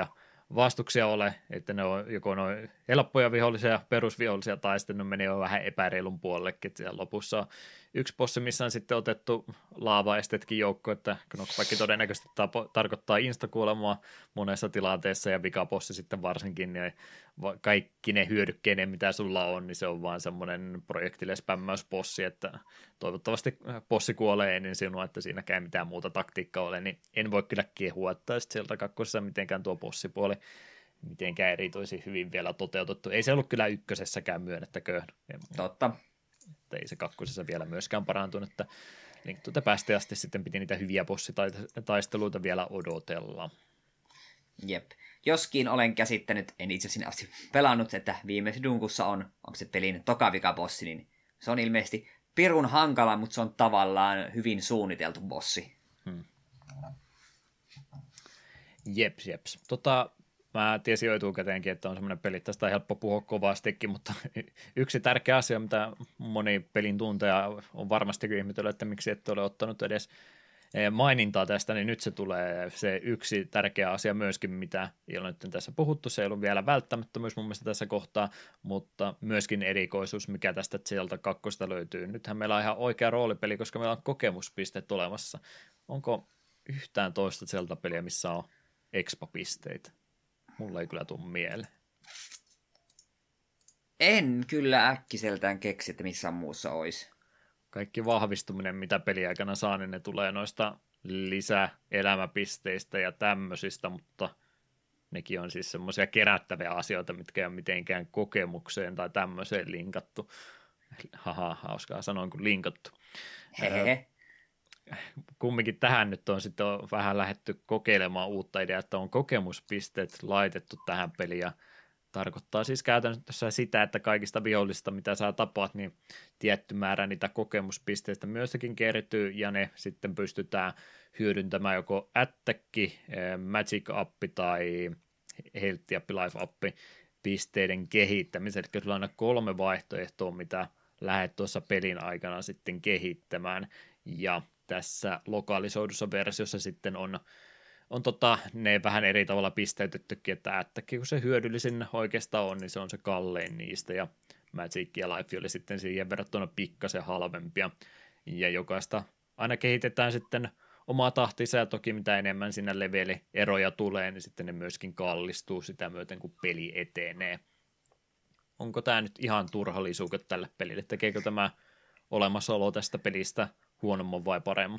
vastuksia ole, että ne on joko noin helppoja vihollisia, perusvihollisia, tai sitten ne menee jo vähän epäreilun puolellekin, että siellä lopussa on yksi bossi, missä on sitten otettu laavaestetkin joukko, että knockback todennäköisesti tapo, tarkoittaa instakuolemaa monessa tilanteessa, ja vikabossi sitten varsinkin, niin kaikki ne hyödykkeinen, mitä sulla on, niin se on vaan semmoinen projektille spämmäysbossi, että toivottavasti bossi kuolee ennen sinua, että siinäkään mitään muuta taktiikkaa ole, niin en voi kyllä kehua, että sieltä kakkosessa mitenkään tuo bossipuoli mitenkään erityisen hyvin vielä toteutettu. Ei se ollut kyllä ykkösessäkään, myönnettäköön. Totta. Että ei se kakkosessa vielä myöskään parantunut, että Link to the Past asti sitten piti niitä hyviä bossitaisteluita vielä odotella. Jep. Joskin olen käsittänyt, en itse asiassa asti pelannut, että viimeisessä dunkussa on, onko se pelin toka vikabossi, niin se on ilmeisesti pirun hankala, mutta se on tavallaan hyvin suunniteltu bossi. Hmm. Jeps, jeps. Tota, mä tiesin jo etukäteenkin, että on semmoinen peli, että tästä on helppo puhua kovastikin, mutta yksi tärkeä asia, mitä moni pelin tunteja on varmasti ihmetellyt, että miksi ette ole ottanut edes mainintaa tästä, niin nyt se tulee se yksi tärkeä asia myöskin, mitä ei ole nyt tässä puhuttu, se ei ollut vielä välttämättömyys mun mielestä tässä kohtaa, mutta myöskin erikoisuus, mikä tästä Zelda kakkosta löytyy. Nythän meillä on ihan oikea roolipeli, koska meillä on kokemuspisteet olemassa. Onko yhtään toista Zelda-peliä, missä on expa-pisteitä? Mulla ei kyllä tule mieleen. En kyllä äkkiseltään keksi, että missään muussa olisi. Kaikki vahvistuminen, mitä peliaikana saa, niin ne tulee noista lisäelämäpisteistä ja tämmöisistä, mutta nekin on siis semmoisia kerättäviä asioita, mitkä ei ole mitenkään kokemukseen tai tämmöiseen linkattu. Haha, hauskaa sanoin kuin linkattu. Hehehe. Kumminkin tähän nyt on sitten vähän lähdetty kokeilemaan uutta ideaa, että on kokemuspisteet laitettu tähän peliin ja tarkoittaa siis käytännössä sitä, että kaikista vihollisista, mitä sä tapaat, niin tietty määrä niitä kokemuspisteistä myöskin kertyy, ja ne sitten pystytään hyödyntämään joko ättäkki, magic appi tai health appi, life appi pisteiden kehittämiseen. Eli sulla on aina kolme vaihtoehtoa, mitä lähdet tuossa pelin aikana sitten kehittämään, ja tässä lokalisoidussa versiossa sitten on on tota, ne vähän eri tavalla pisteytettykin, että ättäkin kun se hyödyllisin oikeastaan on, niin se on se kallein niistä, ja Magic ja Life oli sitten siihen verrattuna pikkasen halvempia, ja jokaista aina kehitetään sitten omaa tahtinsa, ja toki mitä enemmän siinä levelieroja tulee, niin sitten ne myöskin kallistuu sitä myöten, kun peli etenee. Onko tämä nyt ihan turha lisuuke tälle pelille? Tekeekö tämä olemassaolo tästä pelistä huonomman vai paremman?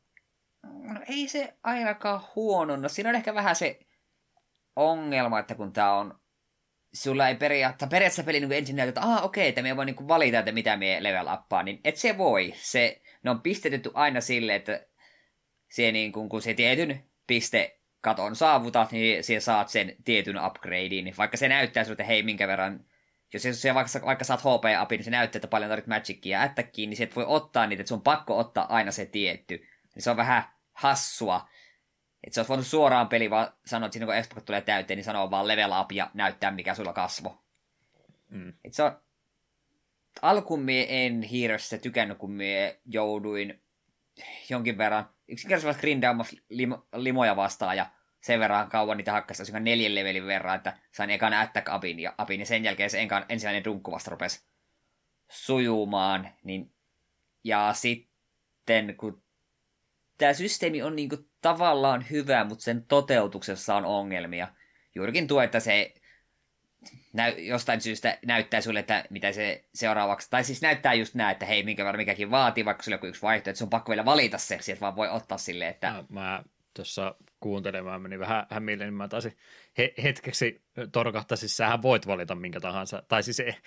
No ei se ainakaan huono. No siinä on ehkä vähän se ongelma, että kun tää on, sulla ei periaatteessa, periaatteessa peli niin ensin näytä, että ah, okei, että me voi niin valita, että mitä me level uppaa, niin et se voi. Se, ne on pistetetty aina sille, että se, niin kun, kun se tietyn pistekaton saavutat, niin siellä saat sen tietyn upgradein. Niin vaikka se näyttää sinulle, että hei, minkä verran, jos se vaikka, vaikka saat H P-apin, niin se näyttää, että paljon tarvitset magicia ja ättäkkiin, niin se et voi ottaa niitä, että sun on pakko ottaa aina se tietty. Niin se on vähän hassua. Että se olisi voinut suoraan peli vaan sanoa, että siinä kun Xbox tulee täyteen, niin sanoo vaan level up ja näyttää mikä sulla kasvo. Mm. Että se on... Alkuun mie en hirveästi tykännyt, kun mie jouduin jonkin verran yksinkertaisesti grindaamassa lim- limoja vastaan ja sen verran kauan niitä hakkasi tosiaan neljän levelin verran, että sain ekan attack upin ja, upin, ja sen jälkeen se enkan, ensimmäinen dunkku vasta rupesi sujumaan. Niin... Ja sitten kun tämä systeemi on niinku tavallaan hyvä, mutta sen toteutuksessa on ongelmia. Juurikin tuo, että se näy- jostain syystä näyttää sulle, että mitä se seuraavaksi, tai siis näyttää just näin, että hei, minkä verran mikäkin vaatii, vaikka sulla on yksi vaihtoehto, että se on pakko vielä valita se, sieltä vaan voi ottaa silleen, että... Mä, mä tuossa kuuntelemaan menin vähän hämille, niin mä taisin he- hetkeksi torkahtaa, siis sähän voit valita minkä tahansa, tai siis e-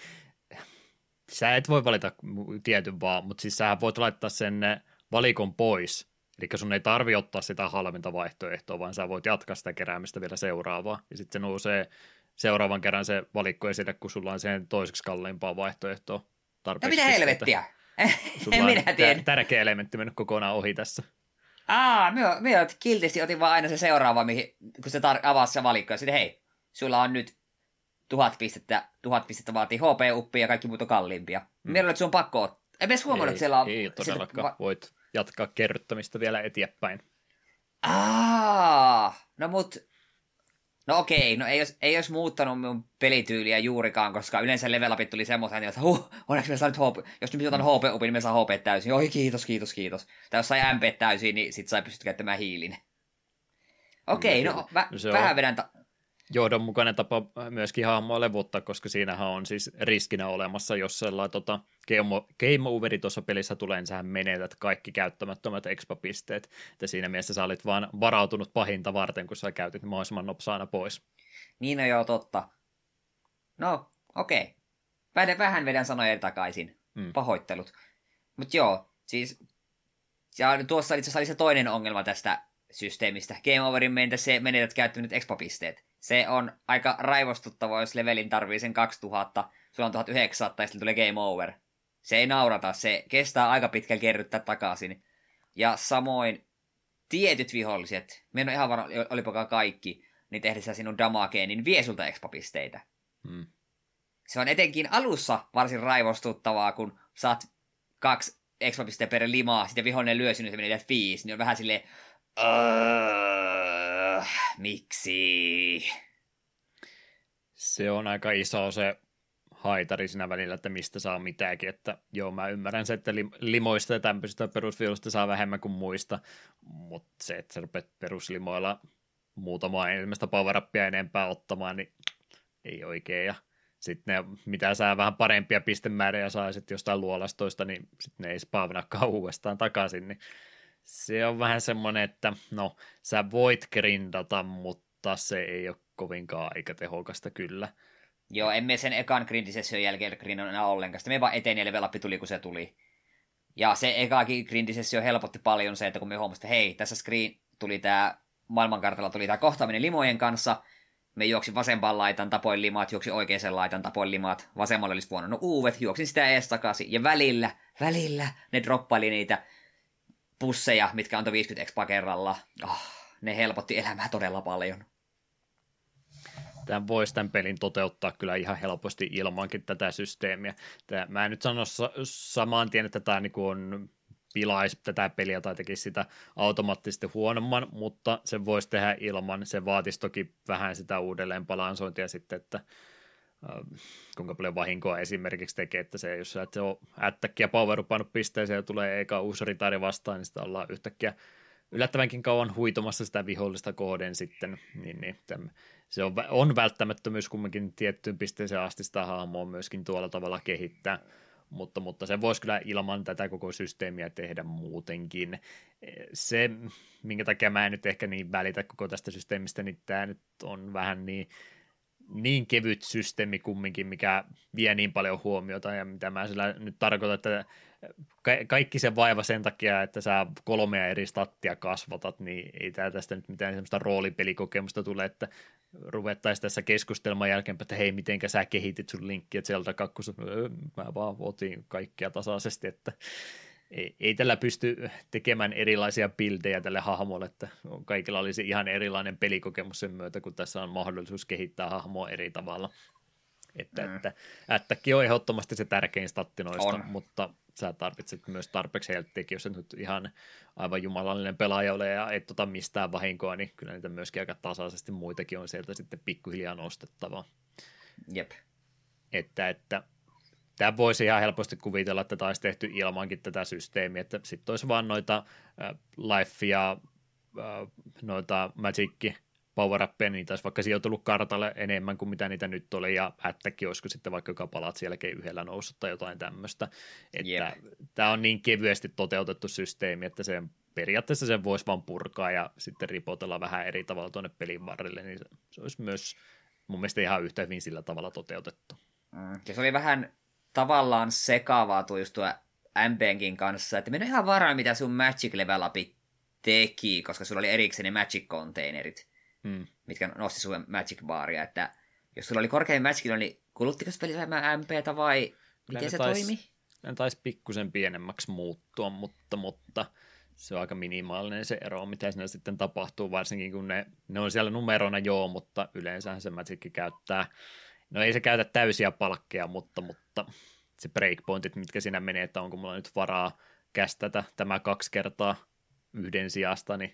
sä et voi valita tietyn vaan, mutta siis sähän voit laittaa sen valikon pois. Eli sun ei tarvi ottaa sitä halvinta vaihtoehtoa, vaan sä voit jatkaa sitä keräämistä vielä seuraavaa. Ja sitten se nousee seuraavan kerran se valikko esille, kun sulla on sen toiseksi kalleimpaa vaihtoehtoa tarpeeksi. No mitä helvettiä? Sulla on t- tärkeä elementti mennyt kokonaan ohi tässä. Aa, minä, minä kiltisti otin vaan aina se seuraava, mihin, kun se tar- avasi se valikko. Ja sitten hei, sulla on nyt tuhat pistettä, tuhat pistettä vaatii H P-uppia ja kaikki muut on kalliimpia. Mm. Meillä on, että sun on pakko ottaa. En edes huomannut, että siellä on... Ei todellakaan, va- voit jatkaa kerryttämistä vielä eteenpäin. Aa, no mut... No okei, no ei olisi, ei olisi muuttanut minun pelityyliä juurikaan, koska yleensä level upit tuli semmoisen, että huh, onneksi me saa nyt H P, jos nyt otan H P-upin, niin me saa H P täysin. Oi kiitos, kiitos, kiitos. Tai jos sai M P täysin, niin sit sai pystyä käyttämään hiilin. Okei, no vä- no vähän vedän... Ta- johdonmukainen tapa myöskin hahmoa levuttaa, koska siinähän on siis riskinä olemassa, jos sellainen tota, game, game overi tuossa pelissä tulee, niin sähän menetät kaikki käyttämättömät expa-pisteet. Että siinä mielessä sä olit vaan varautunut pahinta varten, kun sä käytit mahdollisimman nopsaana pois. Niin no joo, totta. No, okei. Okay. Vähän vedän sanoja takaisin. Mm. Pahoittelut. Mutta joo, siis... Ja tuossa itse asiassa oli se toinen ongelma tästä systeemistä. Game overin mentäessä se menetät käyttänyt expa-pisteet. Se on aika raivostuttavaa, jos levelin tarvii sen kaksituhatta, sulla on tuhatyhdeksänsataa ja sitten tulee game over. Se ei naurata, se kestää aika pitkään kerryttää takaisin. Ja samoin tietyt viholliset, me en ole ihan varma, olipakaan kaikki, niin tehdessä sinun damageen, niin vie sulta expa-pisteitä. Hmm. Se on etenkin alussa varsin raivostuttavaa, kun saat kaksi expa-pisteen per limaa, sitten vihollinen lyö sinun ja menetät viisi, niin on vähän silleen... Uh, miksi? Se on aika iso se haitari siinä välillä, että mistä saa mitäkin, että joo, mä ymmärrän se, että limoista ja tämmöisistä perusviulusta saa vähemmän kuin muista, mutta se, että sä rupeat peruslimoilla muutamaa ensimmäistä power-uppia enempää ottamaan, niin ei oikein, ja sitten ne, mitä sä vähän parempia pistemääriä saisit jostain luolastoista, niin sitten ne ei spavnakaan uudestaan takaisin, niin se on vähän semmoinen, että no, sä voit grindata, mutta se ei ole kovinkaan aika tehokasta kyllä. Joo, emme sen ekan grindisession jälkeen grindon enää ollenkaan. Sitten me vaan eteen ja level up tuli, kun se tuli. Ja se ekaakin grindisessio helpotti paljon se, että kun me huomasimme, että hei, tässä screen tuli tää, maailmankartalla tuli tää kohtaaminen limojen kanssa. Me juoksin vasempaan laitan, tapoin limat, juoksin oikeaan laitan, tapoin limat. Vasemmalla olisi vuonna no uuvet, juoksin sitä ees takaisin. Ja välillä, välillä ne droppaili niitä pusseja, mitkä antoi viisikymmentä expaa kerralla. Oh, ne helpotti elämää todella paljon. Tämän voisi tämän pelin toteuttaa kyllä ihan helposti ilmankin tätä systeemiä. Tämä, mä en nyt sano sa- samaan tien, että tämä niin on, pilaisi tätä peliä tai tekisi sitä automaattisesti huonomman, mutta se voisi tehdä ilman. Se vaatisi toki vähän sitä uudelleen balansointia sitten, että äh, kuinka paljon vahinkoa esimerkiksi tekee, että se, jos sä et se ole ättäkkiä power-upannut pisteeseen ja tulee eka uusi ritari vastaan, niin sitä ollaan yhtäkkiä yllättävänkin kauan huitomassa sitä vihollista kohden sitten, niin, niin tämän, se on, on välttämättömyys kumminkin tiettyyn pisteeseen asti sitä hahmoa myöskin tuolla tavalla kehittää, mutta, mutta se voisi kyllä ilman tätä koko systeemiä tehdä muutenkin. Se, minkä takia mä en nyt ehkä niin välitä koko tästä systeemistä, niin tämä nyt on vähän niin, niin kevyt systeemi kumminkin, mikä vie niin paljon huomiota, ja mitä mä sillä nyt tarkoitan, että ka- kaikki se vaiva sen takia, että sä kolmea eri stattia kasvatat, niin ei tää tästä nyt mitään semmoista roolipelikokemusta tule, että ruvettaisiin tässä keskustelman jälkeenpäin, että hei, mitenkä sä kehitit sun linkkiä Zelda kaksi, mä vaan otin kaikkia tasaisesti, että ei, ei tällä pysty tekemään erilaisia buildejä tälle hahmolle, että kaikilla olisi ihan erilainen pelikokemus sen myötä, kun tässä on mahdollisuus kehittää hahmoa eri tavalla. Että, mm. että ättäkki on ehdottomasti se tärkein statti noista, on. Mutta sä tarvitset myös tarpeeksi helttiäkin, jos sä nyt ihan aivan jumalallinen pelaaja ole ja et ota mistään vahinkoa, niin kyllä niitä myöskin aika tasaisesti muitakin on sieltä sitten pikkuhiljaa nostettavaa. Jep. Että, että tämä voisi ihan helposti kuvitella, että tämä olisi tehty ilmankin tätä systeemiä, että sitten olisi vaan noita äh, life ja äh, noita magicki power-uppeja, niin niitä olisi vaikka sijoitellut kartalle enemmän kuin mitä niitä nyt oli, ja ättäkin olisiko sitten vaikka joka palat sielläkin yhdellä noussut tai jotain tämmöistä. Että yep. Tämä on niin kevyesti toteutettu systeemi, että se periaatteessa sen voisi vaan purkaa ja sitten ripotella vähän eri tavalla tuonne pelin varrelle, niin se, se olisi myös mun mielestä ihan yhtä hyvin sillä tavalla toteutettu. Mm. Ja se oli vähän tavallaan sekavaa tuo just tuo M P:nkin kanssa, että minä en ihan varma, mitä sun Magic Level Up teki, koska sulla oli erikseen ne Magic-konteinerit, hmm. mitkä nosti sun Magic-baaria, että jos sulla oli korkein Magic, niin kuluttiko se peli vähemmän M P:tä vai miten se tais, toimi? Ne taisi pikkusen pienemmäksi muuttua, mutta, mutta se on aika minimaalinen se ero, mitä siinä sitten tapahtuu, varsinkin kun ne, ne on siellä numerona joo, mutta yleensähän se Magic käyttää. No ei se käytä täysiä palkkeja, mutta, mutta se breakpointit, mitkä siinä menee, että onko mulla nyt varaa kästätä tämä kaksi kertaa yhden sijasta, niin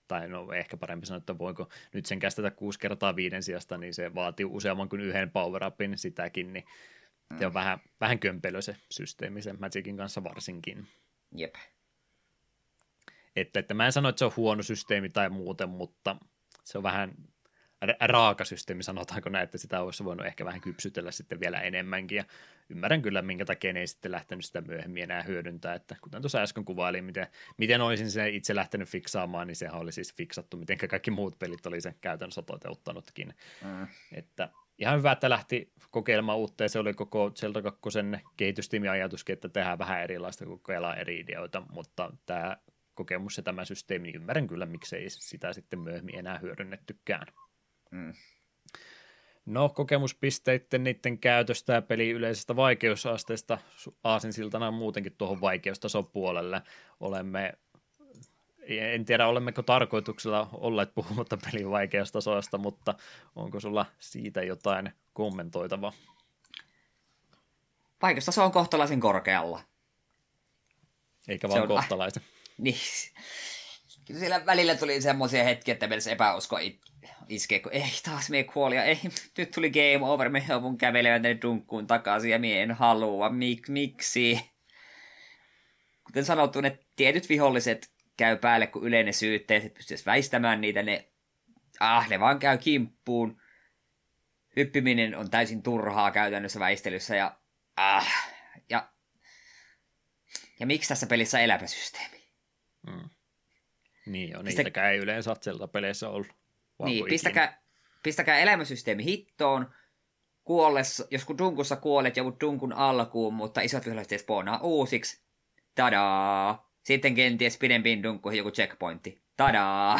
tai no ehkä parempi sanoa, että voiko nyt sen kästetä kuusi kertaa viiden sijasta, niin se vaatii useamman kuin yhden power-upin sitäkin, niin mm. se on vähän, vähän kömpelö se systeemi sen Magicin kanssa varsinkin. Jep. Että, että mä en sano, että se on huono systeemi tai muuten, mutta se on vähän raaka systeemi, sanotaanko näin, että sitä olisi voinut ehkä vähän kypsytellä sitten vielä enemmänkin, ja ymmärrän kyllä, minkä takia ne ei sitten lähtenyt sitä myöhemmin enää hyödyntää, että kuten tuossa äsken kuvailin, miten, miten olisin sen itse lähtenyt fiksaamaan, niin sehän oli siis fiksattu, miten kaikki muut pelit oli sen käytännössä toteuttanutkin, mm. että ihan hyvä, että lähti kokeilemaan uutta, ja se oli koko Zelda kaksi kehitystiimin ajatuskin, että tehdään vähän erilaista, kokeillaan eri ideoita, mutta tämä kokemus ja tämä systeemi, niin ymmärrän kyllä, miksei sitä sitten myöhemmin enää hyödynnettykään. Mm. No, kokemuspisteiden niiden käytöstä ja pelin yleisestä vaikeusasteesta aasinsiltana muutenkin tuohon vaikeustason puolelle olemme, en tiedä olemmeko tarkoituksella olleet puhumatta pelin vaikeustasoista, mutta onko sulla siitä jotain kommentoitavaa? Vaikeustaso on kohtalaisen korkealla. Eikä vaan kohtalaisen. Niin. Kyllä siellä välillä tuli semmoisia hetkiä, että meillä se epäusko iskee, kun ei taas mie kuoli, ja ei, nyt tuli game over, me joudun kävelemään tänne dunkkuun takaisin, ja mie en halua, Mik, miksi? Kuten sanottu, ne tietyt viholliset käy päälle, kun yleinen syytteet, että pystyisi väistämään niitä, ne, ah, ne vaan käy kimppuun. Hyppiminen on täysin turhaa käytännössä väistelyssä, ja ah, ja, ja miksi tässä pelissä on elämäsysteemi? Hmm. Niin jo, niitäkään ei yleensä Zelda-peleissä ollut. Niin, pistäkää, pistäkää elämäsysteemi hittoon. Kuollessa, jos kun dunkussa kuolet, joudut dunkun alkuun, mutta isot viholliset spoonaa uusiksi. Tadaa! Sitten kenties pidempiin dunkkuihin joku checkpointti. Tadaa!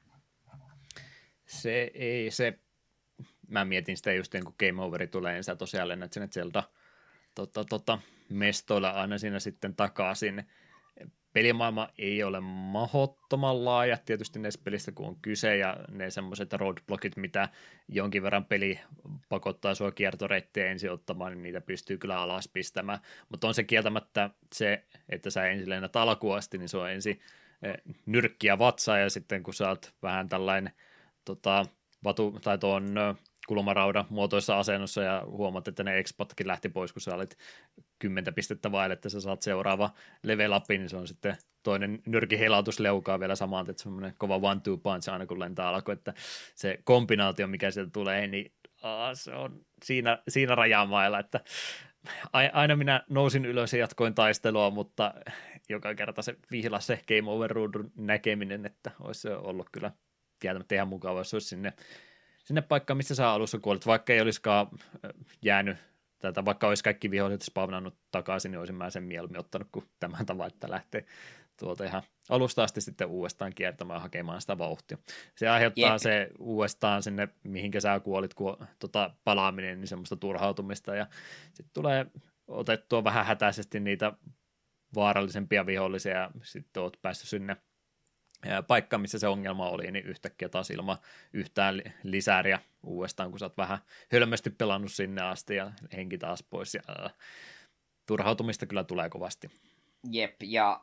Se ei, se... Mä mietin sitä just kun Game Overi tulee, niin sä tosiaan lennät sinne Zelda tota, tota, mestoilla aina siinä sitten takaisin. Pelimaailma ei ole mahdottoman laaja, tietysti näissä pelistä kun on kyse, ja ne semmoiset roadblockit, mitä jonkin verran peli pakottaa sua kiertoreittiä ensin ottamaan, niin niitä pystyy kyllä alas pistämään, mutta on se kieltämättä se, että sä ensin lennät alkuun asti, niin se on ensin nyrkkiä vatsaa, ja sitten kun sä oot vähän tällainen tota, vatu, tai tuon kulmaraudan muotoisessa asennossa ja huomaat, että ne expatkin lähti pois, kun sä olit kymmentä pistettä vaille, että sä saat seuraava level up, niin se on sitten toinen nyrkin helautus leukaa vielä samaan, että semmoinen kova one two punch aina kun lentää alkoi, että se kombinaatio, mikä sieltä tulee, niin aa, se on siinä, siinä rajamailla, että aina minä nousin ylös ja jatkoin taistelua, mutta joka kerta se vihlas se game over ruudun näkeminen, että olisi se ollut kyllä kieltämättä ihan mukava, jos olisi sinne sinne paikkaan, missä sä alussa kuolit, vaikka ei olisikaan jäänyt, tätä, vaikka olisi kaikki viholliset spawnannut takaisin, niin olisin mä sen mieluummin ottanut kuin tämän tavan, että lähtee tuolta ihan alusta asti sitten uudestaan kiertämään ja hakemaan sitä vauhtia. Se aiheuttaa Jep. se uudestaan sinne, mihinkä sä kuolit, kun tota, palaaminen, niin semmoista turhautumista, ja sitten tulee otettua vähän hätäisesti niitä vaarallisempia vihollisia, ja sitten oot päässyt sinne paikka, missä se ongelma oli, niin yhtäkkiä taas ilman yhtään lisääriä uudestaan, kun sä oot vähän hölmösti pelannut sinne asti ja henki taas pois. Ja äh, turhautumista kyllä tulee kovasti. Jep, ja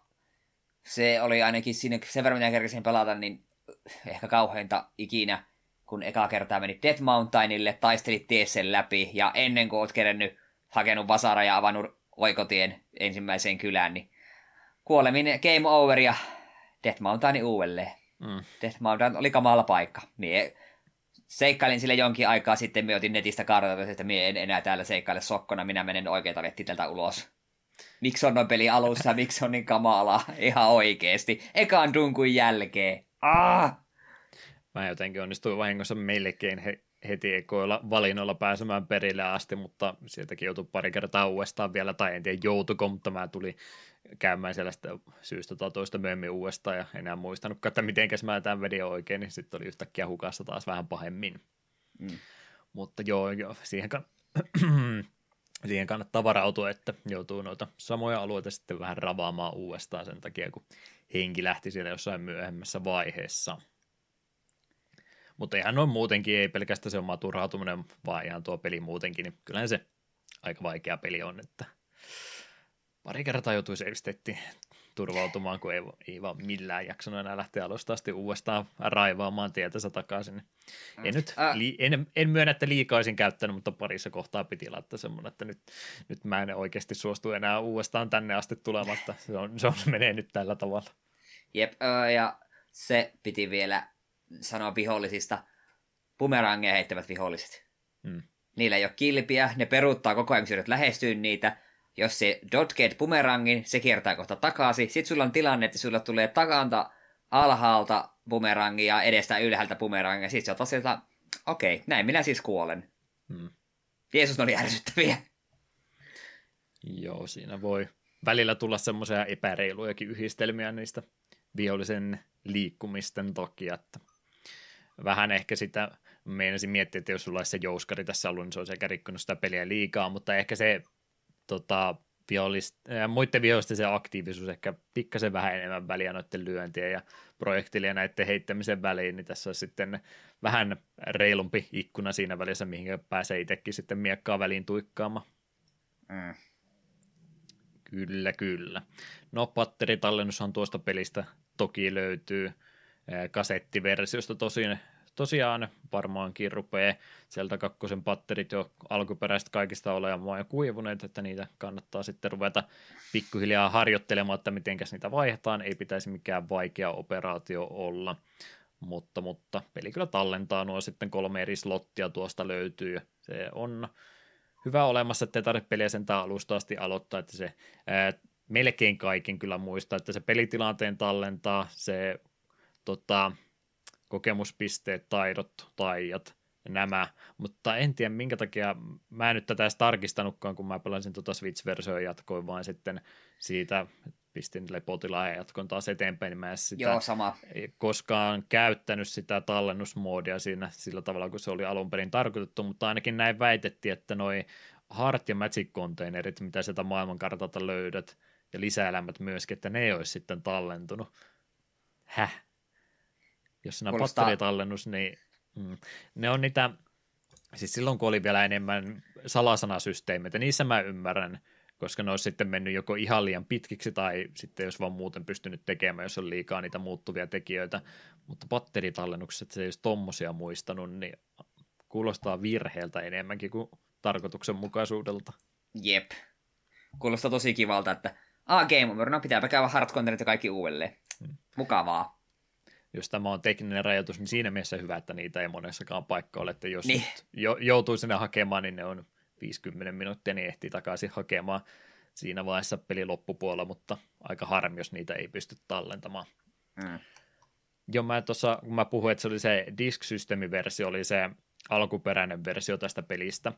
se oli ainakin siinä, sen verran minä kerkesin pelata, niin ehkä kauheinta ikinä, kun eka kertaa menit Death Mountainille, taistelit ties sen läpi, ja ennen kuin oot kerennyt hakenut vasara ja avannut oikotien ensimmäiseen kylään, niin kuoleminen game over ja Death Mountain uudelleen. Mm. Death Mountain oli kamala paikka. Mie seikkailin sille jonkin aikaa sitten, mie otin netistä kartoitus, että mie en enää täällä seikkaile sokkona, minä menen oikeita vettiteltä ulos. Miksi on noin peli alussa, miksi on niin kamalaa? Ihan oikeesti. Ekaan dunkun jälkeen. Ah! Mä jotenkin onnistuin vahingossa melkein he, heti ekoilla valinnoilla pääsemään perille asti, mutta sieltäkin joutui pari kertaa uudestaan vielä, tai en tiedä joutuiko, mutta mä tulin käymään sellaista syystä tai toista myöhemmin uudestaan, ja enää muistanutkaan, että mitenkäs mä tämän vedin oikein, niin sitten oli yhtäkkiä hukassa taas vähän pahemmin. Mm. Mutta joo, joo siihen, kann- siihen kannattaa varautua, että joutuu noita samoja alueita sitten vähän ravaamaan uudestaan sen takia, kun henki lähti siellä jossain myöhemmässä vaiheessa. Mutta ihan noin muutenkin, ei pelkästään se oma turhautuminen, vaan ihan tuo peli muutenkin, niin kyllähän se aika vaikea peli on, että pari kertaa joutui save-stettiin turvautumaan, kun ei, ei vaan millään jaksanut enää lähteä alusta asti uudestaan raivaamaan tietänsä takaisin. En, nyt, li, en, en myönnä, että liikaa olisin käyttänyt, mutta parissa kohtaa piti laittaa semmoinen, että nyt, nyt mä en oikeasti suostu enää uudestaan tänne asti tulematta. Se, on, se on, menee nyt tällä tavalla. Jep, ja se piti vielä sanoa vihollisista. Bumerangeja heittävät viholliset. Hmm. Niillä ei ole kilpiä, ne peruuttaa koko ajan, kun yrität lähestyä niitä. Jos se dodgeet bumerangin, se kiertää kohta takaisin. Sitten sulla on tilanne, että sulla tulee takanta alhaalta bumerangi ja edestä ylhäältä bumerangi. Ja sitten se on taas sieltä, okei, okay, näin minä siis kuolen. Hmm. Jeesus, ne oli ärsyttäviä. Joo, siinä voi välillä tulla semmoisia epäreilujakin yhdistelmiä niistä vihollisen liikkumisten takia, että vähän ehkä sitä meinasin miettiä, että jos sulla olisi se jouskari tässä ollut, niin se olisi ehkä rikkonut sitä peliä liikaa, mutta ehkä se tota, vihollist, äh, muiden vihollisten se aktiivisuus ehkä pikkasen vähän enemmän väliä noiden lyöntien ja projektilien ja näiden heittämisen väliin, niin tässä on sitten vähän reilumpi ikkuna siinä välissä, mihin pääsee itsekin sitten miekkaa väliin tuikkaamaan. Mm. Kyllä, kyllä. No, patteritallennushan tuosta pelistä toki löytyy kasettiversiosta tosin, tosiaan varmaankin rupeaa sieltä kakkosen patterit jo alkuperäistä kaikista olemaan jo kuivuneet, että niitä kannattaa sitten ruveta pikkuhiljaa harjoittelemaan, että mitenkäs niitä vaihdetaan, ei pitäisi mikään vaikea operaatio olla, mutta, mutta peli kyllä tallentaa nuo sitten kolme eri slottia tuosta löytyy, se on hyvä olemassa, ettei tarvitse peliä sentään alusta asti aloittaa, että se ää, melkein kaiken kyllä muistaa, että se pelitilanteen tallentaa, se tota, kokemuspisteet, taidot, taijat ja nämä, mutta en tiedä minkä takia, mä en nyt tätä edes tarkistanutkaan, kun mä pelasin tuota Switch-versioon jatkoin vaan sitten siitä, pistin lepotilaan ja jatkon taas eteenpäin, niin mä en sitä Joo, sama. koskaan käyttänyt sitä tallennusmoodia siinä sillä tavalla, kun se oli alun perin tarkoitettu, mutta ainakin näin väitettiin, että noi Heart- ja Magic-konteinerit, mitä sieltä maailmankartalta löydät, ja lisäelämät myöskin, että ne ei olisi sitten tallentunut. Häh? Jos siinä on Kuulostaa... patteritallennus, niin mm, ne on niitä, siis silloin kun oli vielä enemmän salasanasysteemeitä, niissä mä ymmärrän, koska ne olisi sitten mennyt joko ihan liian pitkiksi tai sitten jos vaan muuten pystynyt tekemään, jos on liikaa niitä muuttuvia tekijöitä, mutta patteritallennukset, se ei olisi tommosia muistanut, niin kuulostaa virheeltä enemmänkin kuin tarkoituksenmukaisuudelta. Jep. Kuulostaa tosi kivalta, että ah, game over, no pitääpä käydä hard-contentit ja kaikki uudelleen. Hmm. Mukavaa. Jos tämä on tekninen rajoitus, niin siinä mielessä hyvä, että niitä ei monessakaan paikka ole, että jos niin. jo, joutuu sinne hakemaan, niin ne on viisikymmentä minuuttia, niin ehtii takaisin hakemaan siinä vaiheessa pelin loppupuolella, mutta aika harmi, jos niitä ei pysty tallentamaan. Mm. Jo mä tuossa, kun mä puhuin, että se oli se Disk System-versio, oli se alkuperäinen versio tästä pelistä,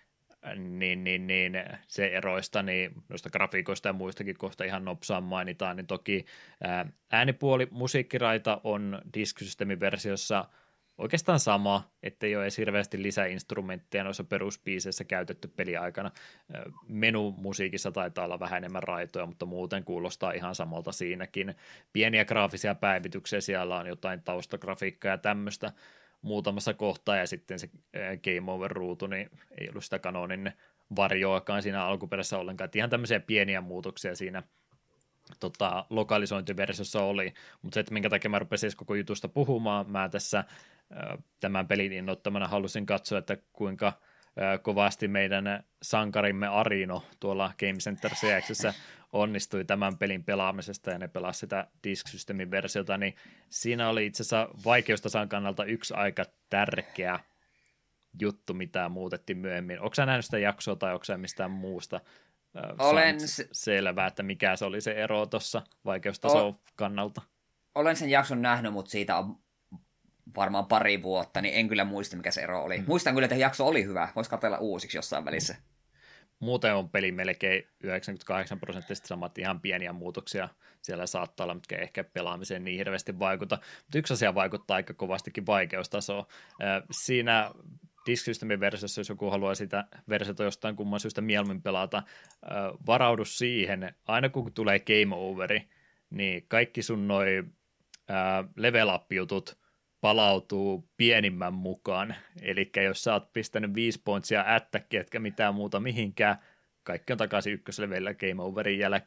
niin, niin, niin se eroista, niin noista grafiikoista ja muistakin kohta ihan nopsaan mainitaan, niin toki ää, äänipuoli, musiikkiraita on Disk System-versiossa oikeastaan sama, ettei ole edes hirveästi lisäinstrumentteja noissa peruspiiseissä käytetty peliaikana. Menumusiikissa taitaa olla vähän enemmän raitoja, mutta muuten kuulostaa ihan samalta siinäkin. Pieniä graafisia päivityksiä, siellä on jotain taustagrafiikkaa ja tämmöistä muutamassa kohtaa, ja sitten se Game Over-ruutu, niin ei ollut sitä kanonin varjoakaan siinä alkuperäisessä ollenkaan. Että ihan tämmöisiä pieniä muutoksia siinä tota, lokalisointiversiossa oli, mutta se, että minkä takia mä rupesin koko jutusta puhumaan, mä tässä tämän pelin innoittamana halusin katsoa, että kuinka kovasti meidän sankarimme Arino tuolla Game Center C X:ssä onnistui tämän pelin pelaamisesta ja ne pelasi sitä Disk Systemin versiota, niin siinä oli itse asiassa vaikeustason kannalta yksi aika tärkeä juttu, mitä muutettiin myöhemmin. Onko sä nähnyt sitä jaksoa tai onko sä mistään muusta Olen selvää, että mikä se oli se ero tuossa vaikeustason kannalta? Olen sen jakson nähnyt, mutta siitä on varmaan pari vuotta, niin en kyllä muista, mikä se ero oli. Mm. Muistan kyllä, että jakso oli hyvä. Voisi katsella uusiksi jossain välissä. Muuten on peli melkein yhdeksänkymmentäkahdeksan prosenttisesti samat, ihan pieniä muutoksia siellä saattaa olla, mitkä ei ehkä pelaamiseen niin hirveästi vaikuta. Mutta yksi asia vaikuttaa aika kovastikin vaikeustasoa. Siinä Disk Systemin versiossa, jos joku haluaa sitä versiota jostain kumman syystä mieluummin pelata, varaudu siihen, aina kun tulee game overi, niin kaikki sun noi level up-jutut palautuu pienimmän mukaan. Eli jos sä oot pistänyt viisi pointsia ättäkkiä, etkä mitään muuta mihinkään, kaikki on takaisin ykköslevelillä game overin jälkeen.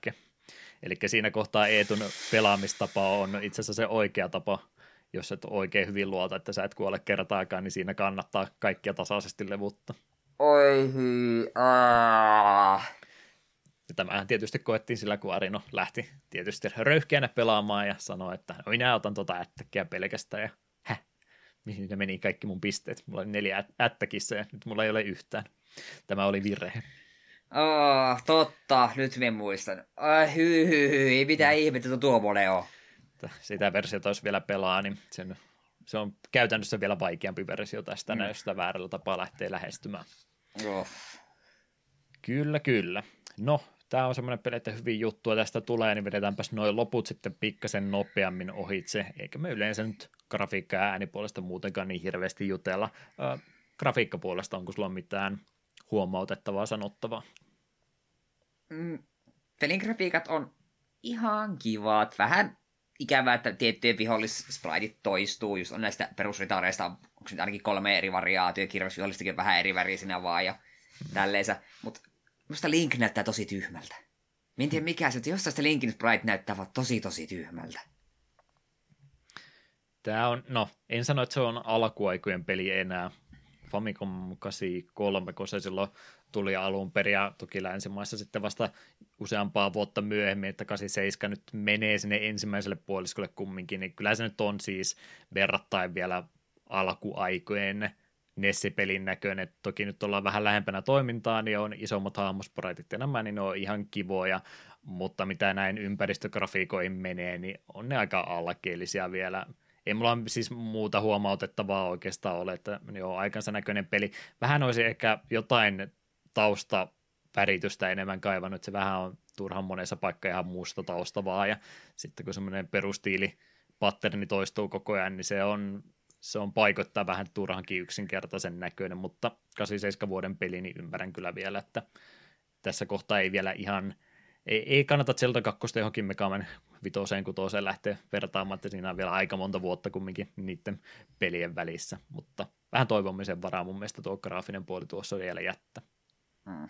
Eli siinä kohtaa Eetun pelaamistapa on itse asiassa se oikea tapa, jos et oikein hyvin luota, että sä et kuole kertaakaan, niin siinä kannattaa kaikkia tasaisesti levuttaa. Oi hyi, aah. Ja tämähän tietysti koettiin sillä, kun Arino lähti tietysti röyhkeänä pelaamaan ja sanoi, että no minä otan tuota ättäkkiä pelkästään ja häh, mihin ne meni kaikki mun pisteet. Mulla oli neljä ättäkissä ja nyt mulla ei ole yhtään. Tämä oli virhe. Oh, totta, nyt minä muistan. Ai hyi, hyi, hyi, mitä mm. ihmettä tuommoinen on. Sitä versiota jos vielä pelaa, niin sen, se on käytännössä vielä vaikeampi versio tästä, mm. jos sitä väärällä tapaa lähtee lähestymään. Oh. Kyllä, kyllä. No, tämä on semmoinen peli, että hyvin juttua tästä tulee, niin vedetäänpäs noin loput sitten pikkasen nopeammin ohitse, eikä me yleensä nyt grafiikka- ja äänipuolesta muutenkaan niin hirveästi jutella. Äh, grafiikkapuolesta, onko sulla mitään huomautettavaa, sanottavaa? Mm, pelin grafiikat on ihan kivat, vähän ikävää, että tiettyjen vihollissprideit toistuu, just on näistä perusritareista, onko nyt ainakin kolme eri variaatioa, kirvesvihollistakin on vähän eri värisinä vaan ja mm. tälleensä, mutta minusta Link näyttää tosi tyhmältä. Mä en tiedä mikä se, että jostain sitä Linkin sprite näyttää vaan tosi tosi tyhmältä. Tää on, no, en sano, että se on alkuaikojen peli enää. Famicom kahdeksankymmentäkolme, kun se silloin tuli alun perin, ja toki länsimaissa sitten vasta useampaa vuotta myöhemmin, että kahdeksankymmentäseitsemän nyt menee sinne ensimmäiselle puoliskolle kumminkin, niin kyllä se nyt on siis verrattain vielä alkuaikojen Nessi-pelin näköinen. Toki nyt ollaan vähän lähempänä toimintaa, niin on isommat hahmosporitit ja nämä, niin ne on ihan kivoja, mutta mitä näin ympäristögrafiikoihin menee, niin on ne aika alkeellisia vielä. Ei mulla siis muuta huomautettavaa oikeastaan ole, että joo, aikansa näköinen peli. Vähän olisi ehkä jotain taustaväritystä enemmän kaivannut, että se vähän on turhan monessa paikkaa ihan musta tausta vaan, ja sitten kun semmoinen perustiili patterni toistuu koko ajan, niin se on, se on paikoittaa vähän turhankin yksinkertaisen näköinen, mutta kahdeksankymmentäseitsemän vuoden peli, niin ymmärrän kyllä vielä, että tässä kohtaa ei vielä ihan, ei, ei kannata Zelda kaksi johonkin Mega Man vitoseen, kutoseen lähteä vertaamaan, että siinä on vielä aika monta vuotta kumminkin niiden pelien välissä, mutta vähän toivomisen varaa mun mielestä tuo graafinen puoli tuossa vielä jättää. Hmm.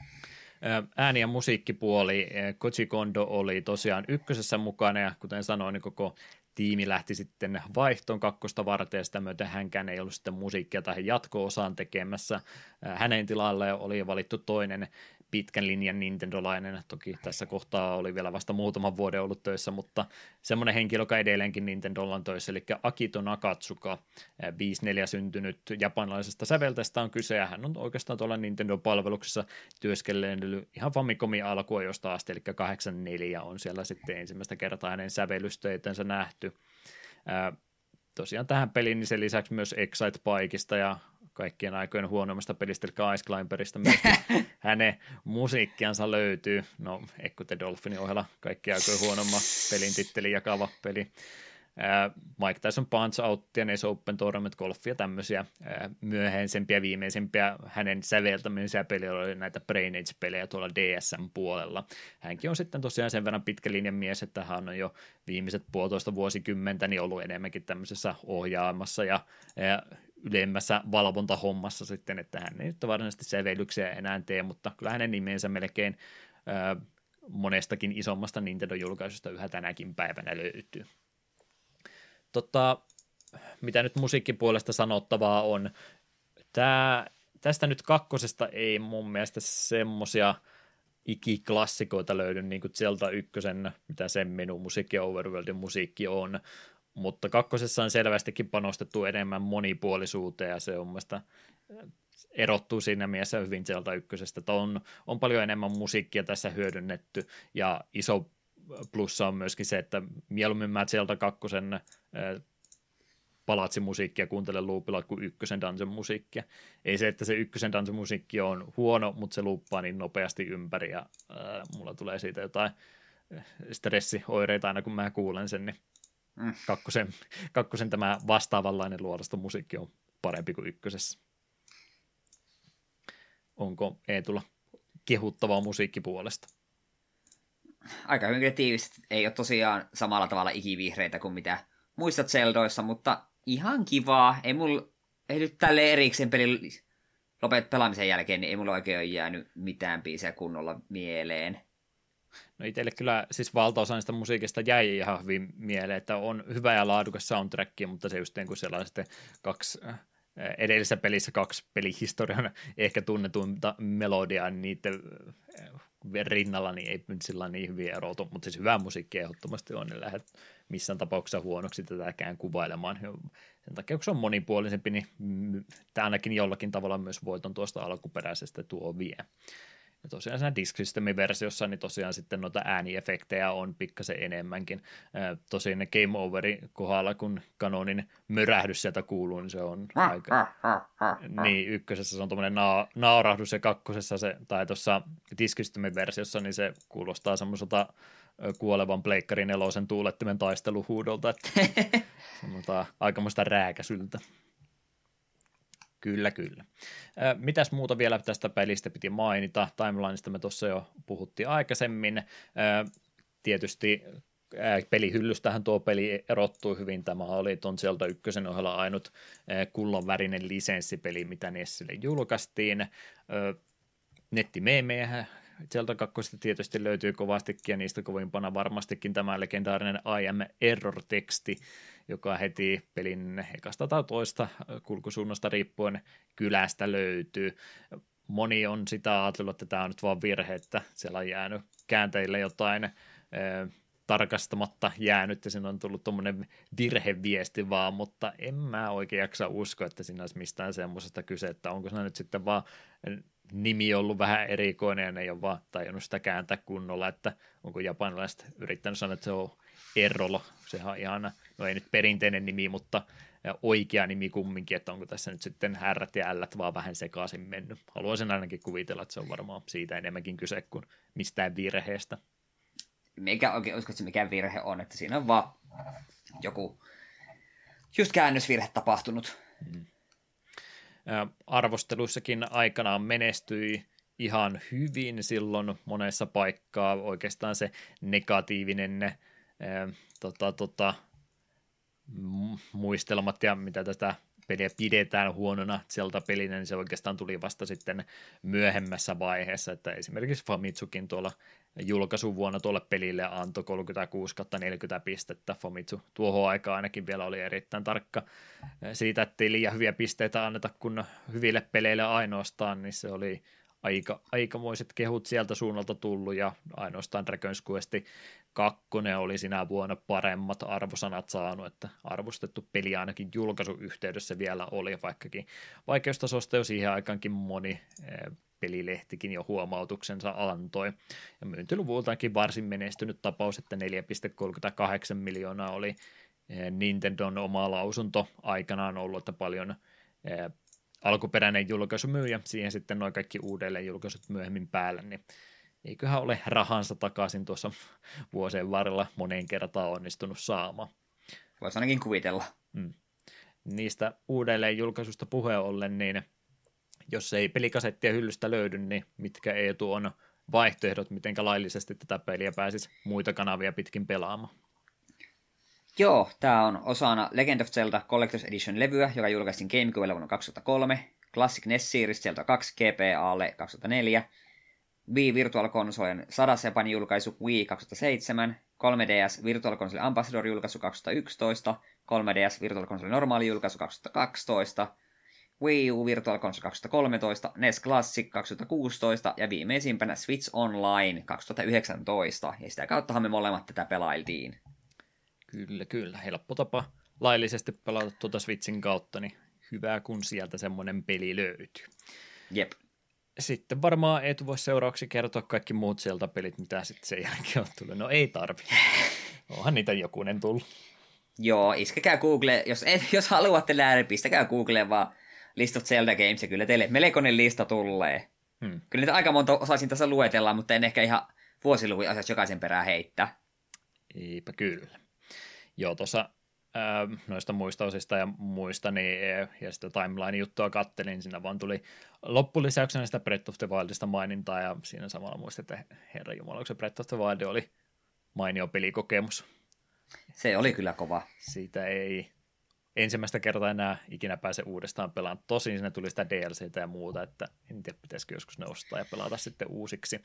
Ääni- ja musiikkipuoli, Koji Kondo oli tosiaan ykkösessä mukana, ja kuten sanoin, niin koko tiimi lähti sitten vaihtoon kakkosta varten, ja sitä myöten hänkään ei ollut sitten musiikkia tai jatko-osaan tekemässä. Hänen tilalle oli valittu toinen pitkän linjan Nintendo-lainen, toki tässä kohtaa oli vielä vasta muutaman vuoden ollut töissä, mutta semmoinen henkilö, joka edelleenkin Nintendolla on töissä, eli Akito Nakatsuka, viisikymmentäneljä syntynyt japanilaisesta säveltäjästä on kyse, ja hän on oikeastaan tuolla Nintendo-palveluksessa työskennellyt ihan Famicomin alkua josta asti, eli kahdeksankymmentäneljä on siellä sitten ensimmäistä kertaa hänen sävellystöitensä nähty. Ää, tosiaan tähän peliin, niin sen lisäksi myös Excite Bikeista ja kaikkien aikojen huonoimmasta pelistä, eli Ice Climberista, hänen musiikkiansa löytyy. No, Echo the Dolphinin ohella kaikkien aikojen huonomman pelin tittelin jakava peli. Ää, Mike Tyson Punch Out ja Ace Open Tournament Golf ja tämmöisiä ää, myöhäisempiä, viimeisimpiä hänen säveltämisiä peliä oli näitä Brain Age-pelejä tuolla D S M-puolella. Hänkin on sitten tosiaan sen verran pitkä linjan mies, että hän on jo viimeiset puolitoista vuosikymmentä niin ollut enemmänkin tämmöisessä ohjaamassa ja ää, ylemmässä valvontahommassa sitten, että hän ei nyt varsinaisesti sävellyksiä enää tee, mutta kyllä hänen nimensä melkein ää, monestakin isommasta Nintendo-julkaisusta yhä tänäkin päivänä löytyy. Tota, mitä nyt musiikkipuolesta sanottavaa on, Tää, tästä nyt kakkosesta ei mun mielestä semmosia ikiklassikoita löydy, niin kuin Zelda ykkösen, mitä sen menu musiikki ja Overworldin musiikki on, mutta kakkosessa on selvästikin panostettu enemmän monipuolisuuteen, ja se on mielestäni erottuu siinä mielessä hyvin Zelda ykkösestä, että on, on paljon enemmän musiikkia tässä hyödynnetty, ja iso plussa on myöskin se, että mieluummin mä Zelda kakkosen palatsimusiikkia kuuntelen loopilla kuin ykkösen dungeon-musiikkia. Ei se, että se ykkösen dungeon-musiikki on huono, mutta se luuppaa niin nopeasti ympäri, ja ää, mulla tulee siitä jotain stressioireita aina, kun mä kuulen sen, niin mm. kakkosen, kakkosen tämä vastaavanlainen luodasto musiikki on parempi kuin ykkösessä. Onko Eetulla kehuttavaa musiikkipuolesta? Aika hyvin tiivistä. Ei ole tosiaan samalla tavalla ikivihreitä kuin mitä muistat Zeldoissa, mutta ihan kivaa. Ei mulla, ei nyt tälleen erikseen pelin lopet pelaamisen jälkeen, niin ei mulla oikein ole jäänyt mitään biisejä kunnolla mieleen. No itselle kyllä siis valtaosa niistä musiikista jäi ihan hyvin mieleen, että on hyvä ja laadukas soundtrack, mutta se just niin kuin sellaiset kaksi edellisessä pelissä kaksi pelihistorian ehkä tunnetuinta melodiaa, niin niiden rinnalla niin ei nyt sillä niin hyvin erotu, mutta siis hyvää musiikkia ehdottomasti on, niin lähdet missään tapauksessa huonoksi tätäkään kuvailemaan. Sen takia, kun se on monipuolisempi, niin tämä ainakin jollakin tavalla myös voiton tuosta alkuperäisestä tuo vie. Ja tosiaan siinä Disk Systemin versiossa, niin tosiaan sitten noita ääniefektejä on pikkasen enemmänkin. Tosiaan ne Game Overin kohdalla, kun kanonin mörähdys sieltä kuuluu, niin se on aika... niin, ykkösessä se on tuommoinen na- naurahdus ja kakkosessa se, tai tuossa Disk Systemin versiossa, niin se kuulostaa semmoiselta kuolevan pleikkarin eloisen tuulettimen taisteluhuudolta, että semmoista aikamoista rääkäsyltä. Kyllä, kyllä. Mitäs muuta vielä tästä pelistä piti mainita? Timelineista me tuossa jo puhuttiin aikaisemmin. Tietysti pelihyllystähän tuo peli erottui hyvin. Tämä oli ton sieltä ykkösen ohella ainut kullonvärinen lisenssipeli, mitä Nessille julkaistiin. Nettimeemejä sieltä kakkosesta tietysti löytyy kovastikin, ja niistä kovimpana varmastikin tämä legendaarinen I am error-teksti, joka heti pelin ekasta tai toista kulkusuunnasta riippuen kylästä löytyy. Moni on sitä ajatellut, että tämä on nyt vaan virhe, että siellä on jäänyt kääntäjille jotain e, tarkastamatta jäänyt, ja siinä on tullut tuommoinen virheviesti vaan, mutta en mä oikein jaksa uskoa, että siinä olisi mistään semmoisesta kyse, että onko se nyt sitten vaan nimi ollut vähän erikoinen, ja ne ei ole vaan tajunnut sitä kääntää kunnolla, että onko japanilaiset yrittänyt sanoa, että se on Errolo, sehän on ihan, no ei nyt perinteinen nimi, mutta oikea nimi kumminkin, että onko tässä nyt sitten R ja L vaan vähän sekaisin mennyt. Haluaisin ainakin kuvitella, että se on varmaan siitä enemmänkin kyse kuin mistään virheestä. Mikä oikein usko, että se mikään virhe on, että siinä on vaan joku just käännösvirhe tapahtunut. Hmm. Arvosteluissakin aikanaan menestyi ihan hyvin silloin monessa paikkaa. Oikeastaan se negatiivinen ää, tota, tota, muistelmat ja mitä tätä peliä pidetään huonona sieltä pelinä, niin se oikeastaan tuli vasta sitten myöhemmässä vaiheessa, että esimerkiksi Famitsukin tuolla julkaisuvuonna tuolle pelille antoi kolmekymmentäkuusi kautta neljäkymmentä pistettä. Famitsu tuohon aikaan ainakin vielä oli erittäin tarkka siitä, ettei liian hyviä pisteitä anneta kun hyville peleille ainoastaan, niin se oli aika, aikamoiset kehut sieltä suunnalta tullut, ja ainoastaan Dragon's Quest kakkonen oli sinä vuonna paremmat arvosanat saanut, että arvostettu peli ainakin julkaisuyhteydessä vielä oli, vaikkakin vaikeustasosta jo siihen aikaankin moni pelilehtikin jo huomautuksensa antoi. Ja myyntiluvultaankin varsin menestynyt tapaus, että neljä pilkku kolmekymmentäkahdeksan miljoonaa oli Nintendon oma lausunto aikanaan ollut, että paljon alkuperäinen julkaisu myy ja siihen sitten noin kaikki uudelleen julkaisut myöhemmin päällä, niin eiköhän ole rahansa takaisin tuossa vuosien varrella moneen kertaan onnistunut saamaan. Voisi ainakin kuvitella. Mm. Niistä uudelleen julkaisusta puheen ollen, niin jos ei pelikasettia hyllystä löydy, niin mitkä Eetu on vaihtoehdot, mitenkä laillisesti tätä peliä pääsisi muita kanavia pitkin pelaamaan? Joo, tämä on osana Legend of Zelda Collector's Edition-levyä, joka julkaistiin GameCubella vuonna kaksituhattakolme, Classic N E S Series sieltä kaksi G P A:lle kaksituhattaneljä, Wii Virtual Consolen sadas Japanin julkaisu Wii kaksituhattaseitsemän, kolme D S Virtual Console Ambassador julkaisu kaksituhattayksitoista, kolme D S Virtual Console normaali julkaisu kaksituhattakaksitoista, Wii U Virtual Console kaksituhattakolmetoista, N E S Classic kaksituhattakuusitoista ja viimeisimpänä Switch Online kaksituhattayhdeksäntoista, ja sitä kauttahan me molemmat tätä pelailtiin. Kyllä, kyllä. Helppo tapa laillisesti pelata tuota Switchin kautta, niin hyvä kun sieltä semmoinen peli löytyy. Jep. Sitten varmaan Eetu voisi seuraavaksi kertoa kaikki muut sieltä pelit, mitä sitten sen jälkeen on tullut. No ei tarvitse. Onhan niitä jokunen tullut. Joo, iskekää Google, jos, et, jos haluatte nähdä, pistäkää Googleen vaan List of Zelda Games, ja kyllä teille melkoinen lista tulee. Hmm. Kyllä niitä aika monta osaisin tässä luetella, mutta en ehkä ihan vuosiluvun asiassa jokaisen perään heittää. Eipä kyllä. Joo, tuossa äh, noista muista osista ja muista, niin, ja sitä timeline-juttua kattelin, niin siinä vaan tuli loppulisäyksenä sitä Breath of the Wildista mainintaa, ja siinä samalla muistin, että herranjumala, kun se Breath of the Wild oli mainio pelikokemus. Se oli kyllä kova. Siitä ei ensimmäistä kertaa enää ikinä pääse uudestaan pelaamaan. Tosin siinä tuli sitä D L C:tä ja muuta, että en tiedä, pitäisikö joskus ne ostaa ja pelata sitten uusiksi.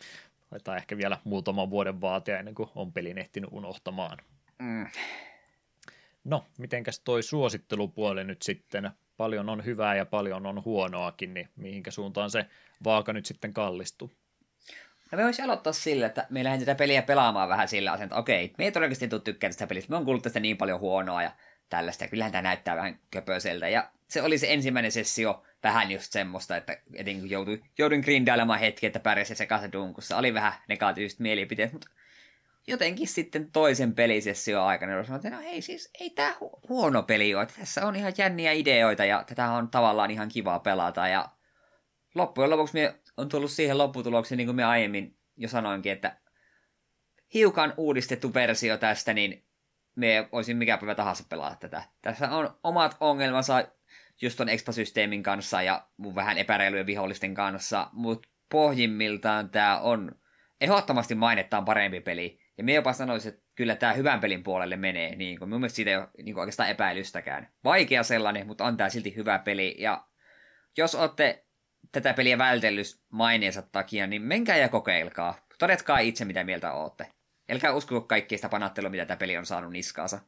tai ehkä vielä muutaman vuoden vaatia ennen kuin on pelin ehtinyt unohtamaan. Mm. No, mitenkäs toi suosittelupuoli nyt sitten? Paljon on hyvää ja paljon on huonoakin, niin mihinkä suuntaan se vaaka nyt sitten kallistuu? No me voisi aloittaa sillä, että me lähdin tätä peliä pelaamaan vähän sillä asialla, että okei, me ei todennäköisesti tule tykkää tästä pelistä, me on kuullut tästä niin paljon huonoa ja tällaista, ja kyllähän tämä näyttää vähän köpöseltä, ja se oli se ensimmäinen sessio vähän just semmoista, että etenkin kun jouduin, jouduin grindailemaan hetki, että pärjäsin se kanssa dunkussa, oli vähän negatiiviset mielipiteet, mutta jotenkin sitten toisen pelisessio aikana sanoin, että no hei siis, ei tämä hu- huono peli ole, tässä on ihan jänniä ideoita, ja tätä on tavallaan ihan kivaa pelata, ja loppujen lopuksi me on tullut siihen lopputulokseen, niin kuin me aiemmin jo sanoinkin, että hiukan uudistettu versio tästä, niin me olisin mikä päivä tahansa pelata tätä. Tässä on omat ongelmansa just ton expa-systeemin kanssa ja mun vähän epäreilujen vihollisten kanssa, mutta pohjimmiltaan tämä on ehdottomasti mainettaan parempi peli. Ja me jopa sanoisin, että kyllä tämä hyvän pelin puolelle menee. Niin kuin, mun mielestä siitä ei ole niin kuin oikeastaan epäilystäkään. Vaikea sellainen, mutta on tämä silti hyvä peli. Ja jos olette tätä peliä vältellyt maineensa takia, niin menkää ja kokeilkaa. Todetkaa itse, mitä mieltä ootte. Elkää usko kaikkia sitä panattelua, mitä tämä peli on saanut niskaansa.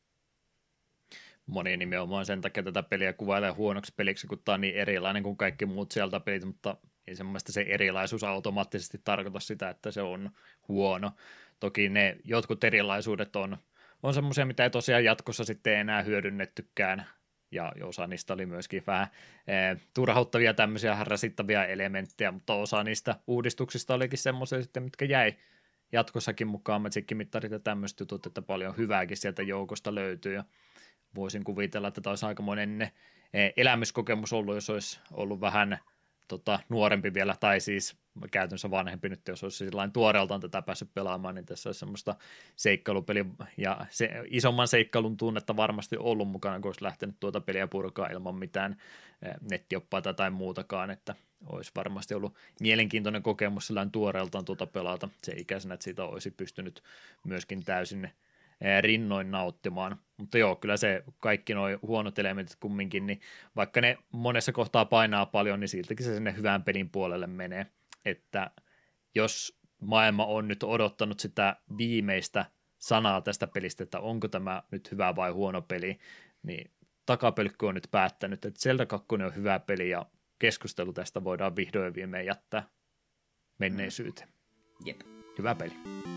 Moni nimenomaan sen takia tätä peliä kuvailee huonoksi peliksi, kun tämä on niin erilainen kuin kaikki muut sieltä pelit, mutta ei semmoista se erilaisuus automaattisesti tarkoita sitä, että se on huono. Toki ne jotkut erilaisuudet on, on semmoisia, mitä ei tosiaan jatkossa sitten enää hyödynnettykään, ja osa niistä oli myöskin vähän e, turhauttavia tämmöisiä rasittavia elementtejä, mutta osa niistä uudistuksista olikin semmoisia sitten, mitkä jäi jatkossakin mukaan Magic-mittarit ja tämmöiset jutut, että paljon hyvääkin sieltä joukosta löytyy, ja voisin kuvitella, että tämä olisi aikamoinen e, elämyskokemus ollut, jos olisi ollut vähän tota, nuorempi vielä, tai siis käytännössä vanhempi nyt, jos olisi sillain tuoreeltaan tätä päässyt pelaamaan, niin tässä olisi semmoista seikkailupeli ja se, isomman seikkailun tunnetta varmasti ollut mukana, kun olisi lähtenyt tuota peliä purkaa ilman mitään nettioppaita tai muutakaan, että olisi varmasti ollut mielenkiintoinen kokemus sillain tuoreeltaan tuota pelata se ikäisenä, että siitä olisi pystynyt myöskin täysin rinnoin nauttimaan, mutta joo, kyllä se kaikki nuo huonot elementit kumminkin, niin vaikka ne monessa kohtaa painaa paljon, niin siltikin se sinne hyvän pelin puolelle menee, että jos maailma on nyt odottanut sitä viimeistä sanaa tästä pelistä, että onko tämä nyt hyvä vai huono peli, niin Takapölkky on nyt päättänyt, että Zelda kaksi on hyvä peli ja keskustelu tästä voidaan vihdoin viimein jättää menneisyyteen. Jep. Hyvä peli.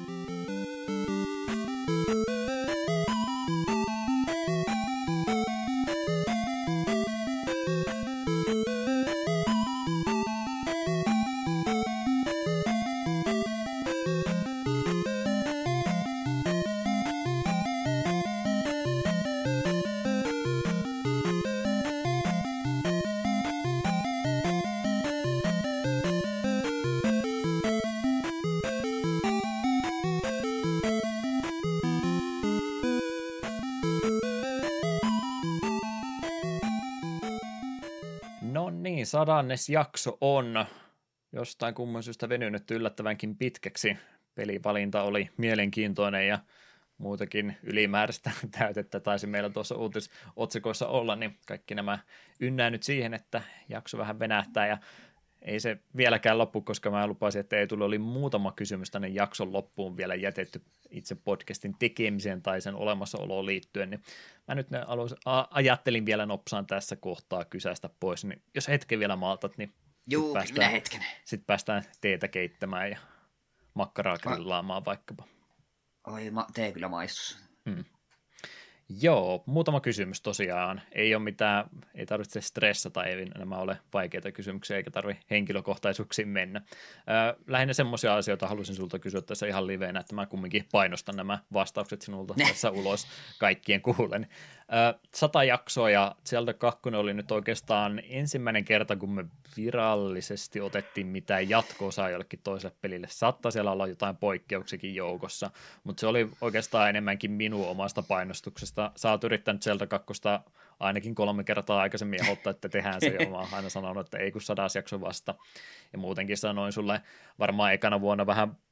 Sadannes jakso on jostain kumman syystä venynyt yllättävänkin pitkäksi. Pelivalinta oli mielenkiintoinen ja muutakin ylimääräistä täytettä taisi meillä tuossa uutisotsikoissa olla, niin kaikki nämä ynnää nyt siihen, että jakso vähän venähtää ja ei se vieläkään loppu, koska mä lupasin, että ei tule oli muutama kysymys tänne jakson loppuun vielä jätetty itse podcastin tekemiseen tai sen olemassaoloon liittyen, niin mä nyt ne alus, a- ajattelin vielä nopsaan tässä kohtaa kysäistä pois, niin jos hetken vielä maltat, niin Juu, sitten minä päästään, sit päästään teetä keittämään ja makkaraa grillaamaan vaikkapa. Oi, ma- tee kyllä maistus. Hmm. Joo, muutama kysymys tosiaan. Ei ole mitään, ei tarvitse stressata, ei nämä ole vaikeita kysymyksiä, eikä tarvitse henkilökohtaisuuksiin mennä. Ö, lähinnä semmoisia asioita halusin sulta kysyä tässä ihan liveenä, että mä kumminkin painostan nämä vastaukset sinulta tässä ulos kaikkien kuulen. Ö, sata jaksoa ja Zelda kaksi oli nyt oikeastaan ensimmäinen kerta, kun me virallisesti otettiin mitään jatko-osaa jollekin toiselle pelille. Saattaa siellä olla jotain poikkeuksikin joukossa, mutta se oli oikeastaan enemmänkin minun omasta painostuksesta. Sä oot yrittänyt Zelda kaksi ainakin kolme kertaa aikaisemmin ehdottaa, että tehdään se, ja mä oon aina sanonut, että ei kun sadas jakso vasta. Ja muutenkin sanoin sulle varmaan ekana vuonna vähän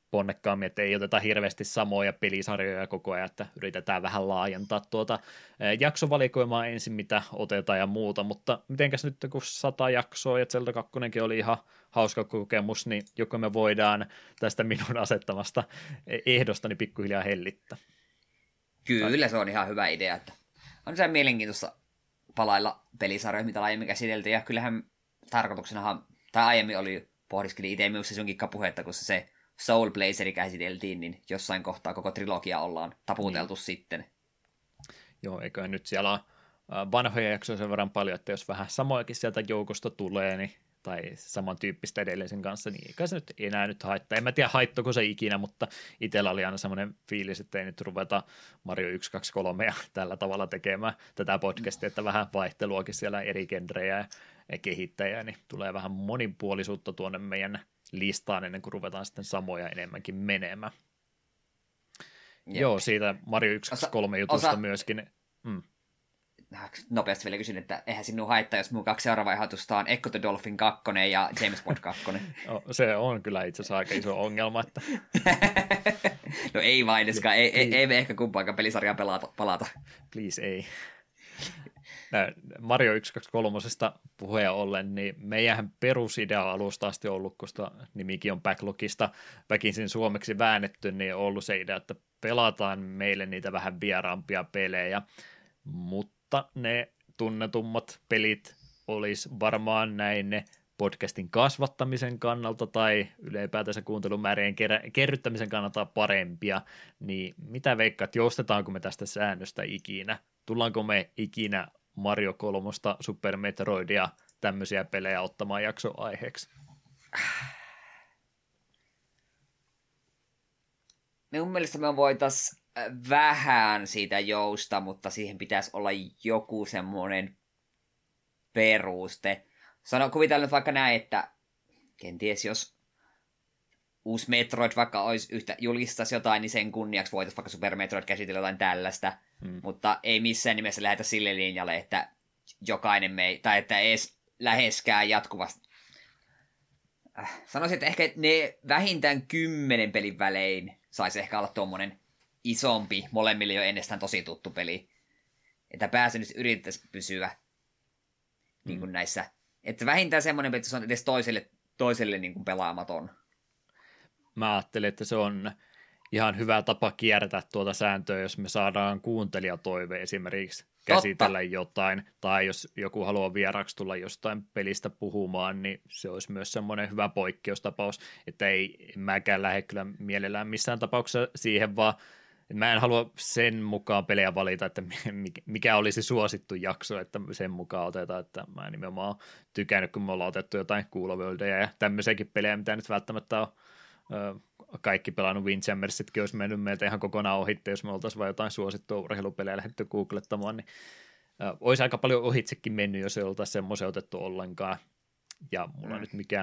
ponnekkaammin, että ei oteta hirveästi samoja pelisarjoja koko ajan, että yritetään vähän laajentaa tuota jaksovalikoimaa ensin, mitä otetaan ja muuta, mutta mitenkäs nyt kun sata jaksoa ja Zelda kaksi oli ihan hauska kokemus, niin joko me voidaan tästä minun asettamasta ehdostani pikkuhiljaa hellittää. Kyllä, se on ihan hyvä idea, että on se mielenkiintoista palailla pelisarjoja, mitä aiemmin käsiteltiin, ja kyllähän tarkoituksenahan, tai aiemmin oli, pohdiskeli itse myös se jonkin puhetta, kun se Soul Blazeri käsiteltiin, niin jossain kohtaa koko trilogia ollaan taputeltu niin. Sitten. Joo, eiköhän nyt siellä on vanhoja jaksoja sen verran paljon, että jos vähän samoakin sieltä joukosta tulee, niin, tai samantyyppistä edellisen kanssa, niin eikä se nyt enää nyt haittaa. En mä tiedä, haittoiko se ikinä, mutta itsellä oli aina semmoinen fiilis, että ei nyt ruveta Mario yksi, kaksi, kolme ja tällä tavalla tekemään tätä podcastia, että vähän vaihteluakin siellä eri genrejä ja kehittäjää, niin tulee vähän monipuolisuutta tuonne meidän listaan ennen kuin ruvetaan sitten samoja enemmänkin menemään. Jep. Joo, siitä Mario yksi, kaksi, kolme jutusta osa... myöskin. Mm. Nopeasti vielä kysyn, että eihän sinun haittaa, jos mun kaksi seuraavaa ehdotusta on Echo the Dolphin kaksi ja James Bond kaksi. No, se on kyllä itse asiassa aika iso ongelma. Että... no ei vain, koska ei, ei, ei me ehkä kumpaankaan pelisarjaa pelata, palata. Please, ei. Mario yksi, kaksi, kolme puheen ollen, niin meidän perusidea alusta asti ollut, koska nimikin on Backlogista väkisin suomeksi väännetty, niin on ollut se idea, että pelataan meille niitä vähän vieraampia pelejä, mutta ne tunnetummat pelit olisi varmaan näin ne podcastin kasvattamisen kannalta tai ylipäätänsä kuuntelumäärien ker- kerryttämisen kannalta parempia, niin mitä veikkaat, joustetaanko me tästä säännöstä ikinä? Tullaanko me ikinä Mario kolme, Super Metroidia, tämmöisiä pelejä ottamaan jaksoaiheeksi? Minun mielestä me voitaisiin vähän siitä jousta, mutta siihen pitäisi olla joku semmoinen peruste. Sano, kuvitellaan nyt vaikka näin, että kenties jos uusi Metroid vaikka olisi yhtä, julistaisi jotain, niin sen kunniaksi voitaisiin vaikka Super Metroid käsitellä jotain tällaista, hmm. mutta ei missään nimessä lähdetä sille linjalle, että jokainen me, tai että ei edes läheskään jatkuvasti. Sanoisin, että ehkä ne vähintään kymmenen pelin välein saisi ehkä olla tuommoinen isompi, molemmille jo ennestään tosi tuttu peli. Että pääse nyt yritettäisiin pysyä hmm. niin kuin näissä. Että vähintään semmoinen peli, että se on edes toiselle, toiselle niin kuin pelaamaton. Mä ajattelin, että se on ihan hyvä tapa kiertää tuota sääntöä, jos me saadaan kuuntelijatoive esimerkiksi käsitellä Totta. jotain, tai jos joku haluaa vieraksi tulla jostain pelistä puhumaan, niin se olisi myös semmoinen hyvä poikkeustapaus, että ei mäkään lähde kyllä mielellään missään tapauksessa siihen, vaan mä en halua sen mukaan pelejä valita, että mikä olisi suosittu jakso, että sen mukaan otetaan, että mä nimenomaan olen tykännyt, kun me ollaan otettu jotain Cool Worldia ja tämmöisiäkin pelejä, mitä nyt välttämättä on kaikki pelannut. Windjammersitkin olisi mennyt meiltä ihan kokonaan ohitte, jos me oltaisiin vain jotain suosittua urheilupelejä lähdetty googlettamaan, niin olisi aika paljon ohitsekin mennyt, jos ei oltaisi semmoisen otettu ollenkaan. Ja mulla mm. nyt mikä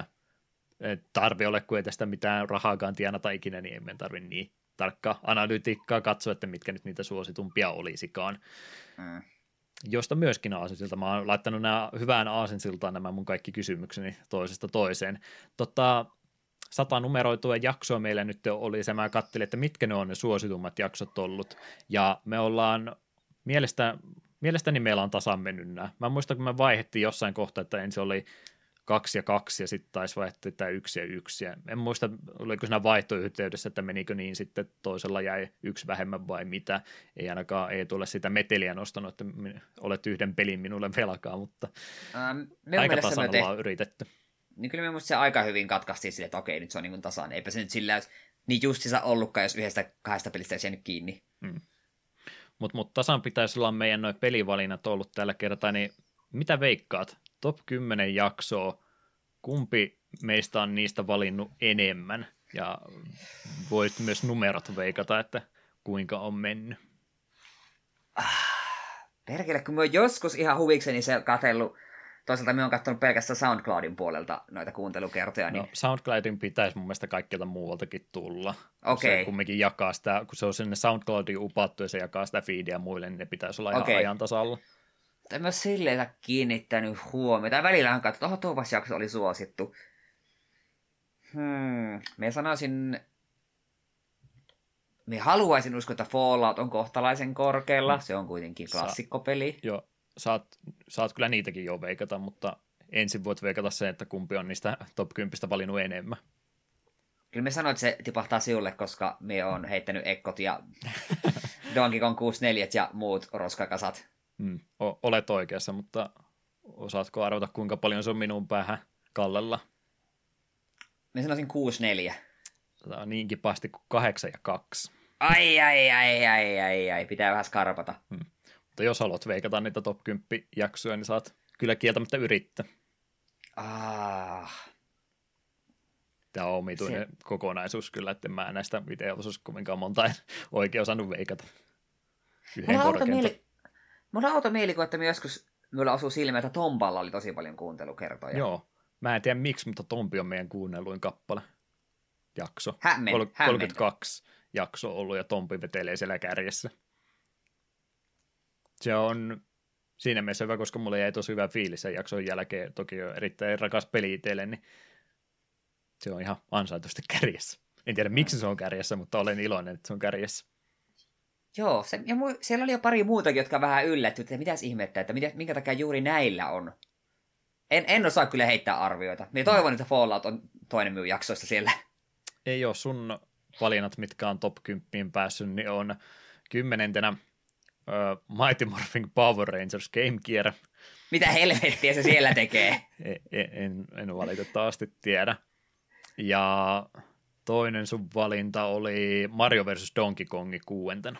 tarve ole, kun ei tästä mitään rahaakaan tienata ikinä, niin emme tarvitse niin tarkkaa analytiikkaa katsoa, että mitkä nyt niitä suositumpia olisikaan. Mm. Josta myöskin aasinsilta. Mä oon laittanut nämä hyvään aasinsiltaan nämä mun kaikki kysymykseni toisesta toiseen. Tota, sata numeroitua jaksoa meillä nyt oli se, mä katselin, että mitkä ne on ne suositummat jaksot ollut, ja me ollaan, mielestä, mielestäni meillä on tasan mennyt nämä. Mä muistan, kun me vaihdettiin jossain kohtaa, että ensin oli kaksi ja kaksi, ja sitten taisi vaihtaa tämä yksi ja yksi, ja en muista, oliko siinä vaihtoyhteydessä, että menikö niin sitten toisella jäi yksi vähemmän vai mitä, ei ainakaan, ei tule sitä meteliä nostanut, että olet yhden pelin minulle velkaa, mutta ähm, aika tasan ollaan te... yritetty. Niin kyllä minusta se aika hyvin katkaistiin sille, että okei, nyt se on niin kuin tasan. Eipä se nyt sillä niin justissa ollutkaan, jos yhdestä kahdesta pelistä olisi jäänyt kiinni. Hmm. Mutta mut tasan pitäisi olla meidän noin pelivalinnat ollut tällä kertaa, niin mitä veikkaat? Top kymmenen jaksoa, kumpi meistä on niistä valinnut enemmän? Ja voit myös numerot veikata, että kuinka on mennyt. Perkele, kun mä oon joskus ihan huvikseni se katsellut. Toisaalta me on katsonut pelkästään SoundCloudin puolelta noita kuuntelukertoja. Niin... No, SoundCloudin pitäisi mun mielestä kaikkialta muualtakin tulla. Okei. Okay. Se kumminkin jakaa sitä, kun se on sinne SoundCloudin upattu ja se jakaa sitä feedia muille, niin ne pitäisi olla ihan okay. ajan tasalla. En mä silleen kiinnittänyt huomiota. Välillähän katsoin, että oho, tuopas jakso oli suosittu. Hmm. Me sanoisin me haluaisin uskoa, että Fallout on kohtalaisen korkealla. Se on kuitenkin klassikkopeli. Joo, saat, saat kyllä niitäkin jo veikata, mutta ensin voit veikata sen, että kumpi on niistä top kymmenen valinnut enemmän. Kyllä me sanoin, että se tipahtaa sinulle, koska me on heittänyt Ekkot ja Donkey Kong kuusikymmentäneljä ja muut roskakasat. Mm, o- olet oikeassa, mutta osaatko arvata, kuinka paljon se on minun päähän kallella? Me sanoisin kuusikymmentäneljä. Tämä on niinkin pahasti kuin kahdeksan ja kaksi. Ai, ai, ai, ai, ai, ai. Pitää vähän skarpata. Hmm. Mutta jos haluat veikata niitä top kymmenen jaksoja, niin saat kyllä kieltämättä yrittää. Ah. Tämä on omituinen se... kokonaisuus kyllä, että mä näistä videoissa kovinkaan monta en oikein osannut veikata. Yhden korkeinta. Mieli... Mulla on auto mielikuva, että me joskus minulla osui silmään, että Tompalla oli tosi paljon kuuntelukertoja. Joo. Mä en tiedä miksi, mutta Tompi on meidän kuunnelluin kappale. Jakso. Hämmen, Kol- kolmekymmentäkaksi jakso ollut ja Tompi vetelee siellä kärjessä. Se on siinä mielessä hyvä, koska mulle jäi tosi hyvä fiilis sen jakson jälkeen. Toki on erittäin rakas peli itselle, niin se on ihan ansaitusti kärjessä. En tiedä miksi se on kärjessä, mutta olen iloinen, että se on kärjessä. Joo, se, ja mu- siellä oli jo pari muutakin, jotka vähän yllätty, että mitäs ihmettä, että mitä, minkä takia juuri näillä on. En, en osaa kyllä heittää arvioita. Minä toivon, että Fallout on toinen minun jaksoista siellä. Ei ole sun valinnat, mitkä on top kymmenen päässyt, niin on kymmenentenä uh, Mighty Morphin Power Rangers Game Gear. Mitä helvettiä se siellä tekee? en, en, en valitettavasti tiedä. Ja toinen sun valinta oli Mario versus. Donkey Kongi kuuentena.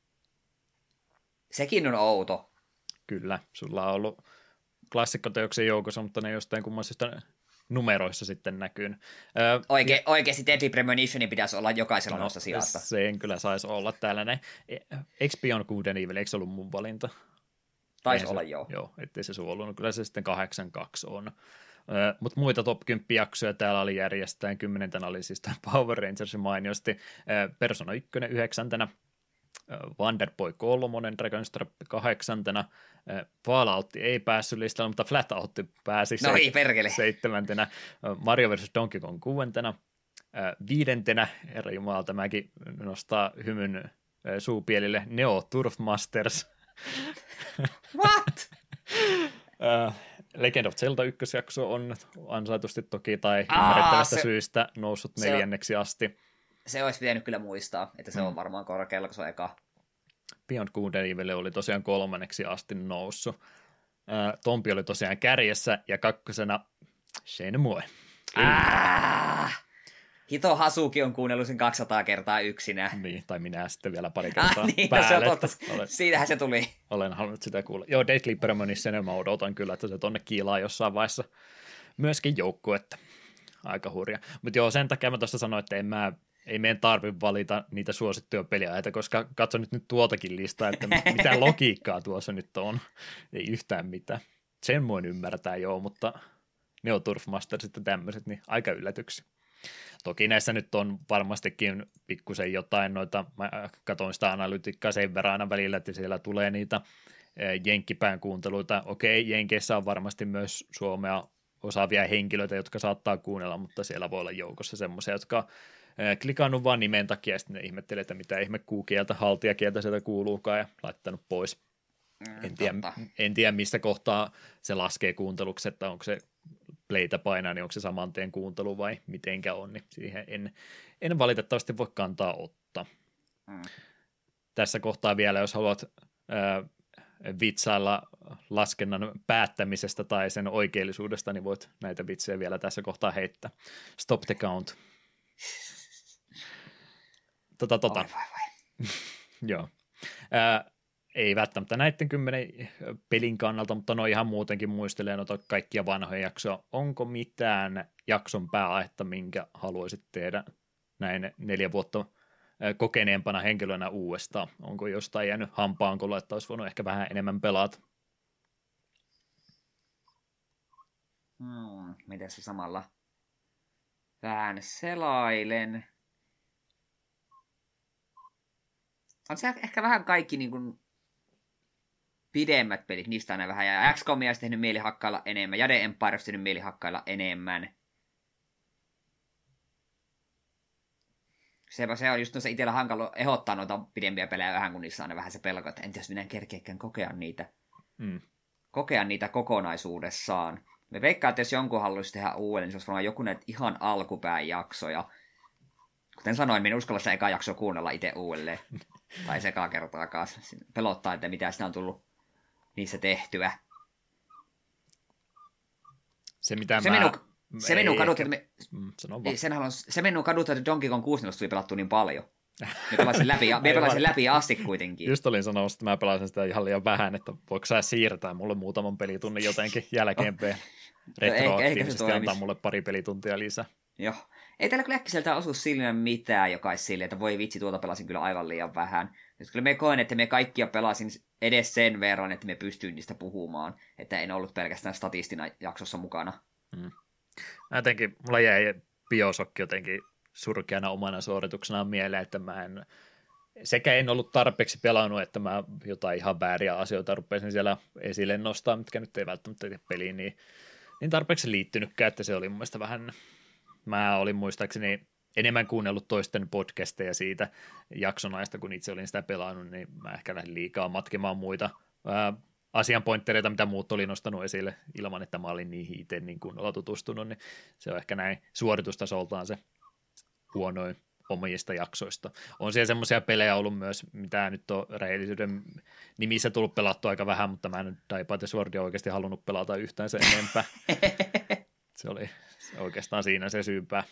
Sekin on outo. Kyllä, sulla on ollut klassikkoteoksen joukossa, mutta ne jostain kummaisista numeroissa sitten näkyy. Öö, Oike, oikeasti Deadly Premonitionin pitäisi olla jokaisella no, noista sijasta. Sen kyllä saisi olla täällä näin. Eikö Beyond Good and Evil, eikö se ollut mun valinta? Taisi olla, se, joo. Joo, ettei se sun ollut. No, kyllä se sitten kahdeksan kaksi on. Öö, mutta muita top kymmenen jaksoja täällä oli järjestään. Kymmenentenä oli siis tämä Power Rangers mainiosti. Öö, Persona yksi yhdeksäntenä. Wonderboy kolmonen, Dragon's kahdeksantena, Fallout ei päässyt listalle, mutta Flatout pääsi no se, perkele. seitsemäntenä, Mario versus. Donkey Kong kuudentena, viidentenä, herra jumala, tämäkin nostaa hymyn suupielille, Neo Turf Masters. What? Legend of Zelda ykkösjakso on ansaitusti toki tai Aa, ymmärrettävästä se, syystä noussut neljänneksi asti. Se olisi pitänyt kyllä muistaa, että se mm. on varmaan korkealla, kun se on eka. Beyond Good and Evil oli tosiaan kolmanneksi asti noussut. Ää, Tompi oli tosiaan kärjessä ja kakkosena Shenmue. Ah! Hito Hasuki on kuunnellut sen kaksisataa kertaa yksinä. Niin, tai minä sitten vielä pari kertaa ah, niin, päälle. No se olen, siitähän se tuli. Olen halunnut sitä kuulla. Joo, Deadly Premonition, mä odotan kyllä, että se tonne kiilaa jossain vaiheessa myöskin joukkuetta. Aika hurja. Mutta joo, sen takia mä tuossa sanoin, että en mä ei meidän tarvitse valita niitä suosittuja peliaiheita, koska katso nyt, nyt tuotakin listaa, että mitä logiikkaa tuossa nyt on. Ei yhtään mitään. Sen voin ymmärtää joo, mutta Neo Turf Master sitten tämmöiset, niin aika yllätyksiä. Toki näissä nyt on varmastikin pikkusen jotain noita, mä katsoin sitä analytiikkaa sen verran aina välillä, että siellä tulee niitä jenkkipään kuunteluita. Okei, Jenkeissä on varmasti myös suomea osaavia henkilöitä, jotka saattaa kuunnella, mutta siellä voi olla joukossa semmoisia, jotka klikannut vaan nimen takia ja sitten ne ihmettelee, että mitä ihme kuukieltä, haltijakieltä sieltä kuuluukaan ja laittanut pois. Mm, en, tiedä, en tiedä, mistä kohtaa se laskee kuunteluksi, että onko se playtä painaa, niin onko se saman tien kuuntelu vai mitenkä on, niin siihen en, en valitettavasti voi kantaa ottaa. Mm. Tässä kohtaa vielä, jos haluat ää, vitsailla laskennan päättämisestä tai sen oikeellisuudesta, niin voit näitä vitsejä vielä tässä kohtaa heittää. Stop the count. Tota, tota. Vai, vai, vai. Joo. Ää, ei välttämättä näiden kymmenen pelin kannalta, mutta no ihan muutenkin muistelee noita kaikkia vanhoja jaksoja. Onko mitään jakson pääaihetta, minkä haluaisit tehdä näin neljä vuotta kokeneempana henkilönä uudestaan? Onko jostain jäänyt hampaankolla, että olisi voinut ehkä vähän enemmän pelata? Hmm, miten se samalla? Vähän selailen. On se ehkä vähän kaikki niin kuin pidemmät pelit, niistä aina vähän. Ja X COMia olisi tehnyt mieli hakkailla enemmän. Jade Empire olisi tehnyt mieli hakkailla enemmän. Se, se on just se itsellä hankala ehdottaa noita pidempiä pelejä vähän, kun niissä on aina vähän se pelko, että entä jos minä en kerkeäkään kokea niitä, Mm. kokea niitä kokonaisuudessaan. Me veikkaan, että jos jonkun haluaisi tehdä uudelleen, niin se olisi varmaan joku näitä ihan alkupään jaksoja. Kuten sanoin, minä en uskalla sitä eka jaksoa kuunnella itse uudelleen. Tai se ekaa kertaakaan. Pelottaa, että mitä sitä on tullut niissä tehtyä. Se, mitä se mä... Menu, se minun kadut, ehkä... että me... mm, sano vaan. Sen haluan, se minun kadut, että Donkey Kong kuusikymmentä tuli pelattu niin paljon. Me pelasin läpi, me pelasin läpi asti kuitenkin. Just olin sanomassa, että mä pelasin sitä ihan liian vähän, että voiko sä siirtää mulle muutaman pelitunnin jotenkin jälkeenpäin. Retroaktiivisesti antaa mulle pari pelituntia lisää. Joo. Ei täällä kyllä äkkiseltään osu silmään mitään, joka olisi silleen, että voi vitsi, tuota pelasin kyllä aivan liian vähän. Nyt kyllä me koen, että me kaikkia pelasin edes sen verran, että me pystyin niistä puhumaan, että en ollut pelkästään statistina jaksossa mukana. Hmm. Jotenkin, mulla jäi Bioshock jotenkin surkeana omana suorituksenaan mieleen, että mä en, sekä en ollut tarpeeksi pelannut, että mä jotain ihan vääriä asioita rupesin siellä esille nostaa, mitkä nyt ei välttämättä tee peliin, niin, niin tarpeeksi liittynytkään, että se oli mun mielestä vähän, mä olin muistaakseni enemmän kuunnellut toisten podcasteja siitä jaksonaista, kun itse olin sitä pelannut, niin mä ehkä lähdin liikaa matkemaan muita ää, asianpointtereita, mitä muut oli nostanut esille ilman, että mä olin niihin itse niin kunnolla tutustunut, niin se on ehkä näin suoritustasoltaan se huonoin omista jaksoista. On siellä semmoisia pelejä ollut myös, mitä nyt on rehellisyyden nimissä tullut pelattua aika vähän, mutta mä en nyt Die by the Swordia oikeasti halunnut pelata yhtään sen enempää. Se oli oikeastaan siinä se syypää.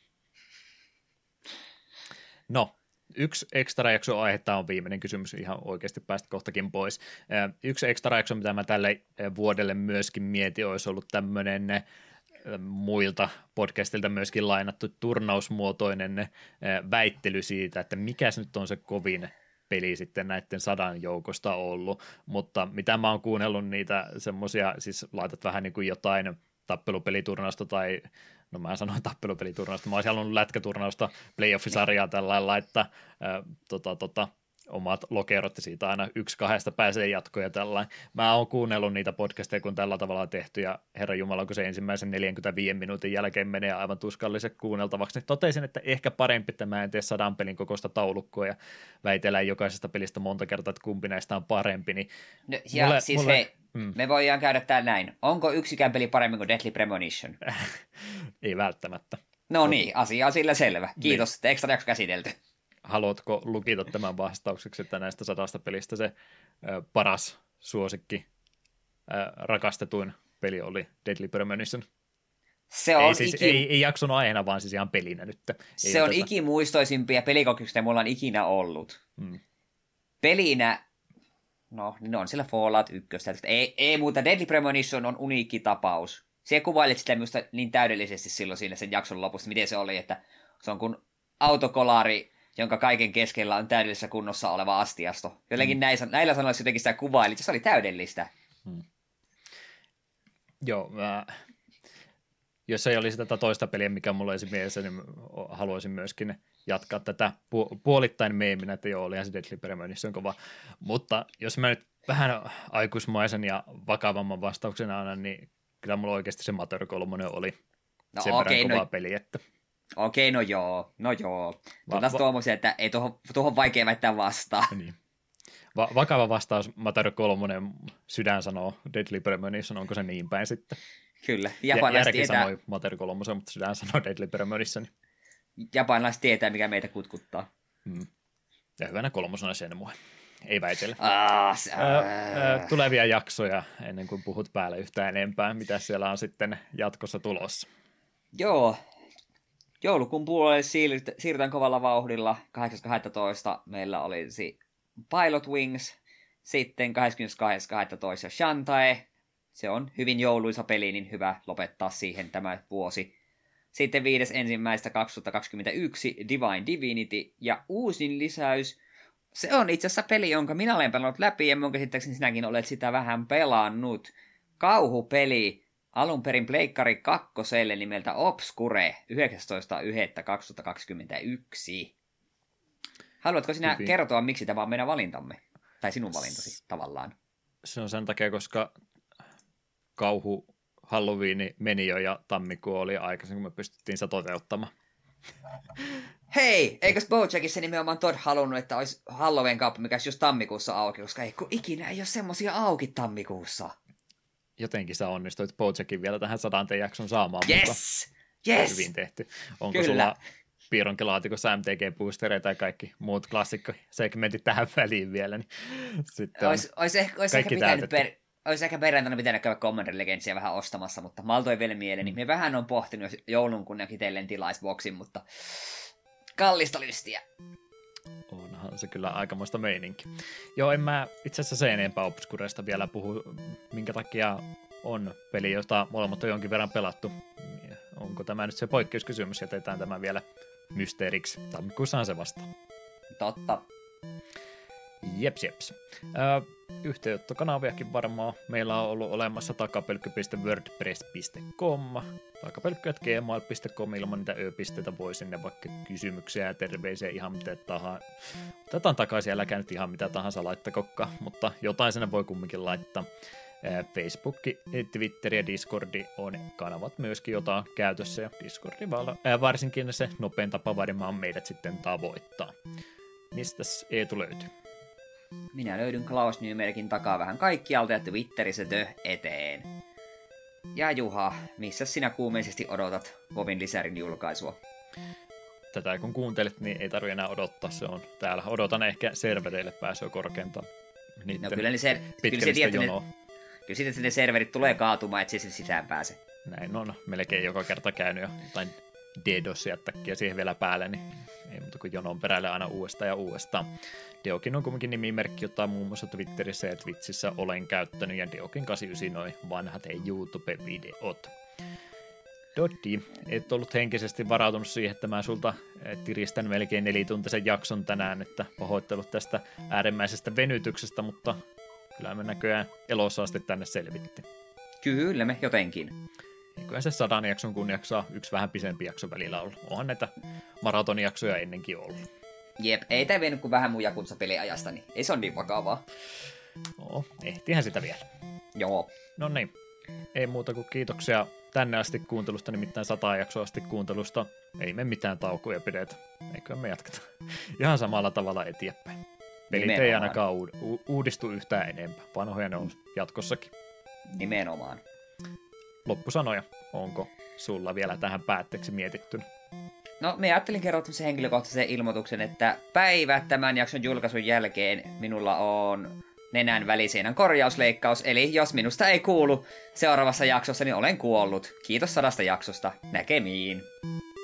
No, yksi extra jakso aihetta on viimeinen kysymys, ihan oikeasti päästä kohtakin pois. Yksi extra jakso, mitä mä tälle vuodelle myöskin mietin, olisi ollut tämmöinen muilta podcastilta myöskin lainattu turnausmuotoinen väittely siitä, että mikäs nyt on se kovin peli sitten näiden sadan joukosta ollut, mutta mitä mä oon kuunnellut niitä semmoisia, siis laitat vähän niin kuin jotain tappelupeliturnausta tai, no mä sanoin tappelupeliturnausta, mä olisin halunnut lätkäturnausta, playoff-sarjaa tällä laittaa äh, tota, tota, omat lokerot ja siitä aina yksi kahdesta pääsee jatkoja tällainen. Mä oon kuunnellut niitä podcasteja, kun tällä tavalla on tehty ja herra jumala, kun se ensimmäisen neljänkymmentäviisi minuutin jälkeen menee aivan tuskalliseksi kuunneltavaksi, niin totesin, että ehkä parempi, että mä en tee sadan pelin kokoista taulukkoa ja väitellään jokaisesta pelistä monta kertaa, että kumpi näistä on parempi. Niin no, ja mulle, siis mulle, hei, mm. me voidaan käydä täällä näin. Onko yksikään peli paremmin kuin Deadly Premonition? Ei välttämättä. No niin, asia on sillä selvä. Kiitos, niin. Että ekstra jakso käsitelty. Haluatko lukita tämän vastaukseksi, että näistä sadasta pelistä se ö, paras suosikki, ö, rakastetuin peli oli Deadly Premonition? Se on ei, siis, iki... ei, ei jakson aiheena, vaan siis ihan pelinä nyt. Ei se on tätä... ikimuistoisimpia pelikokemuksia, mulla on ikinä ollut. Hmm. Pelinä, no, no on siellä Fallout yksi. Ei, ei muuta, Deadly Premonition on uniikki tapaus. Se kuvailit sitä minusta niin täydellisesti silloin siinä sen jakson lopussa, miten se oli, että se on kuin autokolari, jonka kaiken keskellä on täydellisessä kunnossa oleva astiasto. Jotenkin hmm. näillä, näillä sanoilla jotenkin sitä kuvailit, se oli täydellistä. Hmm. Joo, mä... jos ei olisi tätä toista peliä, mikä mulla olisi mielessä, niin haluaisin myöskin jatkaa tätä pu- puolittain meeminä, että joo, olihan se Deadly Premonition kova. Mutta jos mä nyt vähän aikuismaisen ja vakavamman vastauksen annan, niin kyllä mulla oikeasti se Mater kolme oli no, sen okay, verran kova no... peli, että... Okei, no joo, no joo. Tuotas va- tuommoisia, että ei tuohon, tuohon vaikea väittää vastaan. Niin. Va- vakava vastaus, Mater kolme, sydän sanoo Deadly Premonition, onko se niin päin sitten? Kyllä, japanilaiset tietää... sanoi Mater kolme, mutta sydän sanoo Deadly Premonition. Japanilaiset tietää, mikä meitä kutkuttaa. Hmm. Ja hyvänä kolmosena sen mua. Ei väitellä. Ah, sä... öö, öö, tulevia jaksoja, ennen kuin puhut päälle yhtään enempää, mitä siellä on sitten jatkossa tulossa. Joo. Joulukuun puolelle siirrytään kovalla vauhdilla. kahdeksas kahdestoista meillä olisi Pilot Wings. Sitten kahdeskymmenestoinen kahdestoista Shantae. Se on hyvin jouluisa peli, niin hyvä lopettaa siihen tämä vuosi. Sitten viides ensimmäistä kaksituhattakaksikymmentäyksi Divine Divinity. Ja uusin lisäys. Se on itse asiassa peli, jonka minä olen pelannut läpi. Ja minun käsittääkseni sinäkin olet sitä vähän pelannut. Kauhupeli. Alun perin pleikkari kakkoselle nimeltä Obscure yhdeksästoista yhdeksättä kaksituhattakaksikymmentäyksi. Haluatko sinä Hyvin. kertoa, miksi tämä on meidän valintamme? Tai sinun valintasi tavallaan. Se on sen takia, koska kauhu Halloween meni jo ja tammikuu oli aikaisemmin, kun me pystyttiin sitä toteuttamaan. Hei, eikös Bojackissa nimenomaan Todd halunnut, että olisi Halloween-kauppa, mikä olisi just tammikuussa auki, koska ei kun ikinä ei ole semmosia auki tammikuussa. Jotenkin sä onnistuit Bojackin vielä tähän sadanteen jakson saamaan. Yes! Yes! Hyvin tehty. Onko Kyllä. sulla piironkelaatikossa M T G-boostereita ja kaikki muut klassikkosegmentit tähän väliin vielä? Niin sitten Ois, ois ehkä, ois ehkä kaikki pitänyt täytetty. per, ois ehkä perjantaina pitänyt käydä Commander Legendsia vähän ostamassa, mutta maltoin vielä mieleeni. Mm. Me vähän on pohtinut, jos joulun kunniakin itselleen tilaisboksin, mutta kallista lystiä. Onhan se kyllä aikamoista meininki. Joo, en mä itse asiassa sen enempää Obscuresta vielä puhu, minkä takia on peli, jota molemmat on jonkin verran pelattu. Onko tämä nyt se poikkeuskysymys, jätetään tämä vielä mysteeriksi. Tammikuussahan se vastaa. Totta. Jeps, jeps. Ö, yhteyttokanaviakin varmaan. Meillä on ollut olemassa takapölkky piste wordpress piste com, takapölkky piste gmail piste com, ilman niitä ö-pisteitä voi sinne vaikka kysymyksiä ja terveisiä ihan mitä tahansa. Otetaan takaisin, älkää nyt ihan mitä tahansa laittakokka, mutta jotain sinne voi kumminkin laittaa. Facebook, Twitter ja Discordi on kanavat myöskin, jota on käytössä, ja Discordi varsinkin se nopein tapa varmaan meidät sitten tavoittaa. Mistäs Eetu löytyy? Minä löydyn Klaus Nymerkin takaa vähän kaikkialta ja Twitterissä tö eteen. Ja Juha, missä sinä kuumeisesti odotat Vovin lisärin julkaisua? Tätä kun kuuntelet, niin ei tarvitse enää odottaa, se on täällä. Odotan ehkä servereille pääsyä korkeintaan. No kyllä, niin se, kyllä se tiedät, ne, kyllä sitten ne serverit tulee kaatumaan, et siis sisään pääse. Näin on melkein joka kerta käynyt jo jotain DDoS-jättäkkiä siihen vielä päälle, niin ei muuta kuin jonon perälle aina uudestaan ja uudestaan. Deokin on kuitenkin nimimerkki, jota muun muassa Twitterissä ja Twitchissä olen käyttänyt, ja Deokin kahdeksankymmentäyhdeksän noi vanhat YouTube-videot. Doddi, et ollut henkisesti varautunut siihen, että mä sulta tiristän melkein nelituntisen jakson tänään, että pahoittelut tästä äärimmäisestä venytyksestä, mutta kyllä me näköjään elossa asti tänne selvittiin. Kyllä me jotenkin. Eiköhän se sadan jakson kunniaksi yksi vähän pisempi jakso välillä ollut. Onhan näitä maratonijaksoja ennenkin ollut. Jep, ei tää vienyt kuin vähän mun Jakutsa-peliajasta, niin ei se ole niin vakavaa. No, ehtihän sitä vielä. Joo. No niin, ei muuta kuin kiitoksia tänne asti kuuntelusta, nimittäin sata jaksoa asti kuuntelusta. Ei me mitään taukoja pidetä, eiköhän me jatketa ihan samalla tavalla eteenpäin. Pelit Nimenomaan. ei ainakaan uud- u- uudistu yhtään enempää, vanhoja ne on jatkossakin. Nimenomaan. Loppusanoja, onko sulla vielä tähän päätteeksi mietitty? No, me ajattelin kertoa sen henkilökohtaisen ilmoituksen, että päivä tämän jakson julkaisun jälkeen minulla on nenän väliseinän korjausleikkaus, eli jos minusta ei kuulu seuraavassa jaksossa, niin olen kuollut. Kiitos sadasta jaksosta. Näkemiin.